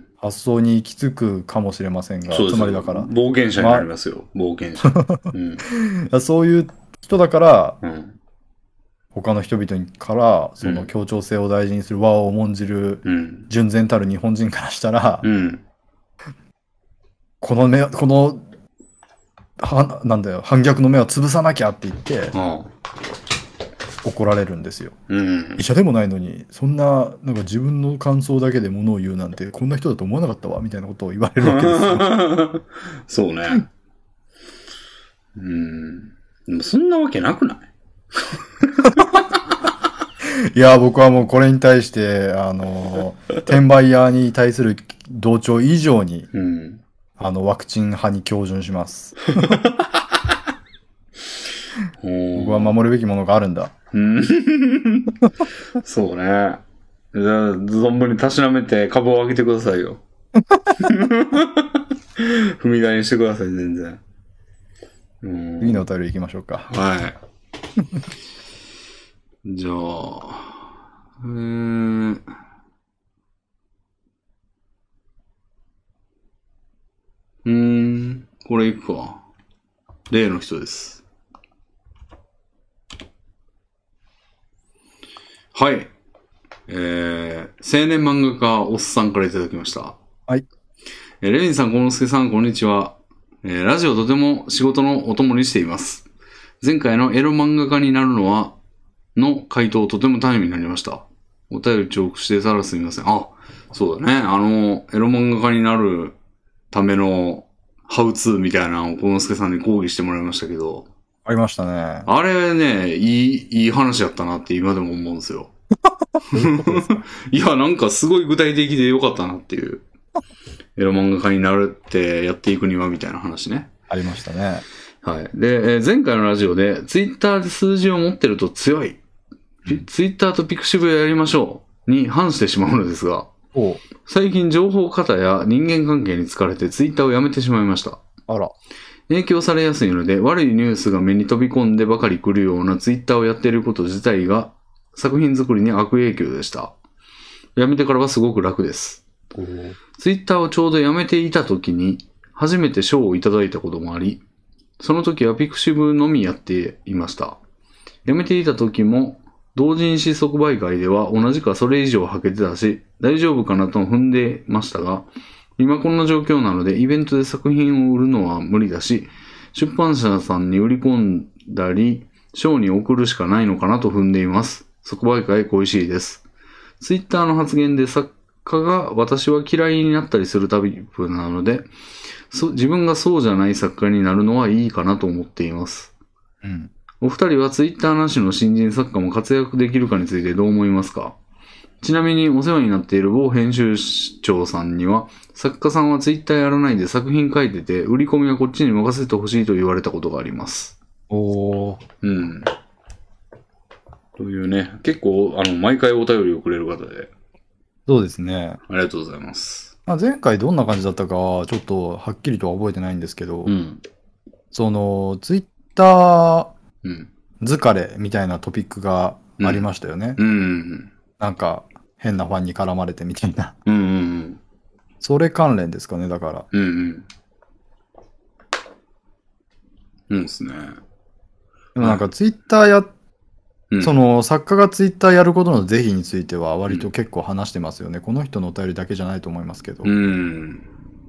発想に行き着くかもしれませんが、 そうです。 つまりだから。 冒険者になりますよ。ま、冒険者。 うん、そういう人だから、 うん、 他の人々からその協調性を大事にする和を重んじる純然たる日本人からしたら、 うん、 この目、この、は、なんだよ、反逆の目を潰さなきゃって言って、怒られるんですよ。 うん、 医者でもないのに、そんな、なんか自分の感想だけで物を言うなんて、こんな人だと思わなかったわ、みたいなことを言われるわけですよ。 そうね。うん。でもそんなわけなくないいや、僕はもうこれに対して、あの、転売屋に対する同調以上に、 うん、 あの、ワクチン派に標準します。僕は守るべきものがあるんだ。 そうね。じゃあ、存分にたしなめて株を上げてくださいよ。踏み台にしてください、全然。 次のお便り行きましょうか。 はい。じゃあ、えー、うーん、これいくか。例の人です。はい。えー、青年漫画家おっさんからいただきました。 はい。 えー、レビンさん、コノスケさん、こんにちは。えー、ラジオとても仕事のお供にしています。前回のエロ漫画家になるのは、の回答とてもためになりました。お便り重複してたらすみません。あ、そうだね。あの、エロ漫画家になるためのハウツーみたいなのをコノスケさんに講義してもらいましたけど。 ありましたね。 あれね、いい、いい話やったなって今でも思うんですよ。いや、なんかすごい具体的でよかったなっていう。エロ漫画家になるってやっていくにはみたいな話ね。 ありましたね。 はい。で、えー、前回のラジオで、ツイッターで数字を持ってると強い。ツイッターとピクシブやりましょうに反してしまうのですが、最近情報過多や人間関係に疲れてツイッターをやめてしまいました。 あら。 影響されやすいので、悪いニュースが目に飛び込んでばかり来るようなツイッターをやっていること自体が作品作りに悪影響でした。やめてからはすごく楽です。ツイッターをちょうどやめていた時に初めて賞をいただいたこともあり、その時はピクシブのみやっていました。やめていた時も同人誌即売会では同じかそれ以上はけてたし、大丈夫かなと踏んでましたが、今こんな状況なのでイベントで作品を売るのは無理だし、出版社さんに売り込んだり、 賞に送るしかないのかなと踏んでいます。即売会恋しいです。ツイッターの発言で作家が私は嫌いになったりするタイプなので、そ自分がそうじゃない作家になるのはいいかなと思っています。 うん、 お二人はツイッターなしの新人作家も活躍できるかについてどう思いますか？ちなみにお世話になっている某編集長さんには、作家さんはツイッターやらないで作品書いてて、売り込みはこっちに任せてほしいと言われたことがあります。 おー。 うん。というね、結構、あの、毎回お便りをくれる方で。 そうですね。 ありがとうございます。 まあ、前回どんな感じだったか、ちょっとはっきりとは覚えてないんですけど、 うん。 その、ツイッタうん。 ー疲れみたいなトピックがありましたよね。 うん。うん。 なんか、変なファンに絡まれてみたいな。 うん。うん。 それ関連ですかね、だから。 うん。うん。うんですね。 でもなんかツイッターや、 うん、 その作家がツイッターやることの是非については割と結構話してますよね。うん、この人のお便りだけじゃないと思いますけど。 うん。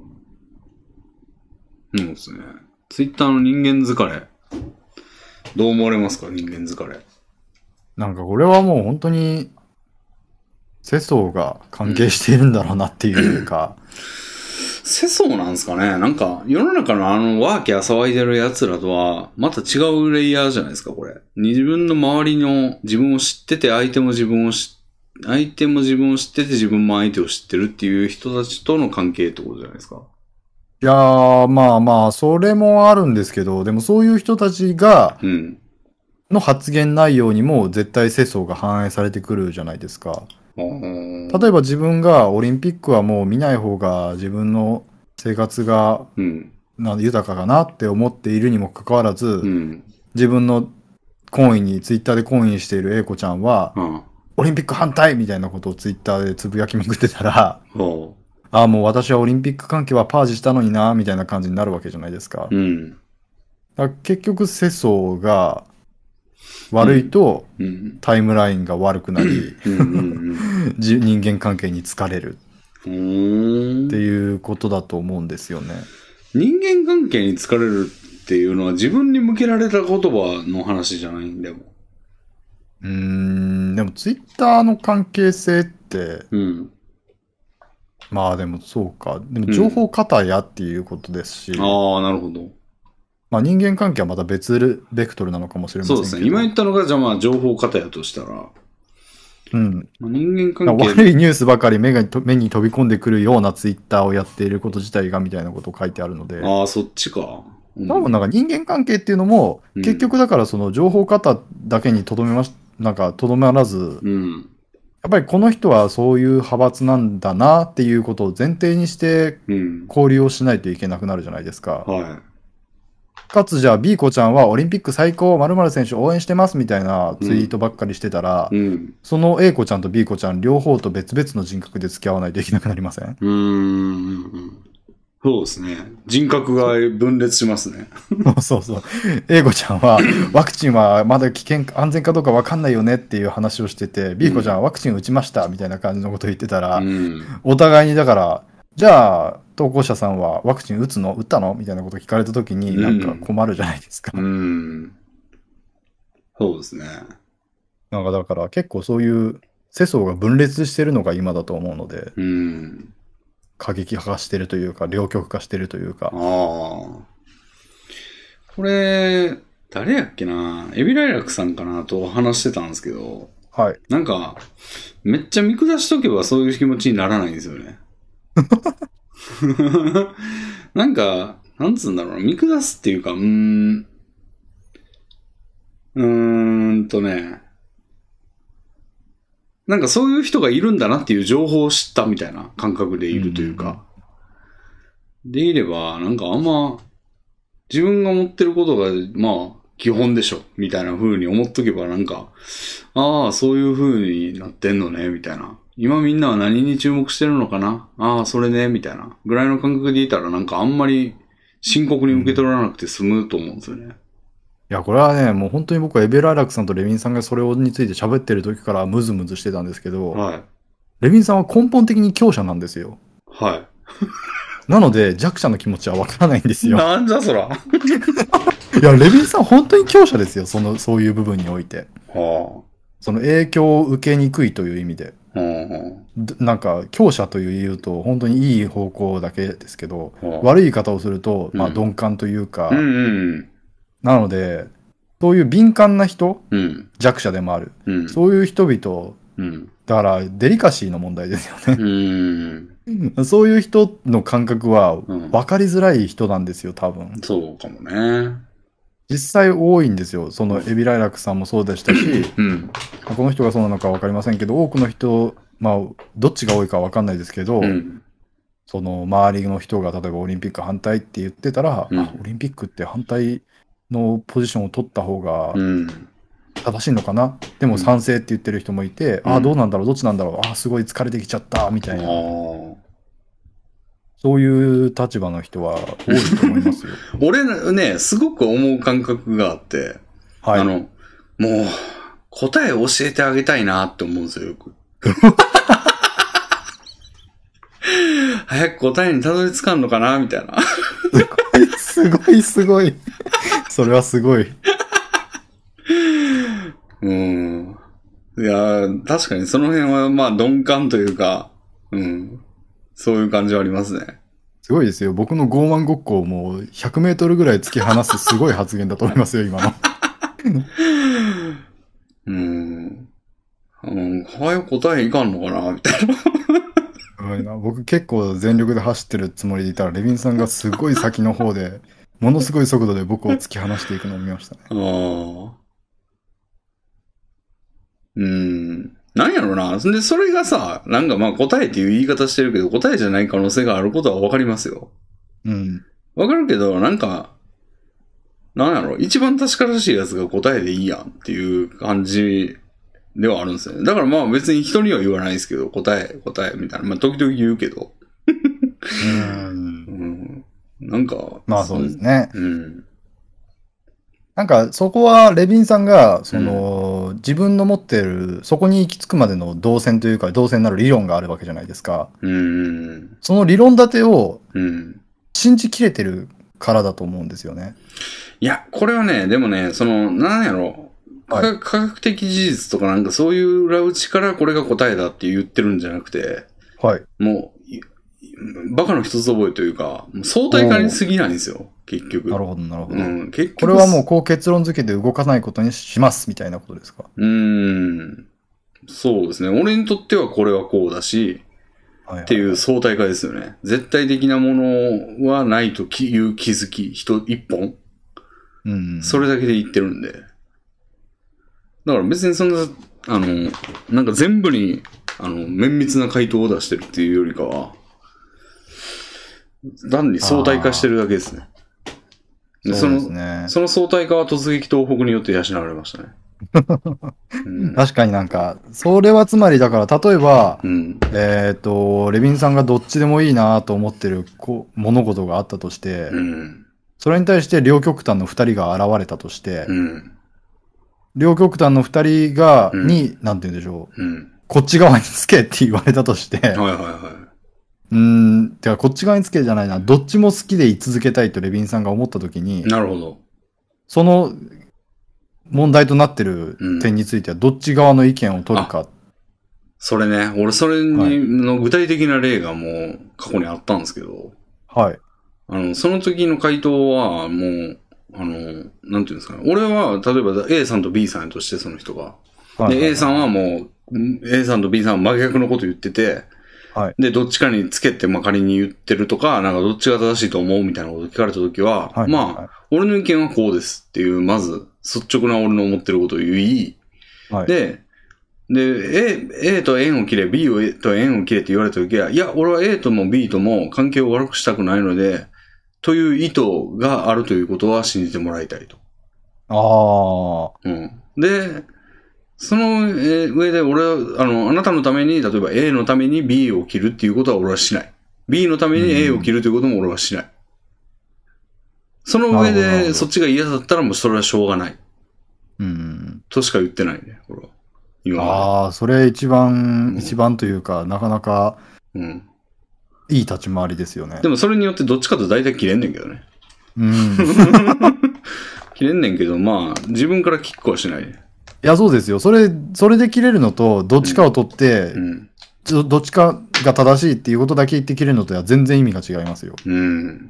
そうですね。ツイッターの人間疲れ。どう思われますか、人間疲れ。なんかこれはもう本当に、世相が関係しているんだろうなっていうか。うん世相なんですかね。なんか、世の中のあの、ワーキャー騒いでる奴らとは、また違うレイヤーじゃないですか、これ。自分の周りの自分を知ってて、相手も自分を知、相手も自分を知ってて、自分も相手を知ってるっていう人たちとの関係ってことじゃないですか。 いやー、まあまあ、それもあるんですけど、でもそういう人たちが、うん。の発言内容にも絶対世相が反映されてくるじゃないですか。例えば自分がオリンピックはもう見ない方が自分の生活が豊かかなって思っているにもかかわらず、うん、自分の懇意にツイッターで懇意している A 子ちゃんは、うん、オリンピック反対みたいなことをツイッターでつぶやきまくってたら、うん、ああもう私はオリンピック関係はパージしたのになみたいな感じになるわけじゃないですか。うん、だから結局世相が悪いと、うん、タイムラインが悪くなり、人間関係に疲れるっていうことだと思うんですよね。 人間関係に疲れるっていうのは自分に向けられた言葉の話じゃないんだよ。 うーん、でもツイッターの関係性って、うん、まあでもそうか。でも情報過多やっていうことですし。うん、 ああ、なるほど。 まあ人間関係はまた別ベクトルなのかもしれませんけど。 そうですね。今言ったのが、じゃあまあ情報過多やとしたら。 うん。 まあ、人間関係。 悪いニュースばかり目が目に飛び込んでくるようなツイッターをやっていること自体がみたいなことを書いてあるので。 ああ、そっちか。 うん、多分なんか人間関係っていうのも、うん、結局だからその情報過多だけにとどめまし、なんかとどまらず、うん、やっぱりこの人はそういう派閥なんだなっていうことを前提にして交流をしないといけなくなるじゃないですか。うん、はい。かつじゃあ B 子ちゃんはオリンピック最高〇〇選手応援してますみたいなツイートばっかりしてたら、うんうん、その A 子ちゃんと B 子ちゃん両方と別々の人格で付き合わないといけなくなりません？ うーん。そうですね。人格が分裂しますね。 そうそう。A 子ちゃんはワクチンはまだ危険、安全かどうか分かんないよねっていう話をしてて、B 子ちゃんはワクチン打ちましたみたいな感じのことを言ってたら、うん、お互いにだから、じゃあ、投稿者さんはワクチン打つの打ったのみたいなこと聞かれたときになんか困るじゃないですか。うん。うん、 そうですね。 なんかだから結構そういう世相が分裂してるのが今だと思うので、うん、過激化してるというか、両極化してるというか。ああ。 これ、誰やっけな、エビライラクさんかなと話してたんですけど、はい。なんか、めっちゃ見下しとけばそういう気持ちにならないんですよね。なんか、なんつうんだろうな、見下すっていうか、うーん、うーんとね、なんかそういう人がいるんだなっていう情報を知ったみたいな感覚でいるというか、うん、でいれば、なんかあんま、自分が持ってることが、まあ、基本でしょ、みたいな風に思っとけば、なんか、ああ、そういう風になってんのね、みたいな。今みんなは何に注目してるのかな、ああ、それね、みたいな。ぐらいの感覚でいたら、なんかあんまり深刻に受け取らなくて済むと思うんですよね。うん、いや、これはね、もう本当に僕はエベライラクさんとレビンさんがそれについて喋ってる時からムズムズしてたんですけど、はい。レビンさんは根本的に強者なんですよ。はい。なので、弱者の気持ちはわからないんですよ。 なんじゃそら。 いや、レビンさん本当に強者ですよ。その、そういう部分において。 はその影響を受けにくいという意味で。 あ。はなんか、強者という言うと、本当にいい方向だけですけど、 あ。はあ、 悪い言い方をすると、まあ、 うん鈍感というか、 うんうんなので、そういう敏感な人、 うん。うん。 弱者でもある。 うん。 そういう人々、 うん。 だから、デリカシーの問題ですようね。 ん。 そういう人の感覚はうん分かりづらい人なんですよ、多分。 そうかもね。 実際多いんですよ。そのエビライラクさんもそうでしたし、 うん。 この人がそうなのか分かりませんけど、多くの人、まあ、どっちが多いか分かんないですけど、 うん。 その周りの人が例えばオリンピック反対って言ってたら、 うんあ、オリンピックって反対のポジションを取った方がうん。 正しいのかな、でも賛成って言ってる人もいて、 うんあ、どうなんだろう、どっちなんだろう、あ、すごい疲れてきちゃったみたいな、 ああ。 そういう立場の人は多いと思いますよ。 俺ね、すごく思う感覚があって、 はい。 あの、もう、答え教えてあげたいなって思うんですよ、よく。早く答えにたどり着かんのかなみたいな。 すごい、すごい。それはすごい。 うん。いや、確かにその辺は、まあ、鈍感というか、うん。そういう感じはありますね。 すごいですよ。僕の傲慢ごっこをもうひゃくメートルぐらい突き放すすごい発言だと思いますよ、今の。 うん。うん。早く答えいかんのかなみたいな。 すごいな。僕結構全力で走ってるつもりでいたら、レビンさんがすごい先の方で、ものすごい速度で僕を突き放していくのを見ましたね。 ああ。うん。なんやろな。で、それがさ、なんかまあ答えっていう言い方してるけど、答えじゃない可能性があることはわかりますよ。 うん。 わかるけど、なんか、なんやろ。一番確からしいやつが答えでいいやんっていう感じではあるんですよね。だからまあ別に人には言わないですけど、答え、答えみたいな。まあ時々言うけど。 うんうん。なんか。 まあそうですね。 うん。 なんかそこはレビンさんが、その、うん、自分の持っている、そこに行き着くまでの動線というか、動線になる理論があるわけじゃないですか。 うん。 その理論立てをうん信じきれてるからだと思うんですよね。 いや、これはね、でもね、その、なんやろ、はい、科学的事実とかなんかそういう裏打ちからこれが答えだって言ってるんじゃなくて、 はい。 もう、バカの一つ覚えというか、相対化に過ぎないんですよ、結局。 なるほど、なるほど。 うん、結局。 これはもうこう結論付けて動かないことにしますみたいなことですか？ うーん。そうですね。俺にとってはこれはこうだし、はいはいはい、っていう相対化ですよね。絶対的なものはないという気づき、人一本。うん。それだけで言ってるんで。だから別にそんな、あの、なんか全部に、あの、綿密な回答を出してるっていうよりかは、単に相対化してるだけですね。でそうですね。 その、その相対化は突撃東北によって養われましたね。 うん、確かになんか、それはつまりだから、例えば、うん、えっと、レビンさんがどっちでもいいなと思ってるこ物事があったとして、うん、それに対して両極端の二人が現れたとして、うん、両極端の二人が、うん、に、なんて言うんでしょう、うん、こっち側につけって言われたとして、はいはいはい。うん、てかこっち側につけじゃないな、どっちも好きで居続けたいとレビンさんが思ったときに、 なるほど。 その、問題となってる点については、どっち側の意見を取るか。うん、 それね、俺それにの具体的な例がもう過去にあったんですけど。 はい。 あの、その時の回答はもう、あの、なんていうんですかね。俺は、例えば A さんと B さんとしてその人が。はいはいはい、で、A さんはもう、A さんと B さんは真逆のこと言ってて、はい。で、どっちかにつけて、まあ、仮に言ってるとか、なんかどっちが正しいと思うみたいなこと聞かれたときは、はいはいはい、まあ、俺の意見はこうですっていう、まず、率直な俺の思ってることを言い、はい、で、で、A、A と縁を切れ、B と縁を切れって言われたときは、いや、俺は A とも B とも関係を悪くしたくないので、という意図があるということは信じてもらいたいと。 ああ。うん。で、その上で俺は、あの、あなたのために、例えば A のために B を切るっていうことは俺はしない。B のために A を切るということも俺はしない。うん、その上で、そっちが嫌だったらもうそれはしょうがない。うん。としか言ってないね、俺は。 今ああ、それ一番、うん、一番というか、なかなか、うん。いい立ち回りですよね。 でもそれによってどっちかと大体切れんねんけどね。うん。 切れんねんけど、まあ、自分からキックはしないね。 いや、そうですよ。それ、それで切れるのと、どっちかを取って、うん、ちょどっちかが正しいっていうことだけ言って切れるのとは全然意味が違いますよ。 うん。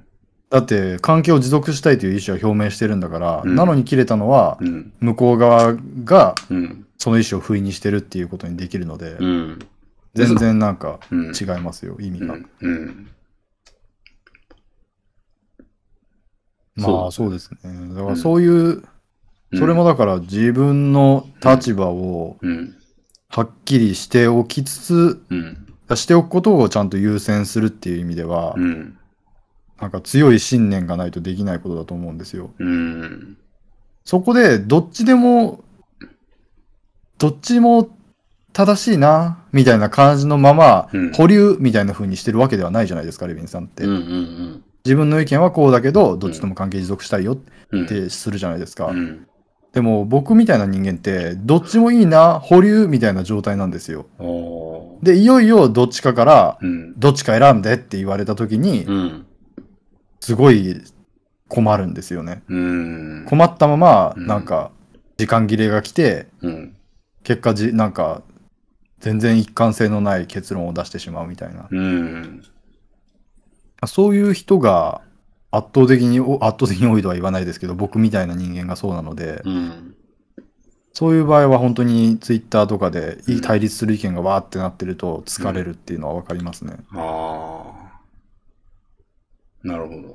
だって、関係を持続したいという意思は表明してるんだから、うん、なのに切れたのは、うん、向こう側が、その意思を不意にしてるっていうことにできるので、うん、全然なんか違いますよ、意味が。うんうんまあ、そうですね。だからそういう、うん、それもだから自分の立場をはっきりしておきつつ、うん、しておくことをちゃんと優先するっていう意味では、うん、なんか強い信念がないとできないことだと思うんですよ。うん、そこでどっちでも、どっちも正しいな、みたいな感じのまま、うん、保留みたいな風にしてるわけではないじゃないですか、レビンさんって。うんうんうん自分の意見はこうだけど、どっちとも関係持続したいよってするじゃないですか。うんうん、でも僕みたいな人間って、どっちもいいな、保留みたいな状態なんですよ。で、いよいよどっちかから、どっちか選んでって言われた時に、うん、すごい困るんですよね。うん、困ったまま、なんか、時間切れが来て、うん、結果じ、なんか、全然一貫性のない結論を出してしまうみたいな。うんそういう人が圧倒的に、圧倒的に多いとは言わないですけど、僕みたいな人間がそうなので、うん、そういう場合は本当にツイッターとかで対立する意見がわーってなってると疲れるっていうのはわかりますね。うん、ああ。 なるほど。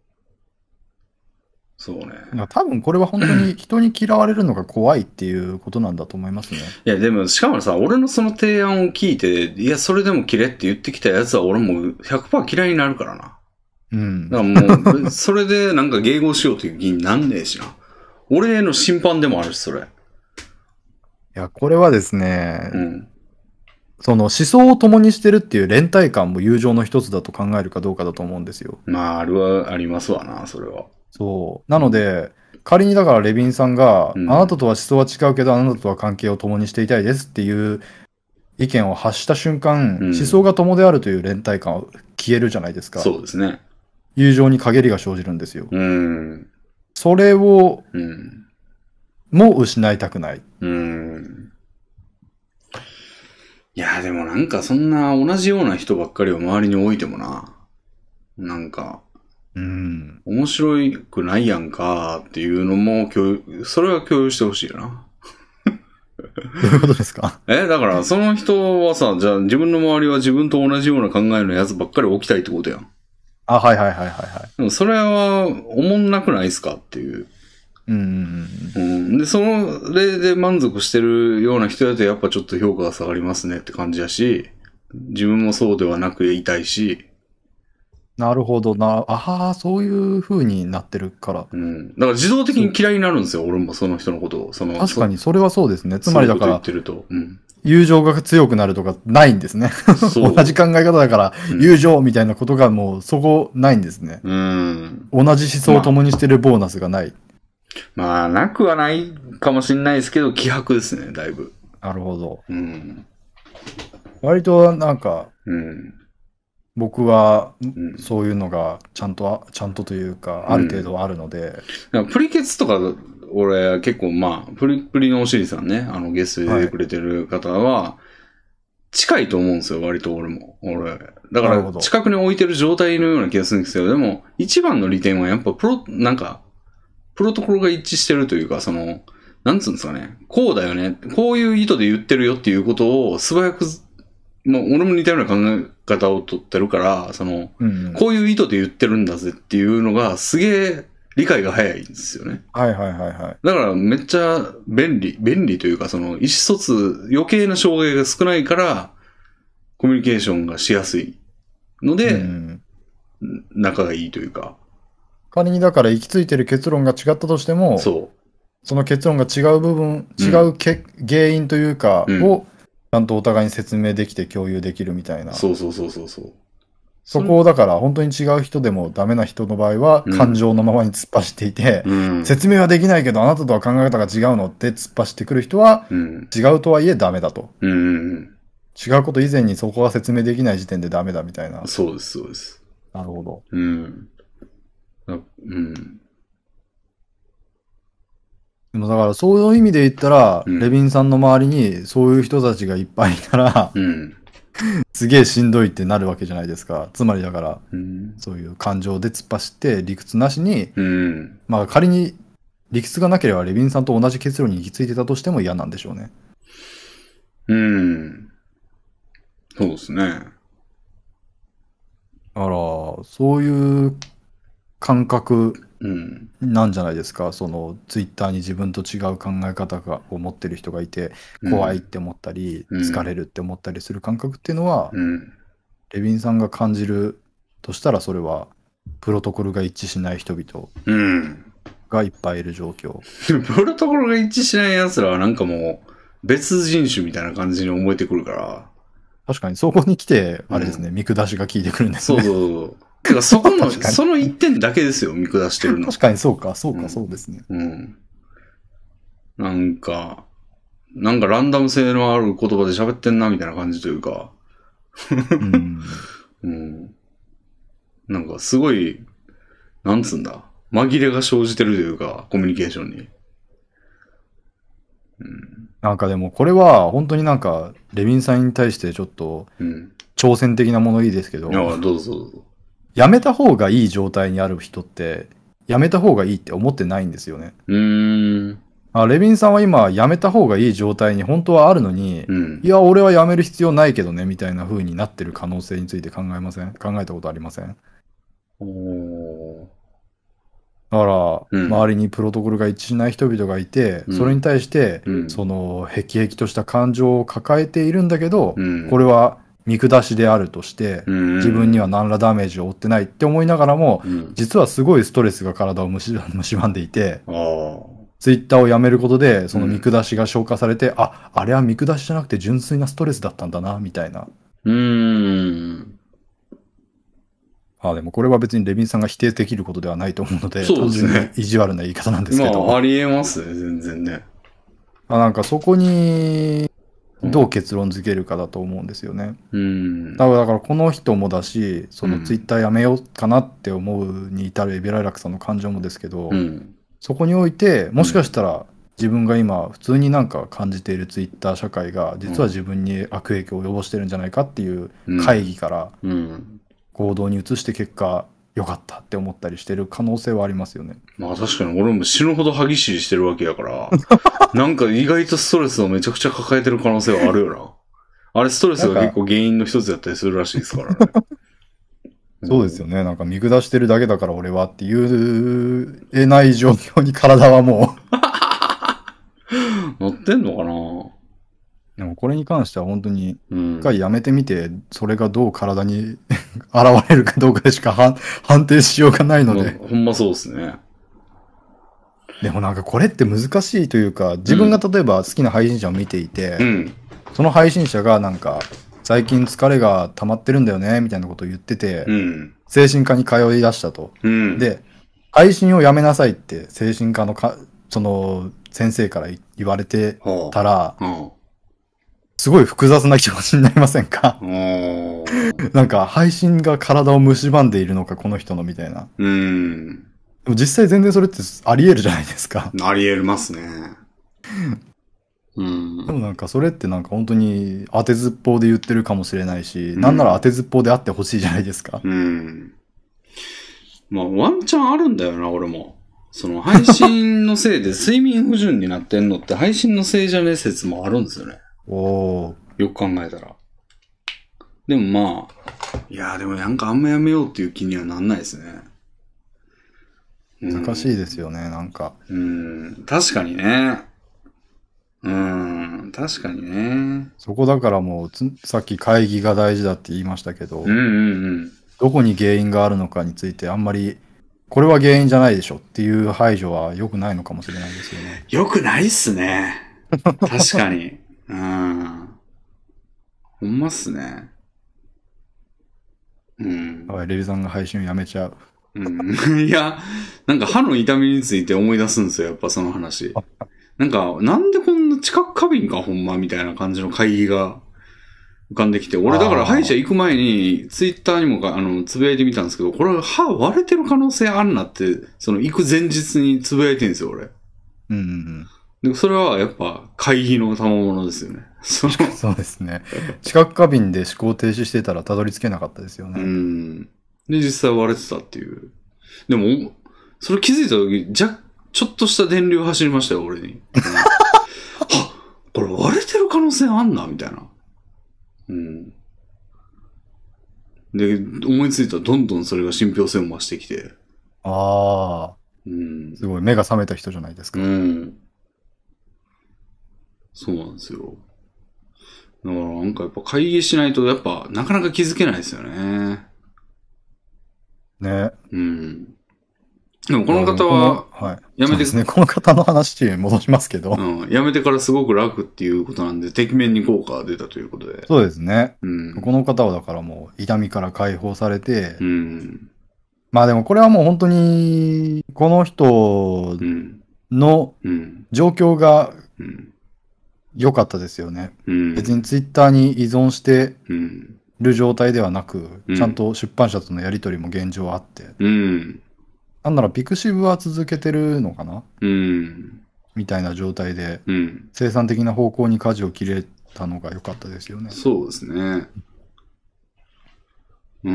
そうね。 多分これは本当に人に嫌われるのが怖いっていうことなんだと思いますね。 いやでもしかもさ、俺のその提案を聞いて、いやそれでも切れって言ってきたやつは俺も ひゃくパーセント 嫌いになるからな。うん。だからもう、それでなんか迎合しようという気になんねえしな。俺への審判でもあるし、それ。いや、これはですね、うん。その思想を共にしてるっていう連帯感も友情の一つだと考えるかどうかだと思うんですよ。 まあ、あるは、ありますわな、それは。 そう。なので、仮にだからレビンさんが、うん、あなたとは思想は違うけど、あなたとは関係を共にしていたいですっていう意見を発した瞬間、うん、思想が友であるという連帯感は消えるじゃないですか。 そうですね。 友情に陰りが生じるんですよ。うん、それを、うん、もう失いたくない。うん、 いや、でもなんかそんな同じような人ばっかりを周りに置いてもな、なんか、うん、面白くないやんかっていうのも共有、それは共有してほしいよな。 どういうことですか？ え、だからその人はさ、じゃあ自分の周りは自分と同じような考えのやつばっかり置きたいってことやん。 あ、はいはいはいはいはい。 でもそれは、おもんなくないですかっていう。うんうん、で、その例で満足してるような人だとやっぱちょっと評価が下がりますねって感じやし、自分もそうではなくいたいし。 なるほどな。ああ、そういう風になってるから。 うん。だから自動的に嫌いになるんですよ、俺もその人のことを。その確かにそれはそうですね。つまりだから、 言ってると。うん。 友情が強くなるとかないんですね。同じ考え方だから、友情みたいなことがもうそこないんですね。うん。同じ思想を共にしてるボーナスがない。 まあ、まあ、なくはないかもしれないですけど、希薄ですね、だいぶ。 なるほど。うん。割となんか、うん、僕は、そういうのがちゃんと、ちゃんとというか、ある程度あるので。 うん、プリケツとか、俺結構まあ、プリプリのおしりさんね、あのゲストで出てくれてる方は、近いと思うんですよ、割と俺も。俺。だから、近くに置いてる状態のような気がするんですけど、でも、一番の利点はやっぱプロ、なんか、プロトコルが一致してるというか、その、なんつうんですかね、こうだよね、こういう意図で言ってるよっていうことを素早く、もう俺も似たような考え方を取ってるから、その、うんうん、こういう意図で言ってるんだぜっていうのがすげえ理解が早いんですよね。 はいはいはいはい。 だからめっちゃ便利、便利というかその意思疎通、余計な障害が少ないからコミュニケーションがしやすいので、うん、仲がいいというか。 仮にだから行き着いてる結論が違ったとしても、そう。その結論が違う部分、違うけ、うん、原因というかを、ちゃんとお互いに説明できて共有できるみたいな。 そうそうそうそうそう。 そこをだから本当に違う人でもダメな人の場合は感情のままに突っ走っていて、うん、説明はできないけどあなたとは考え方が違うのって突っ走ってくる人は、うん、違うとはいえダメだと、うん。違うこと以前にそこが説明できない時点でダメだみたいな。 そうです、そうです。 なるほど。 うん。うん。 でもだからそういう意味で言ったら、 うんレビンさんの周りにそういう人たちがいっぱいいたら、 うん。 すげえしんどいってなるわけじゃないですか。つまりだから、 うん。 そういう感情で突っ走って理屈なしに、 うん。 まあ仮に理屈がなければレビンさんと同じ結論に行き着いてたとしても嫌なんでしょうね。 うん。そうですね。 だから、そういう感覚うん。 なんじゃないですか。そのツイッターに自分と違う考え方がを持ってる人がいて、怖いって思ったり、 うん疲れるって思ったりする感覚っていうのは、 うん。 レビンさんが感じるとしたらそれはプロトコルが一致しない人々 うん。 がいっぱいいる状況。 プロトコルが一致しない奴らはなんかもう別人種みたいな感じに思えてくるから。 確かにそこに来て、あれですね、見下しが効いてくるんですね。 そうそうそう。てかそこの、 確かにその一点だけですよ、見下してるの。 確かにそうか、そうか、 うんそうですね。 うん。なんか、なんかランダム性のある言葉で喋ってんなみたいな感じというか。 うん。 うん。なんかすごい、なんつうんだ。紛れが生じてるというか、コミュニケーションに。うん。 なんかでもこれは本当になんか、レビンさんに対してちょっとうん。 挑戦的なものいいですけど、 いや、どうぞどうぞ。 やめた方がいい状態にある人って、やめた方がいいって思ってないんですよね。 うーん。 あレビンさんは今、やめた方がいい状態に本当はあるのに、 うんい。や、俺はやめる必要ないけどね、みたいな風になってる可能性について考えません考えたことありませんおー。 だから、 うん周りにプロトコルが一致しない人々がいて、 うんそれに対して、 うんその、へきへきとした感情を抱えているんだけど、 うんこれは見下しであるとして、 うん自分には何らダメージを負ってないって思いながらも、 うん。 実はすごいストレスが体をむし蝕んでいて、 ああ。 ツイッターをやめることで、その見下しが消化されて、あ、あれは見下しじゃなくて純粋なストレスだったんだな、みたいな。 うーん。 あでもこれは別にレビンさんが否定できることではないと思うので、 そうですね単純に意地悪な言い方なんですけど、 まあ、ありえますね、全然ね。 あなんかそこにどう結論付けるかだと思うんですよね。 うん。 だからだからこの人もだし、そのうんツイッターやめようかなって思うに至るエビライラクさんの感情もですけど、 うん。 そこにおいて、もしかしたら自分が今普通になんか感じているツイッター社会が実は自分に悪影響を及ぼしてるんじゃないかっていう会議からうん。 行動に移して結果良かったって思ったりしてる可能性はありますよね。 まあ確かに俺も死ぬほど歯ぎしりしてるわけやから、なんか意外とストレスをめちゃくちゃ抱えてる可能性はあるよな。あれストレスが結構原因の一つやったりするらしいですからね。 そうですよね。なんか見下してるだけだから俺はっていうえない状況に体はも乗ってんのかな。 う。でもこれに関しては本当にうん一。回やめてみて、それがどう体に現れるかどうかでしか判判定しようがないのまあで。 ほんまそうですね。 でもなんかこれって難しいというか、自分が例えば好きな配信者を見ていて、 うん。 その配信者がなんか、最近疲れが溜まってるんだよね、みたいなことを言ってて、 うん。 精神科に通い出したと。 うん。、 で、配信をやめなさいって精神科のか、その先生から言われてはたら、 あ。はすごい複雑な気持ちになりませんかあ。おー。 なんか配信が体を蝕んでいるのか、この人のみたいな。 うん。 でも実際全然それってあり得るじゃないですか。 あり得ますね。うでん。 もなんかそれってなんか本当に当てずっぽうで言ってるかもしれないし、 うんなんなら当てずっぽうであってほしいじゃないですか。 うん。まあ、ワンチャンあるんだよな、俺も。その、配信のせいで睡眠不順になってんのって配信のせいじゃねえ説もあるんですよね。 おー。 よく考えたら。でもまあ、いやーでもなんかあんまやめようっていう気にはなんないですね。 難しいですよね、なんか。 うん、確かにね。うん、確かにね。 そこだからもうつ、さっき会議が大事だって言いましたけど、 うんうんうん。 どこに原因があるのかについてあんまり、これは原因じゃないでしょっていう排除は良くないのかもしれないですよね。 よくないっすね。確かに。うん。ほんまっすね。うん。 はい、レビさんが配信をやめちゃう。 うん、いや、なんか歯の痛みについて思い出すんですよ、やっぱその話。なんか、なんでこんな知覚過敏かほんまみたいな感じの会議が浮かんできて、俺だから歯医者行く前にツイッターにもあのつぶやいてみたんですけど、これ歯割れてる可能性あるなって、その行く前日につぶやいてるんですよ、俺。 うんうんうん。 でもそれはやっぱ会議の賜物ですよね。その、 そうですね。知覚過敏で思考停止してたらたどり着けなかったですようね。 ん。で、実際割れてたっていう。でも、それ気づいた時、じゃ、ちょっとした電流走りましたよ、俺に。あ、これ割れてる可能性あんなみたいな。うん。で、思いついたらどんどんそれが信憑性を増してきて。 ああ、 うん。 すごい目が覚めた人じゃないですか。 うん。そうなんですよ。だからなんかやっぱ会議しないとやっぱなかなか気づけないですよね。 ね。 うん。でもこの方いやでもは、 このはい。 やめて、 そうですね。この方の話に戻しますけど。 うん、やめてからすごく楽っていうことなんで、てきめんに効果が出たということで。 そうですね。 うん。 この方はだからもう痛みから解放されて、 うん。 まあでもこれはもう本当に、この人うん。 のうん。 状況がうん。 良かったですよね。 うん。 別にツイッターに依存してうん。 る状態ではなく、 うんちゃんと出版社とのやり取りも現状あって、 うん。 なんならピクシブは続けてるのかなうん。 みたいな状態で、 うん。 生産的な方向に舵を切れたのが良かったですよね。 そうですね。うん。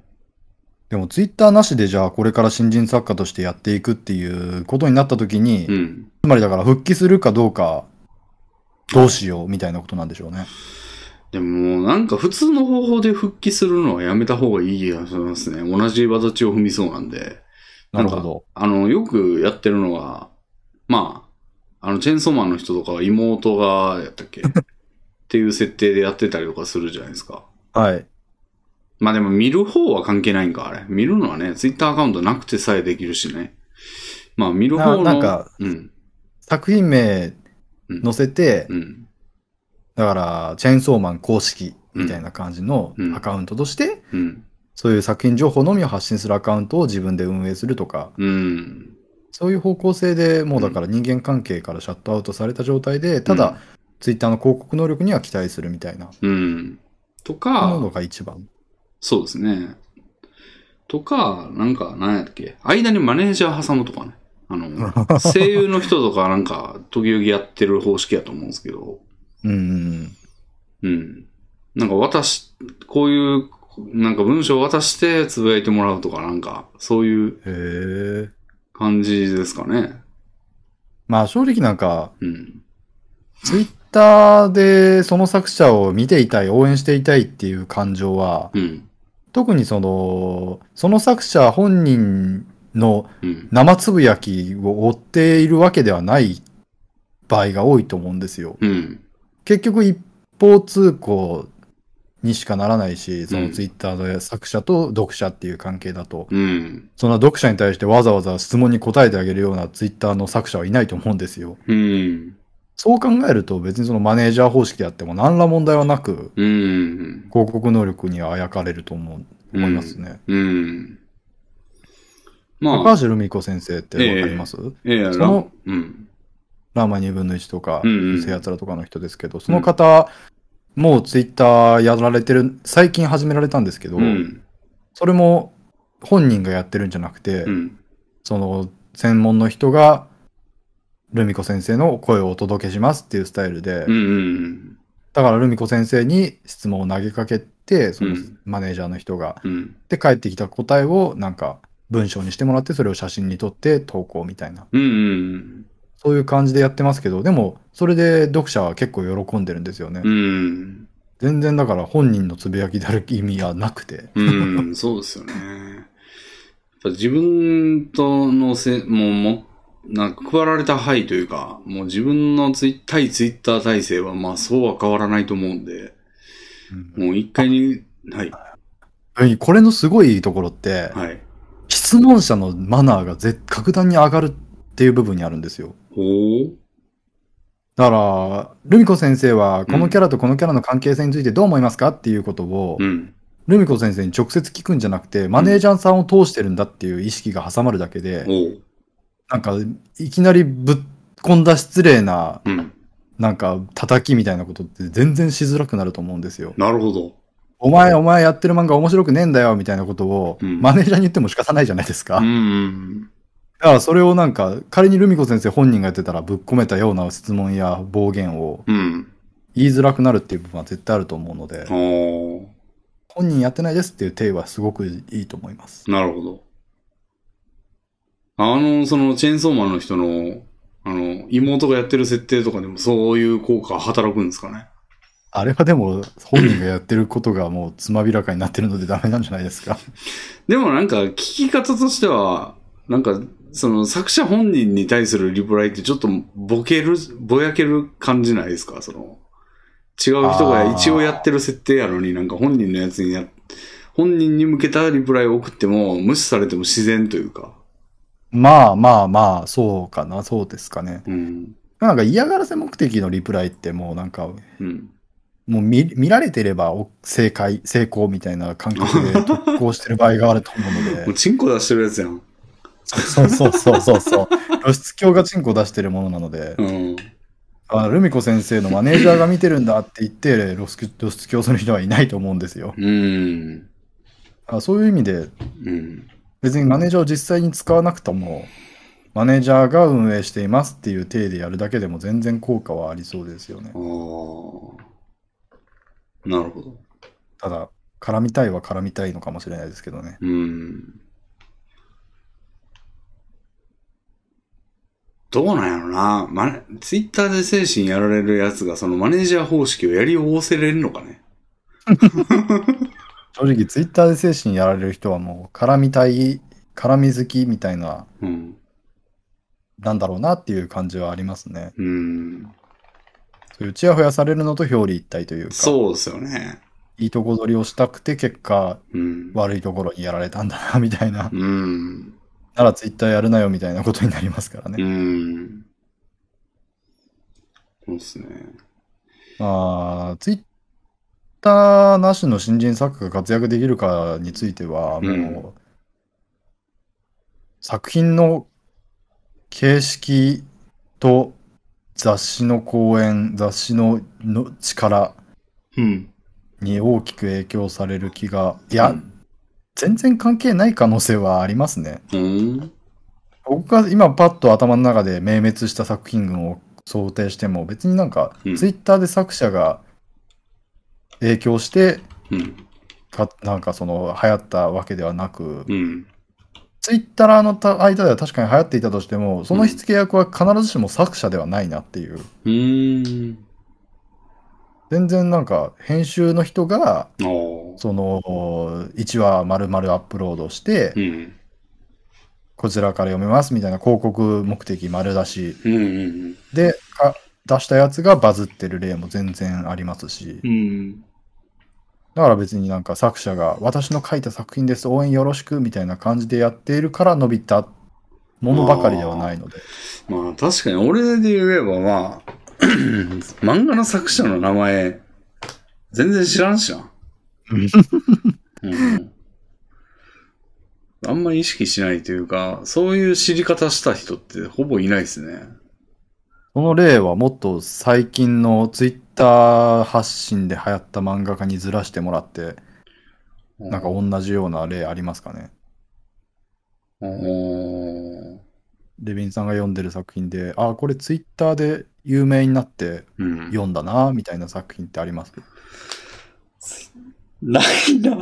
でもツイッターなしでじゃあこれから新人作家としてやっていくっていうことになった時に、 うん。 つまりだから復帰するかどうか、どうしようみたいなことなんでしょうね。 でももうなんか普通の方法で復帰するのはやめた方がいい気がしますね。同じ轍を踏みそうなんで。 なるほど。 あの、よくやってるのが、まあ、あの、チェーンソーマンの人とかは妹が、やったっけっていう設定でやってたりとかするじゃないですか。 はい。 まあでも見る方は関係ないんか、あれ。見るのはね、ツイッターアカウントなくてさえできるしね。まあ見る方の、 ななんか、 うん。 作品名うん。 載せて、 うん。 だから、チェーンソーマン公式みたいな感じのうんアカウントとして、 うん。 そういう作品情報のみを発信するアカウントを自分で運営するとか、 うん。 そういう方向性でもうだから人間関係からシャットアウトされた状態で、ただ、ツイッターの広告能力には期待するみたいなうん。とものか、 が一番。 そうですね。とか、なんか、なんやっけ。間にマネージャー挟むとかね。あの、声優の人とかなんか、時々やってる方式やと思うんですけど。 うんうんうん。なんか渡し、こういう、なんか文章を渡してつぶやいてもらうとか、なんか、そういううん。へえ。 感じですかね。 まあ正直なんか、 うん。 ツイッターでその作者を見ていたい、応援していたいっていう感情は、 うん。 特にその、その作者本人のうん。 生つぶやきを追っているわけではない場合が多いと思うんですよ。 うん。 結局一方通行にしかならないし、そのツイッターで作者と読者っていう関係だと、 うん。 その読者に対してわざわざ質問に答えてあげるようなツイッターの作者はいないと思うんですよ。 うん。 そう考えると別にそのマネージャー方式であっても何ら問題はなく、 うん。 広告能力にはあやかれると思う、思いますね。 うん。まあ、 高橋留美子先生ってわかります、 ええ、 その、 うん。 ラーマにぶんのいちとか、 うんうんうせやつらとかの人ですけど、その方、もうツイッターやられてる、最近始められたんですけど、 うん。 それも本人がやってるんじゃなくて、 うん。 その専門の人が、ルミ子先生の声をお届けしますっていうスタイルで、 うん。うん。 だからルミ子先生に質問を投げかけて、そのうんマネージャーの人が、 うん。 で、返ってきた答えをなんか文章にしてもらって、それを写真に撮って投稿みたいな。 うん。うん。 そういう感じでやってますけど、でも、それで読者は結構喜んでるんですよね。 うん。 全然だから本人のつぶやきである意味はなくて。 うん。そうですよね。やっぱ自分とのせ、もうも、なんか配られた範囲というか、もう自分のツイ対ツイッター体制はまあそうは変わらないと思うんで、 うん、 もう一回に、はい。 これのすごいところって、 はい。 質問者のマナーが絶格段に上がるっていう部分にあるんですよ。 ほう。 だから、ルミ子先生は、このキャラとこのキャラの関係性についてどう思いますかっていうことを、 うん。 ルミ子先生に直接聞くんじゃなくて、マネージャーさんを通してるんだっていう意識が挟まるだけで、 おう。 なんか、いきなりぶっ込んだ失礼な、 うん。 なんか、叩きみたいなことって全然しづらくなると思うんですよ。 なるほど。 お前、お前やってる漫画面白くねえんだよ、みたいなことを、 うんマネージャーに言っても仕方ないじゃないですか。 うん。 だからそれをなんか、仮にルミ子先生本人がやってたらぶっ込めたような質問や暴言をうん。 言いづらくなるっていう部分は絶対あると思うので、 おー。 本人やってないですっていう体はすごくいいと思います。 なるほど。あの、その、チェーンソーマンの人の、あの、妹がやってる設定とかでもそういう効果働くんですかね。 あれはでも、本人がやってることがもうつまびらかになってるのでダメなんじゃないですか。 でもなんか、聞き方としては、なんか、その、作者本人に対するリプライってちょっとボケる、ぼやける感じないですか？その、違う人が一応やってる設定やのになんか本人のやつにや、本人に向けたリプライを送っても無視されても自然というか。 まあまあまあ、そうかな、そうですかね。 うん。 なんか嫌がらせ目的のリプライってもうなんか、 うん。 もう見見られてればお正解、成功みたいな感覚で特攻してる場合があると思うので。 もうチンコ出してるやつやん。 そうそうそうそうそう。露出狂がチンコ出してるものなので、 うん。 あルミ子先生のマネージャーが見てるんだって言って、露出露出狂する人はいないと思うんですよ。 うん。 あそういう意味で、 うん。 別にマネージャーを実際に使わなくとも、マネージャーが運営していますっていう体でやるだけでも全然効果はありそうですよね。 ああ。なるほど。 ただ、絡みたいは絡みたいのかもしれないですけどね。 うん。どうなんやろな。マネ、ツイッターで精神やられるやつがそのマネージャー方式をやりおせれるのかね。 正直、ツイッターで精神やられる人はもう、絡みたい、絡み好きみたいな、 うん。 なんだろうなっていう感じはありますね。 うん。 そういうちやほやされるのと表裏一体というか、 そうですよね。 いいとこ取りをしたくて結果、 うん。 悪いところにやられたんだな、みたいな。 うん。 ならツイッターやるなよ、みたいなことになりますからうね。 ん。そうですね。 まあ、ツイッターなしの新人作家が活躍できるかについては、もう、 うん作品の形式と雑誌の講演、雑誌のの力うん。 に大きく影響される気が、いや、 うん全然関係ない可能性はありますね。 うん。 僕が今パッと頭の中で明滅した作品群を想定しても、別になんか、 うんツイッターで作者が影響してうん。 か、なんかその流行ったわけではなく、 うん。 ツイッターのた間では確かに流行っていたとしても、その火付け役は必ずしも作者ではないなっていう。 うん。 全然なんか編集の人が、 おー。 そのいちわ丸々アップロードして、 うん。 こちらから読めますみたいな広告目的丸出しうん。うん。 でか出したやつがバズってる例も全然ありますし、 うん。 だから別になんか作者が私の書いた作品です応援よろしくみたいな感じでやっているから伸びたものばかりではないので。 まあ確かに俺で言えばまあ、漫画の作者の名前、全然知らんしな。うん、あんま意識しないというか、そういう知り方した人ってほぼいないですね。 その例はもっと最近のツイッター発信で流行った漫画家にずらしてもらって、なんか同じような例ありますかね。 おーレビンさんが読んでる作品で、あ、これツイッターで有名になってうん。 読んだな、みたいな作品ってあります？ ないな。 い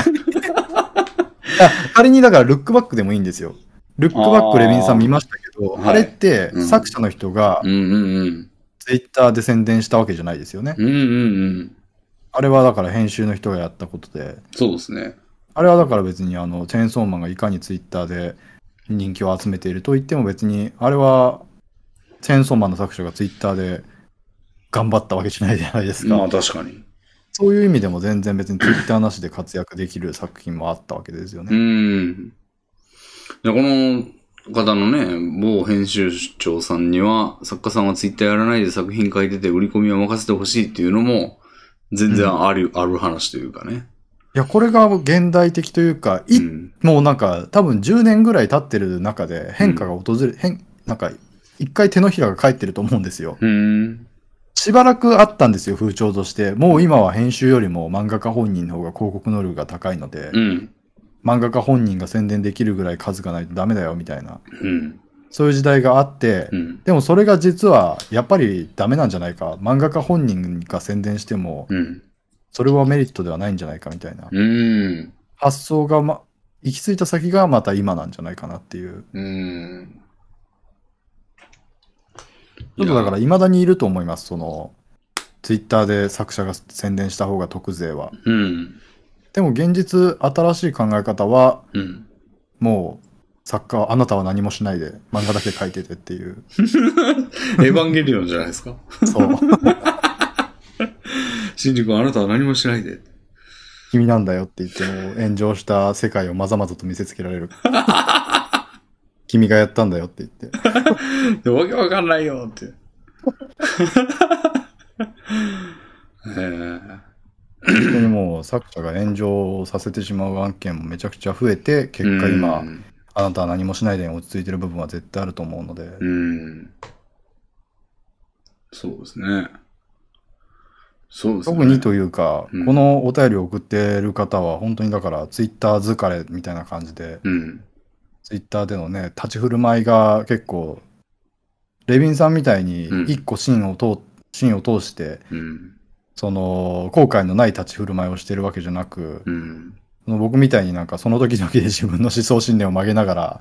や仮にだからルックバックでもいいんですよ。ルックバックレビンさん見ましたけど、あ,、 はいれってうん作者の人がうんうんうん。 ツイッターで宣伝したわけじゃないですよね。 うんうんうん。 あれはだから編集の人がやったことで、 そうですね。 あれはだから別にあのチェーンソーマンがいかにツイッターで人気を集めていると言っても別にあれはチェーンソーマンの作者がツイッターで頑張ったわけじゃないじゃないですか。 まあ確かに。 そういう意味でも全然別にツイッターなしで活躍できる作品もあったわけですようね。 ん。でこの方のね、某編集長さんには、作家さんはツイッターやらないで作品書いてて売り込みは任せてほしいっていうのも、全然ある、うん、ある話というかね。 いや、これが現代的というか、い、うん、もうなんか多分じゅうねんぐらい経ってる中で変化が訪れ、うん、変、なんか一回手のひらが返ってると思うんですよ。 うんしばらくあったんですよ、風潮として。もう今は編集よりも漫画家本人の方が広告能力が高いので、 うん、 漫画家本人が宣伝できるぐらい数がないとダメだよみたいな、 うん。 そういう時代があって、 うん。 でもそれが実はやっぱりダメなんじゃないか。漫画家本人が宣伝しても、 うん。 それはメリットではないんじゃないかみたいな。 うーん。 発想が、ま、行き着いた先がまた今なんじゃないかなっていう。 うーん。 ちょっとだから未だにいると思います。その、ツイッターで作者が宣伝した方が得税は。 うん。 でも現実、新しい考え方は、 うん。 もう、作家はあなたは何もしないで漫画だけ描いててっていう。 エヴァンゲリオンじゃないですか。 そう。 シンジ君あなたは何もしないで。 君なんだよって言っても炎上した世界をまざまざと見せつけられる。君がやったんだよって言って。 でわけわかんないよって。えー、 本当にもう作者が炎上させてしまう案件もめちゃくちゃ増えて、結果今、あなたは何もしないで落ち着いてる部分は絶対あると思うので。 うん。そうですね。そうですね。 特にというか、 うん、 このお便りを送ってる方は本当にだからツイッター疲れみたいな感じで、 うん、 ツイッターでのね、立ち振る舞いが結構、レビンさんみたいに一個芯を通、うん、芯を通して、 うん、その後悔のない立ち振る舞いをしてるわけじゃなく、 うん、 その僕みたいになんかその時々で自分の思想信念を曲げながら、 うん、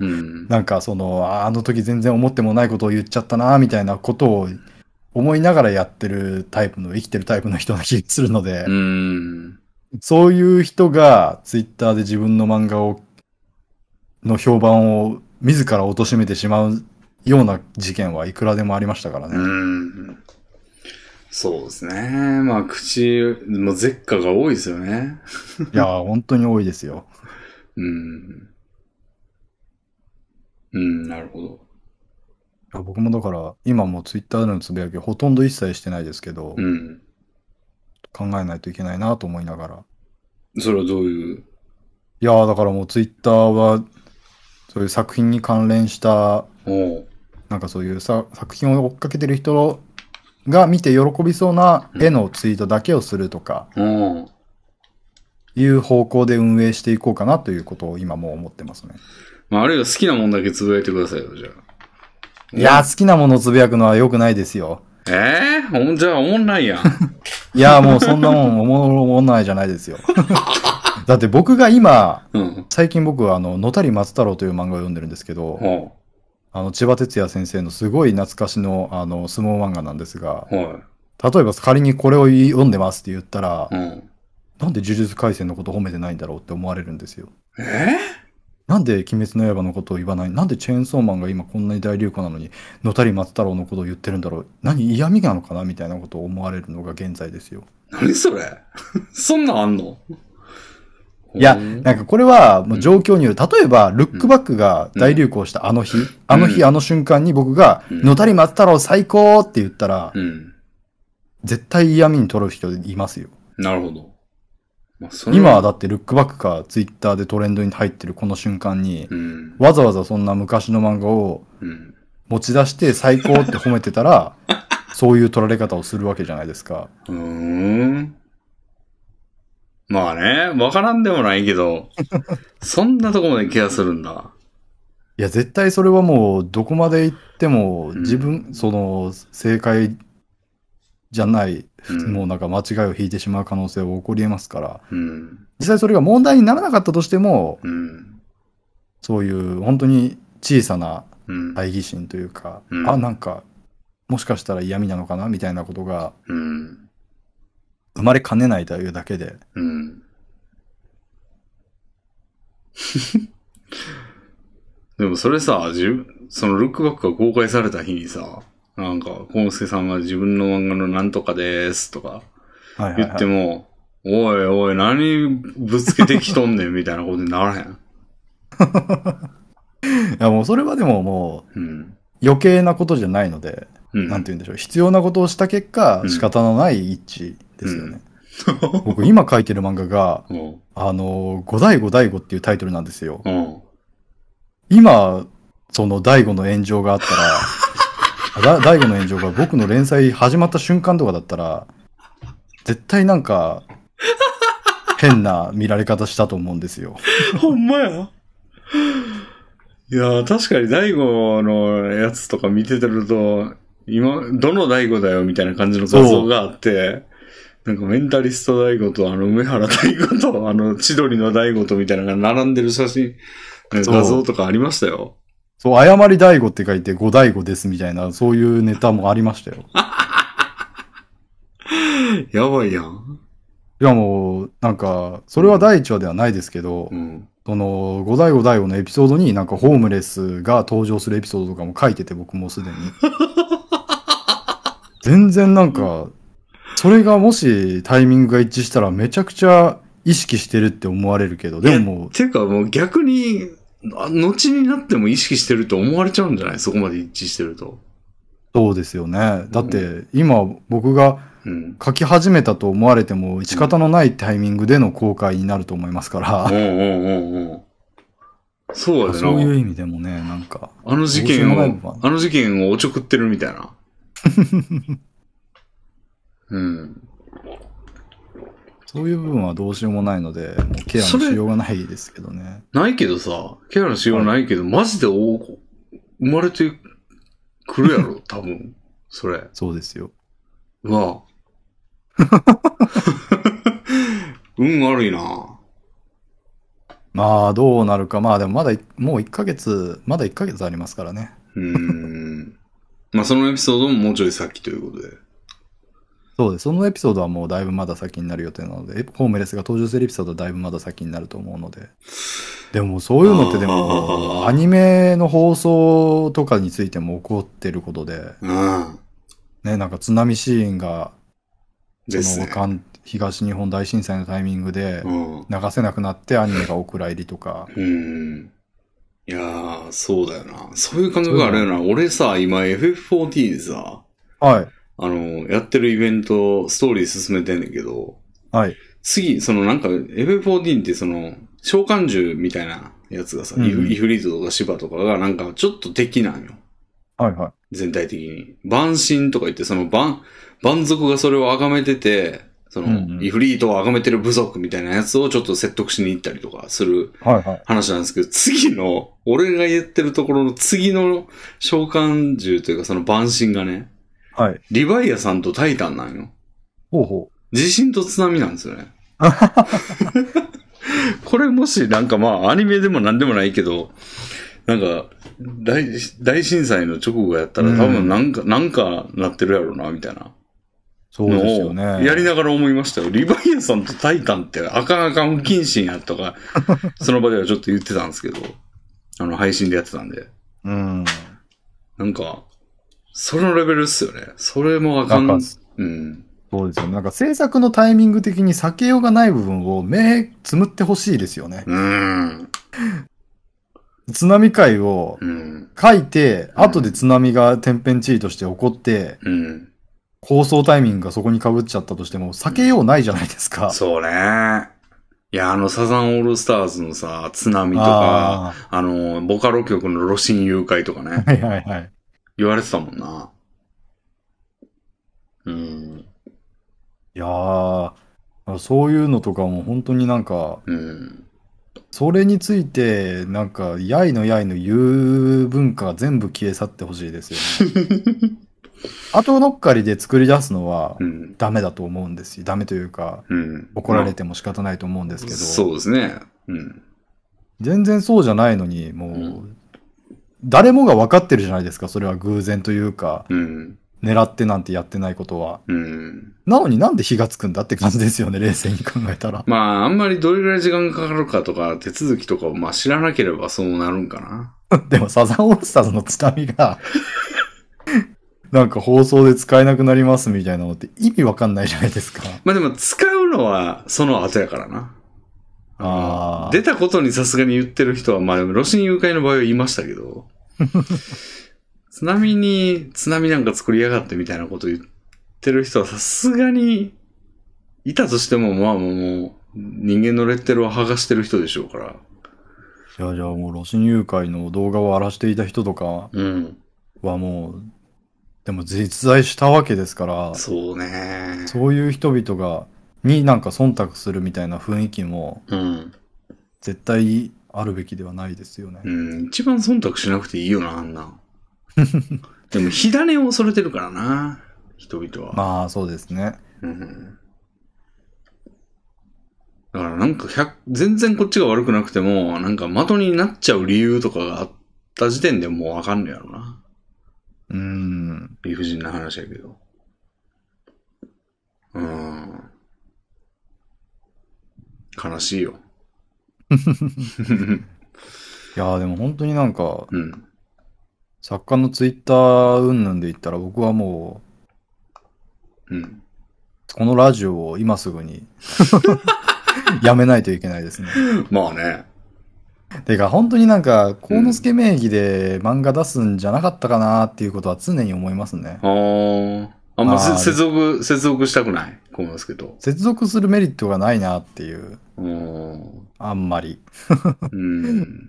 なんかその、あの時全然思ってもないことを言っちゃったな、みたいなことを思いながらやってるタイプの、生きてるタイプの人な気がするので、 うん、 そういう人がツイッターで自分の漫画を、の評判を自ら貶めてしまうような事件はいくらでもありましたからね。 うん、そうですね。まあ、口、もう絶下が多いですよね。 いやー、本当に多いですよ。 うん。うん、なるほど。 僕もだから、今もツイッターでのつぶやきほとんど一切してないですけど、 うん、 考えないといけないなと思いながら。 それはどういういやー、だからもうツイッターは、そういう作品に関連した、なんかそういうさ作品を追っかけてる人が見て喜びそうな絵のツイートだけをするとか、いう方向で運営していこうかなということを今もう思ってますね。 まあ、あるいは好きなもんだけつぶやいてくださいよ、じゃあ。 いやー、好きなものをつぶやくのは良くないですよ。 ええー、じゃあ、おもんないやん。 いやー、もうそんなもん、おもんないじゃないですよ。だって僕が今、うん、最近僕はあの、野谷松太郎という漫画を読んでるんですけど、うん、あの、千葉哲也先生のすごい懐かしの、あの、相撲漫画なんですが、うん、例えば仮にこれを読んでますって言ったら、うん、なんで呪術廻戦のこと褒めてないんだろうって思われるんですよ。 えーなんで鬼滅の刃のことを言わない？なんでチェーンソーマンが今こんなに大流行なのに、野谷松太郎のことを言ってるんだろう？何嫌味なのかなみたいなことを思われるのが現在ですよ。 何それそんなんあんの？ いや、なんかこれはもう状況による。例えば、ルックバックが大流行したあの日、うん、あの日、あの瞬間に僕が、野谷松太郎最高って言ったら、うん、絶対嫌味に取る人いますよ。 なるほど。まあ、そ今はだってルックバックかツイッターでトレンドに入ってるこの瞬間に、うん、わざわざそんな昔の漫画を持ち出して最高って褒めてたら、そういう取られ方をするわけじゃないですか。 うーん。まあね、わからんでもないけど、そんなとこまでケアするんだ。 いや、絶対それはもうどこまで行っても自分、うん、その正解じゃない、うん、もうなんか間違いを引いてしまう可能性は起こり得ますから、うん、実際それが問題にならなかったとしても、うん、そういう本当に小さな猜疑心というか、うん、あ、なんかもしかしたら嫌味なのかなみたいなことが生まれかねないというだけで、うん、 でもそれさ、自分そのルックバックが公開された日にさ、なんか、コンスケさんが自分の漫画のなんとかでーすとか言っても、はいはいはい、おいおい何ぶつけてきとんねんみたいなことにならへん。 いやもうそれはでももう余計なことじゃないので、うん、なんて言うんでしょう、必要なことをした結果、うん、仕方のない一致ですよね。うん、僕今書いてる漫画が、あの、五醍醐醍醐っていうタイトルなんですよ。今、その醍醐の炎上があったら、大悟の炎上が僕の連載始まった瞬間とかだったら、絶対なんか、 変な見られ方したと思うんですよ。 ほんまや。いやー、確かに大悟のやつとか見ててると、今、どの大悟だよみたいな感じの画像があって、なんかメンタリスト大悟と、あの、梅原大悟と、あの、千鳥の大悟とみたいなのが並んでる写真、画像とかありましたよ。 そう、誤り大悟って書いて、五大悟ですみたいな、そういうネタもありましたよ。 やばいやん。 いやもう、なんか、それは第一話ではないですけど、うん、その、五大悟大悟のエピソードになんかホームレスが登場するエピソードとかも書いてて、僕もすでに。全然なんか、それがもしタイミングが一致したらめちゃくちゃ意識してるって思われるけど、でももう。 ていうかもう逆に、後になっても意識してると思われちゃうんじゃない？そこまで一致してると。 そうですよね。だって、今僕が書き始めたと思われても仕方のないタイミングでの公開になると思いますから。うんうんうんうん。 そうやでな。 そういう意味でもね、なんか。 あの事件を、あの事件をおちょくってるみたいな。うん。 そういう部分はどうしようもないので、もうケアのしようがないですけどね。 ないけどさ、ケアのしようがないけど、はい、マジで生まれてくるやろ、多分。それ。 そうですよ。 うわ。運悪いな。 まあ、どうなるか。まあでもまだ、もういっかげつ、まだいっかげつありますからね。 うーん。まあそのエピソードももうちょい先ということで。 そうです。そのエピソードはもうだいぶまだ先になる予定なので、ホームレスが登場するエピソードはだいぶまだ先になると思うので。でもそういうのってでも、アニメの放送とかについても起こってることで、 うん、 ね、なんか津波シーンが、 その、ね、東日本大震災のタイミングで流せなくなってアニメがお蔵入りとか。 うん。いやー、そうだよな。そういう感覚があるよな。俺さ、今 エフエフフォーティー でさ、 はい。 あの、やってるイベント、ストーリー進めてんねんけど、 はい。 次、そのなんか エフエフフォーティー ってその、召喚獣みたいなやつがさ、うんうん、イフリートとかシバとかがなんかちょっと敵なんよ。 はいはい。 全体的に。万神とか言って、その万、万族がそれを崇めてて、その、うんうん、イフリートを崇めてる部族みたいなやつをちょっと説得しに行ったりとかする話なんですけど、はいはい、次の、俺が言ってるところの次の召喚獣というかその万神がね、 はい。 リヴァイアさんとタイタンなんよ。 ほうほう。地震と津波なんですよね。これもしなんかまあアニメでもなんでもないけど、なんか大、大震災の直後やったら多分なんか、うん、なんかなってるやろうな、みたいな。 そうですよね。 やりながら思いましたよ。リヴァイアさんとタイタンってあかんあかん不謹慎やとか、その場ではちょっと言ってたんですけど、あの配信でやってたんで。 うん。 なんか、そのレベルっすよね。それもあかん。うん。 そうですよね。なんか制作のタイミング的に避けようがない部分を目つむってほしいですよね。 うん。 津波海を書いて、うん、後で津波が天変地異として起こって、 うん、 放送タイミングがそこに被っちゃったとしても、避けようないじゃないですか。 そうね。いや、あの、サザンオールスターズのさ、津波とか、あ, あの、ボカロ曲の露心誘拐とかね。 はいはいはい。 言われてたもんな。うん。 いやー、そういうのとかも本当になんか、 うん、 それについて、なんか、やいのやいの言う文化が全部消え去ってほしいですよね。後乗っかりで作り出すのは、ダメだと思うんですよ。ダメというか、 うん、 怒られても仕方ないと思うんですけど。 そうですね。うん、 全然そうじゃないのに、もう、うん、誰もが分かってるじゃないですか。それは偶然というか、 うん、 狙ってなんてやってないことは。 うん、 なのになんで火がつくんだって感じですよね、冷静に考えたら。 まあ、あんまりどれぐらい時間がかかるかとか、手続きとかをまあ知らなければそうなるんかな。 でもサザンオールスターズの津波が、なんか放送で使えなくなりますみたいなのって意味わかんないじゃないですか。 まあでも使うのはその後やからな。 ああ。 出たことにさすがに言ってる人は、まあでも露心誘拐の場合は言いましたけど、津波に津波なんか作りやがってみたいなこと言ってる人はさすがにいたとしても、まあもう人間のレッテルを剥がしてる人でしょうから。 いや、じゃあもう露心誘拐の動画を荒らしていた人とかはもう、うん、でも実在したわけですから。 そうね。 そういう人々がになんか忖度するみたいな雰囲気も、 うん。 絶対あるべきではないですよね。 うん。一番忖度しなくていいよな、あんな。でも、火種を恐れてるからな、人々は。 まあ、そうですね。 うん。だからなんか全然こっちが悪くなくても、なんか的になっちゃう理由とかがあった時点でもうわかんねやろな。 うーん。 理不尽な話やけど。うーん。悲しいよ。 いやーでも本当になんか、 うん。 作家のツイッター云々で言ったら僕はもうん。 う、このラジオを今すぐにやめないといけないですね。 まあね。 てか本当になんか、幸之うん。 助名義で漫画出すんじゃなかったかなっていうことは常に思いますね。 あー。あんませまあ、 接続、接続したくない。こうなんですけど。 接続するメリットがないなっていう、 うーん。 あんまり。 うん。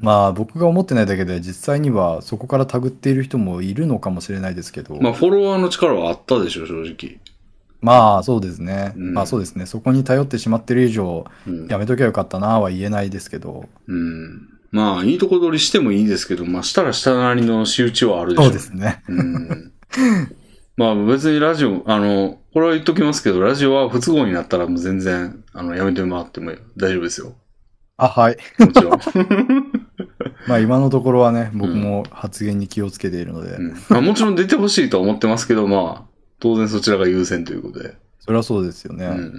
まあ僕が思ってないだけで実際にはそこからタグっている人もいるのかもしれないですけど。 まあフォロワーの力はあったでしょ、正直。 まあそうですね。 うん。 まあそうですね。そこに頼ってしまってる以上、 うん。 やめときゃよかったなは言えないですけど。 うん。まあ、いいとこ取りしてもいいですけど、まあ、したらしたなりの仕打ちはあるでしょそうですね。 うん。まあ、別にラジオ、あの、これは言っときますけど、ラジオは不都合になったらもう全然、あの、やめてもらっても大丈夫ですよ。 あ、はい。 もちろん。 まあ今のところはね、僕も発言に気をつけているので。 うんまあ、もちろん出てほしいとは思ってますけど、まあ、当然そちらが優先ということで。 それはそうですよね。 うんうん。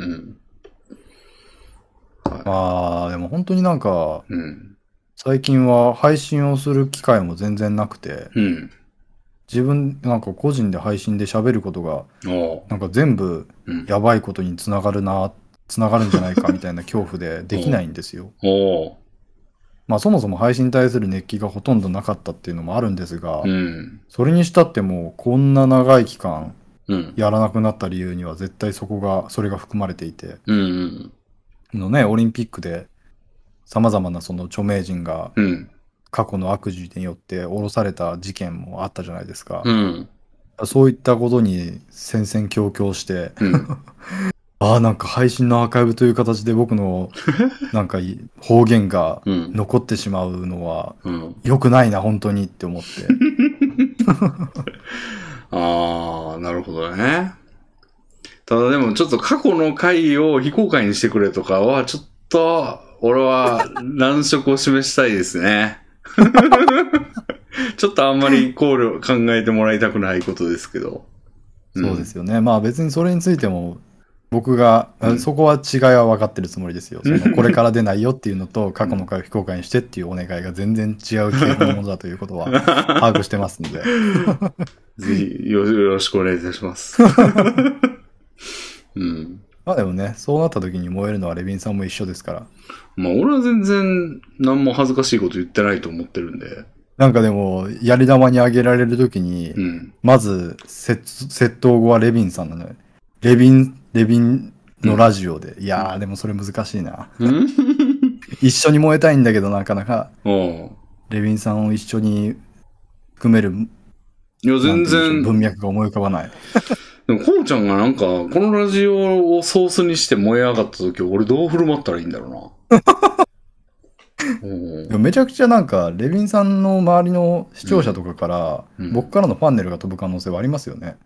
まあ、でも本当になんか、 うん。 最近は配信をする機会も全然なくて、 うん。 自分、なんか個人で配信で喋ることが、 おなんか全部うん。 やばいことにつながるな、つながるんじゃないかみたいな恐怖でできないんですよ。 おまあそもそも配信に対する熱気がほとんどなかったっていうのもあるんですが、 うん。 それにしたってもうこんな長い期間うん。 やらなくなった理由には絶対そこが、それが含まれていて、 うん。 のね、オリンピックで様々なその著名人がうん。 過去の悪事によって降ろされた事件もあったじゃないですか。 うん。 そういったことに戦々恐々して、 うん。 ああ、なんか配信のアーカイブという形で僕のなんか方言がうん。 残ってしまうのはうん。 良くないな、本当にって思って。 ああ、なるほどね。ただでもちょっと過去の回を非公開にしてくれとかは、ちょっと、俺は難色を示したいですね。ちょっとあんまり考慮、考えてもらいたくないことですけど。 そうですよね。まあ別にそれについても、僕が、 うんそこは違いは分かってるつもりですよ。そのこれから出ないよっていうのと、過去の回を非公開にしてっていうお願いが全然違う系のものだということは把握してますので。 ぜひよろしくお願いいたします。うん。 まあでもね、そうなった時に燃えるのはレビンさんも一緒ですから。 まあ俺は全然何も恥ずかしいこと言ってないと思ってるんで。 なんかでも、やり玉にあげられる時に、 うん。 まず、窃窃盗後はレビンさんなのよ。レビン、レビンのラジオで。いやー、でもそれ難しいな。 うん一緒に燃えたいんだけど、なかなか、 おうレビンさんを一緒に含める、 いや、全なんて言うんでしょう然。 文脈が思い浮かばない。 でも、こうちゃんがなんか、このラジオをソースにして燃え上がった時、俺どう振る舞ったらいいんだろうな。 でもめちゃくちゃなんか、レビンさんの周りの視聴者とかから、 うんうん僕からのファンネルが飛ぶ可能性はありますよね。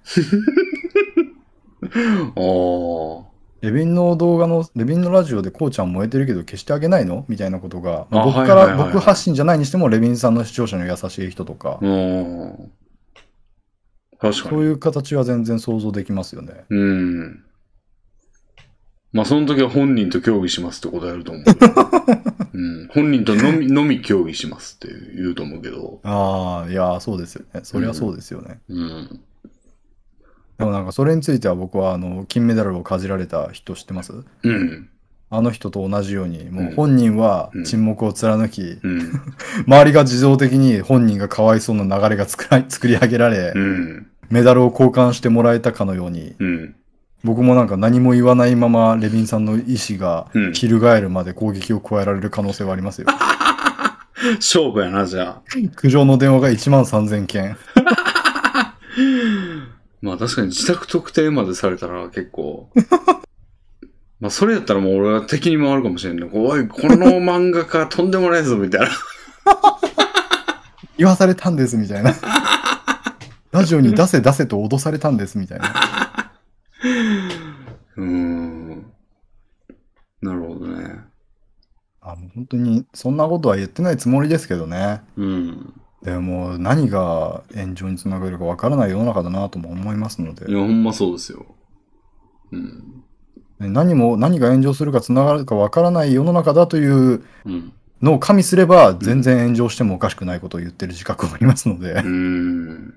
おーレビンの動画の、レビンのラジオでこうちゃん燃えてるけど消してあげないのみたいなことが、まああ僕から、 はいはいはいはい僕発信じゃないにしても、レビンさんの視聴者に優しい人とか、 うん。確かに。 そういう形は全然想像できますよね。 うん。まあ、その時は本人と協議しますって答えると思う。うん。本人とのみ、のみ協議しますって言うと思うけど。 ああ、いやー、そうですよね。そりゃそうですよね。 うん。 でもなんかそれについては僕はあの、金メダルをかじられた人知ってます？ うん。 あの人と同じように、もう本人は沈黙を貫き、 うん。 周りが自動的に本人がかわいそうな流れが作ら作り上げられ、 うん。 メダルを交換してもらえたかのように、 うん。 僕もなんか何も言わないままレビンさんの意思がうん翻るまで攻撃を加えられる可能性はありますよ。 勝負やな、じゃあ。 苦情の電話がいちまんさんぜんけん。 まあ確かに自宅特定までされたら結構、 まあ、それやったらもう俺は敵に回るかもしれんね。おい、この漫画家とんでもないぞ、みたいな。 言わされたんです、みたいな。ラジオに出せ出せと脅されたんです、みたいな。 うーん。なるほどね。 あ、もう本当に、そんなことは言ってないつもりですけどね。 うん。 でも、何が炎上につながるかわからない世の中だなとも思いますので。 いや、ほんまそうですよ。うん。 何も、何が炎上するかつながるかわからない世の中だといううん。 のを加味すれば、全然炎上してもおかしくないことを言ってる自覚がありますので。 うーん。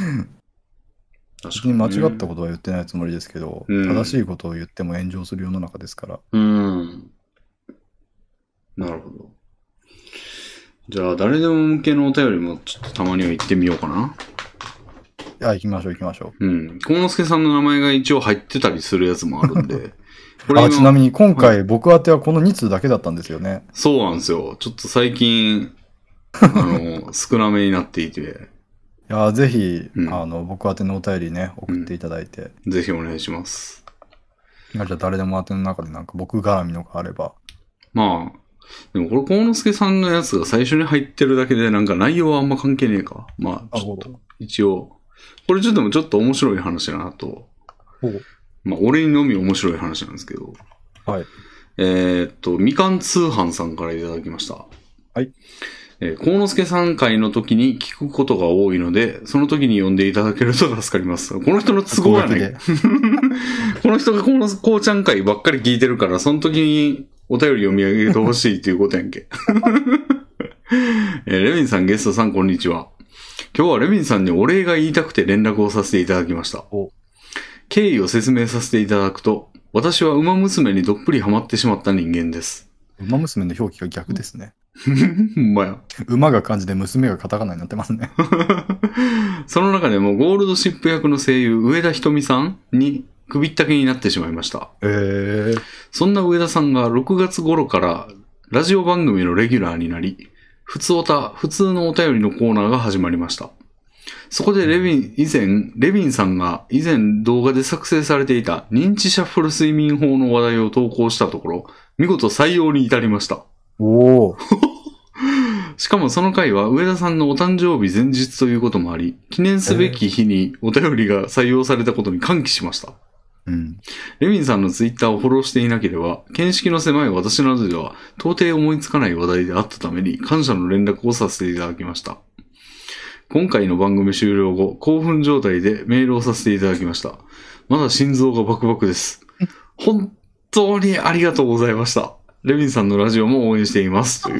別に間違ったことは言ってないつもりですけど、 うん正しいことを言っても炎上する世の中ですから。 うーん。なるほど。じゃあ、誰でも向けのお便りもちょっとたまには言ってみようかな。 いや、行きましょう行きましょう。 うん。幸之助さんの名前が一応入ってたりするやつもあるんで。これあ、 今ちなみに今回僕宛てはこのに通だけだったんですよね。 そうなんですよ。ちょっと最近、あの、少なめになっていて。 いや、ぜひ、 うんあの、僕宛てのお便りね、送っていただいて。 ぜひお願いします。 じゃあ誰でも宛ての中でなんか僕絡みのがあれば。 まあ、でもこれ、幸之助さんのやつが最初に入ってるだけで、なんか内容はあんま関係ねえか。まあ、ちょっと、一応、これちょっとでもちょっと面白い話だなと。まあ、俺にのみ面白い話なんですけど。 はい。 えーっと、みかん通販さんからいただきました。 はい。 えー、幸之助さん会の時に聞くことが多いので、その時に呼んでいただけると助かります。この人の都合がない。この人がこのこうちゃん会ばっかり聞いてるから、その時にお便り読み上げてほしいっていうことやんけ。えー、レミンさん、ゲストさん、こんにちは。今日はレミンさんにお礼が言いたくて連絡をさせていただきました。経緯を説明させていただくと、私は馬娘にどっぷりハマってしまった人間です。 馬娘の表記が逆ですね。 ほんまや。 馬が漢字で娘がカタカナになってますね。 その中でもゴールドシップ役の声優上田ひとみさんに首ったけになってしまいました。 へー。 そんな上田さんがろくがつ頃からラジオ番組のレギュラーになり、普通おた、普通のお便りのコーナーが始まりました。そこでレビン、以前、レビンさんが以前動画で作成されていた認知シャッフル睡眠法の話題を投稿したところ、見事採用に至りました。 おー。 しかもその回は上田さんのお誕生日前日ということもあり、記念すべき日にお便りが採用されたことに歓喜しました。 うん、 レミンさんのツイッターをフォローしていなければ、見識の狭い私などでは到底思いつかない話題であったために感謝の連絡をさせていただきました。今回の番組終了後、興奮状態でメールをさせていただきました。まだ心臓がバクバクです。本当にありがとうございました。レミンさんのラジオも応援しています。という。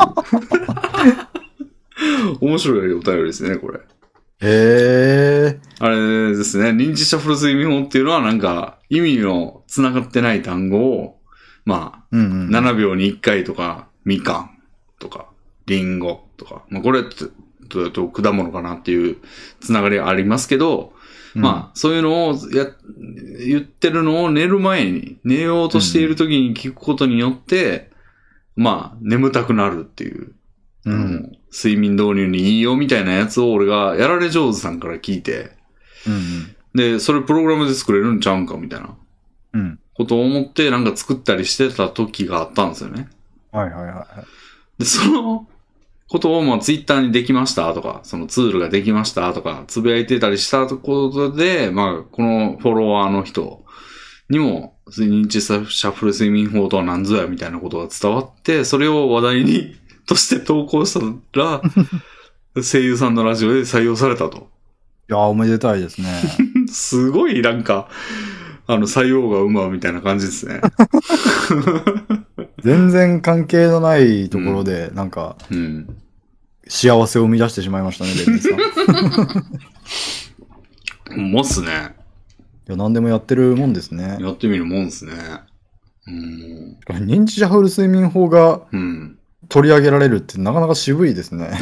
面白いお便りですね、これ。 へー。 あれですね、認知シャッフル睡眠法っていうのはなんか意味の繋がってない単語を、まあ、 うんうん、 ななびょうにいっかいとか、みかんとか、りんごとか、まあこれってどうやって果物かなっていうつながりがありますけど、うん、まあそういうのをや言ってるのを寝る前に、寝ようとしている時に聞くことによって、うん、まあ眠たくなるっていう、うん、睡眠導入にいいよみたいなやつを俺がやられ上手さんから聞いて、うんうん、で、それプログラムで作れるんちゃうんかみたいな、うん、ことを思ってなんか作ったりしてた時があったんですよね。 はいはいはい。 で、そのことをまあツイッターにできましたとか、そのツールができましたとか、つぶやいてたりしたことで、まあこのフォロワーの人にも、認知シャッフル睡眠法とは何ぞやみたいなことが伝わって、それを話題にとして投稿したら、声優さんのラジオで採用されたと。 いやー、おめでたいですね。 すごいなんか、あの、採用がうまみたいな感じですね。 全然関係のないところで、なんか、うんうん、幸せを生み出してしまいましたね、レミさん。もっすね。 いや、何でもやってるもんですね。 やってみるもんですね。うん、 認知シャッフル睡眠法が取り上げられるってなかなか渋いですね。 うん、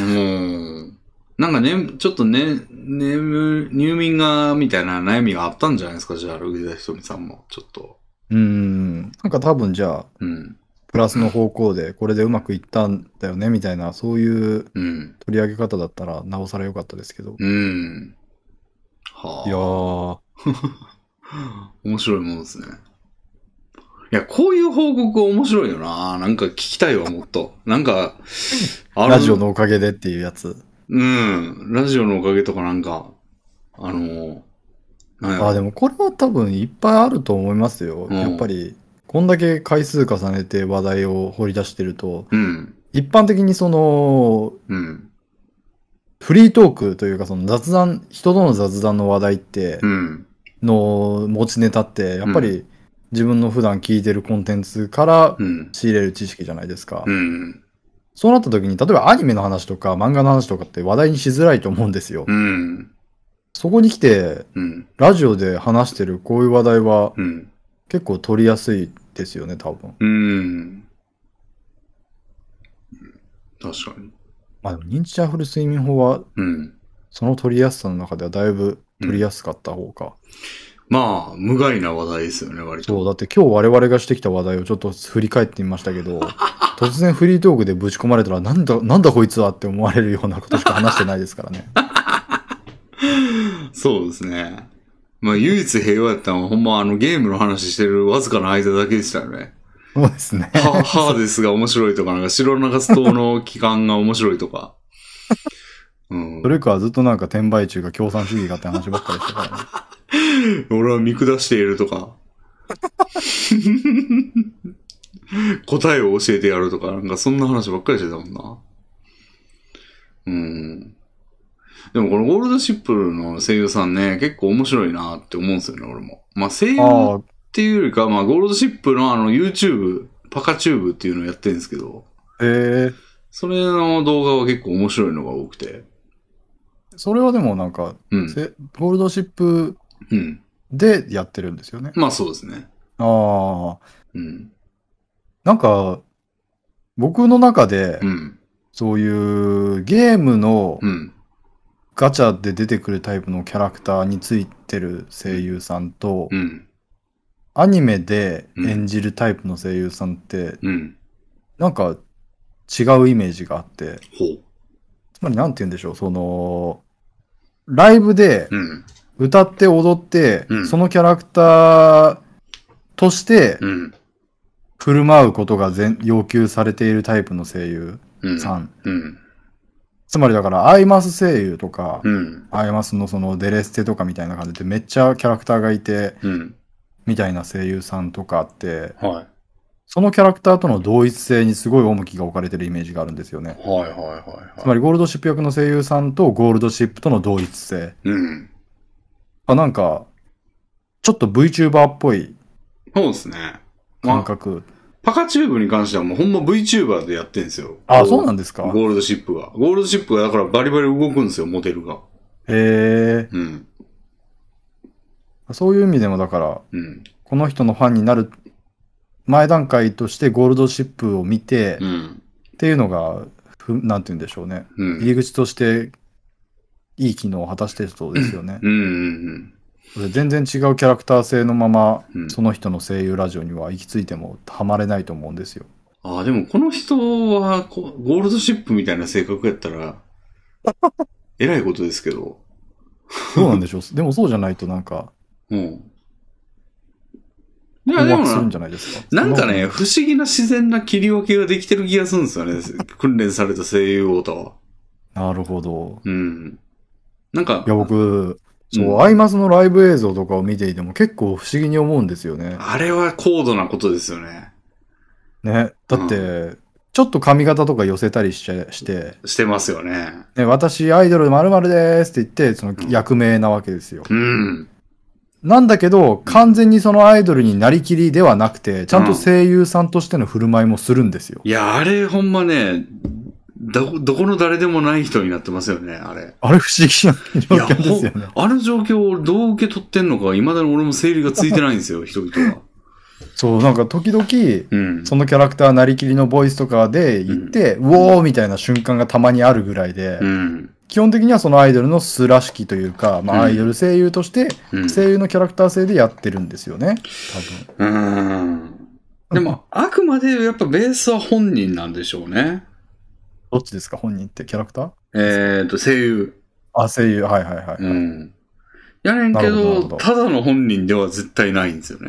なんかね、ちょっとね、ね、入眠が、みたいな悩みがあったんじゃないですか、じゃあ、上田ひとみさんも、ちょっと。 うーん。なんか多分じゃあ、うん、プラスの方向で、これでうまくいったんだよね、みたいな、そういう取り上げ方だったら、なおさら良かったですけど。うん。 はあ。いやー。面白いものですね。 いや、こういう報告面白いよな。なんか聞きたいわ、もっと。なんか、 あラジオのおかげでっていうやつ。 うん。ラジオのおかげとかなんか、あの、なんあ、でもこれは多分いっぱいあると思いますよ。 うん、 やっぱり、こんだけ回数重ねて話題を掘り出してると、 うん、 一般的にその、 うん、 フリートークというかその雑談、人との雑談の話題って、 うん、 の持ちネタって、やっぱり自分の普段聞いてるコンテンツからうん、 仕入れる知識じゃないですか。 うん、 そうなった時に、例えばアニメの話とか漫画の話とかって話題にしづらいと思うんですよ。 うん、 そこに来て、 うん、 ラジオで話してるこういう話題はうん、 結構取りやすいですよね、多分。 うん。確かに。 まあでも認知シャッフル睡眠法は、 うん。 その取りやすさの中ではだいぶ取りやすかった方か。 まあ、無害な話題ですよね、割と。 そう、だって今日我々がしてきた話題をちょっと振り返ってみましたけど、突然フリートークでぶち込まれたら、なんだ、なんだこいつはって思われるようなことしか話してないですからね。 そうですね。まあ、唯一平和やったのは、ほんまあのゲームの話してるわずかな間だけでしたよね。 そうですね。 は、ハーデスが面白いとか、なんか白長ス島の期間が面白いとか。うん。 それかずっとなんか転売中が共産主義かって話ばっかりしてたからね。 俺は見下しているとか。答えを教えてやるとか、なんかそんな話ばっかりしてたもんな。うん。でもこのゴールドシップの声優さんね、結構面白いなって思うんですよね、俺も。まあ声優っていうよりか、まあゴールドシップのあの YouTube、パカチューブっていうのをやってるんですけど、 へえ。 それの動画は結構面白いのが多くて。 それはでもなんか、 うん。 ゴールドシップうん。 でやってるんですよね。 まあそうですね。 ああ。 うん。 なんか、僕の中でう、ん。 そういうゲームのうん。 ガチャで出てくるタイプのキャラクターについてる声優さんと、 うん。 アニメで演じるタイプの声優さんって、 うん。 なんか違うイメージがあって、 ほう。 つまりなんて言うんでしょう、その、ライブでうん。 歌って踊って、 うんそのキャラクターとしてうん。 振る舞うことが全要求されているタイプの声優うん。 さん。 うん。 つまりだから、アイマス声優とか、 うん。 アイマスのそのデレステとかみたいな感じでめっちゃキャラクターがいて、 うん。 みたいな声優さんとかって、 はい。 そのキャラクターとの同一性にすごい重きが置かれてるイメージがあるんですよね。 はいはいはいはい。 つまりゴールドシップ役の声優さんとゴールドシップとの同一性。 うん。 あ、なんか、ちょっと VTuber っぽいそうですね。 感覚。 パカチューブに関してはもうほんま VTuber でやってんですよ。 あ、そうなんですか。 ゴールドシップが。ゴールドシップがだからバリバリ動くんですよ、モデルが。 へえ。 うん。 そういう意味でもだから、 うん。 この人のファンになる前段階としてゴールドシップを見て、 うん。 っていうのが、ふなんて言うんでしょうね。 うん。 入り口としていい機能を果たしてそうですよね。 うんうん全然違うキャラクター性のまま、 うんその人の声優ラジオには行き着いてもハマれないと思うんですよ。 ああ、でもこの人はこう、ゴールドシップみたいな性格やったら、えらいことですけど。 そうなんでしょう。でもそうじゃないとなんか、 うん。いや、でもな困惑するんじ、ゃないですか。 なんかね、 そんなこ不思議な自然な切り分けができてる気がするんですよね。訓練された声優オタは。 となるほど。 うん。なんか、 いや、僕、そう、 うんアイマスのライブ映像とかを見ていても結構不思議に思うんですよね。 あれは高度なことですよね。 ね。だって、ちょっと髪型とか寄せたりしちゃして、 してますよね。 ね、私アイドル〇〇でーすって言って、その役名なわけですよ。 うん。 なんだけど、完全にそのアイドルになりきりではなくて、ちゃんと声優さんとしての振る舞いもするんですよ。 いや、あれほんまね、ど、どこの誰でもない人になってますよね、あれ。 あれ不思議な状況ですよね。 あの状況をどう受け取ってんのか、未だに俺も整理がついてないんですよ、人々は。 そう、なんか時々、 うん。 そのキャラクターなりきりのボイスとかで言って、うん、ウォーみたいな瞬間がたまにあるぐらいで、 うん、 基本的にはそのアイドルの素らしきというか、まあアイドル声優として、声優のキャラクター性でやってるんですよね、 多分。うん。でも、あくまでやっぱベースは本人なんでしょうね。 どっちですか、本人ってキャラクター？ えーと、声優。 あ、声優、はいはいはい。 うん。やねんけど、ただの本人では絶対ないんですよね。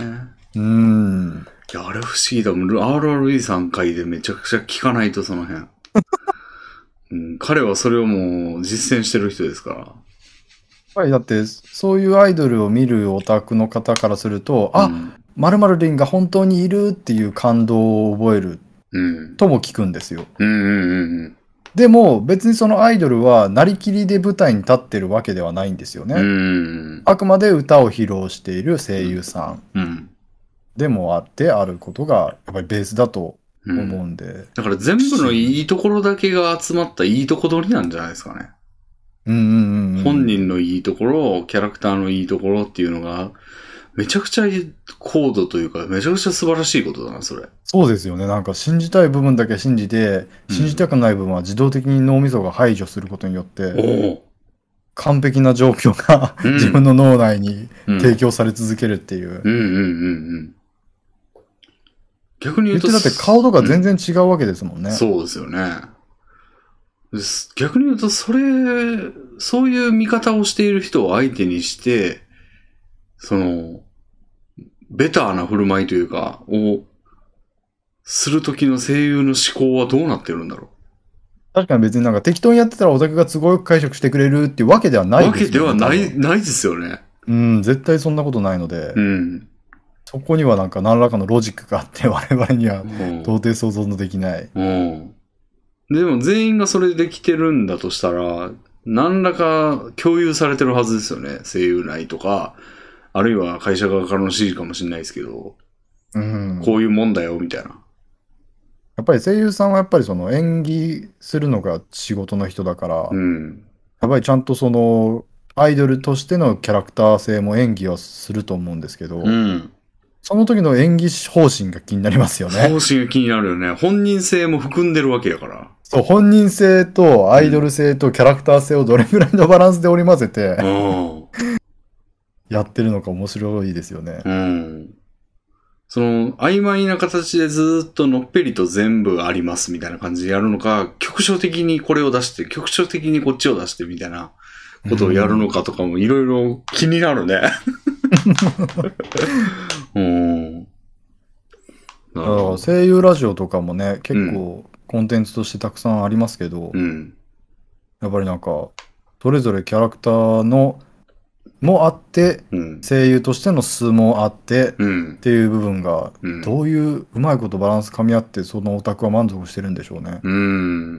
うーん。 いや、あれ不思議だもん。アールアールイーさん 回でめちゃくちゃ聞かないと、その辺。うん、彼はそれをもう実践してる人ですから。 やっぱりだって、そういうアイドルを見るオタクの方からすると、うん、あ、〇〇リンが本当にいるっていう感動を覚えるとも聞くんですよ。 うんうんうんうん、 でも別にそのアイドルはなりきりで舞台に立ってるわけではないんですよね。 うん、 あくまで歌を披露している声優さんでもあってあることがやっぱりベースだと思うんで、うん、 だから全部のいいところだけが集まったいいとこ取りなんじゃないですかね。 うんうんうん、 本人のいいところ、キャラクターのいいところっていうのがめちゃくちゃ高度というか、めちゃくちゃ素晴らしいことだな、それ。 そうですよね。なんか信じたい部分だけ信じて、信じたくない部分は自動的に脳みそが排除することによって、うん、完璧な状況が、うん、自分の脳内に提供され続けるっていう。 うんうんうんうん。逆に言うと。 だって顔とか全然違うわけですもんね。 うん、そうですよね。逆に言うと、それ、そういう見方をしている人を相手にして、その、ベターな振る舞いというか、を、するときの声優の思考はどうなってるんだろう。 確かに別になんか適当にやってたらオタクが都合よく解釈してくれるっていうわけではないですよね。わけではない、ないですよね。 うん、絶対そんなことないので。 うん。 そこにはなんか何らかのロジックがあって我々には到底想像のできない。 うん。でも全員がそれできてるんだとしたら、何らか共有されてるはずですよね。声優内とか、あるいは会社側からの指示かもしれないですけど、 うん、 こういうもんだよ、みたいな。 やっぱり声優さんはやっぱりその演技するのが仕事の人だから、 うん、 やっぱりちゃんとそのアイドルとしてのキャラクター性も演技はすると思うんですけど、 うん、 その時の演技方針が気になりますよね。 方針が気になるよね。本人性も含んでるわけやから。 そう、本人性とアイドル性とキャラクター性をどれぐらいのバランスで織り交ぜて、うん、やってるのか面白いですよね。 うん。その、曖昧な形でずっとのっぺりと全部ありますみたいな感じでやるのか、局所的にこれを出して、局所的にこっちを出してみたいなことをやるのかとかもいろいろ気になるね。うん。 だから声優ラジオとかもね、結構コンテンツとしてたくさんありますけど、うん、やっぱりなんか、それぞれキャラクターのもあって、うん、声優としての素もあって、うん、っていう部分が、うん、どういううまいことバランス噛み合って、そのオタクは満足してるんでしょうね。 うん。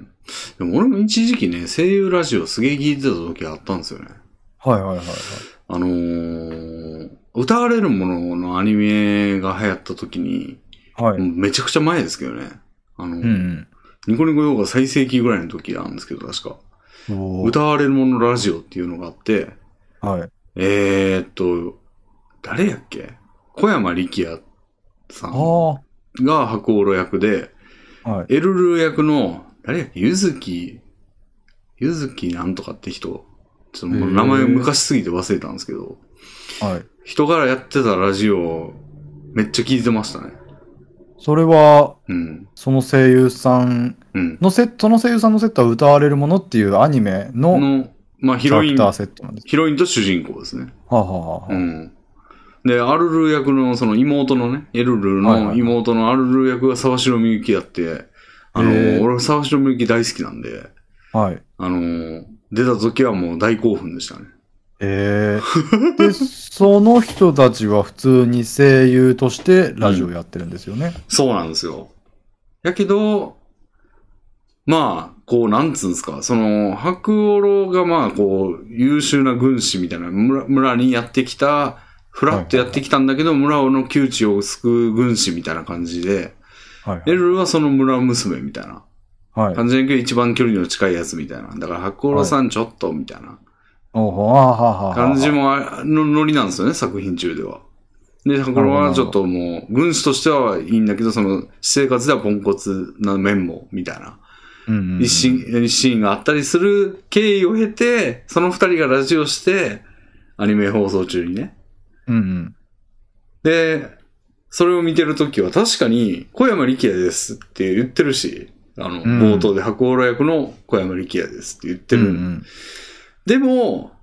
でも俺も一時期ね、声優ラジオすげえ聞いてた時あったんですよね。 はいはいはい、はい。 あのー、歌われるもののアニメが流行った時に、はい、めちゃくちゃ前ですけどね。あの、うん、ニコニコ動画最盛期ぐらいの時なんですけど、確か。歌われるものラジオっていうのがあって、はい。えーっと、誰やっけ小山力也さんが白オロ役で、はい、エルル役の、誰やっけゆずき、ゆずきなんとかって人、ちょっともう名前昔すぎて忘れたんですけど、はい、人からやってたラジオめっちゃ聞いてましたね。 それは、うん、その声優さんのセット、うん、その声優さんのセットは歌われるものっていうアニメの、のまあ、ヒロイン、 キャラクターセットなんです。 ヒロインと主人公ですね。 はあ、はあはあ、 うん。で、アルル役の、その妹のね、エルルの妹のアルル役が沢城みゆきやって、あの、俺沢城みゆき大好きなんで、はい。あの、出た時はもう大興奮でしたね。 ええー。で、その人たちは普通に声優としてラジオやってるんですよね。うん、 そうなんですよ。やけど、まあ、こう、なんつうんですか、その、白オロがまあ、こう、優秀な軍師みたいな村、村にやってきた、フラッとやってきたんだけど、村の窮地を救う軍師みたいな感じで、はいはい、エルルはその村娘みたいな感じで、一番距離の近いやつみたいな。だから、白オロさんちょっと、みたいな感じも、のノリなんですよね、作品中では。で、白オロはちょっともう、軍師としてはいいんだけど、その、私生活ではポンコツな面も、みたいな。一シーン、シーンがあったりする経緯を経て、その二人がラジオして、アニメ放送中にね。うんうん、で、それを見てるときは確かに、小山力也ですって言ってるし、あの、うん、冒頭で白オロ役の小山力也ですって言ってる。うんうん、でも、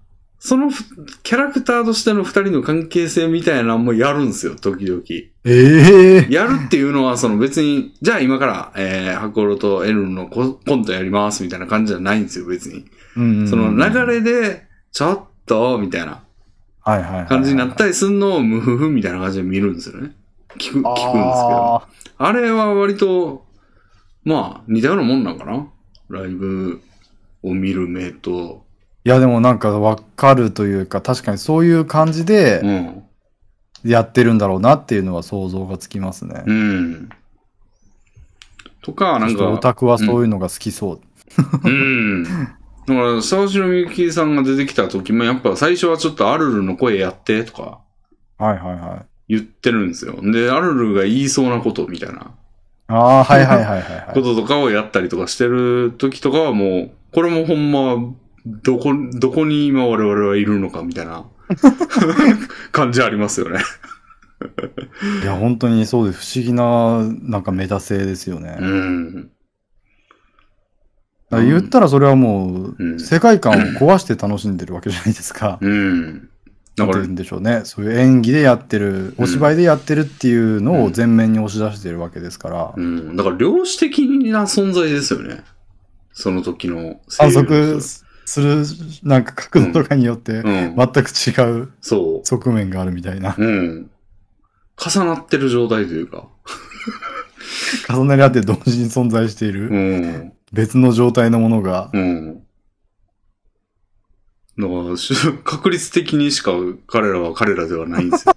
そのキャラクターとしての二人の関係性みたいなのもやるんですよ、時々。 ええー。 やるっていうのは、その別に、じゃあ今から、えー、ハコロとエルのコントやりますみたいな感じじゃないんですよ、別に。 うんうんうん、 その流れで、ちょっと、みたいな感じになったりすんのをムフフみたいな感じで見るんですよね。聞く、聞くんですけど。あれは割と、まあ、似たようなもんなんかな、ライブを見る目と。 いや、でもなんかわかるというか、確かにそういう感じで、やってるんだろうなっていうのは想像がつきますね。 うん。とか、なんか。 オタクはそういうのが好きそう。 うん。だから、沢城みゆきさんが出てきた時も、やっぱ最初はちょっとアルルの声やってとか。 はいはいはい。 言ってるんですよ。で、アルルが言いそうなことみたいな。 ああ、はいはいはいはい、はい。 こととかをやったりとかしてる時とかはもう、これもほんま、どこ、どこに今我々はいるのかみたいな感じありますよね。 いや、本当にそうです。不思議な、なんかメタ性ですよね。 うん。 言ったらそれはもう、世界観を壊して楽しんでるわけじゃないですか。 うん。 なんて言うんでしょうね。そういう演技でやってる、お芝居でやってるっていうのを前面に押し出してるわけですから。 うん。うん、だから量子的な存在ですよね。その時の観測する、なんか角度とかによって、全く違う側面があるみたいな。 うん。うん、重なってる状態というか。 重なり合って同時に存在している。うん、別の状態のものが。 うん。だから、確率的にしか彼らは彼らではないんですよ。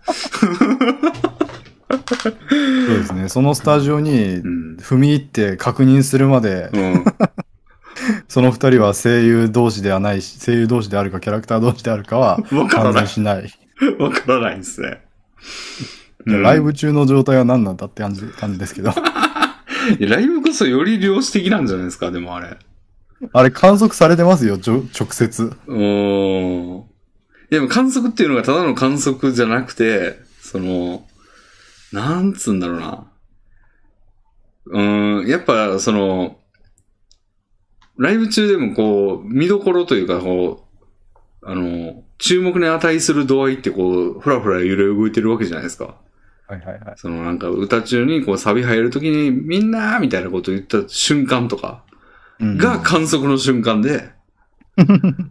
そうですね。そのスタジオに踏み入って確認するまで、うん、その二人は声優同士ではないし、声優同士であるかキャラクター同士であるかは判断しない。 わからないんですね。 ライブ中の状態は何なんだって感じ、感じですけど。 ライブこそより量子的なんじゃないですか、でもあれ。 あれ観測されてますよ、直接。 おー。でも観測っていうのがただの観測じゃなくて、その、なんつうんだろうな。うーん、やっぱその、ライブ中でもこう、見どころというか、こう、あの、注目に値する度合いってこう、ふらふら揺れ動いてるわけじゃないですか。 はいはいはい。 そのなんか歌中にこうサビ入るときにみんなーみたいなことを言った瞬間とかが観測の瞬間で、うん、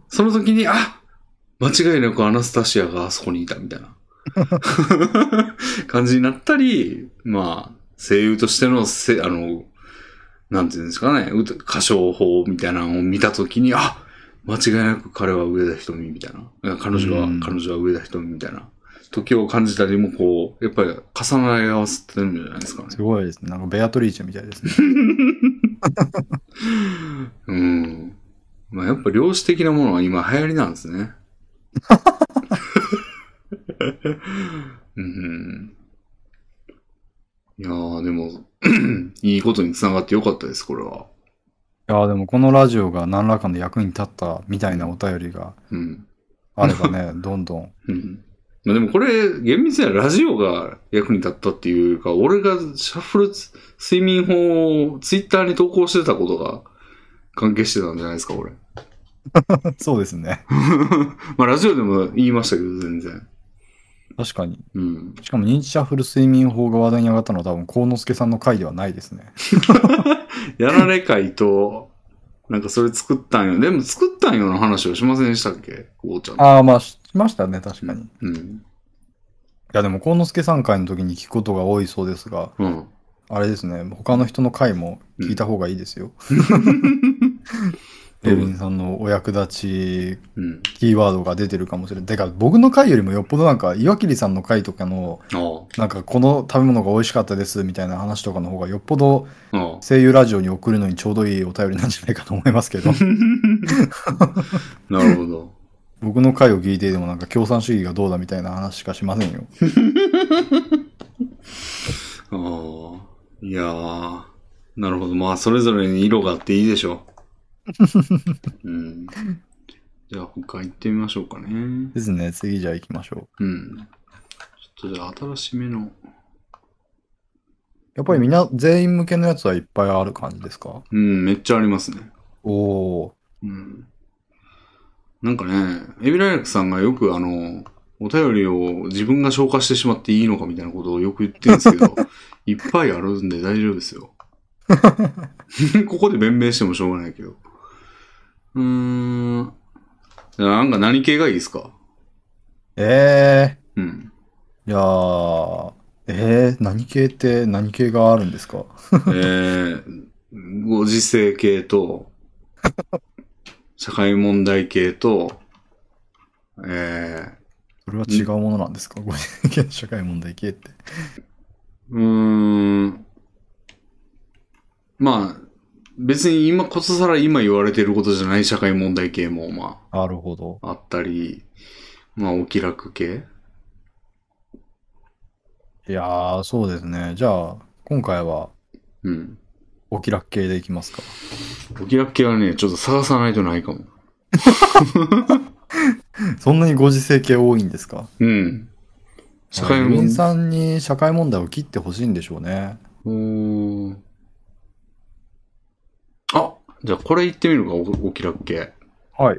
その時に、あ、間違いなくアナスタシアがあそこにいたみたいな感じになったり、まあ、声優としてのせ、あの、なんていうんですかね、歌唱法みたいなのを見た時に、あ、間違いなく彼は上田瞳みたいな。彼女は、うん、彼女は上田瞳みたいな。時を感じたりもこう、やっぱり重なり合わせてるんじゃないですかね。 すごいですね。なんかベアトリーチェみたいですね。 うん。まあやっぱ量子的なものは今流行りなんですね。うん、いやーでも、いいことにつながってよかったです、これは。 いやーでもこのラジオが何らかの役に立ったみたいなお便りがあればね、うん、どんどん。 うんまあ、でもこれ、厳密にはラジオが役に立ったっていうか、俺がシャッフル睡眠法をツイッターに投稿してたことが関係してたんじゃないですか、俺。 そうですね。 まあラジオでも言いましたけど、全然。 確かに。 うん。 しかも認知シャッフル睡眠法が話題に上がったのは多分、幸之助さんの回ではないですね。 やられ会と、なんかそれ作ったんよ。でも作ったんよの話をしませんでしたっけ、こうちゃん。 ああ、まあしましたね、確かに。 うん。うん、いや、でも、幸之助さん回の時に聞くことが多いそうですが、うん、あれですね、他の人の回も聞いた方がいいですよ。エルリンさんのお役立ちキーワードが出てるかもしれない。てか、僕の回よりもよっぽどなんか、岩切さんの回とかの、なんかこの食べ物が美味しかったですみたいな話とかの方がよっぽど声優ラジオに送るのにちょうどいいお便りなんじゃないかと思いますけど。 なるほど。 僕の回を聞いていてもなんか共産主義がどうだみたいな話しかしませんよ。 ああ、いやー、なるほど。まあ、それぞれに色があっていいでしょう。うん、じゃあ他行ってみましょうかね。 ですね。次じゃあ行きましょう。うん。ちょっとじゃあ新しめの。 やっぱりみんな全員向けのやつはいっぱいある感じですか？ うん、めっちゃありますね。 おー。 うん。 なんかね、エビライラクさんがよくあの、お便りを自分が消化してしまっていいのかみたいなことをよく言ってるんですけど、いっぱいあるんで大丈夫ですよ。ここで弁明してもしょうがないけど。うーん。なんか何系がいいですか？ えうん。 えー。いやー、えー、何系って何系があるんですか？ えー、ご時世系と、社会問題系と、えそれは違うものなんですか？ご次元社会問題系って。 ー、うーん。まあ、別に今、ことさら今言われていることじゃない社会問題系も、まなるほど。 あ、あったり、まあ、お気楽系。 いやー、そうですね。じゃあ、今回はうん。 お気楽系でいきますか。 お気楽系はね、ちょっと探さないとないかも。 そんなにご時世系多いんですか？ うん。社社会問会問題。 さんに社会問題を切ってほしいんでしょうね。 うーん。あ、じゃあこれ言ってみるか、お、お気楽系。 はい。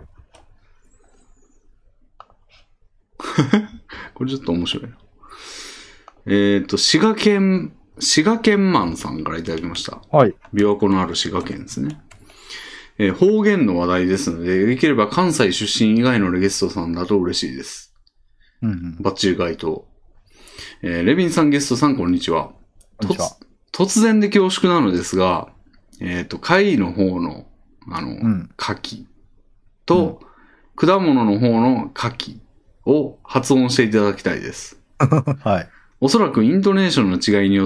これちょっと面白いな。えっ、ー、と、滋賀県、滋賀県マンさんからいただきました。 はい。 琵琶湖のある滋賀県ですね。えー、方言の話題ですので、できれば関西出身以外のゲストさんだと嬉しいです。 うんうん。 バッチリ回答。えー、レビンさんゲストさんこんにちは。 こんにちは。 突然で恐縮なのですが、えっ、ー、と、貝の方の、あの、うん、牡蠣と、うん、果物の方の牡蠣を発音していただきたいです。 はい。 おそらくイントネーションの違いによって、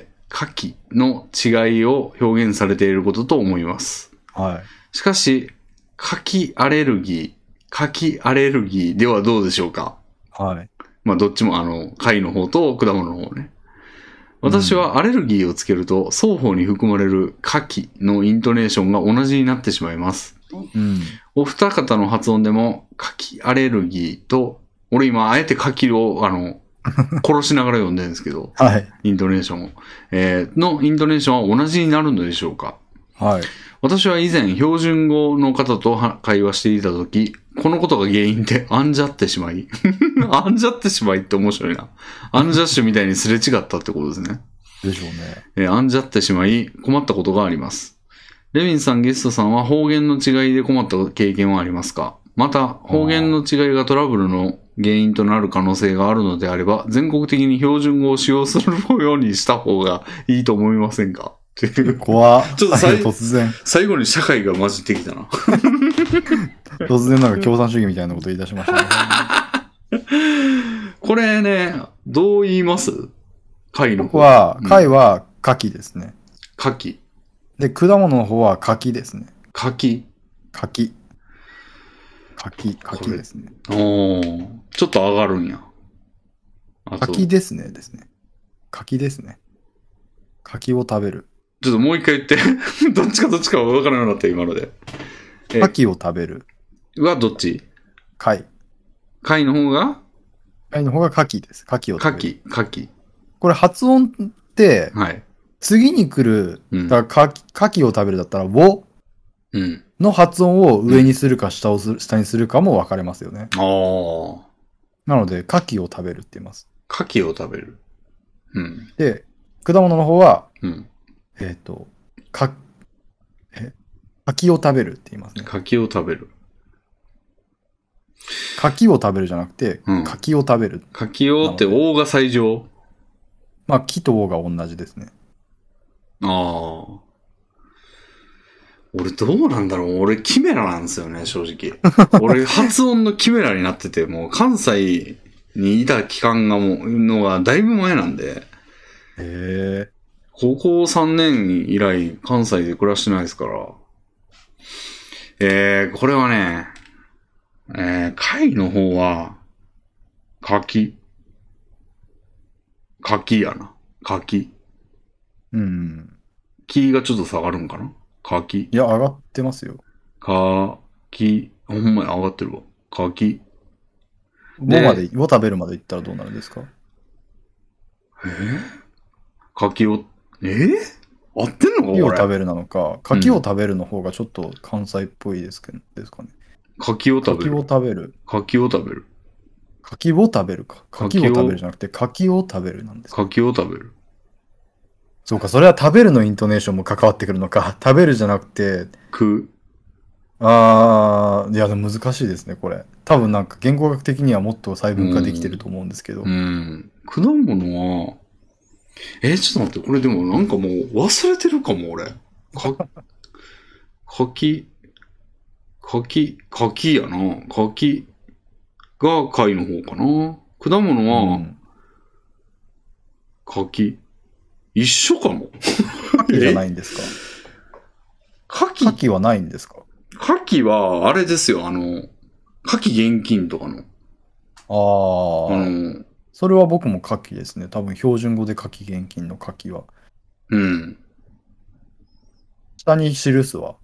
牡蠣の違いを表現されていることと思います。 はい。 しかし、牡蠣アレルギー、牡蠣アレルギーではどうでしょうか？ はい。 まあ、どっちもあの、貝の方と果物の方ね。私はアレルギーをつけると、双方に含まれる牡蠣のイントネーションが同じになってしまいます。うん、お二方の発音でも、牡蠣アレルギーと、俺今あえて牡蠣を、あの、殺しながら読んでるんですけど、 はい。 イントネーションを。えー、のイントネーションは同じになるのでしょうか？ はい。 私は以前、標準語の方と会話していたとき、このことが原因でアンジャってしまい。アンジャってしまいって面白いな。アンジャッシュみたいにすれ違ったってことですね。 でしょうね。 えー、アンジャってしまい困ったことがあります。レヴィンさんゲストさんは方言の違いで困った経験はありますか？また、方言の違いがトラブルの原因となる可能性があるのであれば、全国的に標準語を使用するようにした方がいいと思いませんか？っていう。 怖っ。 ちょっと最突然。 最後に社会が混じってきたな。 突然なんか共産主義みたいなこと言い出しましたね。 これね、どう言います？貝の方。 僕は、貝は牡蠣ですね。 牡蠣。 で、果物の方は柿ですね。 柿。 柿。柿、柿ですね。 おー。ちょっと上がるんや。 柿ですね、ですね。柿ですね。柿を食べる。 ちょっともう一回言って。どっちかどっちかは分からなくなった、今ので。 柿を食べる。 はどっち？ 貝。 貝の方が？ 貝の方が牡蠣です。牡蠣を食べる。 牡蠣、牡蠣。 これ発音って、 はい。 次に来る、うん、だから牡蠣を食べるだったら、を、うん、の発音を上にするか下をする、うん、下にするかも分かれますよね。 ああ。 なので、牡蠣を食べるって言います。 牡蠣を食べる。うん。 で、果物の方は、 うん、 えっ、ー、と、か、え、柿を食べるって言いますね。 柿を食べる。 柿を食べるじゃなくて、うん、柿を食べる。 柿をって王が最上？ まあ、木と王が同じですね。 ああ。俺どうなんだろう？俺キメラなんですよね、正直。俺発音のキメラになってて、もう関西にいた期間がもう、のがだいぶ前なんで。 へえ。 高校さんねん以来関西で暮らしてないですから。えー、これはね、えー、貝の方は、柿。柿やな。柿。 うん。 木がちょっと下がるんかな？柿。 いや、上がってますよ。 柿。ほんまに上がってるわ。柿。 もまで、を食べるまでいったらどうなるんですか？ えー、柿を、えー、合ってんのか？ 柿を食べるなのか、柿を食べるの方がちょっと関西っぽいですけど、ですかね。 柿を食べ柿をる。 食べる。 柿を食べる。 柿を食べるか。柿を柿を食べるじゃなくて、柿を食べるなんですか。 柿を食べる。 そうか、それは食べるのイントネーションも関わってくるのか。食べるじゃなくて、 く、 あー、いや、でも難しいですね、これ。多分なんか言語学的にはもっと細分化できてると思うんですけど。 うん。果物は、えー、ちょっと待って、これでもなんかもう忘れてるかも、俺。か、柿、柿、柿やな。柿が貝の方かな。果物うは、 ん、 柿。一緒かも。 柿じゃないんですか。 柿、 柿はないんですか。 柿は、あれですよ、あの、柿現金とかの。 ああー、 の、 それは僕も柿ですね。多分標準語で柿現金の柿は。 うん。 下に記すは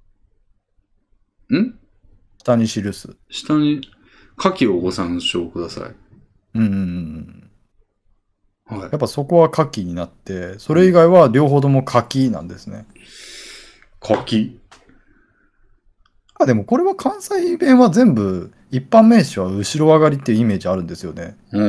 ん下に記す。 下に、柿をご参照ください。 うんうんうんうん。 はい。 やっぱそこは柿になって、それ以外は両方とも柿なんですね。 柿。 あ、でもこれは関西弁は全部、一般名詞は後ろ上がりっていうイメージあるんですよね。 うん。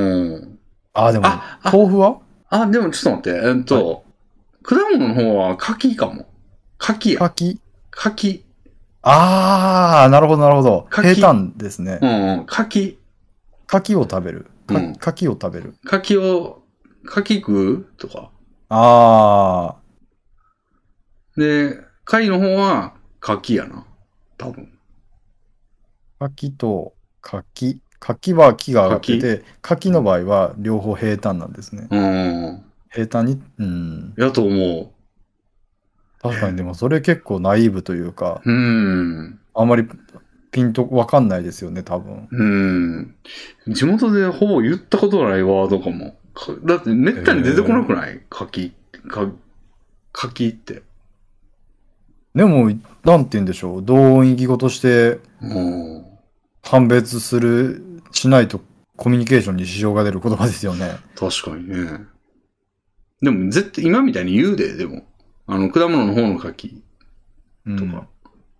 あ、でも、 ああ豆腐はあ、でもちょっと待って。えっと、果物の方は柿かも。柿や。 柿。 柿。 あー、なるほどなるほど。 柿平坦ですね。 うんうん。柿。 柿を食べる。かうん柿を食べる。 柿を、柿食うとか。 あで、貝の方は柿やな。多分。 ー、柿と柿。柿は木が上がってて、柿の場合は両方平坦なんですね。 うん。 平坦に、うん。 やと思確かにでもそれ結構ナイーブというか、 う。うん。 あんまりピンとわかんないですよね、多分。 うん。地元でほぼ言ったことないワードかも。かだってめったに出てこなくない柿。か、柿って。 でも、なんて言うんでしょう。同音異義語としてうん。 判別する、しないとコミュニケーションに支障が出る言葉ですよね。 確かにね。でも絶対今みたいに言うで、でも。あの、果物の方の柿うん。 とか。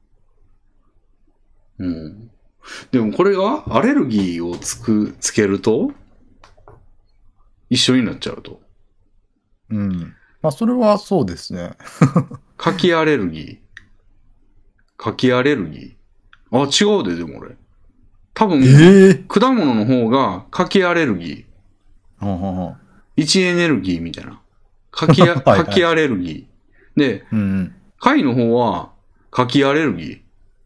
うん。でもこれがアレルギーをつく、つけると一緒になっちゃうと。 うん。まあ、それはそうですね。 柿アレルギー。柿アレルギー。あ、違うで、でも俺。多分、 ええ果物の方が柿アレルギー。 ほんほんほん。 位置エネルギーみたいな。柿や、 はいはい柿アレルギー。で、 うんうん。 貝の方は柿アレルギー。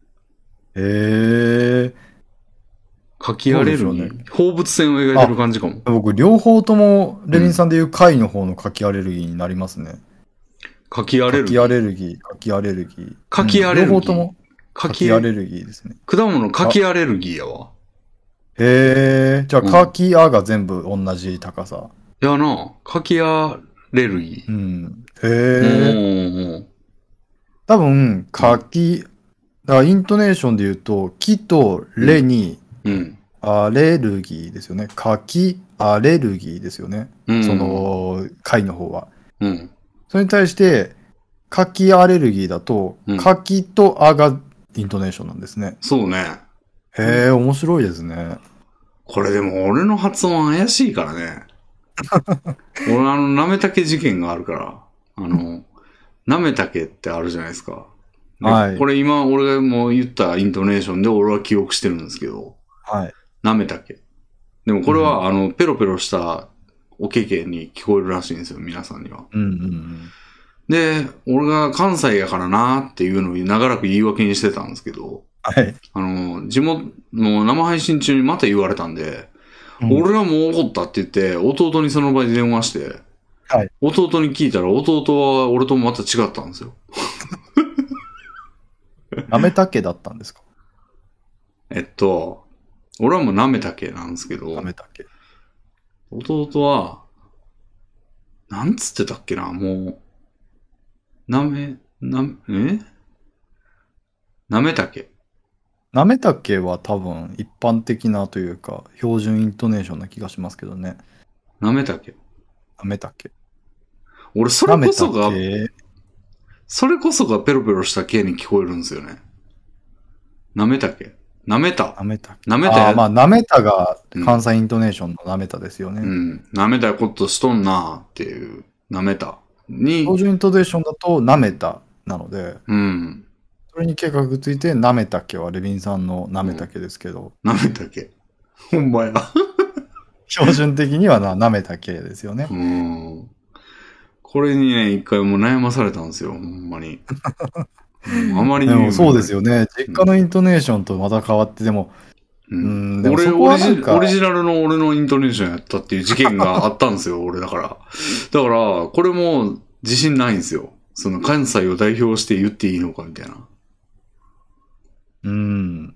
ええ柿アレルギー。 そうでしょうね放物線を描いてる感じかも。 僕、両方とも、レビンさんで言う貝の方の柿アレルギーになりますね。 柿アレルギ柿アー。 レルギー、柿アレルギー。 柿アレルギーうん両方とも柿柿アレルギーですね。 果物柿アレルギーやわ。 へえ、じゃあ、 うん柿あが全部同じ高さ。 いやな、柿アレルギー。 うん。へうえ。 ん。 多分、柿、だからイントネーションで言うと、木とレにうん。 アレルギーですよね。柿アレルギーですよね。 うん。 そ、の、貝の方は。 うん。 それに対して、柿アレルギーだとうん、 柿とあがイントネーションなんですね。 そうね。 へえ、面白いですね。 これでも俺の発音怪しいからね。俺あの、なめたけ事件があるから。あの、なめたけってあるじゃないですか。ではいこれ今俺がもう言ったイントネーションで俺は記憶してるんですけど、 はい。 なめたけ。でもこれは、あの、ペロペロしたおけけに聞こえるらしいんですよ、皆さんには。 うんうんうん。 で、俺が関西やからなっていうのを長らく言い訳にしてたんですけど、 はい。 あの、地元の生配信中にまた言われたんで、 うん俺はもう怒ったって言って、弟にその場で電話して、 はい弟に聞いたら弟は俺ともまた違ったんですよ。 なめたけだったんですかえっと、俺はもうなめたけなんですけどな、めたけ。 弟は、なんつってたっけな、もう、なめ、な、えなめたけ。 なめたけは多分一般的なというか、標準イントネーションな気がしますけどね。 なめたけ。 なめたけ。 俺そなめたれこそが、 け。 それこそがペロペロしたけに聞こえるんですよね。なめたけ。 なめた。 なめた。 なめたや。 あまあ、なめたが関西イントネーションのなめたですよね。 うん。なめたことしとんなっていう、なめたに。 標準イントネーションだとなめたなので、 うん。 それに計画ついて、なめたけはレビンさんのなめたけですけど。 なめたけ。ほんまや。 標準的にはな、なめたけですよね。 うん。これにね、一回も悩まされたんですよ、ほんまに。あまりにでもそうですよね。実家のイントネーションとまた変わって、でも、 うん。 うん、でも俺そこはオリジ、 なんかオリジナルの俺のイントネーションやったっていう事件があったんですよ、俺だから。だから、これも自信ないんですよ。その関西を代表して言っていいのかみたいな。 うん。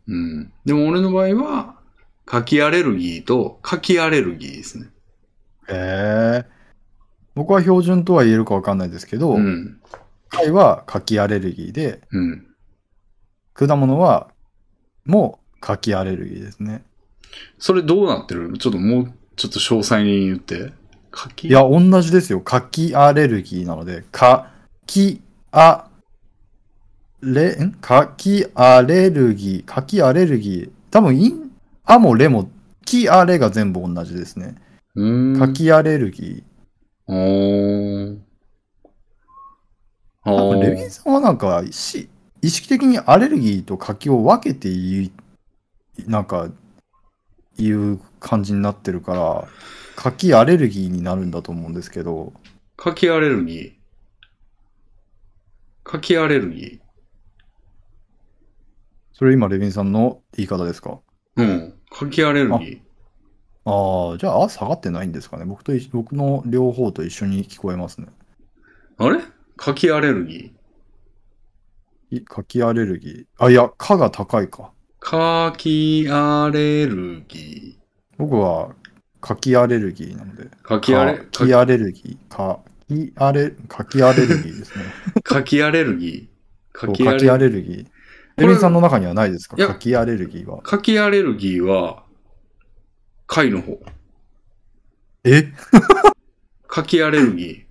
うん。でも俺の場合は、柿アレルギーと柿アレルギーですね。 へえ。僕は標準とは言えるかわかんないですけど、 うん。 貝は柿アレルギーで、 うん。 果物はもう柿アレルギーですね。 それどうなってる？ちょっともう、ちょっと詳細に言って。柿いや、同じですよ。柿アレルギーなので、か、き、あ、れ、ん柿アレルギー、柿アレルギー。多分、イン、あもレも、き、あれが全部同じですね。 うーん。 柿アレルギおー。 ー。 あ多分、レビンー。 さんはなんか、し意識的にアレルギーと柿を分けて言い、なんか、言う感じになってるから、柿アレルギーになるんだと思うんですけど、 柿アレルギー。柿アレルギそれ今、レビンさんの言い方ですか？ ー。うん。柿アレルギああ、じゃあ、あ下がってないんですかね。僕とい、僕の両方と一緒に聞こえますね。 ー。あれ柿アレルギー。 い柿アレルギー。あ、いや、蚊が高いか。 柿アレルギ僕は、柿アレルギーなので。 ー。柿アレ、 柿アレルギー。柿アレ、柿アレルギーですね。 柿アレルギー。 そう柿アレルギー。レビンさんの中にはないですか？ いや柿アレルギーは。 柿アレルギーは、貝の方。 え柿アレルギー。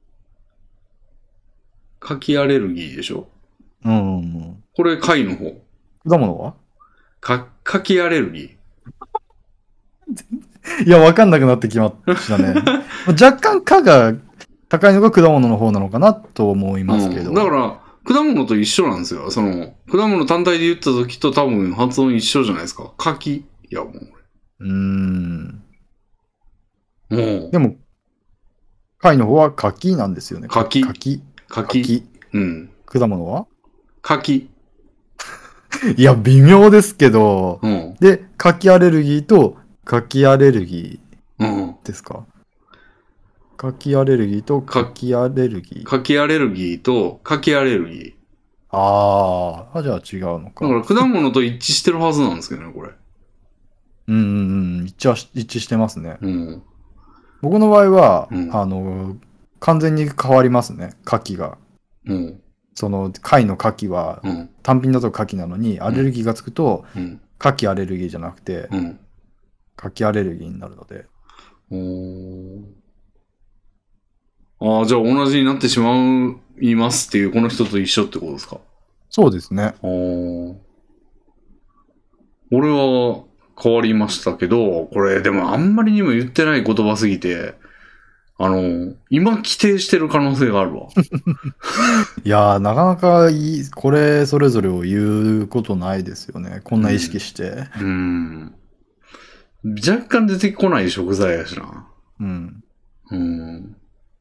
柿アレルギーでしょ？ うん。 これ貝の方。 果物は？ か、柿アレルギいや、わかんなくなってきましたね。若干蚊が高いのが果物の方なのかなと思いー。 ますけど。 うん。だから、果物と一緒なんですよ。その、果物単体で言った時と多分発音一緒じゃないですか。柿。いや、もう。 うーん。 もう。 でも、貝の方は柿なんですよね。 柿柿。 柿。 柿。 うん。 果物は？ 柿。 いや、微妙ですけど。 うん。 で、柿アレルギーと柿アレルギうん。 ーですか？柿アレルギーと柿アレルギー。 柿アレルギーと柿アレルギー。 あーあ、じゃあ違うのか。 だから果物と一致してるはずなんですけどね、これ。 うんうんうん。一致はし一致してますね。 うん。 僕の場合は、 うんあの、完全に変わりますね。牡蠣が。 うん。 その、貝の牡蠣は、 うん。 単品だと牡蠣なのに、アレルギーがつくと、 うん。 牡蠣アレルギーじゃなくて、 うん。 牡蠣アレルギーになるので。 おー。ああ、じゃあ同じになってしまいますっていう、この人と一緒ってことですか？ そうですね。 あー。俺は変わりましたけど、これでもあんまりにも言ってない言葉すぎて、あの、今規定してる可能性があるわ。 いやー、なかなかいい、これそれぞれを言うことないですよね。こんな意識して。 うーん。若干出てこない食材やしな。 うん。 うーん。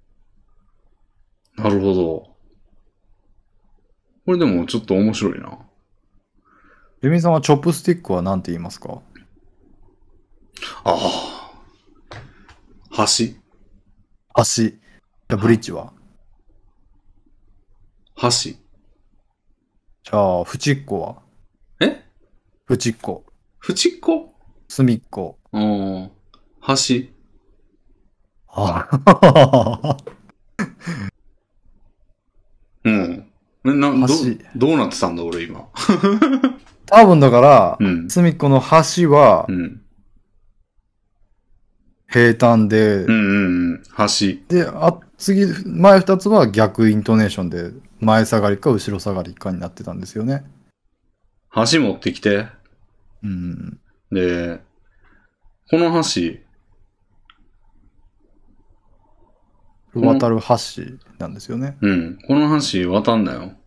なるほど。これでもちょっと面白いな。 レミさんはチョップスティックは何て言いますか？ ああ。箸足。じゃあブリッジは？ 箸。 じゃあ、フチッコは？ えフチッコ。 縁っこ？ 隅っこ。 ああ。箸。 ああ。 うん。な、ど箸、 どうなってたんだ俺今。 多分だから、 うん隅っこの端はうん。 平坦で、 うんうんうん。箸。 で、あ、次、前二つは逆イントネーションで、前下がりか後ろ下がりかになってたんですよね。 箸持ってきて。 うん。 で、この橋、この、 渡る橋なんですよね。 うん、この橋渡んなよ。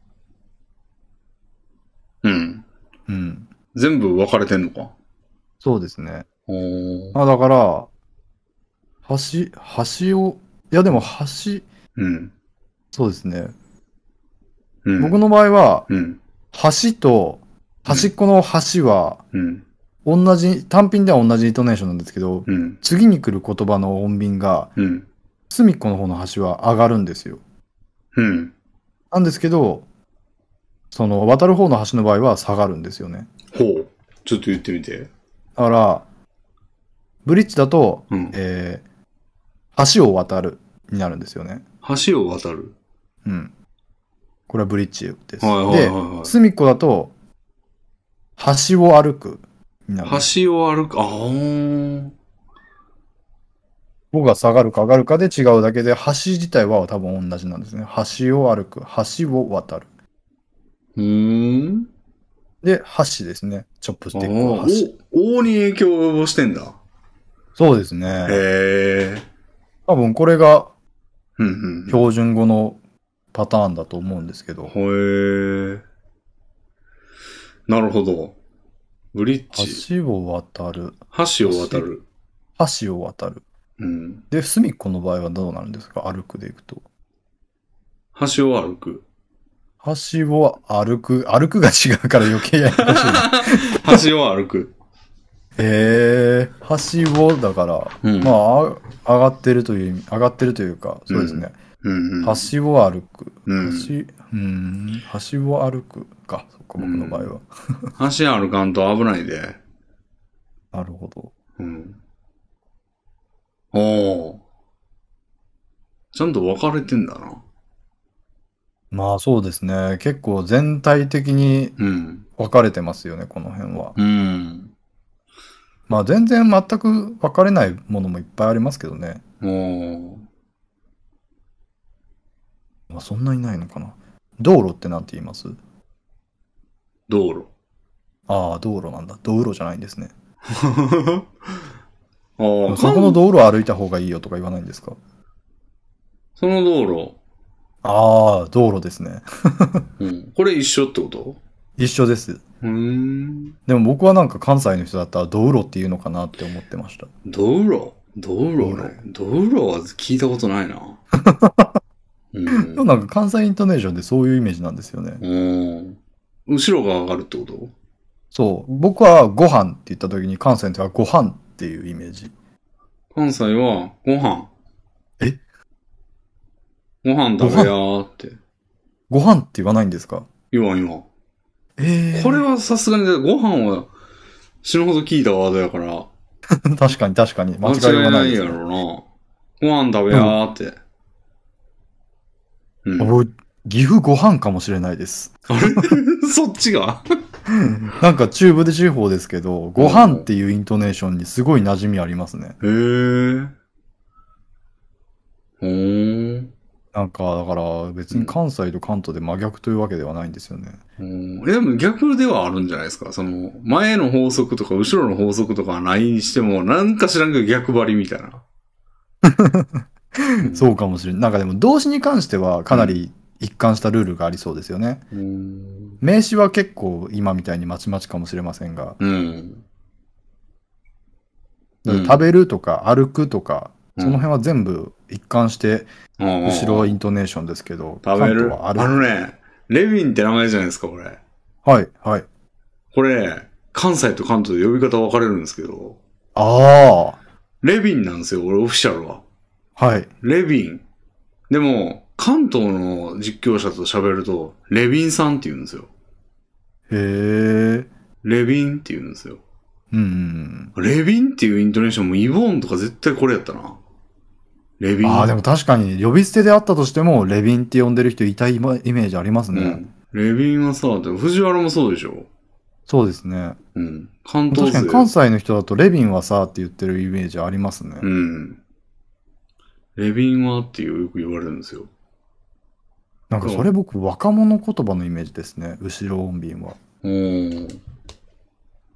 うん。 うん。 全部分かれてんのか。 そうですね。 おー。 あ、だから、橋、橋を、いやでも橋、 うん。 そうですね。 うん。 僕の場合は、 うん。 橋と、端っこの橋は、 うん。 同じ、単品では同じイントネーションなんですけど、 うん。 次に来る言葉の音便が、 うん。 隅っこの方の橋は上がるんですよ。 うん。 なんですけど、その、渡る方の橋の場合は下がるんですよね。 ほう。ちょっと言ってみて。 だから、ブリッジだと、 うん。 えー、橋を渡るになるんですよね。 橋を渡る。 うん。これはブリッジではいす。 はいで、 はいはい。 隅っこだと、橋を歩くになるんです。 橋を歩く。ああ。 僕が下がるか上がるかで違うだけで、橋自体は多分同じなんですね。橋を歩く。橋を渡る。 うーん。 で、箸ですね。チョップスああ、 ティックは箸。 お、王に影響を及ぼしてんだ。 そうですね。 へえ。 多分これがうんうん標準語のパターンだと思うんですけど、 うん。へえ。なるほど。ブリッジ。 橋を渡る。 橋を渡る。 橋を渡る。 うん。 で、隅っこの場合はどうなるんですか？歩くでいくと。 橋を歩く。 橋を歩く。歩くが違うから余計ややこしいな。 橋を歩く。 えー、橋を、だから、 うん。 まあ、あ上がってるという意味、上がってるというか、そうですね。 うんうん。 橋を歩く。 うん橋、うーん、橋を歩くか。そっか、僕の場合は。 橋歩かんと危ないで。 なるほど。 うん。おー。ちゃんと分かれてんだな。 まあそうですね。結構全体的にうん。 分かれてますよね、この辺は。 うん。 まあ全然全く分かれないものもいっぱいありますけどね。 おー。 まあそんなにないのかな。道路ってなんて言います？ 道路。 ああ、道路なんだ。道路じゃないんですね。 ああ、 そこのかん、 道路を歩いた方がいいよとか言わないんですか？ その道路。 ああ、道路ですね。 うん。これ一緒ってこと？ 一緒です。 うーん。 でも僕はなんか関西の人だったら道路っていうのかなって思ってました。 道路道路道路ね。道路は聞いたことないな。うでもん。 なんか関西イントネーションでそういうイメージなんですよね。 うん。後ろが上がるってこと？ そう。僕はご飯って言った時に関西の人はご飯っていうイメージ。 関西はご飯。 えご飯ご飯食べやーってご飯って言わないんですか？ 言わん言わん。 ええこれはさすがに、ご飯は死ぬほど聞いたワードやから、 ー、確かに確かに。間間違い違いないやはないですね。 ろな。ご飯食べやーって。うん。 僕、岐阜ご飯かもしれないです。 あれそっちがなんか中部で地方ですけど、ご飯っていうイントネーションにすごい馴染みありますね。 へえ。ほーん。 なんか、だから別に関西と関東で真逆というわけではないんですよね。 うんでも逆ではあるんじゃないですか。その、前の法則とか後ろの法則とかはないにしても、なんか知らんけど逆張りみたいな。 そうかもしれない。なんかでも動詞に関してはかなり一貫したルールがありそうですよね。 うん。 名詞は結構今みたいにまちまちかもしれませんが、 うん。 だから食べるとか歩くとか、 うん、 その辺は全部一貫してうん後ろはイントネーションですけど、 食べる関東は歩あのく。 ね、レヴィンって名前じゃないですか、これ。 はい、はい。 これ、関西と関東で呼び方分かれるんですけど、 あレヴィンなんですよ、俺オフィシャルは。 あ、はい。 レヴィン。でも、関東の実況者と喋ると、レヴィンさんって言うんですよ。 へえ。 レヴィンって言うんですよ。 うんうん。 レヴィンっていうイントネーションもイボーンとか絶対これやったな。レヴィン。 ああ、でも確かに呼び捨てであったとしても、レビンって呼んでる人いたイメージありますね。 うん。レヴィンはさ、でも藤原もそうでしょ。 そうですね。 うん。関東勢。 確かに関西の人だとレビンはさーって言ってるイメージありますね。 うん。レヴィンはってよく言われるんですよ。 なんかそれ僕若者言葉のイメージですね。後ろ音便は。 おー。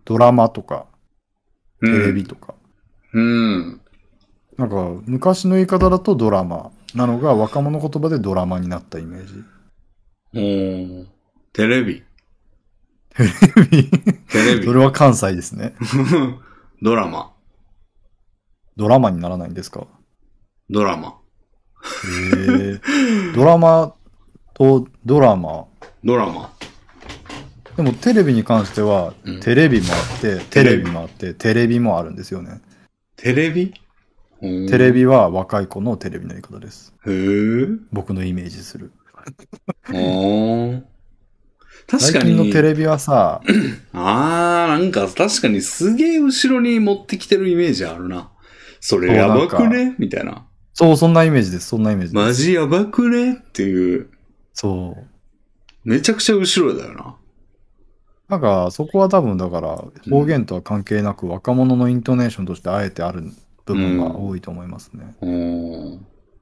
ドラマとか、テレビとか。 うん。うん、 なんか、昔の言い方だとドラマなのが若者言葉でドラマになったイメージ。 おー。テレビ。 テレビテレビ。それは関西ですね。 ドラマ。 ドラマにならないんですか？ ドラマ。 へえ。ドラマとドラマ。 ドラマ。 でもテレビに関しては、うん、テレビもあって、テレビもあって、テレビもあるんですよね。 テレビ？ テレビは若い子のテレビの言い方です。 へー。 僕のイメージする。 お確かに。 最近のテレビはさ、 あー、なんか確かにすげえ後ろに持ってきてるイメージあるな。それやばくねみたいな。 そう、そんなイメージです。そんなイメージです。 マジやばくねっていう。 そう。 めちゃくちゃ後ろだよな。 なんか、そこは多分だから、方言とは関係なく、若者のイントネーションとしてあえてある部分が多いと思いますね。 うん、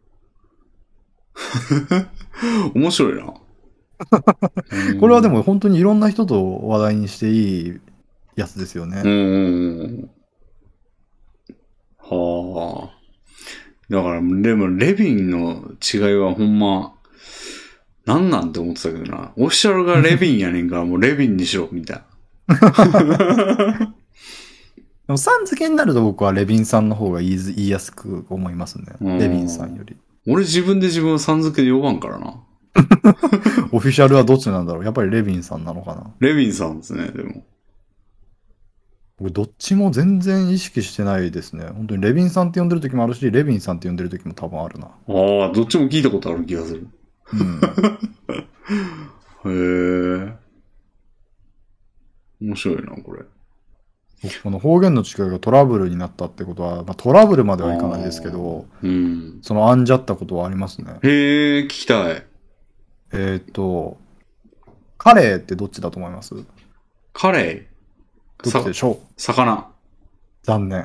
面白いな。 これはでも本当にいろんな人と話題にしていいやつですよね。 うん。はあ。だから、でも、レビンの違いはほんま、なんなんて思ってたけどな。オフィシャルがレビンやねんから、もうレビンにしろ、みたいな。 でも、さん付けになると僕はレビンさんの方が言い言いやすく思いますね。レビンさんより。 俺自分で自分をさん付けで呼ばんからな。 オフィシャルはどっちなんだろう？やっぱりレビンさんなのかな？ レビンさんですね、でも。 僕どっちも全然意識してないですね。本当にレビンさんって呼んでる時もあるし、レビンさんって呼んでる時も多分あるな。 ああ、どっちも聞いたことある気がする。うん。へえ。面白いな、これ。 この方言の違いがトラブルになったってことは、まあ、トラブルまではいかないですけど、うん、その案じゃったことはありますね。 へえ、聞きたい。 えっと、カレーってどっちだと思います？ カレーどっちでしょう？ 魚。 残念。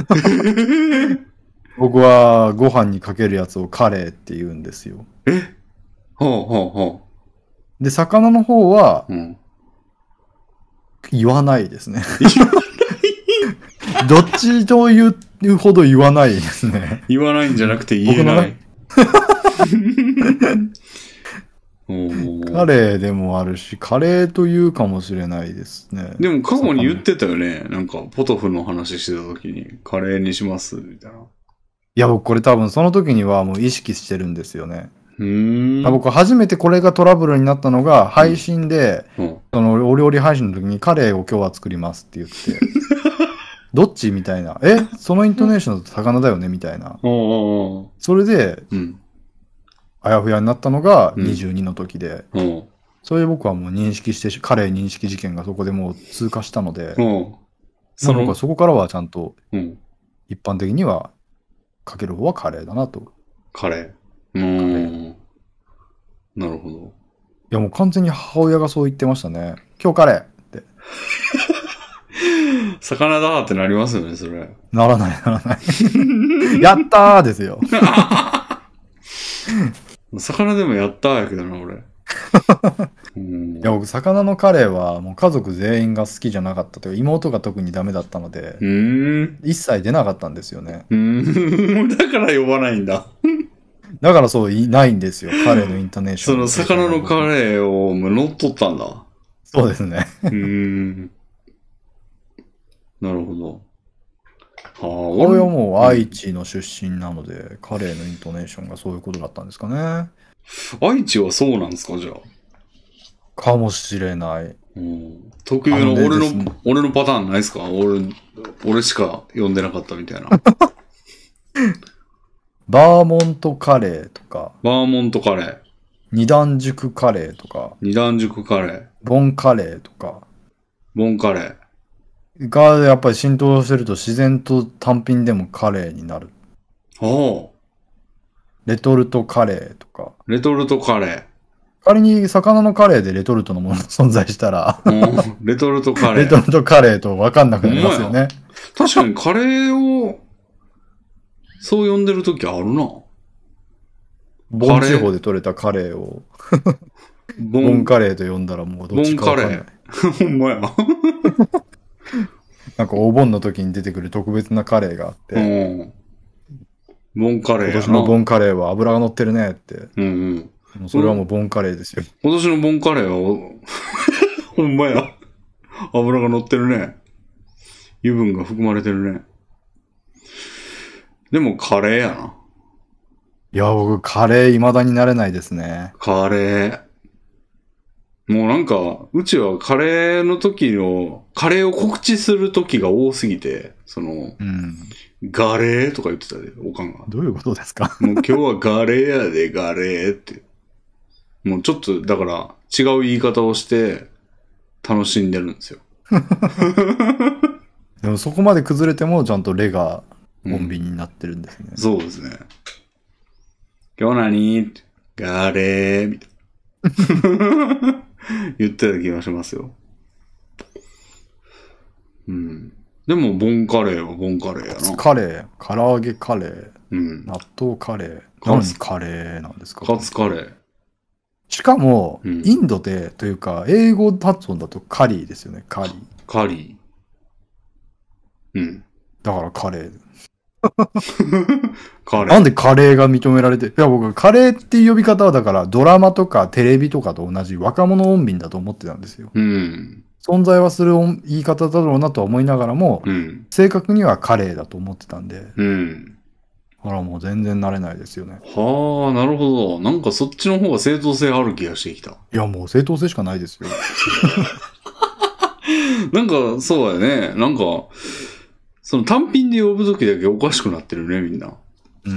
僕はご飯にかけるやつをカレーって言うんですよ。 え？ほうほうほう。で、魚の方は、うん、言わないですね。どっちと言うほど言わないですね。 言わないんじゃなくて言えない。 カレーでもあるし、カレーというかもしれないですね。 でも過去に言ってたよね。なんか、ポトフの話してた時に、カレーにしますみたいな。 いや、僕これ多分その時にはもう意識してるんですよね。 うーん。 僕初めてこれがトラブルになったのが、配信で、うんうん、そのお料理配信の時にカレーを今日は作りますって言って、どっちみたいな。えそのイントネーションだと魚だよねみたいな。 おうおうおうそれで、うん、あやふやになったのがにじゅうにの時で、うん、それで僕はもう認識して、カレー認識事件がそこでもう通過したので、うん、その僕はそこからはちゃんと、一般的には、かける方はカレーだなと。 カレー。うーん。なるほど。 いやもう完全に母親がそう言ってましたね。今日カレーって。 魚だってなりますよね、それ。 ならない、ならない。やったーですよ。 魚でもやったーやけどな、俺。 いや、僕、魚のカレーはもう家族全員が好きじゃなかったというか、妹が特にダメだったので、 うーん一切出なかったんですよね。 うーんだから呼ばないんだ。 だからそう、いないんですよ。カレーのイントネーション。 その魚のカレーを乗っ取ったんだ。 そうですね。 うーん。なるほど。 はあ、俺はもう愛知の出身なので、うん、カレーのイントネーションがそういうことだったんですかね。 愛知はそうなんですか、じゃあ。 かもしれない。 うん、特有の俺の、ね、俺のパターンないですか？俺、俺しか呼んでなかったみたいな。 バーモントカレーとか。 バーモントカレー。 二段熟カレーとか。 二段熟カレー。 ボンカレーとか。 ボンカレー。がやっぱり浸透してると自然と単品でもカレーになる。 おう。 レトルトカレーとか。 レトルトカレー。 仮に魚のカレーでレトルトのものが存在したらレトルトカレー。 レトルトカレーと分かんなくなりますよね。 確かにカレーを、そう呼んでるときあるな。 ボン地方で取れたカレーをボンカレーと呼んだらもうどっちか分かんない。 ボンカレー。ほんまや。 なんかお盆の時に出てくる特別なカレーがあって、 うんボンカレーやな。 今年のボンカレーは油が乗ってるねって。 うんうん。 もうそれはもうボンカレーですよ。 今年のボンカレーはお、ほんまや。油が乗ってるね。油分が含まれてるね。でもカレーやな。 いや、僕カレー未だになれないですね。 カレー。もうなんか、うちはカレーの時の、カレーを告知する時が多すぎて、その、 うん。 ガレーとか言ってたで、おかんが。 どういうことですか？ もう今日はガレーやで、ガレーって。もうちょっと、だから違う言い方をして楽しんでるんですよ。 でもそこまで崩れてもちゃんとレが穏便になってるんですね。 うん、そうですね。今日何ガレーみたいな。言ってた気がしますよ。うん。でも、ボンカレーはボンカレーやな。 カレー、唐揚げカレー、 うん、 納豆カレー。何カレーなんですか？ カツカレー。 しかも、 うん、 インドで、というか、英語発音だとカリーですよね、カリー。 カリー。うん。 だからカレー。 カレー。 なんでカレーが認められて、いや僕、カレーっていう呼び方はだからドラマとかテレビとかと同じ若者音便だと思ってたんですよ。 うん。 存在はする言い方だろうなとは思いながらも、 うん、 正確にはカレーだと思ってたんで。 うん。 ほらもう全然慣れないですよね。 はあ、なるほど。なんかそっちの方が正当性ある気がしてきた。 いやもう正当性しかないですよ。 なんかそうやね。なんか、その単品で呼ぶときだけおかしくなってるね、みんな。 うん。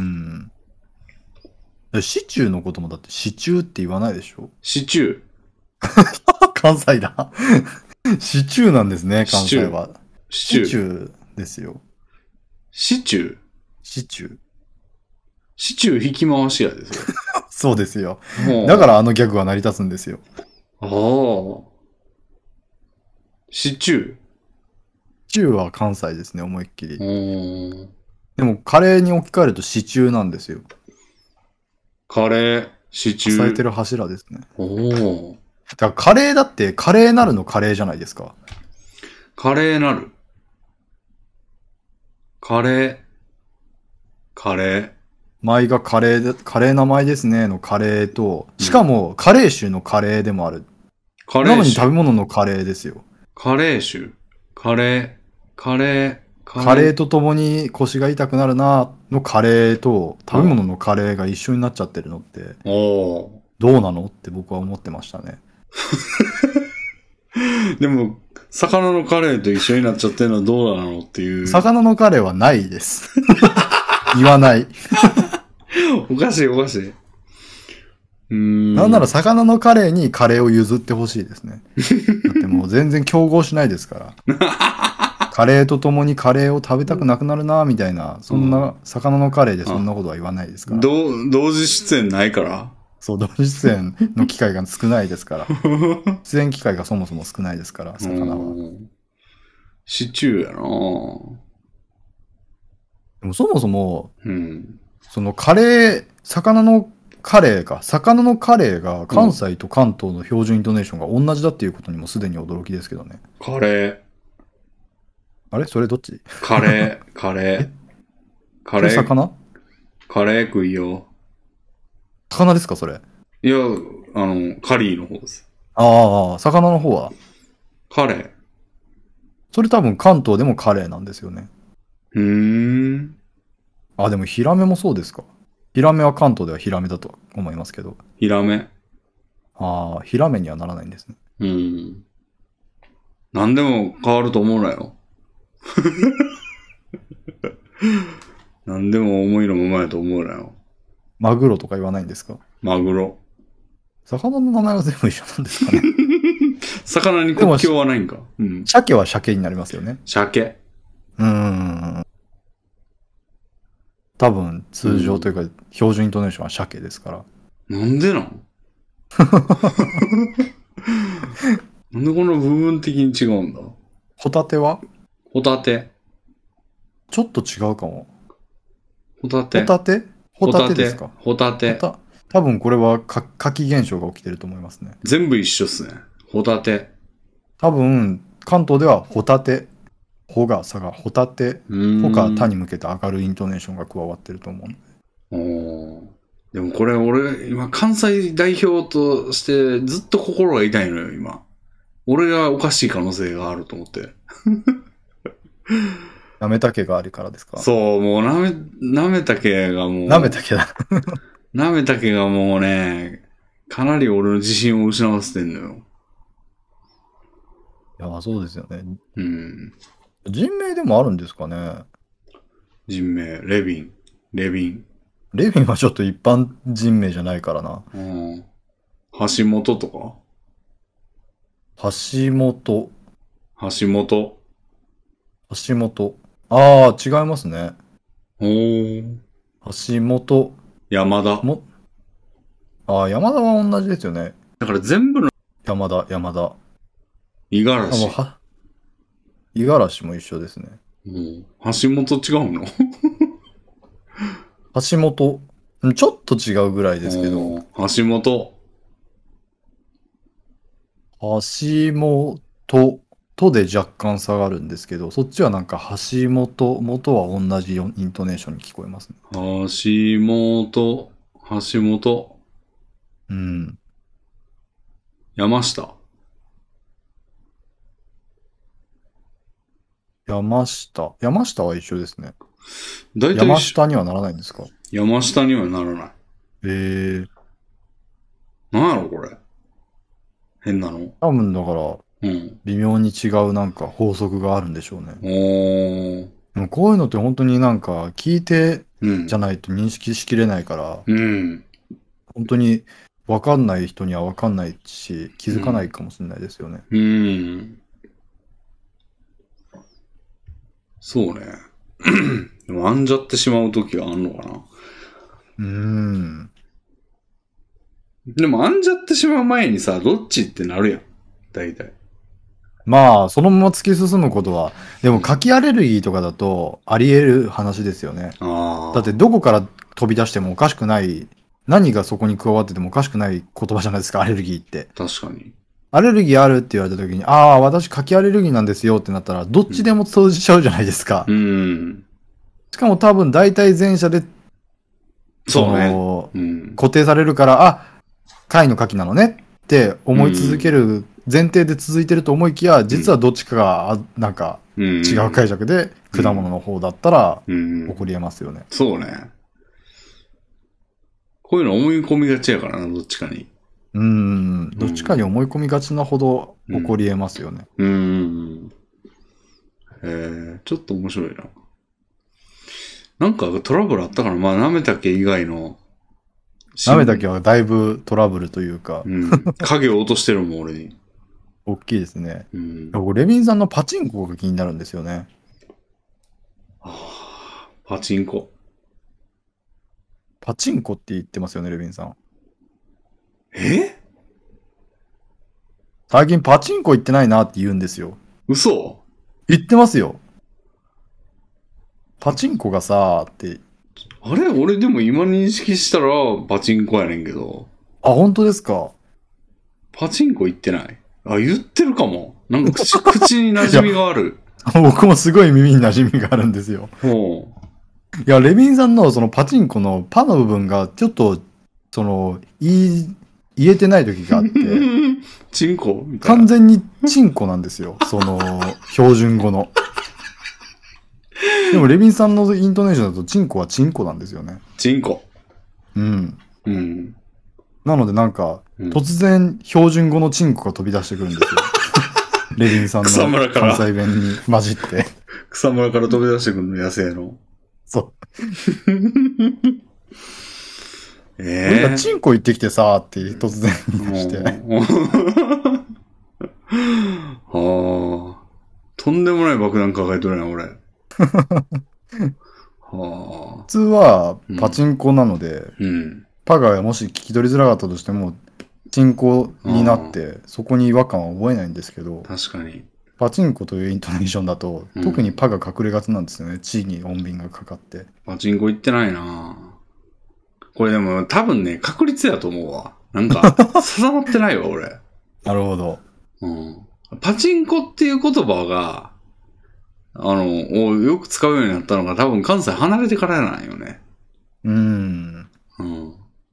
シチューのこともだってシチューって言わないでしょ？ シチュー。 関西だ。シチューなんですね、関西は。 シチュー。 シチューですよ。 シチューシチュー。 シチュー引き回しやですよ。 そうですよ。だからあのギャグは成り立つんですよ。 ああ。シチュー。 シチューは関西ですね、思いっきり。 でもカレーに置き換えるとシチューなんですよ。 カレー、シチュー。 支えてる柱ですね。 おお。 だからカレーだってカレーなるのカレーじゃないですか。 カレーなる。カレー。カレー。 舞がカレーで、カレーな舞ですねのカレーと、しかもカレー臭のカレーでもある。カレー臭。なのに食べ物のカレーですよ。 カレー臭。カレー。カレー。 カレー、カレーとともに腰が痛くなるなのカレーと食べ物のカレーが一緒になっちゃってるのって、おどうなのって僕は思ってましたね。 でも、魚のカレーと一緒になっちゃってるのはどうなのっていう。 魚のカレーはないです。言わない。 おかしいおかしい。うーん。 なんなら魚のカレーにカレーを譲ってほしいですね。だってもう全然競合しないですから。カレーとともにカレーを食べたくなくなるなみたいな、そんな魚のカレーでそんなことは言わないですから。 同同時出演ないからそう、同時出演の機会が少ないですから。出演機会がそもそも少ないですから、魚は。 シチューやなでもそもそも、 うん、 そのカレー、魚のカレーか、魚のカレーが関西と関東の標準イントネーションが同じだっていうことにもすでに驚きですけどね。 カレー。 あれそれどっち？ カレー、カレー。カレー。 魚？ カレー食いよ。 魚ですかそれ？ いや、あの、カリーの方です。 ああ、魚の方はカレー。 それ多分関東でもカレーなんですよね。 うーん。 あ、でもヒラメもそうですか。ヒラメは関東ではヒラメだと思いますけど。 ヒラメ。 ああ、ヒラメにはならないんですね。 うん。何でも変わると思うなよ。何でも思いのままやと思うなよ。 マグロとか言わないんですか？ マグロ。 魚の名前は全部一緒なんですかね。 魚に国境はないんか。 うん。鮭は鮭になりますよね。 鮭。 うーん。多分通常というか、うん、標準イントネーションは鮭ですから。 なんでなんなんでこんな部分的に違うんだ？ ホタテは？ ホタテ。 ちょっと違うかも。 ホタテ。 ホタテ？ホタテですか？ ホタテ。 ホタ多分これはか夏季現象が起きてると思いますね。 全部一緒っすね。ホタテ。 多分関東ではホタテ。 ほがさが、ホタテ、ほかたに向けて明るいイントネーションが加わってると思う。 おー。でもこれ俺、今関西代表としてずっと心が痛いのよ、今。俺がおかしい可能性があると思って。 なめたけがあるからですか？ そう、もうなめ、なめたけがもう。 なめたけだ。 なめたけがもうね、かなり俺の自信を失わせてんのよ。 いや、そうですよね。 うん。 人名でもあるんですかね？ 人名、レビン。レビン。 レビンはちょっと一般人名じゃないからな。 うん。橋本とか橋本。 橋本。 橋本。ああ、違いますね。 おー。 橋本。 山田。 も、ああ、山田は同じですよね。 だから全部の山田、山田。 五十あ、もう嵐。 は、五十嵐も一緒ですね。 うん。橋本違うの橋本。うんちょっと違うぐらいですけど。 おー橋本。 橋本とで若干下がるんですけど、そっちはなんか橋本、元は同じよイントネーションに聞こえますね。 橋本。橋本。 うん。 山下。 山下。山下は一緒ですね。 大体山下にはならないんですか？ 山下にはならない。 ええー。 なんやろこれ。変なの多分だから、 うん。 微妙に違うなんか法則があるんでしょうね。 おー。 でもこういうのって本当になんか聞いてうん。 じゃないと認識しきれないから、 うん。 本当に分かんない人には分かんないし、気づかないかもしれないですよね。 うん。そうね。でも、編んじゃってしまうときはあんのかな。 うーん。 でも、編んじゃってしまう前にさ、どっちってなるやん。大体。 まあ、そのまま突き進むことは、でも柿アレルギーとかだとあり得る話ですよね。 ああ。 だってどこから飛び出してもおかしくない、何がそこに加わっててもおかしくない言葉じゃないですか、アレルギーって。 確かに。 アレルギーあるって言われた時に、ああ、私柿アレルギーなんですよってなったら、どっちでも通じちゃうじゃないですか。 うん。 しかも多分大体前者で、 そうね。 のうん。 固定されるから、あ、貝の牡蠣なのねって思い続ける前提で続いてると思いきや、実はどっちかが、あなんか違う解釈で果物の方だったらうん。 起こり得ますよね。 そうね。こういうの思い込みがちやからな、どっちかに。 うーん。どっちかに思い込みがちなほど起こり得ますよね。 うーん。へえ、ちょっと面白いな。なんかトラブルあったかな。まあ、なめたけ以外の。 なめたけはだいぶトラブルというか、 うん。影を落としてるもん、俺に。 大きいですね。 うん。 僕レビンさんのパチンコが気になるんですよね。 はあ、パチンコ。 パチンコって言ってますよね、レビンさん。 え最近パチンコ行ってないなって言うんですよ。 嘘言ってますよ。パチンコがさーって。 あれ俺でも今認識したらパチンコやねんけど。 あ、本当ですか？ パチンコ行ってない。あ、言ってるかも。なんか口、口に馴染みがある。 僕もすごい耳に馴染みがあるんですよ。 ほいや、レビンさんのそのパチンコのパの部分がちょっと、その、言い、言えてない時があって、 チンコみたいな。 完全にチンコなんですよ。その、標準語の。でも、レビンさんのイントネーションだと、チンコはチンコなんですよね。 チンコ。 うん。 うん。 なので、なんか、 うん突然、標準語のチンコが飛び出してくるんですよ。レビンさん草むらからの関西弁に混じって。 草むらから飛び出してくるの、野生の。 そう。 ええ俺がチンコ行ってきてさーって突然言い出して。 はあ。とんでもない爆弾抱えとるやん、俺。はあ。 普通はパチンコなので、 うん。 パがもし聞き取りづらかったとしても、チンコになって、そこに違和感は覚えないんですけど、 確かに。 パチンコというイントネーションだと、 うん特にパが隠れがちなんですよね。地に音便がかかって。 パチンコ行ってないなこれでも多分ね、確率やと思うわ。なんか、定まってないわ、俺。 なるほど。 うん。パチンコっていう言葉が、 あの、をよく使うようになったのが多分関西離れてからなんよね。 うん。 うん。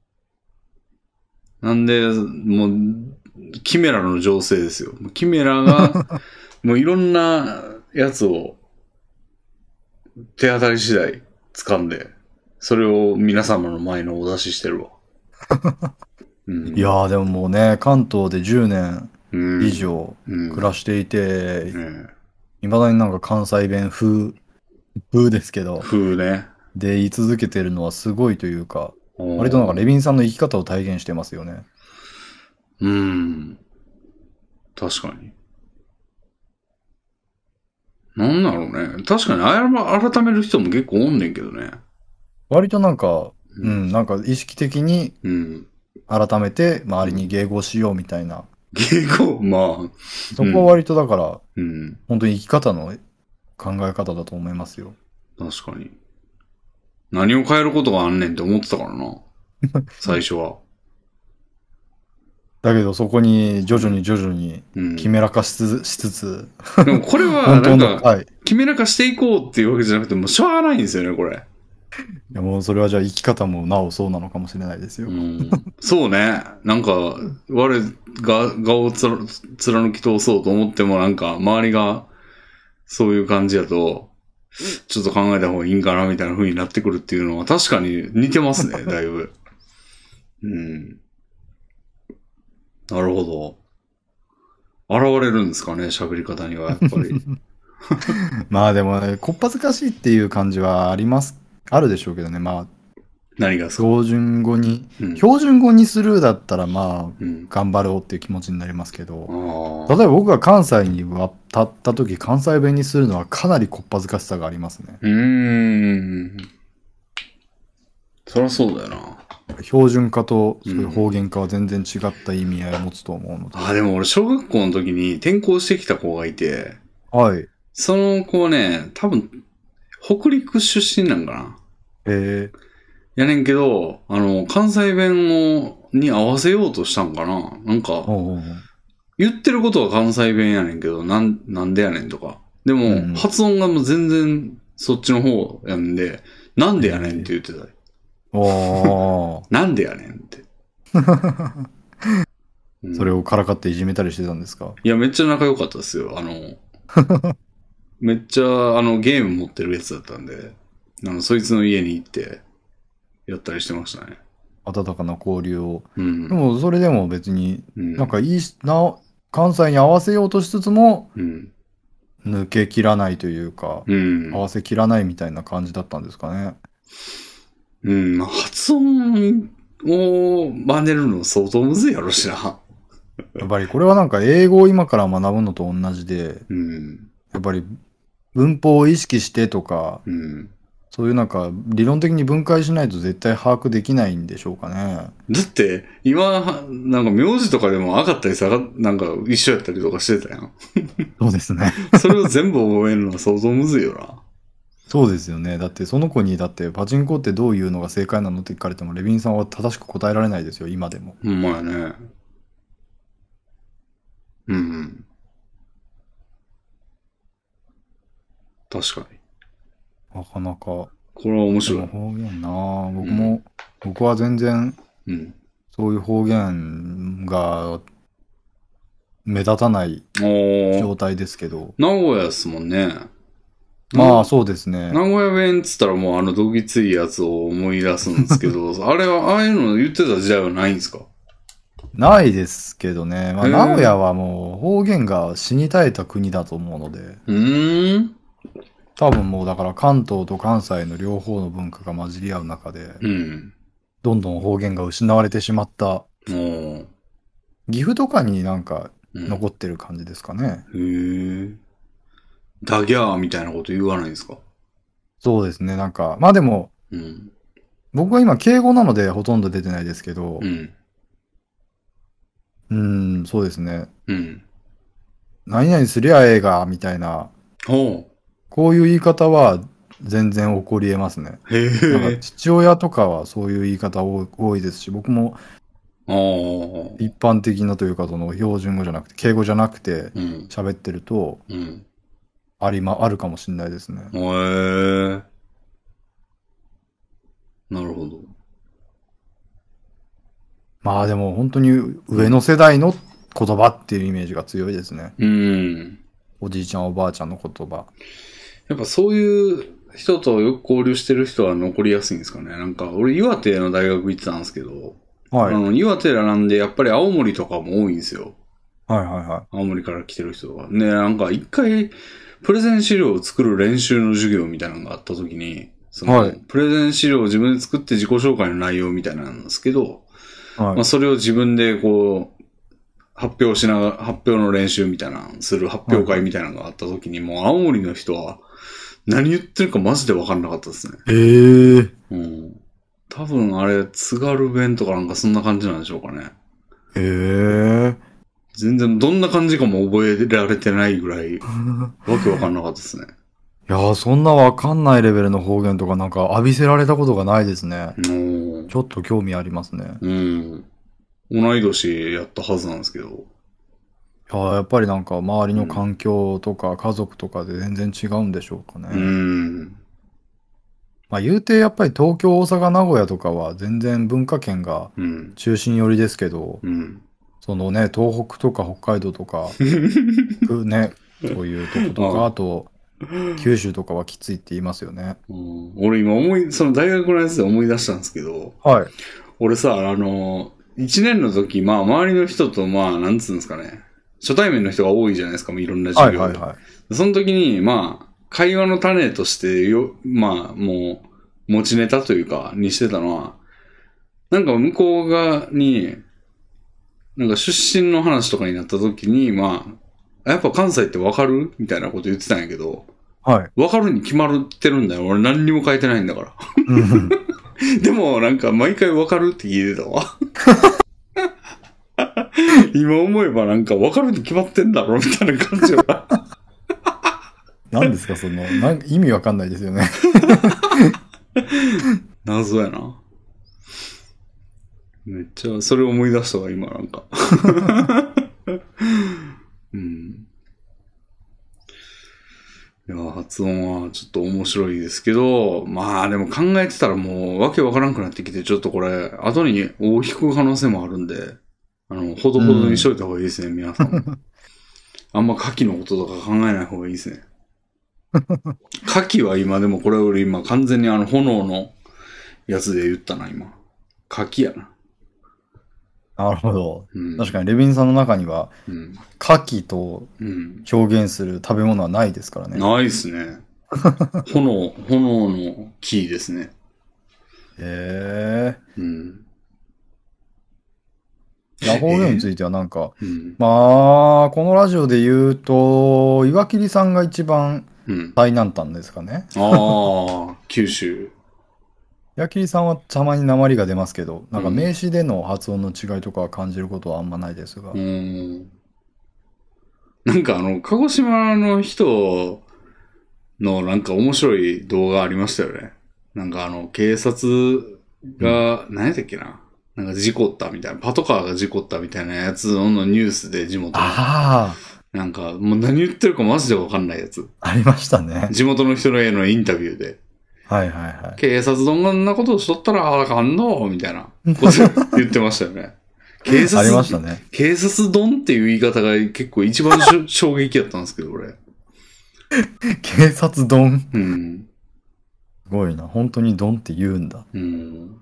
なんで、もう、キメラの情勢ですよ。キメラが、もういろんなやつを手当たり次第掴んで、それを皆様の前にお出ししてるわ。うん、 いやーでももうね、関東でじゅうねん以上暮暮らしていて、いまだになんか関西弁風、風ですけど、 風ね。 で言い続けてるのはすごいというか、割となんかレビンさんの生き方を体現してますよね。 うん。確かに。なんだろうね。確かに改める人も結構おんねんけどね。 割となんか、うん、なんか意識的に改めて周りに迎合しようみたいな。 迎合まあ。 そこは割とだから、 うん、 本当に生き方の考え方だと思いますよ。 確かに。何を変えることがあんねんって思ってたからな。最初は。 だけどそこに徐々に徐々にキメラ化しつ,、うん、しつつ。 でもこれはなんか、キメラ化していこうっていうわけじゃなくて、もうしょうがないんですよね、これ。 いやもうそれはじゃあ生き方もなおそうなのかもしれないですよ。 うん、そうね。なんか、我が、顔を貫き通そうと思ってもなんか、周りがそういう感じやと、ちょっと考えた方がいいんかなみたいな風になってくるっていうのは確かに似てますね、だいぶ。うん。なるほど。現れるんですかね、喋り方にはやっぱり。 まあでもね、こっぱずかしいっていう感じはあります、あるでしょうけどね、まあ。 何がですか？ 標準語に、うん、標準語にするだったらまあ、うん、頑張ろうっていう気持ちになりますけど、例えば僕が関西に渡った時、関西弁にするのはかなりこっぱずかしさがありますね。 うーん。そりゃそうだよな。 標準化とそういう方言化は全然違った意味合いを持つと思うので。 うん、あ、でも俺小学校の時に転校してきた子がいて、 はい。 その子ね、多分、北陸出身なんかな。 へえ。 やねんけど、あの、関西弁を、に合わせようとしたんかな。なんか、 おうおう言ってることは関西弁やねんけど、なん、なんでやねんとか。でも、うん、発音がもう全然そっちの方やんで、なんでやねんって言ってた。 おー。 なんでやねんって。 うん、それをからかっていじめたりしてたんですか？ いや、めっちゃ仲良かったですよ。あの、めっちゃ、あの、ゲーム持ってるやつだったんで、あの、そいつの家に行って、やったりしてましたね。 温かな交流を。 うん、 でも、それでも別に、なんかいいな、関西に合わせようとしつつも、うん、抜けきらないというか、うん、合わせきらないみたいな感じだったんですかね。 うん、発音を真似るの相当むずいやろしな。 やっぱりこれはなんか英語を今から学ぶのと同じで、うん、やっぱり文法を意識してとか、うん、そういうなんか理論的に分解しないと絶対把握できないんでしょうかね。 だって今なんか名字とかでも上がったり下がなんか一緒やったりとかしてたやん。 そうですね。 それを全部覚えるのは相当むずいよな。 そうですよね。だってその子にだってパチンコってどういうのが正解なのって聞かれてもレビンさんは正しく答えられないですよ、今でも。 ほんまやね。うん。確かに。 なかなか。これは面白い。 方言なぁ。僕も、うん、僕は全然、うん、そういう方言が目立たない状態ですけど。 名古屋ですもんね。 まあそうですね。 名古屋弁っつったらもうあのどぎついやつを思い出すんですけど、あれは、ああいうの言ってた時代はないんですか？ ないですけどね。まあ名古屋はもう方言が死に絶えた国だと思うので。 うーん。 多分もうだから関東と関西の両方の文化が混じり合う中で、うん、どんどん方言が失われてしまった。岐阜とかになんか残ってる感じですかね。 うん、へえ。ダギャーみたいなこと言わないんですか？ そうですね。なんか、まあでも、うん、僕は今敬語なのでほとんど出てないですけど、うん、うーん、そうですね。うん、何々すりゃええが、みたいな。ほう。こういう言い方は全然起こり得ますね。へえ。なんか父親とかはそういう言い方多いですし、僕も一般的なというかその標準語じゃなくて、敬語じゃなくて喋ってると、うん、 ありま、あるかもしれないですね。 へえ。なるほど。 まあでも本当に上の世代の言葉っていうイメージが強いですね。 うん。 おじいちゃんおばあちゃんの言葉。 やっぱそういう人とよく交流してる人は残りやすいんですかね。なんか、俺岩手の大学行ってたんですけど、 はい。 あの、岩手なんでやっぱり青森とかも多いんですよ。 はいはいは青森から来てる人が。ね、なんか一回、プレゼン資料を作る練習の授業みたいなのがあった時に、その、 はいプレゼン資料を自分で作って自己紹介の内容みたいなんですけど、 い。はい。 まあそれを自分でこう、発表しながら、発表の練習みたいなのする発表会みたいなのがあった時に、もう青森の人は何言ってるかマジで分かんなかったですね。 ええー。 うん。多分あれ、津軽弁とかなんかそんな感じなんでしょうかね。 ええー。 全然どんな感じかも覚えられてないぐらい、わけわかんなかったですね。 いやー、そんなわかんないレベルの方言とかなんか浴びせられたことがないですね。 うんちょっと興味ありますね。 うん。同い年やったはずなんですけど。 いやーやっぱりなんか周りの環境とか家族とかで全然違うんでしょうかね。 うん。 まあ言うてやっぱり東京、大阪、名古屋とかは全然文化圏がうん。 中心寄りですけど、 うん。 そのね、東北とか北海道とか、くね、そういうとことか、 ああと、九州とかはきついって言いますよね。 うん俺今思い、その大学のやつで思い出したんですけど、 はい。 俺さ、あの、一年の時、まあ周りの人とまあ、なんつうんですかね。初対面の人が多いじゃないですか、いろんな授業で。 はいはいはい。 その時に、まあ、会話の種としてよ、まあ、もう、持ちネタというか、にしてたのは、なんか向こう側に、なんか出身の話とかになった時に、まあ、やっぱ関西ってわかるみたいなこと言ってたんやけど、 はい。 わかるに決まってるんだよ。俺何にも書いてないんだから。 うんでも、なんか毎回わかるって聞いてたわ。今思えばなんかわかるに決まってんだろみたいな感じは。 何ですか、その、なん意味わかんないですよね。 謎やな。めっちゃ、それ思い出したわ、今なんか。うん。いや、発音はちょっと面白いですけど、まあでも考えてたらもうわけわからんくなってきて、ちょっとこれ、後に大きく可能性もあるんで、あの、ほどほどにしといた方がいいですね、皆さんも。あんま牡蠣のこととか考えない方がいいですね。牡蠣は今でもこれ俺今完全にあの炎のやつで言ったな、今。牡蠣やな。 なるほど。 うん、 確かに、レビンさんの中には、 うん。 牡蠣とうん。 表現する食べ物はないですからね。 ないっすね。炎、炎の木ですね。 へえ。 うん。 いや、方言についてはなんか、 うん。 まあ、このラジオで言うと、岩切さんが一番うん。 最南端ですかね。 ああ、九州。 岩切さんはたまに訛りが出ますけど、なんかうん名詞での発音の違いとかは感じることはあんまないですが。 うーん。なんかあの、鹿児島の人のなんか面白い動画ありましたよね。なんかあの、警察が、何やったっけな。なんか事故ったみたいな、パトカーが事故ったみたいなやつのニュースで地元の。 あなんか、もう何言ってるかマジでわかんないやつ。 あ、ありましたね。 地元の人へのインタビューで。 はいはいはい。 警察どんなことをしとったらあかんのみたいなこと言ってましたよね。警察、 ありましたね。 警察ドンっていう言い方が結構一番しょ衝撃だったんですけど、俺。 警察ドン。 うん。 すごいな。本当にドンって言うんだ。 うん。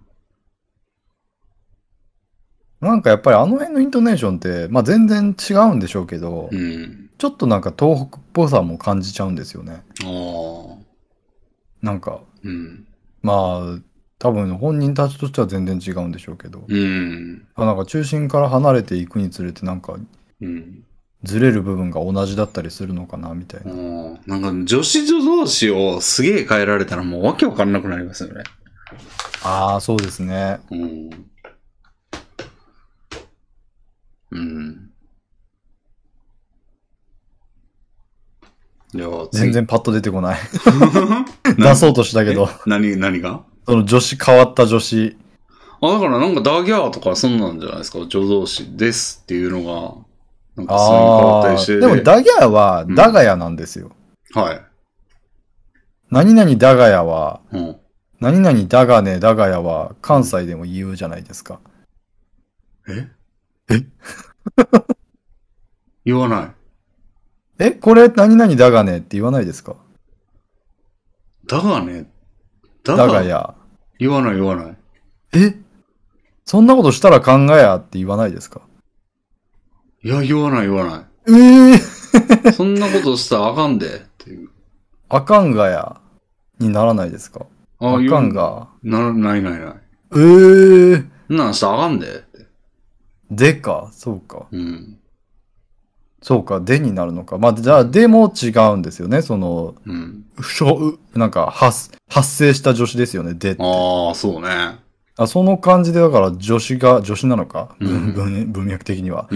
なんかやっぱりあの辺のイントネーションって、まあ全然違うんでしょうけど、 うん。 ちょっとなんか東北っぽさも感じちゃうんですよね。 ああ。 なんか、 うん。 まあ、多分本人たちとしては全然違うんでしょうけど、 うん。 あなんか中心から離れていくにつれてなんかうん。 ずれる部分が同じだったりするのかなみたいあな。 ーなんか女子女同士をすげえ変えられたらもうわけわかんなくなりますよね。 ああ、そうですね。 うん。うん。いや、 全然パッと出てこない。出そうとしたけど、 何、何がその女子変わった女子。 あ、だからなんかダギャーとかそんなんじゃないですか。女同士ですっていうのが、なんかそういう変わったああ、 りして。 でもダギャーはダガヤなんですよ。 はい。 何々だがやは、 うん。 何々だがねだがやは関西でも言うじゃないですか。 ええ言わない。 え、これ何々だがねって言わないですか？ だがね、だだが、 がや。 言わない言わない。 えそんなことしたら考えやって言わないですか？ いや、言わない言わない。 ええー、 そんなことしたらあかんで、っていう。 あかんがやにならないですか？あかんが。 な、ないないない。 ええー、 そんなんしたらあかんで、って。 でか、そうか。 うん。 そうか、でになるのか。まあ、じゃあ、でも違うんですよね。その、 うん。 しょなんか発、発生した助詞ですよね、でって。 ああ、そうね。 あ、その感じで、だから助詞が、助詞なのか、 うん文文文脈的には。 うん。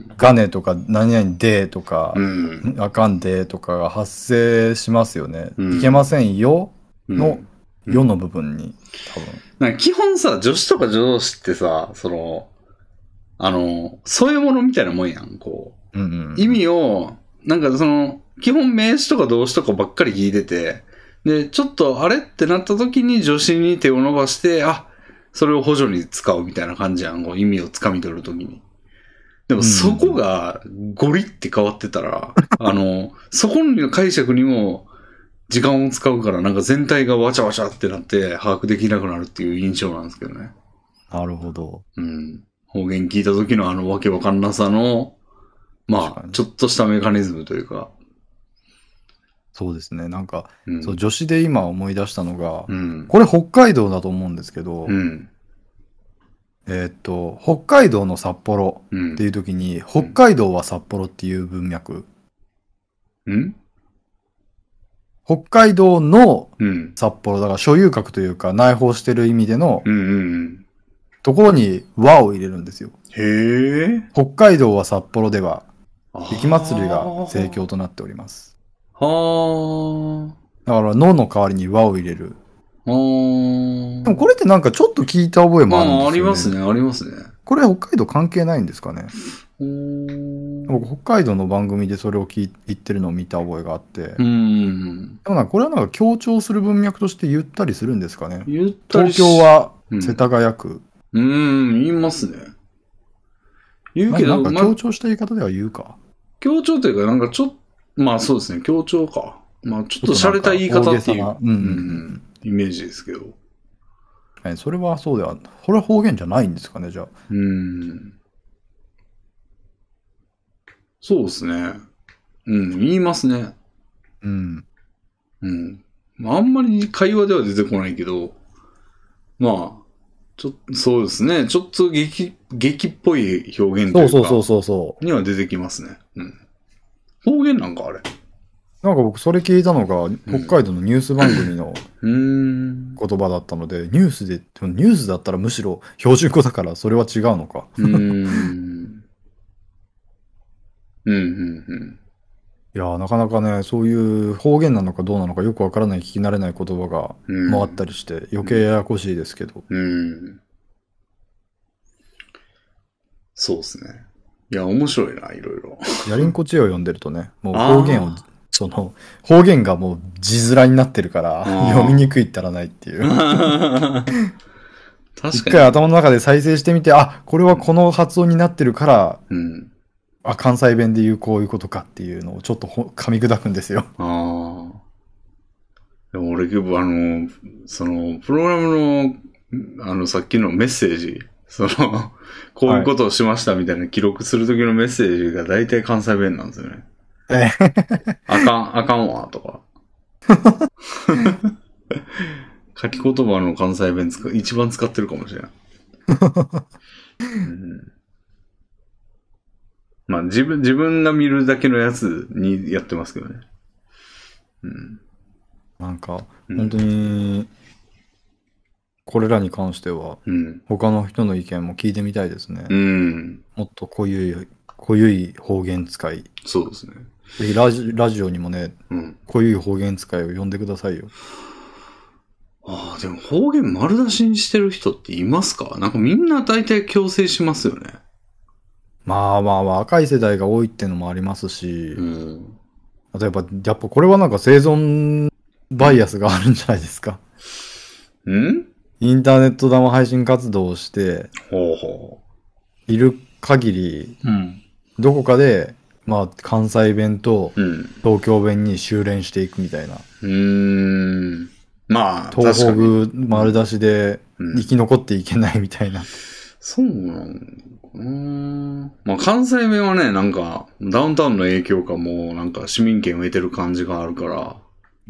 がねとか、何々でとかう、ん。 あかんでとかが発生しますよね。 うんいけませんよの、 うんよの部分に、多分。 なんか基本さ、助詞とか上司ってさ、その、あの、そういうものみたいなもんやん、こう。 うんうん、 意味を、なんかその、基本名詞とか動詞とかばっかり聞いてて、で、ちょっとあれってなった時に助詞に手を伸ばして、あ、それを補助に使うみたいな感じやん、こう意味をつかみ取る時に。でもそこがゴリって変わってたら、あの、そこの解釈にも時間を使うから、なんか全体がわちゃわちゃってなって把握できなくなるっていう印象なんですけどね。 なるほど。 うん。方言聞いた時のあのわけわかんなさの、まあ、ちょっとしたメカニズムというか。 そうですね。なんか、 うん、 そう、助詞で今思い出したのが、 うん、 これ北海道だと思うんですけど、 うん、 えーっと、北海道の札幌っていう時に、うん、北海道は札幌っていう文脈。 うん北海道の札幌、だから所有格というか内包してる意味でのところに和を入れるんですよ。 へー。 北海道は札幌では雪祭りが盛況となっております。 はー。 だからのの代わりに和を入れる。 あー。 でもこれってなんかちょっと聞いた覚えもあるんですよね。 ああ、ありますね、ありますね。 これ北海道関係ないんですかね。僕北海道の番組でそれを聞い言ってるのを見た覚えがあって。 うん。 でもなんかこれはなんか強調する文脈として言ったりするんですかね。 言ったり東京は世田谷区。 うん、うん言いますね。言うけど、 なんか強調した言い方では言うか。 まあ、強調というか、なんかちょっと、まあそうですね、強調か。まあちょっと洒落た言い方っていう、うんうんうん、イメージですけど。 それはそうでは、これは方言じゃないんですかね、じゃあ。 うん。そうですね。うん、言いますね。 うん。 うん。まあ、あんまり会話では出てこないけど、まあ、ちょっと、そうですね。ちょっと劇、劇っぽい表現というか。 そうそうそうそう。 には出てきますね。うん。方言なんかあれ。 なんか僕それ聞いたのが、北海道のニュース番組の言葉だったので、ニュースで、ニュースだったらむしろ標準語だからそれは違うのか。 うーん。うん、うん、うん。 いやー、なかなかね、そういう方言なのかどうなのかよくわからない聞き慣れない言葉が回ったりして、余計ややこしいですけど。 うん。うん、そうですね。いや、面白いな、いろいろ。 やりんこ知恵を読んでるとね、もう方言を、その、方言がもう字面になってるから、読みにくいったらないっていう。確かに。一回頭の中で再生してみて、あ、これはこの発音になってるから、うん、あ、関西弁で言うこういうことかっていうのをちょっと噛み砕くんですよ。 ああ。でも俺、あの、その、プログラムの、あの、さっきのメッセージ、その、こういうことをしましたみたいな記録するときのメッセージが大体関西弁なんですよね。えあかん、あかんわ、とか。書き言葉の関西弁使一番使ってるかもしれない。うん、まあ自分、自分が見るだけのやつにやってますけどね。 うん、なんか、本当に、これらに関しては、うん、他の人の意見も聞いてみたいですね。うん、もっと濃ゆい、濃ゆい方言使い。 そうですね。 ぜひラジ、ラジオにもね、うん、濃ゆい方言使いを呼んでくださいよ。 ああ、でも方言丸出しにしてる人っていますか？なんかみんな大体強制しますよね。 まあまあ若い世代が多いっていうのもありますし、うん、 例えば、やっぱこれはなんか生存バイアスがあるんじゃないですか。 んインターネット生配信活動をして、 ほうほいる限り、 う。うん。 どこかで、まあ、関西弁とうん。 東京弁に修練していくみたいな。 うーん。まあ、確東かに。 北丸出しでうん生き残っていけないみたいな。 そうなんかな。まあ、関西弁はね、なんか、ダウンタウンの影響かもう、なんか市民権を得てる感じがあるから、 うん。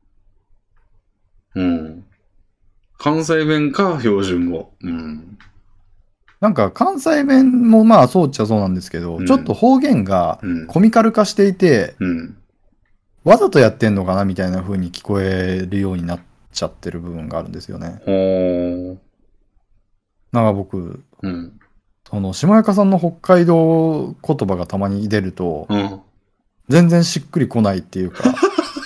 うん。関西弁か標準語。うん。 なんか関西弁もまあそうっちゃそうなんですけど、 うんちょっと方言がうん。 コミカル化していて、 うん。 わざとやってんのかなみたいな風に聞こえるようになっちゃってる部分があるんですよね。 ほー。 なんか僕、 うん。 その、下中さんの北海道言葉がたまに出ると、 うん。 全然しっくりこないっていうか、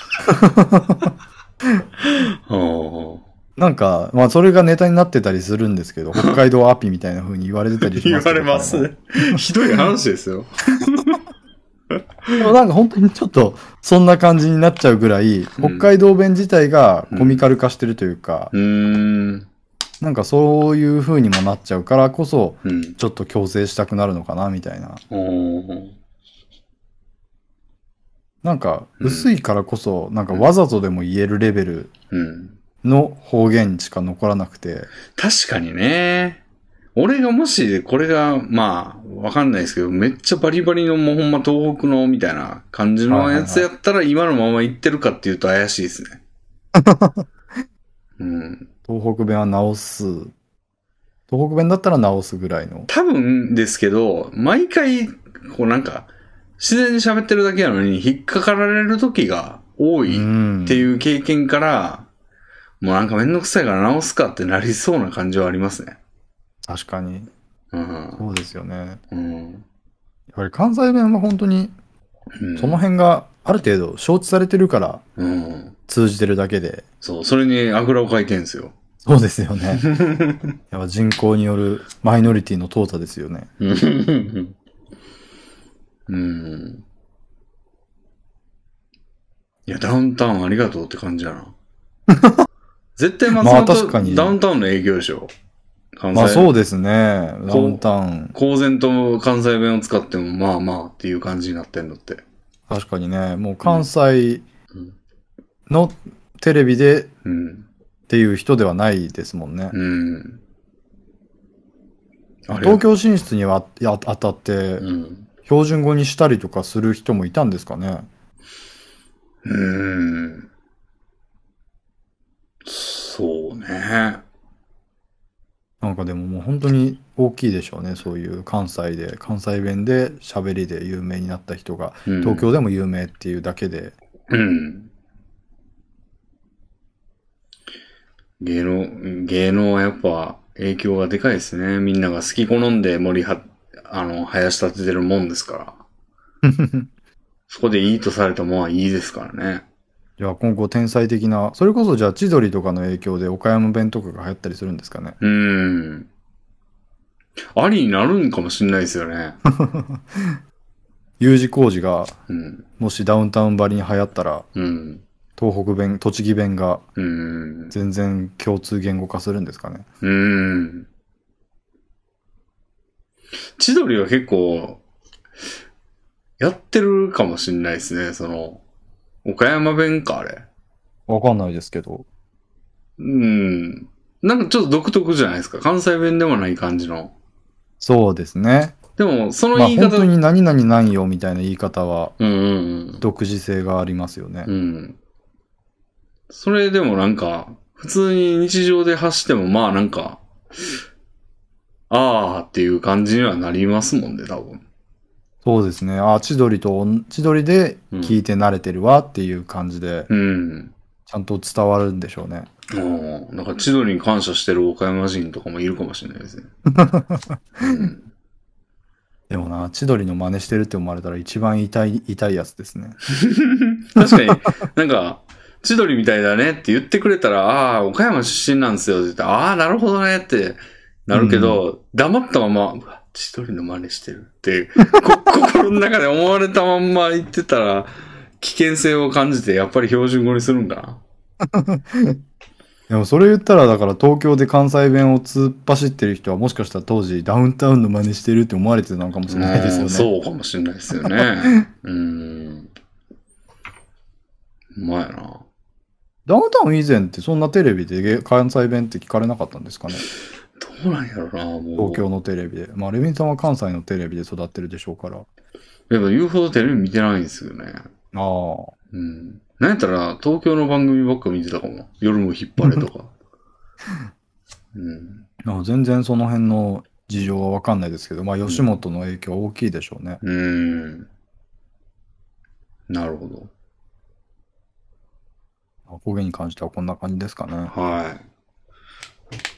はなんか、まあそれがネタになってたりするんですけど、北海道アピみたいな風に言われてたりし言ますけど。 われますね。ひどい話ですよ。 でもなんか本当にちょっと、そんな感じになっちゃうぐらい、北海道弁自体がコミカル化してるというか、 うーん。 なんかそういう風にもなっちゃうからこそ、 うん。 ちょっと強制したくなるのかな、みたいな。 おー。 なんか、薄いからこそ、なんかわざとでも言えるレベルうん。 の方言しか残らなくて。 確かにね。俺がもし、これが、まあ、わかんないですけど、めっちゃバリバリのもうほんま東北のみたいな感じのやつやったら、今のまま言ってるかっていうと怪しいですね。うん。 東北弁は直す。東北弁だったら直すぐらいの。 多分ですけど、毎回、こうなんか、自然に喋ってるだけなのに引っかかられる時が多いっていう経験から、もうなんかめんどくさいから直すかってなりそうな感じはありますね。 確かに。 うん。 そうですよね。 うん。 やっぱり関西弁は本当に、 うんその辺がある程度承知されてるからうん。 通じてるだけで。 そう、それにあぐらをかいてんすよ。 そうですよね。やっぱ人口によるマイノリティの淘汰ですよね。 うん。いや、ダウンタウンありがとうって感じやな。絶対松まあ確かに本ダウンタウンの営業でしょ。関西まあそうですね。ダウンタウン。 公然と関西弁を使ってもまあまあっていう感じになってんのって。 確かにね。もう関西のテレビでうん。 っていう人ではないですもんね。 うん。 東京進出にはや当たって、 うん。 標準語にしたりとかする人もいたんですかね。 うーん。そうね。 なんかでももう本当に大きいでしょうね。そういう関西で、関西弁で喋りで有名になった人が、 うん東京でも有名っていうだけで。 うん。芸能、芸能はやっぱ影響がでかいですね。みんなが好き好んで森は、あの、生やし立ててるもんですから。そこでいいとされたもんはいいですからね。 じゃあ今後天才的な、それこそじゃあ千鳥とかの影響で岡山弁とかが流行ったりするんですかね。 うーん。ありになるんかもしんないですよね。 U 字工事が、 うん。 もしダウンタウンばりに流行ったら、 うん。 東北弁、栃木弁がうーん。 全然共通言語化するんですかね。 うーん。千鳥は結構、やってるかもしんないですね。その、岡山弁か、あれ。 わかんないですけど。 うん。なんかちょっと独特じゃないですか。関西弁でもない感じの。 そうですね。 でも、そのまあ言い方、 本当に何々なんよみたいな言い方は、 うんうんうん。 独自性がありますよね。 うん。それでもなんか、普通に日常で発しても、まあなんか、あーっていう感じにはなりますもんね、多分。 そうですね。あ、千鳥と、千鳥で聞いて慣れてるわっていう感じで、 うん。 ちゃんと伝わるんでしょうね。 うん。なんか千鳥に感謝してる岡山人とかもいるかもしれないですね。うん、 でもな、千鳥の真似してるって思われたら一番痛い、痛いやつですね。 確かに、なんか、千鳥みたいだねって言ってくれたら、ああ、岡山出身なんですよって言って、ああ、なるほどねってなるけど、うん、黙ったまま、うわ、千鳥の真似してるって、こ心の中で思われたまんま言ってたら、 危険性を感じてやっぱり標準語にするんかな。 でもそれ言ったら、だから東京で関西弁を突っ走ってる人はもしかしたら当時ダウンタウンの真似してるって思われてたのかもしれないですよね。 そうかもしれないですよね。うーん。うまいな。 ダウンタウン以前ってそんなテレビで関西弁って聞かれなかったんですかね。 どうなんやろな、もう。 東京のテレビで。まあ、レビンさんは関西のテレビで育ってるでしょうから。 やっぱ言うほどテレビ見てないんですよね。 ああ。 うん。なんやったら東京の番組ばっか見てたかも。夜も引っ張れとか。 うん、全然その辺の事情はわかんないですけど、まあ吉本の影響は大きいでしょうね。 うん。うん、なるほど。 方言に関してはこんな感じですかね。 はい。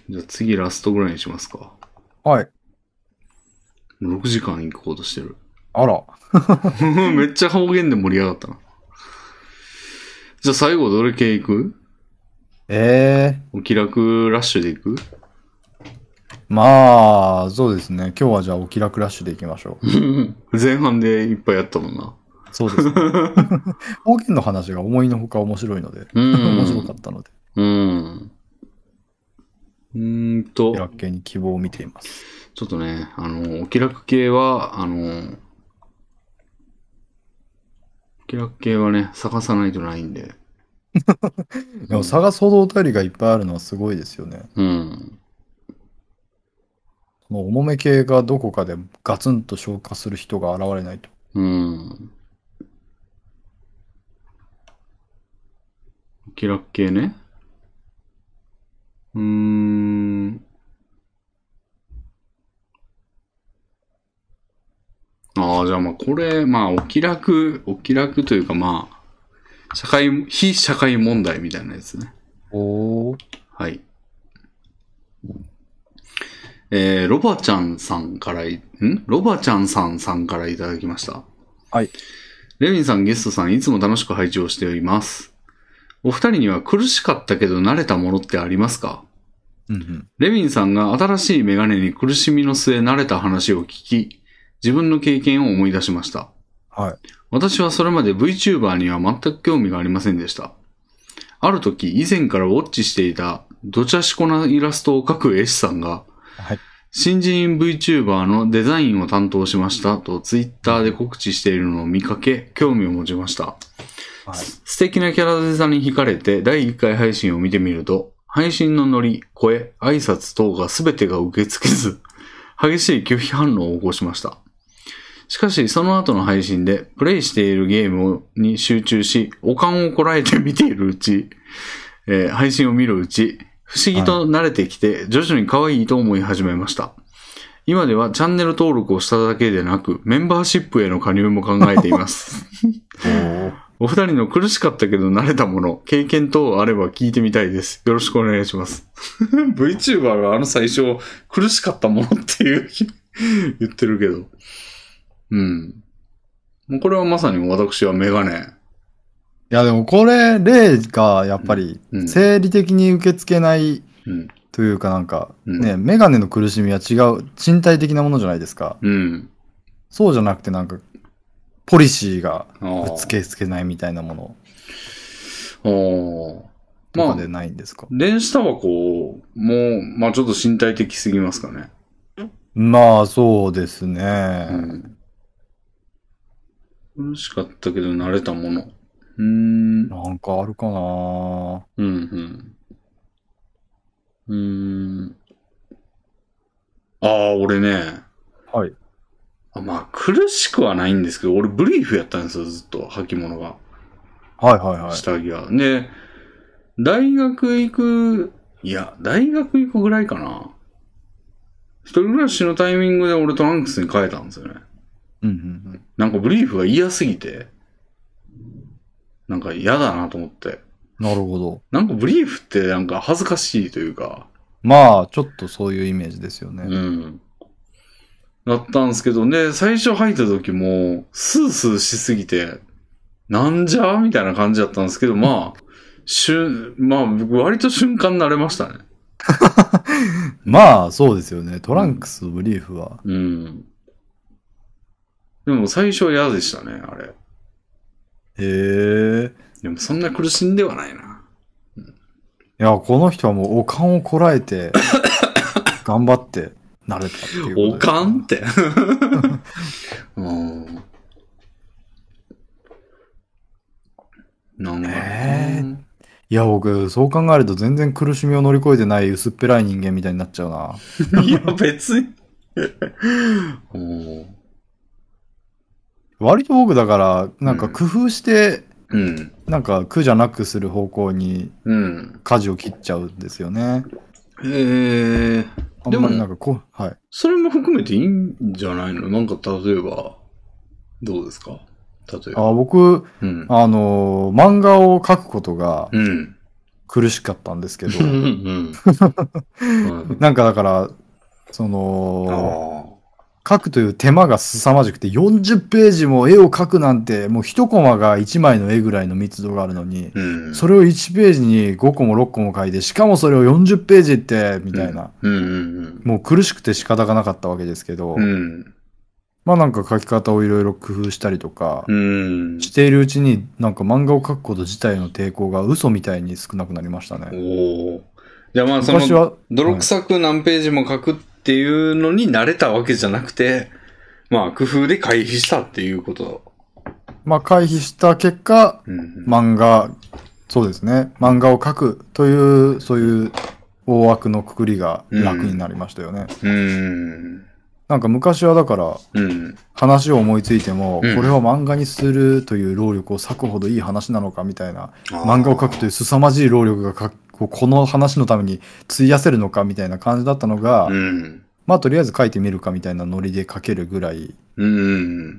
じゃあ次ラストぐらいにしますか。 はい。 ろくじかん行こうとしてる。 あら。 めっちゃ方言で盛り上がったな。じゃあ最後どれ系行く？ ええー。お気楽ラッシュで行く？ まあ、そうですね。今日はじゃあお気楽ラッシュで行きましょう。前半でいっぱいやったもんな。 そうですね。方言の話が思いのほか面白いので、面白かったので。 うん。うーんと。 お気楽系に希望を見ています。 ちょっとね、あの、お気楽系は、あの、お気楽系はね、探さないとないんで。 でも探すほどお便りがいっぱいあるのはすごいですよね。 うん。 その重め系がどこかでガツンと消化する人が現れないと。 うん。お気楽系ね。うーん。ああ、じゃあまあこれ、まあお気楽、お気楽というかまあ、社会、非社会問題みたいなやつね。 おー。 はい。えー、ロバちゃんさんからい、んロバちゃんさんさんからいただきました。 はい。 レミンさん、ゲストさん、いつも楽しく拝聴しております。お二人には苦しかったけど慣れたものってありますか？ うんうん、 レミンさんが新しいメガネに苦しみの末慣れた話を聞き、自分の経験を思い出しました。 はい。 私はそれまで VTuber には全く興味がありませんでした。ある時、以前からウォッチしていたどちゃしこなイラストを描く絵師さんが、 はい、 新人 VTuber のデザインを担当しましたと Twitter で告知しているのを見かけ、興味を持ちました。はい、素敵なキャラデザに惹かれてだいいっかい配信を見てみると、配信のノリ、声、挨拶等が全てが受け付けず、激しい拒否反応を起こしました。しかし、その後の配信で、プレイしているゲームに集中し、お感をこらえて見ているうち、えー、配信を見るうち、不思議と慣れてきて、徐々に可愛いと思い始めました。今ではチャンネル登録をしただけでなく、メンバーシップへの加入も考えています。お二人の苦しかったけど慣れたもの、経験等あれば聞いてみたいです。よろしくお願いします。VTuber があの最初、苦しかったものっていう言ってるけど。うん。もうこれはまさに私はメガネ。 いやでもこれ、例がやっぱり生理的に受け付けないというかなんか、ね、うん、メガネの苦しみは違う身体的なものじゃないですか。 うん。 そうじゃなくてなんか、ポリシーがぶつけつけないみたいなものとかでないんですか？ まあ、電子タバコも、まあちょっと身体的すぎますかね。 まあそうですね。 うん、苦しかったけど慣れたもの。うーん。 なんかあるかな。 うんうん。うーん。ああ、俺ね。 はい。 まあ、苦しくはないんですけど、俺ブリーフやったんですよ、ずっと、履物が。 はいはいはい。 下着は。で、大学行く、いや、大学行くぐらいかな。一人暮らしのタイミングで俺トランクスに変えたんですよね。 うんうんうん。 なんかブリーフが嫌すぎて、なんか嫌だなと思って。 なるほど。 なんかブリーフってなんか恥ずかしいというか。 まあ、ちょっとそういうイメージですよね。 うん。だったんですけど、ね、最初入った時も、スースーしすぎて、なんじゃみたいな感じだったんですけど、まあ、しゅ、まあ、割と瞬間慣れましたね。 まあ、そうですよね。トランクス、ブリーフは。 うん。うん、でも最初は嫌でしたね、あれ。 へえ。 でもそんな苦しんではないな。 いや、この人はもうおかんをこらえて、頑張ってなれたっていうことおかんって。うん。なんかえー、いや、僕、そう考えると全然苦しみを乗り越えてない薄っぺらい人間みたいになっちゃうな。 いや、別に。 割と僕だから、なんか工夫して、 うん。 なんか苦じゃなくする方向に、 うん。 舵を切っちゃうんですよね。 へえ。 あんまりなんかこう、はい。 それも含めていいんじゃないの？なんか例えば、どうですか？例えば。 あ僕、 うん、 あの、漫画を描くことが苦しかったんですけど、 うんなんかだから、その、描くという手間が凄まじくて、よんじゅっページも絵を描くなんて、もう一コマがいちまいの絵ぐらいの密度があるのに、 うん、 それをいちページにごこもろっこも描いて、しかもそれをよんじゅっページって、みたいな、 うんうん、 もう苦しくて仕方がなかったわけですけど、 うん、 まあなんか描き方をいろいろ工夫したりとか、 うん、 しているうちに、なんか漫画を描くこと自体の抵抗が嘘みたいに少なくなりましたね。 おじゃあまあその、泥臭く何ページも書くっていうのに慣れたわけじゃなくて、まあ工夫で回避したっていうこと。 まあ回避した結果、 うんうん、 漫画、そうですね。漫画を描くという、そういう大枠のくくりが楽になりましたよね。 うん。うんなんか昔はだから、うん、話を思いついても、うん、これを漫画にするという労力を割くほどいい話なのかみたいな、漫画を描くという凄まじい労力がかこの話のために費やせるのかみたいな感じだったのが、うん、まあとりあえず書いてみるかみたいなノリで書けるぐらい、うん、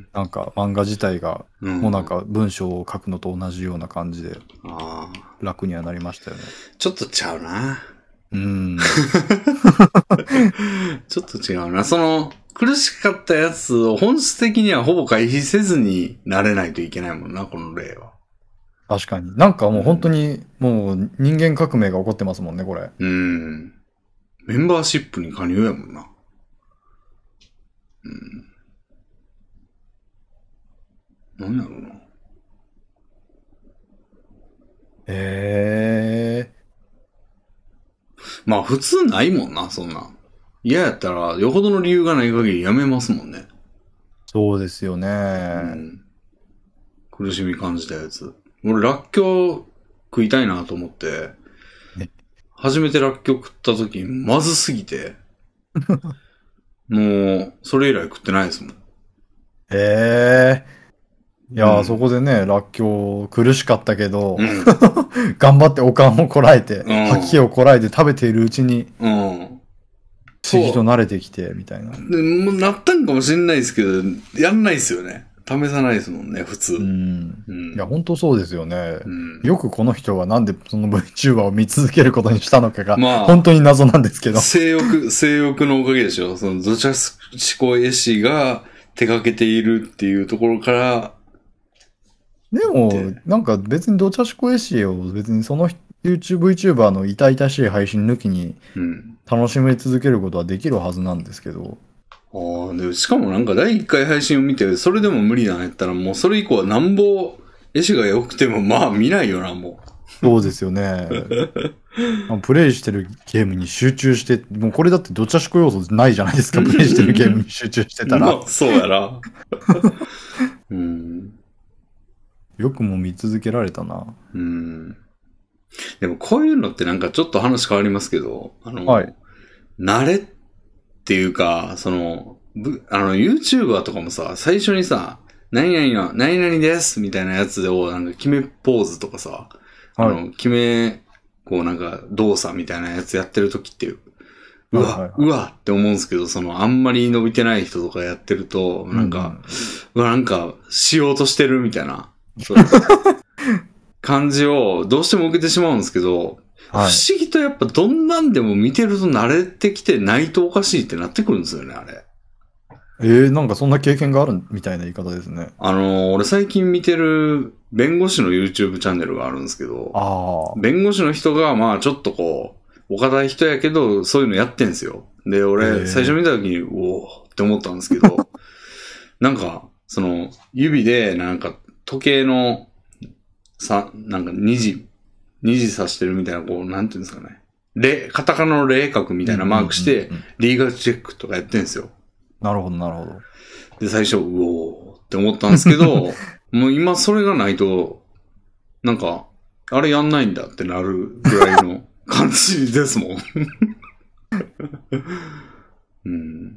なんか漫画自体が、もうなんか文章を書くのと同じような感じで、楽にはなりましたよね。 ちょっとちゃうな。 うん。 ちょっと違うな。その、苦しかったやつを本質的にはほぼ回避せずになれないといけないもんな、この例は。 確かに。なんかもう本当に、もう人間革命が起こってますもんね、これ。 うん。メンバーシップに加入やもんな。うん。何やろうな。 へえー。 まあ普通ないもんな、そんな。嫌やったら、よほどの理由がない限りやめますもんね。 そうですよね。 うん。苦しみ感じたやつ。俺、らっきょう食いたいなと思って、初めてらっきょう食った時、まずすぎて、もう、それ以来食ってないですもん。 へえー。いやー、うん、そこでね、らっきょう苦しかったけど、うん、頑張っておかんをこらえて、うん、吐き気をこらえて食べているうちに、うん、不思議と慣れてきて、みたいな。 でもうなったんかもしれないですけど、やんないですよね。試さないですもんね、普通。うん。 うん、いや、本当そうですよね、うん。よくこの人はなんでその VTuber を見続けることにしたのかが、まあ、本当に謎なんですけど。 性欲、性欲のおかげでしょ。その、土茶思考絵師が手掛けているっていうところから、 でも、なんか別にドチャシコ絵師を別にその YouTube、VTuber の痛々しい配信抜きに楽しみ続けることはできるはずなんですけど。 うん、ああ、でしかもなんかだいいっかい配信を見て、それでも無理なんやったらもうそれ以降はなんぼ絵師が良くてもまあ見ないよな、もう。 そうですよね。プレイしてるゲームに集中して、もうこれだってドチャシコ要素ないじゃないですか、プレイしてるゲームに集中してたら。 まあ、そうやな。うんよくも見続けられたな。 うん。でもこういうのってなんかちょっと話変わりますけど、あの、 はい、 慣れっていうか、その、あの、YouTuber とかもさ、最初にさ、何々の、何々ですみたいなやつを、なんか決めポーズとかさ、あの、はい、決め、こうなんか動作みたいなやつやってる時って、うわ、はいはいはい、うわって思うんですけど、その、あんまり伸びてない人とかやってると、なんか、うん、うわ、なんか、しようとしてるみたいな。そう感じをどうしても受けてしまうんですけど、はい、不思議とやっぱどんなんでも見てると慣れてきてないとおかしいってなってくるんですよね、あれ。 えー、なんかそんな経験があるみたいな言い方ですね。 あのー、俺最近見てる弁護士の YouTube チャンネルがあるんですけど、 あ弁護士の人がまあちょっとこう、お堅い人やけどそういうのやってんすよ。で、俺最初見た時に、おーって思ったんですけど、なんか、その指でなんか、時計の、 さ、なんか二次、二次指してるみたいな、こう、なんていうんですかね。レ、カタカナの霊角みたいなマークして、リーガルチェックとかやってんですよ。 なるほど、なるほど。 で、最初、うおーって思ったんですけど、もう今それがないと、なんか、あれやんないんだってなるぐらいの感じですもん。うん、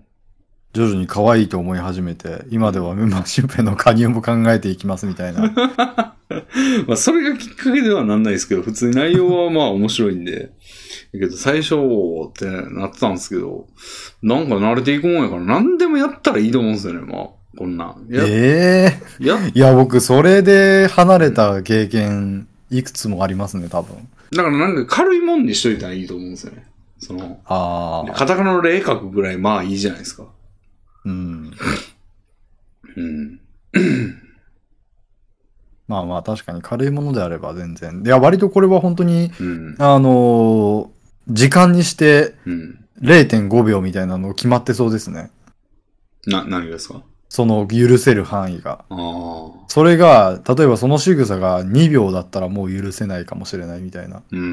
徐々に可愛いと思い始めて、今ではメンバーシップへの加入も考えていきますみたいな。 まあそれがきっかけではなんないですけど、普通に内容はまあ面白いんで。だけど最初ってなってたんですけど、なんか慣れていくもんやから何でもやったらいいと思うんですよね、まあ。こんなん。 ええー、いや、僕それで離れた経験、いくつもありますね、多分。 だからなんか軽いもんにしといたらいいと思うんですよね。その、 ああ。 カタカナの霊角ぐらいまあいいじゃないですか。 うん。 うん。 まあまあ確かに軽いものであれば全然。いや、割とこれは本当に、 うん、 あのー、時間にしてれいてんごびょうみたいなの決まってそうですね。 な、何がですか？ その許せる範囲が。 あそれが、例えばその仕草がにびょうだったらもう許せないかもしれないみたいな。 うん。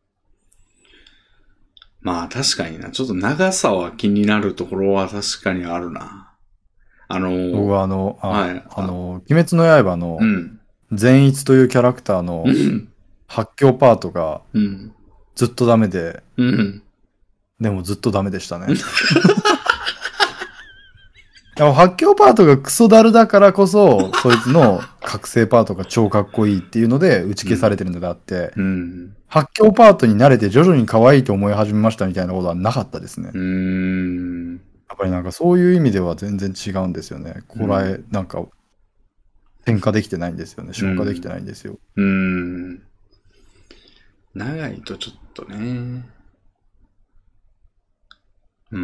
まあ確かにな。ちょっと長さは気になるところは確かにあるな。あのー、 僕はあの、あ、 はい、 あの、鬼滅の刃の善逸というキャラクターの発狂パートがずっとダメで、 うん、 でもずっとダメでしたね。でも発狂パートがクソダルだからこそ、そいつの覚醒パートが超かっこいいっていうので打ち消されてるのであって、 うん、 発狂パートに慣れて徐々に可愛いと思い始めましたみたいなことはなかったですね。 うーん、 やっぱりなんかそういう意味では全然違うんですよね。こらえ、なんか、転化できてないんですよね。消化できてないんですよ。 うーん。長いとちょっとね。うん。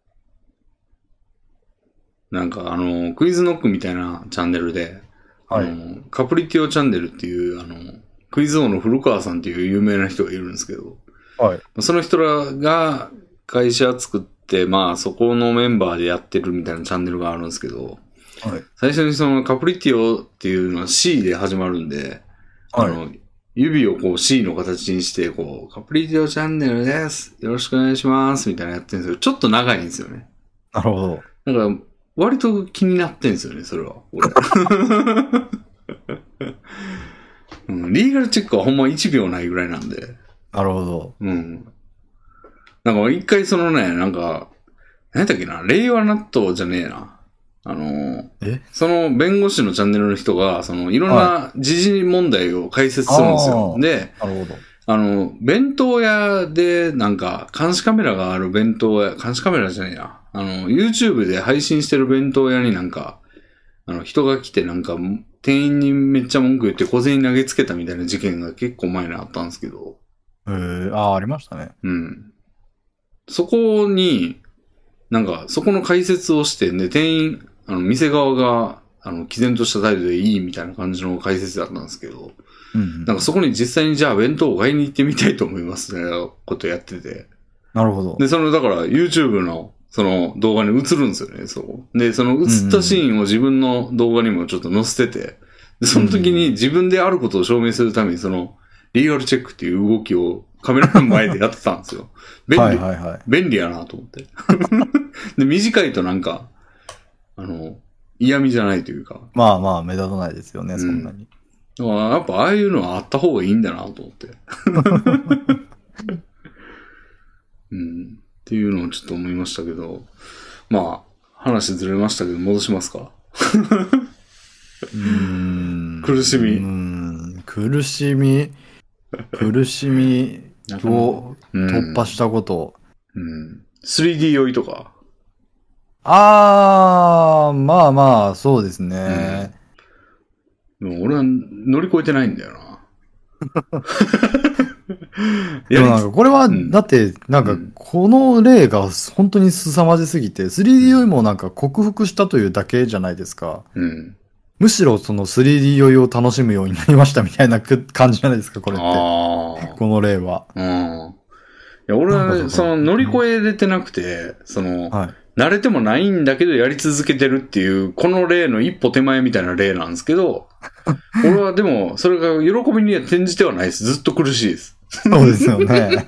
なんかあの、クイズノックみたいなチャンネルで、はい、あの、カプリティオチャンネルっていう、あの、クイズ王の古川さんっていう有名な人がいるんですけど、はい。その人らが会社作って、まあそこのメンバーでやってるみたいなチャンネルがあるんですけど、はい。最初にそのカプリティオっていうのは C で始まるんで、はい。あの、指をこう C の形にして、こう、カプリティオチャンネルです。よろしくお願いします。みたいなやってるんですけど、ちょっと長いんですよね。 なるほど。 だから、割と気になってんですよね、それは。俺うん、リーガルチェックはほんまいちびょうないぐらいなんで。 なるほど。 うん。なんか一回そのね、なんか、何だっけな、令和納豆じゃねえな。あの、えその弁護士のチャンネルの人が、そのいろんな時事問題を解説するんですよ。はい、で、 なるほど。 あの、弁当屋でなんか監視カメラがある弁当屋、監視カメラじゃねえな。あの、YouTube で配信してる弁当屋になんか、あの、人が来てなんか、店員にめっちゃ文句言って小銭投げつけたみたいな事件が結構前にあったんですけど。 へー、ああ、ありましたね。 うん。そこに、なんか、そこの解説をして、で、店員、あの、店側が、あの、毅然とした態度でいいみたいな感じの解説だったんですけど、うんうん、なんかそこに実際にじゃあ弁当を買いに行ってみたいと思いますね、ことやってて。 なるほど。 で、その、だから YouTube の、その動画に映るんですよね、そう。で、その映ったシーンを自分の動画にもちょっと載せてて、で、その時に自分であることを証明するために、その、リーガルチェックっていう動きをカメラの前でやってたんですよ。便利。はいはいはい、便利やなと思って。で、短いとなんか、あの、嫌味じゃないというか。 まあまあ、目立たないですよね、うん、そんなに。 だからやっぱああいうのはあった方がいいんだなと思って。うん。っていうのをちょっと思いましたけど、まあ、話ずれましたけど、戻しますか。 うーん苦しみ。 うーん苦しみ、苦しみを突破したこと。 うん。スリーディー 酔いとか。 あー、まあまあ、そうですね。 うん、でも俺は乗り越えてないんだよな。 でもなんかこれは、うん、だって、なんかこの例が本当に凄まじすぎて、スリーディー 酔いもなんか克服したというだけじゃないですか。うん、むしろその スリーディー 酔いを楽しむようになりましたみたいな感じじゃないですか、これって。この例は。 うん、いや俺はその乗り越えれてなくて、その、はい、 慣れてもないんだけどやり続けてるっていう、この例の一歩手前みたいな例なんですけど、俺はでも、それが喜びには転じてはないです。ずっと苦しいです。 そうですよね。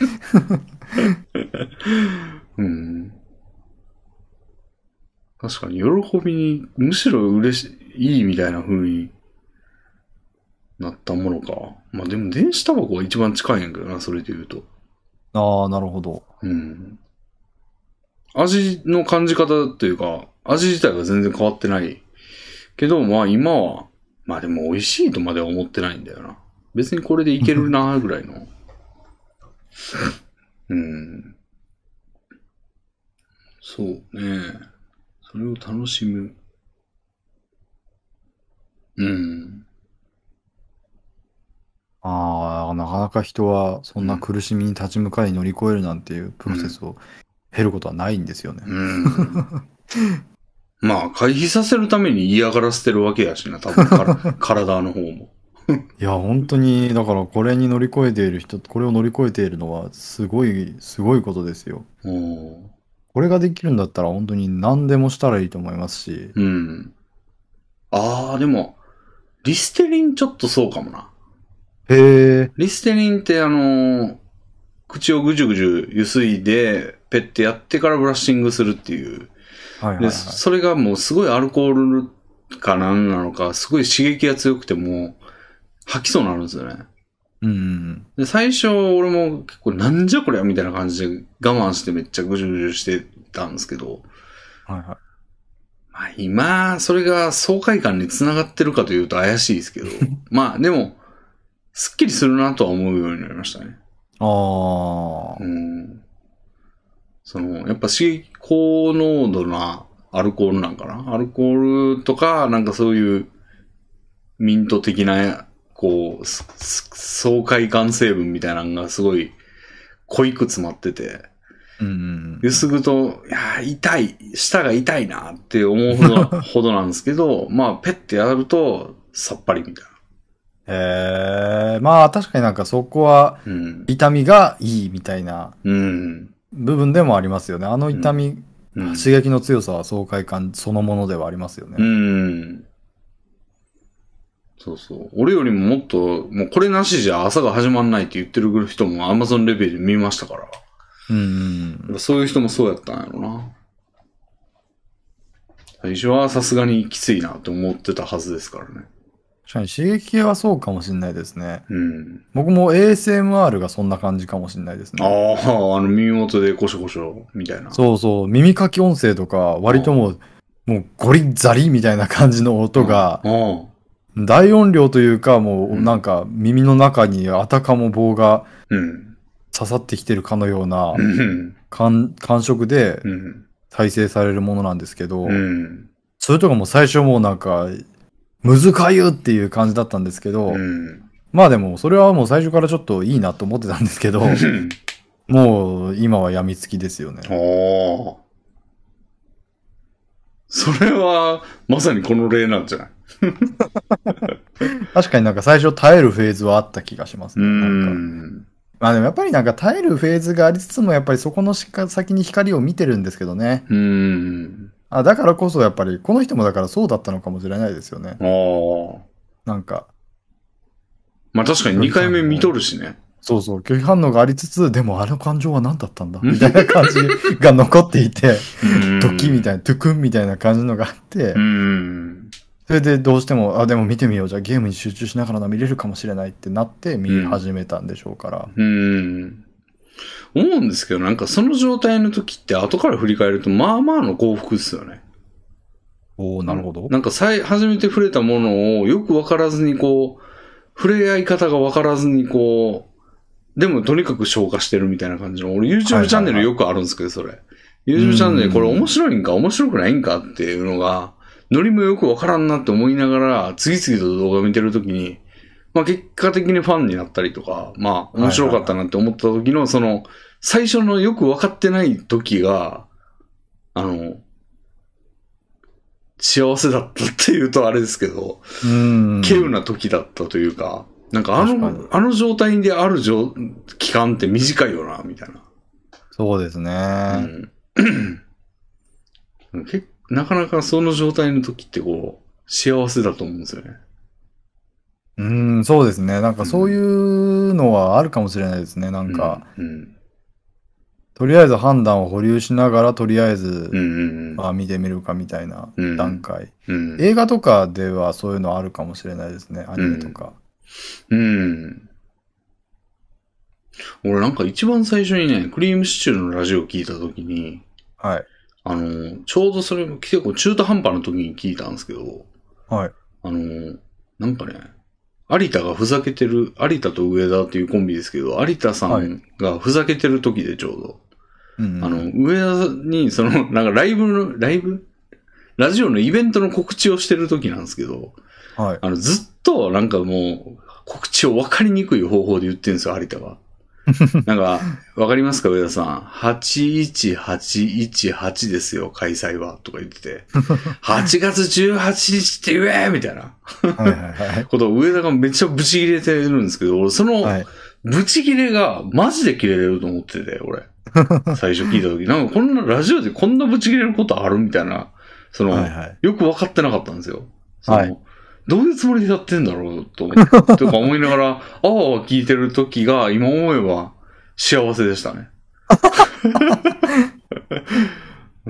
うん。確かに、喜びに、むしろ嬉しい、いいみたいな風になったものか。まあでも、電子タバコが一番近いんやけどな、それで言うと。 ああ、なるほど。 うん。味の感じ方というか、味自体が全然変わってないけど、まあ今は、まあでも美味しいとまでは思ってないんだよな。別にこれでいけるなぐらいの。うん。そうね。それを楽しむ。うん。 ああ、なかなか人はそんな苦しみに立ち向かい乗り越えるなんていうプロセスを経ることはないんですよね。 うん。まあ、回避させるために嫌がらせてるわけやしな、多分から体の方も。 いや、本当に、だからこれに乗り越えている人、これを乗り越えているのは、すごい、すごいことですよ。 おこれができるんだったら本当に何でもしたらいいと思いますし。 うん。ああ、でも、リステリンちょっとそうかもな。 へえ。 リステリンってあのー、口をぐじゅぐじゅゆすいで、ペッてやってからブラッシングするっていう。 はいはいはい、 で、それがもうすごいアルコールかなんなのか、すごい刺激が強くても、吐きそうになるんですよね。 うんうん。 で、最初俺も結構なんじゃこりゃみたいな感じで我慢してめっちゃぐじゅぐじゅしてたんですけど、 はいはい。 まあ今、それが爽快感につながってるかというと怪しいですけど、まあでも、すっきりするなとは思うようになりましたね。 ああ。 うん。その、やっぱ刺激高濃度なアルコールなんかな。アルコールとか、なんかそういうミント的な、こう、爽快感成分みたいなのがすごい濃いく詰まってて、 うんうん、 ゆすぐと、いや、痛い、舌が痛いなって思うほどほどなんですけど、まあ、ペッてやると、さっぱりみたいな。 へえ、まあ確かになんかそこは、痛みがいいみたいな部分でもありますよね。あの痛み、うん、刺激の強さは爽快感そのものではありますよね。 うん。そうそう。俺よりももっと、もうこれなしじゃ朝が始まんないって言ってる人も Amazon レビューで見ましたから。 うんうん、 そういう人もそうやったんやろな。最初はさすがにきついなって思ってたはずですからね。 確かに刺激系はそうかもしれないですね。 うん。僕も エーエスエムアール がそんな感じかもしれないですね。 ああ、あの耳元でコショコショみたいな。 そうそう。耳かき音声とか、割ともう、もうゴリザリみたいな感じの音が、大音量というか、もうなんか耳の中にあたかも棒が刺さってきてるかのような感触で再生されるものなんですけど、それとかも最初もうなんか、むずかゆっていう感じだったんですけど、うん、まあでもそれはもう最初からちょっといいなと思ってたんですけど、もう今は病みつきですよね。 ああ。それはまさにこの例なんじゃない確かになんか最初耐えるフェーズはあった気がしますね。なんかまあでもやっぱりなんか耐えるフェーズがありつつもやっぱりそこの先に光を見てるんですけどね。 うんあ、だからこそやっぱり、この人もだからそうだったのかもしれないですよね。 ああ。 なんか。 まあ確かににかいめ見とるしね。 そうそう、拒否反応がありつつ、でもあの感情は何だったんだみたいな感じが残っていて、時みたいな、トゥクンみたいな感じのがあって、 うんそれでどうしても、あ、でも見てみよう、じゃあゲームに集中しながら見れるかもしれないってなって見始めたんでしょうから。 うん。うん思うんですけど、なんかその状態の時って後から振り返ると、まあまあの幸福ですよね。 おー、なるほど。 なんかさい、初めて触れたものをよくわからずにこう、触れ合い方がわからずにこう、でもとにかく消化してるみたいな感じの、俺 YouTube チャンネルよくあるんですけど、それ。YouTube チャンネルこれ面白いんか面白くないんかっていうのが、ノリもよくわからんなって思いながら、次々と動画見てるときに、まあ結果的にファンになったりとか、まあ面白かったなって思った時の、その、最初のよく分かってない時が、あの、幸せだったっていうとあれですけど、稀有な時だったというか、なんかあの、あの状態である期間って短いよな、みたいな。 そうですね。 うんけなかなかその状態の時ってこう、幸せだと思うんですよね。 うーん、そうですね。なんかそういうのはあるかもしれないですね。なんか、 うんうんとりあえず判断を保留しながら、とりあえず、 うんうんうんまあ見てみるかみたいな段階。 うん映画とかではそういうのあるかもしれないですね。アニメとか。 うん俺なんか一番最初にね、クリームシチューのラジオ聞いた時に、 はい。 あの、ちょうどそれも結構中途半端な時に聞いたんですけど、 はい。 あの、なんかね、有田がふざけてる、有田と上田っていうコンビですけど、有田さんがふざけてる時でちょうど、 うんうん、 あの、上田に、その、なんかライブの、ライブラジオのイベントの告知をしてる時なんですけど、 はい。 あの、ずっとなんかもう、告知を分かりにくい方法で言ってるんですよ、有田が。なんか、わかりますか、上田さん。はちいちはちいちはちですよ、開催は。とか言ってて。はちがつじゅうはちにちって言えみたいな。 はいはいはい。 ことを上田がめっちゃブチ切れてるんですけど、俺その、ブチ切れがマジで切れれると思ってて、俺。最初聞いた時。なんかこんな、ラジオでこんなブチ切れることあるみたいな。その、はいはい、よく分かってなかったんですよ。その、はい、どういうつもりでやってんだろうと思って、とか思いながら、ああ聞いてる時が今思えば幸せでしたね。うん。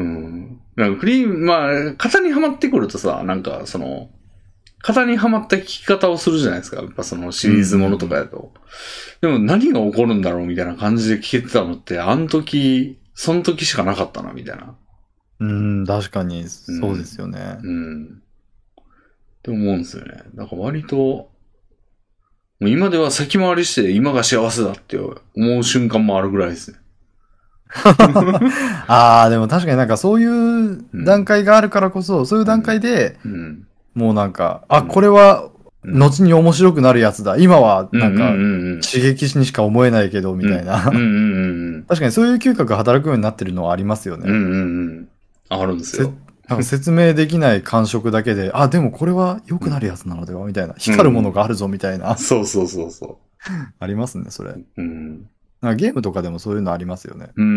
なんかクリーム、まあ、型にはまってくるとさ、なんかその、型にはまった聞き方をするじゃないですか。やっぱそのシリーズものとかやと。でも何が起こるんだろうみたいな感じで聞けてたのって、あの時、その時しかなかったな、みたいな。 うん、確かに、そうですよね。 うん。うん、って思うんですよね。だから割と、もう今では先回りして今が幸せだって思う瞬間もあるぐらいですね。 ああ、でも確かになんかそういう段階があるからこそ、うん、そういう段階で、うん、もうなんか、あ、これは、後に面白くなるやつだ。今は、なんか、刺激にしか思えないけど、みたいな。確かにそういう嗅覚が働くようになってるのはありますよね。 うんうんうん、あるんですよ。 なんか説明できない感触だけで、あ、でもこれは良くなるやつなのではみたいな。光るものがあるぞ、みたいな、 うん。そうそうそうそう。 ありますね、それ。 うん、 なんかゲームとかでもそういうのありますよね。 うん。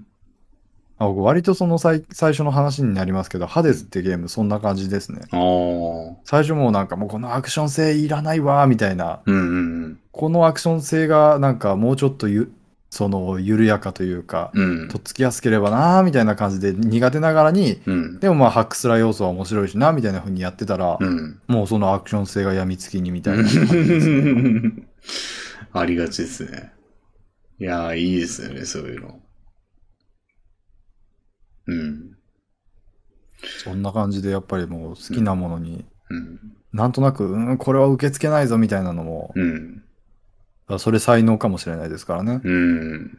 あ、僕割とその最最初の話になりますけど、ハデスってゲームそんな感じですね。最初もうなんかもうこのアクション性いらないわ、みたいな、 うんうんうん。 このアクション性がなんかもうちょっとゆ、その緩やかというか、うん、とっつきやすければなーみたいな感じで苦手ながらに、うん、でもまあハックスラー要素は面白いしなみたいな風にやってたら、うん、もうそのアクション性が病みつきにみたいな感じですね。 ありがちですね。いやーいいですよね、そういうの。うん。 そんな感じでやっぱりもう好きなものに、うんうん、なんとなく、うん、これは受け付けないぞみたいなのも、うん、それ才能かもしれないですからね。うん、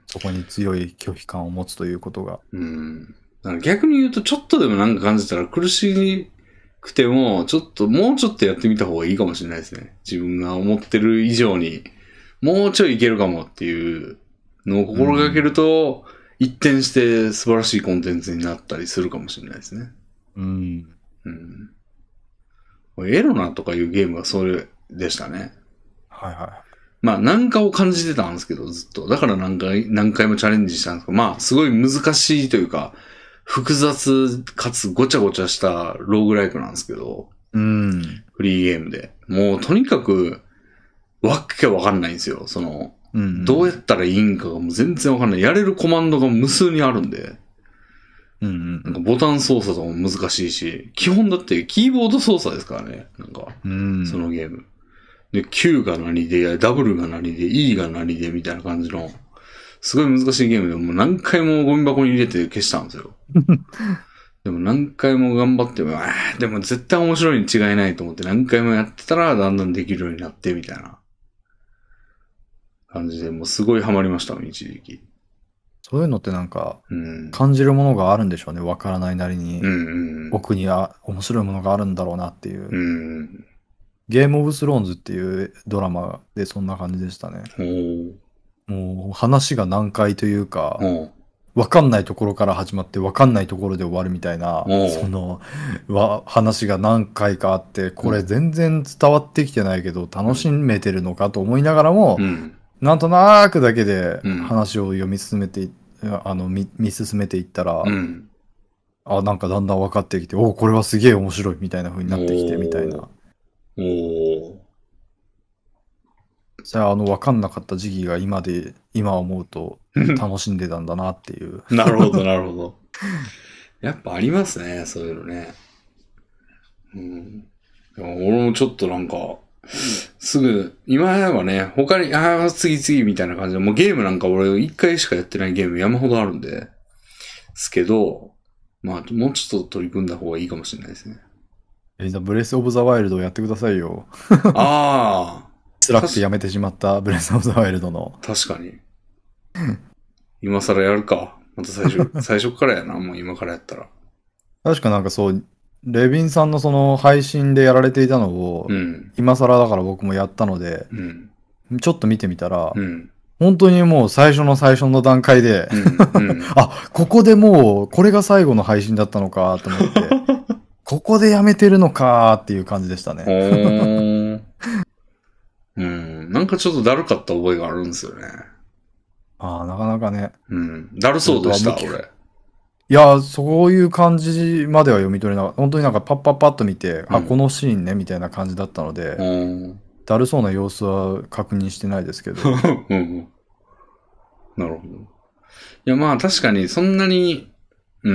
そこに強い拒否感を持つということが。 うん、だから逆に言うとちょっとでもなんか感じたら苦しくても、ちょっと、もうちょっとやってみた方がいいかもしれないですね。自分が思ってる以上に、もうちょいいけるかもっていうのを心がけると、うん一転して素晴らしいコンテンツになったりするかもしれないですね。うん。うん。エロナとかいうゲームはそれでしたね。 はいはい。 まあ、難化を感じてたんですけど、ずっと。だから何回、何回もチャレンジしたんですけど、まあ、すごい難しいというか、複雑かつごちゃごちゃしたローグライクなんですけど、うん。フリーゲームで。もう、とにかく、わけわかんないんですよ。その、うんうん、どうやったらいいんかがもう全然わかんない。やれるコマンドが無数にあるんで、うんうん、なんかボタン操作とかも難しいし、基本だってキーボード操作ですからね。なんか、うん、そのゲーム。で、Q が何で、W が何で、E が何で、みたいな感じの、すごい難しいゲームでもう何回もゴミ箱に入れて消したんですよ。でも何回も頑張っても、あでも絶対面白いに違いないと思って何回もやってたらだんだんできるようになってみたいな。感じで、もうすごいハマりました、一時期。 そういうのってなんか、うん、感じるものがあるんでしょうね。わからないなりに、うんうん、奥には面白いものがあるんだろうなっていう。うん、ゲームオブスローンズっていうドラマでそんな感じでしたね。もう話が難解というか、わかんないところから始まってわかんないところで終わるみたいな、そのわ話が何回かあって、これ全然伝わってきてないけど、楽しめてるのかと思いながらも、うんなんとなーくだけで話を読み進めて、うん、あの見、見進めていったら、うん、 あ、なんかだんだん分かってきて、おこれはすげえ面白いみたいな風になってきて、みたいな。 おー。 じゃあ、あの、分かんなかった時期が今で、今思うと楽しんでたんだなっていう。 なるほど、なるほど。やっぱありますね、そういうのね。うん。でも俺もちょっとなんか、すぐ、今はね、他に、ああ、次々みたいな感じで、もうゲームなんか俺一回しかやってないゲーム山ほどあるんで、ですけど、まあ、もうちょっと取り組んだ方がいいかもしれないですね。 え、じゃあブレスオブザワイルドをやってくださいよ。 ああ。 辛くてやめてしまったブレスオブザワイルドの。 確かに。今更やるか。また最初、最初からやな、もう今からやったら。 確かなんかそう、レビンさんのその配信でやられていたのを、 うん。 今更だから僕もやったので、 うん。 ちょっと見てみたら、 うん。 本当にもう最初の最初の段階で、 うん。うん、 あ、ここでもう、これが最後の配信だったのかと思って、ここでやめてるのかっていう感じでしたね。 おー。うん。なんかちょっとだるかった覚えがあるんですよね。 ああ、なかなかね。 うん。だるそうでした、俺。 いや、そういう感じまでは読み取れなかった。本当になんかパッパッパッと見て、 うん、 あ、このシーンね、みたいな感じだったので、だるそうな様子は確認してないですけど。 うん、なるほど。いや、まあ確かにそんなに、うん。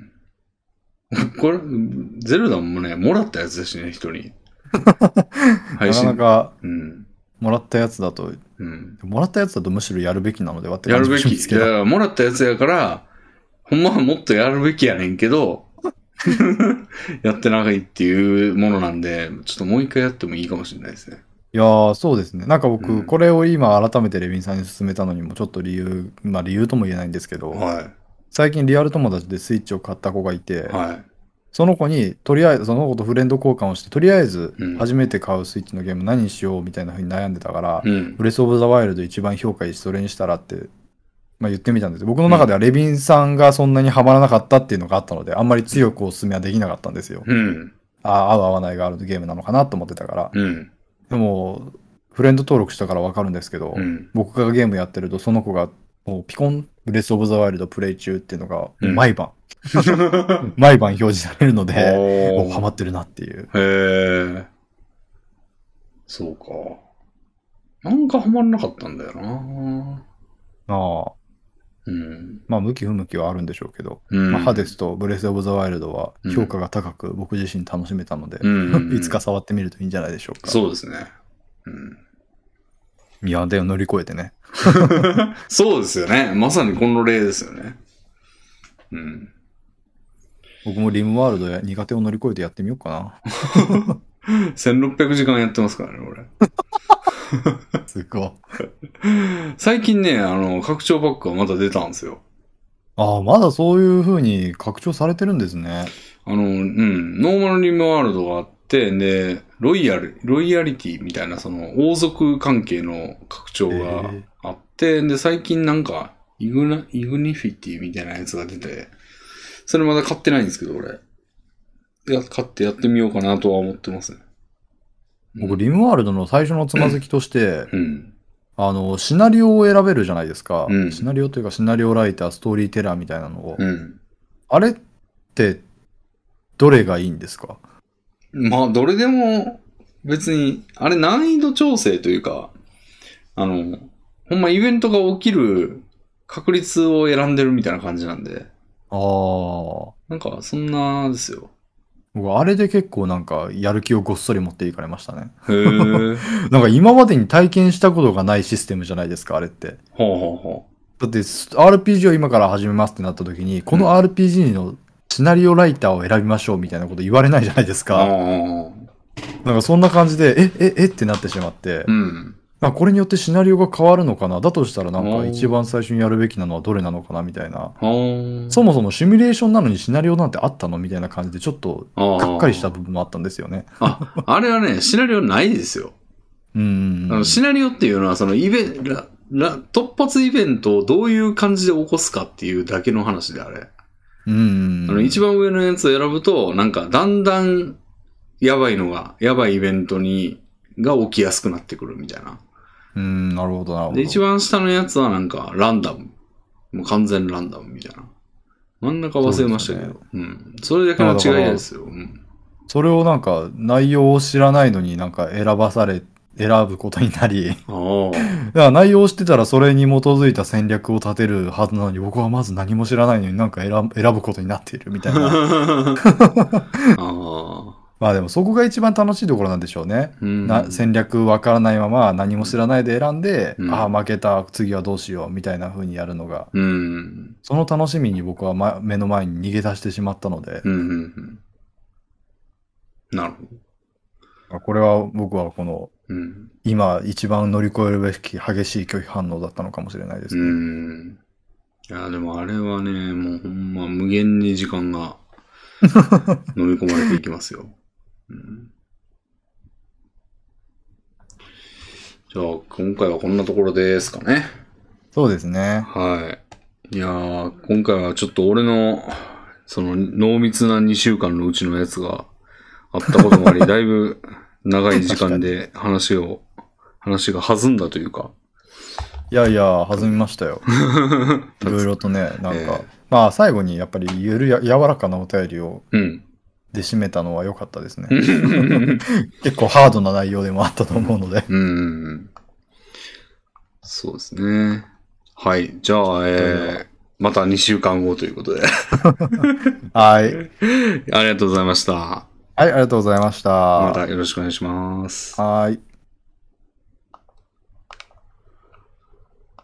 これ、ゼルダもね、もらったやつだしね、人に。 なかなか、 うん、 もらったやつだと、うん、もらったやつだとむしろやるべきなのではって感じですけど。 やるべき。いや、もらったやつやから、ほんまはもっとやるべきやねんけど、やってないっていうものなんで、ちょっともう一回やってもいいかもしれないですね。 いやー、そうですね。なんか僕、うん、これを今改めてレビンさんに勧めたのにもちょっと理由、まあ理由とも言えないんですけど、はい、最近リアル友達でスイッチを買った子がいて、はい、その子にとりあえず、その子とフレンド交換をして、とりあえず初めて買うスイッチのゲーム何にしようみたいな風に悩んでたから、うん、ブレスオブザワイルド一番評価いいし、それにしたらって、まあ、言ってみたんですよ。僕の中ではレビンさんがそんなにハマらなかったっていうのがあったので、あんまり強くお勧めはできなかったんですよ。うん、ああ、合う合わないがあるゲームなのかなと思ってたから。うん、でも、フレンド登録したからわかるんですけど、うん、僕がゲームやってると、その子が、もうピコン、ブレスオブザワイルドプレイ中っていうのが、もう毎晩、うん、毎晩表示されるので、もうハマってるなっていう。 へえ。そうか。なんかハマらなかったんだよな。 ああ。うん、まあ、向き不向きはあるんでしょうけど、うん、まあ、ハデスとブレスオブザワイルドは評価が高く、僕自身楽しめたので、うん、いつか触ってみるといいんじゃないでしょうか。 そうですね。うん、 いや、でも乗り越えてね。 そうですよね。まさにこの例ですよね。うん、 僕もリムワールドや苦手を乗り越えてやってみようかな。 せんろっぴゃくじかんやってますからね、俺。 すごい。 最近ね、あの、拡張パックがまた出たんですよ。 ああ、まだそういう風に拡張されてるんですね。 あの、うん、ノーマルリムワールドがあって、で、ロイヤル、ロイヤリティみたいな、その、王族関係の拡張があって、で、最近なんか、イグナ、イグニフィティみたいなやつが出て、それまだ買ってないんですけど、俺。いや、買ってやってみようかなとは思ってますね。 僕、リムワールドの最初のつまずきとして、うん、あの、シナリオを選べるじゃないですか。うん、シナリオというか、シナリオライター、ストーリーテラーみたいなのを。うん、あれって、どれがいいんですか？ まあ、どれでも、別に、あれ難易度調整というか、あの、ほんまイベントが起きる確率を選んでるみたいな感じなんで。ああ。なんか、そんなですよ。 僕、あれで結構なんか、やる気をごっそり持っていかれましたね。へー。なんか今までに体験したことがないシステムじゃないですか、あれって。ほうほうほう。だって、アールピージー を今から始めますってなった時に、この アールピージー のシナリオライターを選びましょうみたいなこと言われないじゃないですか。なんかそんな感じで、え、え、えってなってしまって。うん。これによってシナリオが変わるのかな、だとしたらなんか一番最初にやるべきなのはどれなのかなみたいな。そもそもシミュレーションなのにシナリオなんてあったのみたいな感じでちょっとがっかりした部分もあったんですよね。 あ、あれはね、シナリオないですよ。うん。あのシナリオっていうのはそのイベント、突発イベントをどういう感じで起こすかっていうだけの話であれ。うん。あの一番上のやつを選ぶと、なんかだんだんやばいのが、やばいイベントに、が起きやすくなってくるみたいな。 うん、なるほど、なるほど。 で、一番下のやつはなんか、ランダム。もう完全ランダムみたいな。 真ん中忘れましたけど。うね、うん。それだけの違いですよ。うん、 それをなんか、内容を知らないのになんか選ばされ、選ぶことになり。ああ。だから内容を知ってたらそれに基づいた戦略を立てるはずなのに、僕はまず何も知らないのになんか選選ぶことになっているみたいな。ああ。まあでもそこが一番楽しいところなんでしょうね。うん、な戦略わからないまま何も知らないで選んで、うん、ああ負けた、次はどうしようみたいな風にやるのが、うん、その楽しみに僕は、ま、目の前に逃げ出してしまったので。うんうんうん、 なるほど。これは僕はこの、うん、今一番乗り越えるべき激しい拒否反応だったのかもしれないですね。うん、 いやでもあれはね、もうほんま無限に時間が飲み込まれていきますよ。うん、じゃあ、今回はこんなところですかね。 そうですね。 はい。いやー、今回はちょっと俺の、その濃密なにしゅうかんのうちのやつがあったこともあり、だいぶ長い時間で話を、話が弾んだというか。 いやいや、弾みましたよ。いろいろとね、なんか、えー、まあ最後にやっぱりゆるや柔らかなお便りを、うんで締めたのは良かったですね。結構ハードな内容でもあったと思うので。うん。 そうですね。はい。じゃあ、えー、またにしゅうかんごということで。はい。ありがとうございました。はい、ありがとうございました。 またよろしくお願いします。 はい。